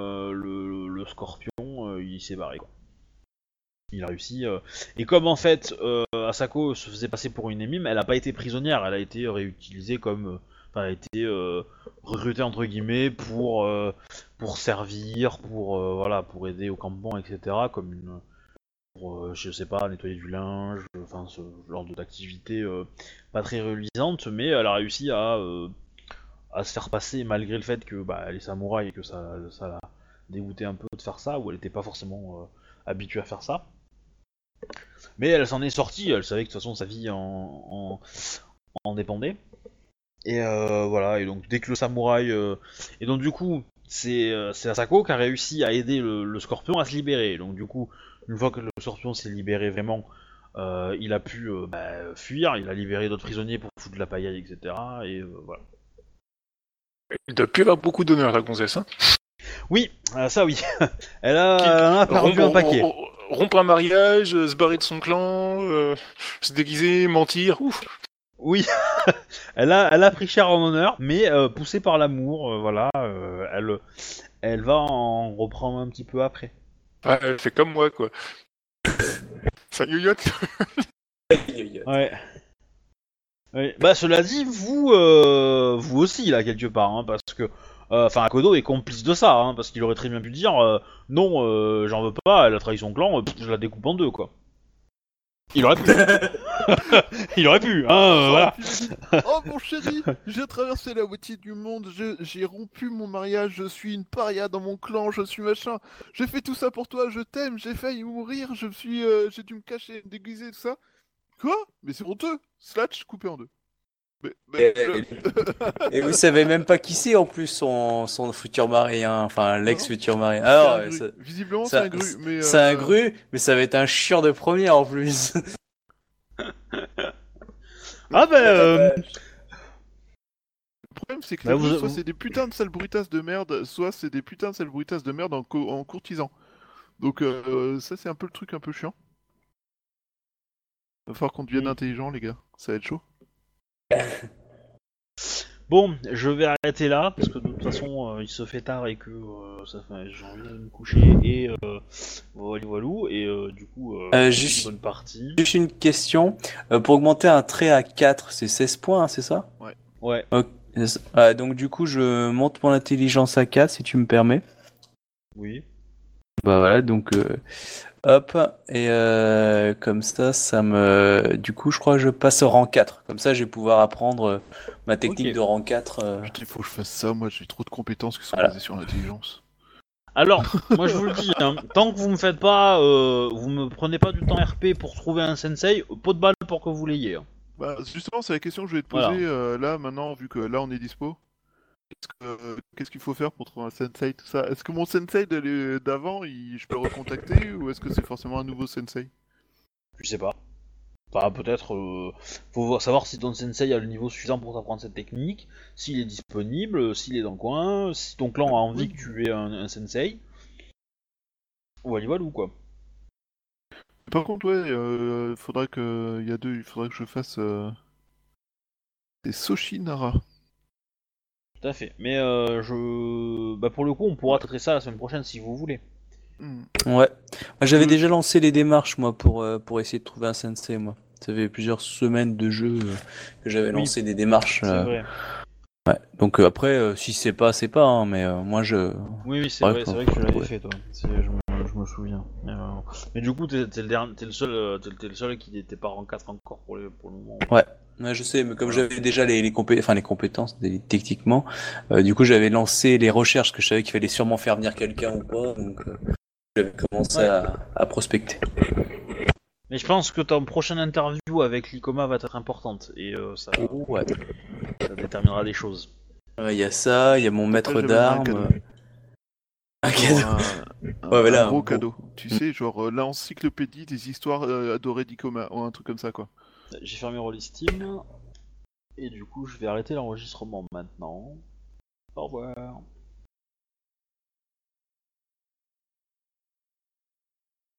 [SPEAKER 1] le Scorpion, il s'est barré quoi. Il a réussi. Et comme en fait Asako se faisait passer pour une émime, elle a pas été prisonnière, elle a été réutilisée comme. Elle a été recrutée entre guillemets pour servir, pour aider au campement, etc. Comme pour je sais pas, nettoyer du linge, enfin ce genre d'activité pas très reluisante, mais elle a réussi à se faire passer malgré le fait que elle est samouraï et que ça l'a dégoûté un peu de faire ça, ou elle était pas forcément habituée à faire ça. Mais elle s'en est sortie, elle savait que de toute façon sa vie en dépendait. Et voilà, et donc dès que le samouraï... Et donc du coup, c'est Asako qui a réussi à aider le Scorpion à se libérer. Donc du coup, une fois que le Scorpion s'est libéré vraiment, il a pu fuir, il a libéré d'autres prisonniers pour foutre de la pagaille, etc. Et voilà.
[SPEAKER 3] Il doit plus avoir beaucoup d'honneur, la gonzesse, hein.
[SPEAKER 1] Oui, ça oui. Elle a perdu un paquet.
[SPEAKER 3] Rompre un mariage, se barrer de son clan, se déguiser, mentir, ouf.
[SPEAKER 1] Oui, elle a pris cher en honneur, mais poussée par l'amour, elle va en reprendre un petit peu après.
[SPEAKER 3] Ouais, elle fait comme moi, quoi. Ça yoyote.
[SPEAKER 1] Ouais. Ouais. Cela dit, vous aussi, là, quelque part, hein, parce que... Akodo est complice de ça, hein, parce qu'il aurait très bien pu dire non, j'en veux pas, elle a trahi son clan, je la découpe en deux, quoi. Il aurait pu. Il aurait pu, hein, voilà.
[SPEAKER 2] Oh mon chéri, j'ai traversé la moitié du monde, j'ai rompu mon mariage, je suis une paria dans mon clan, je suis machin. J'ai fait tout ça pour toi, je t'aime, j'ai failli mourir, j'ai dû me cacher, me déguiser, tout ça. Quoi? Mais c'est honteux. Slatch coupé en deux.
[SPEAKER 4] Et vous savez même pas qui c'est en plus son futur mari, hein. Enfin l'ex-futur mari. Alors,
[SPEAKER 2] visiblement c'est un gru. Mais
[SPEAKER 4] c'est un gru, mais ça va être un chieur de première en plus.
[SPEAKER 1] Ah
[SPEAKER 2] Le problème c'est que les Russes, soit c'est des putains de sales brutasses de merde, soit c'est des putains de sales brutasses de merde en courtisans. Donc ça c'est un peu le truc un peu chiant. Va falloir qu'on devienne intelligent les gars, ça va être chaud.
[SPEAKER 1] Bon, je vais arrêter là, parce que de toute façon, il se fait tard et que j'ai envie de me coucher, et voilou, et du coup,
[SPEAKER 4] juste
[SPEAKER 1] une bonne partie.
[SPEAKER 4] Juste une question, pour augmenter un trait à 4, c'est 16 points, hein, c'est ça ?
[SPEAKER 1] Ouais.
[SPEAKER 4] Okay. Donc du coup, je monte mon intelligence à 4, si tu me permets.
[SPEAKER 1] Oui.
[SPEAKER 4] Bah voilà, donc... Hop, et comme ça me... Du coup, je crois que je passe au rang 4. Comme ça, je vais pouvoir apprendre ma technique de rang 4.
[SPEAKER 2] Putain, il faut que je fasse ça, moi j'ai trop de compétences qui sont
[SPEAKER 4] Voilà.
[SPEAKER 2] basées sur l'intelligence.
[SPEAKER 1] Alors, moi je vous le dis, hein, tant que vous me faites pas, vous me prenez pas du temps RP pour trouver un sensei, pot de balle pour que vous l'ayez. Hein.
[SPEAKER 2] Bah, justement, c'est la question que je vais te poser
[SPEAKER 1] Voilà.
[SPEAKER 2] là, maintenant, vu que là, on est dispo. Qu'est-ce qu'il faut faire pour trouver un sensei, tout ça? Est-ce que mon sensei d'avant, je peux le recontacter, ou est-ce que c'est forcément un nouveau sensei?
[SPEAKER 1] Je sais pas. Enfin, peut-être, faut savoir si ton sensei a le niveau suffisant pour t'apprendre cette technique, s'il est disponible, s'il est dans le coin, si ton clan a envie
[SPEAKER 2] Oui.
[SPEAKER 1] que tu aies un sensei. Voilà, voilà ou quoi.
[SPEAKER 2] Par contre, ouais, faudrait que... il faudrait que je fasse des Soshinara.
[SPEAKER 1] Tout à fait. Mais bah pour le coup, on pourra traiter ça la semaine prochaine si vous voulez.
[SPEAKER 4] Ouais. J'avais déjà lancé les démarches, moi, pour essayer de trouver un sensei, moi. Ça fait plusieurs semaines de jeu que j'avais lancé des démarches.
[SPEAKER 1] C'est vrai.
[SPEAKER 4] Ouais. Donc après, si c'est pas, c'est pas, hein, mais moi je...
[SPEAKER 1] Oui, c'est vrai que tu l'avais fait, toi. Je me souviens. Mais du coup, t'es le seul qui n'était pas rang 4 encore pour le moment.
[SPEAKER 4] Ouais, je sais, mais comme j'avais déjà les compétences techniquement, du coup j'avais lancé les recherches, que je savais qu'il fallait sûrement faire venir quelqu'un ou pas, donc j'avais commencé à prospecter.
[SPEAKER 1] Mais je pense que ton prochaine interview avec l'ICOMA va être importante, et ça déterminera des choses.
[SPEAKER 4] Il y a ça, il y a mon maître d'armes. Un cadeau.
[SPEAKER 2] Un gros cadeau. Tu sais, genre l'encyclopédie des histoires adorées d'Ikoma, ou un truc comme ça, quoi.
[SPEAKER 1] J'ai fermé Rollistim, et du coup je vais arrêter l'enregistrement maintenant. Au revoir.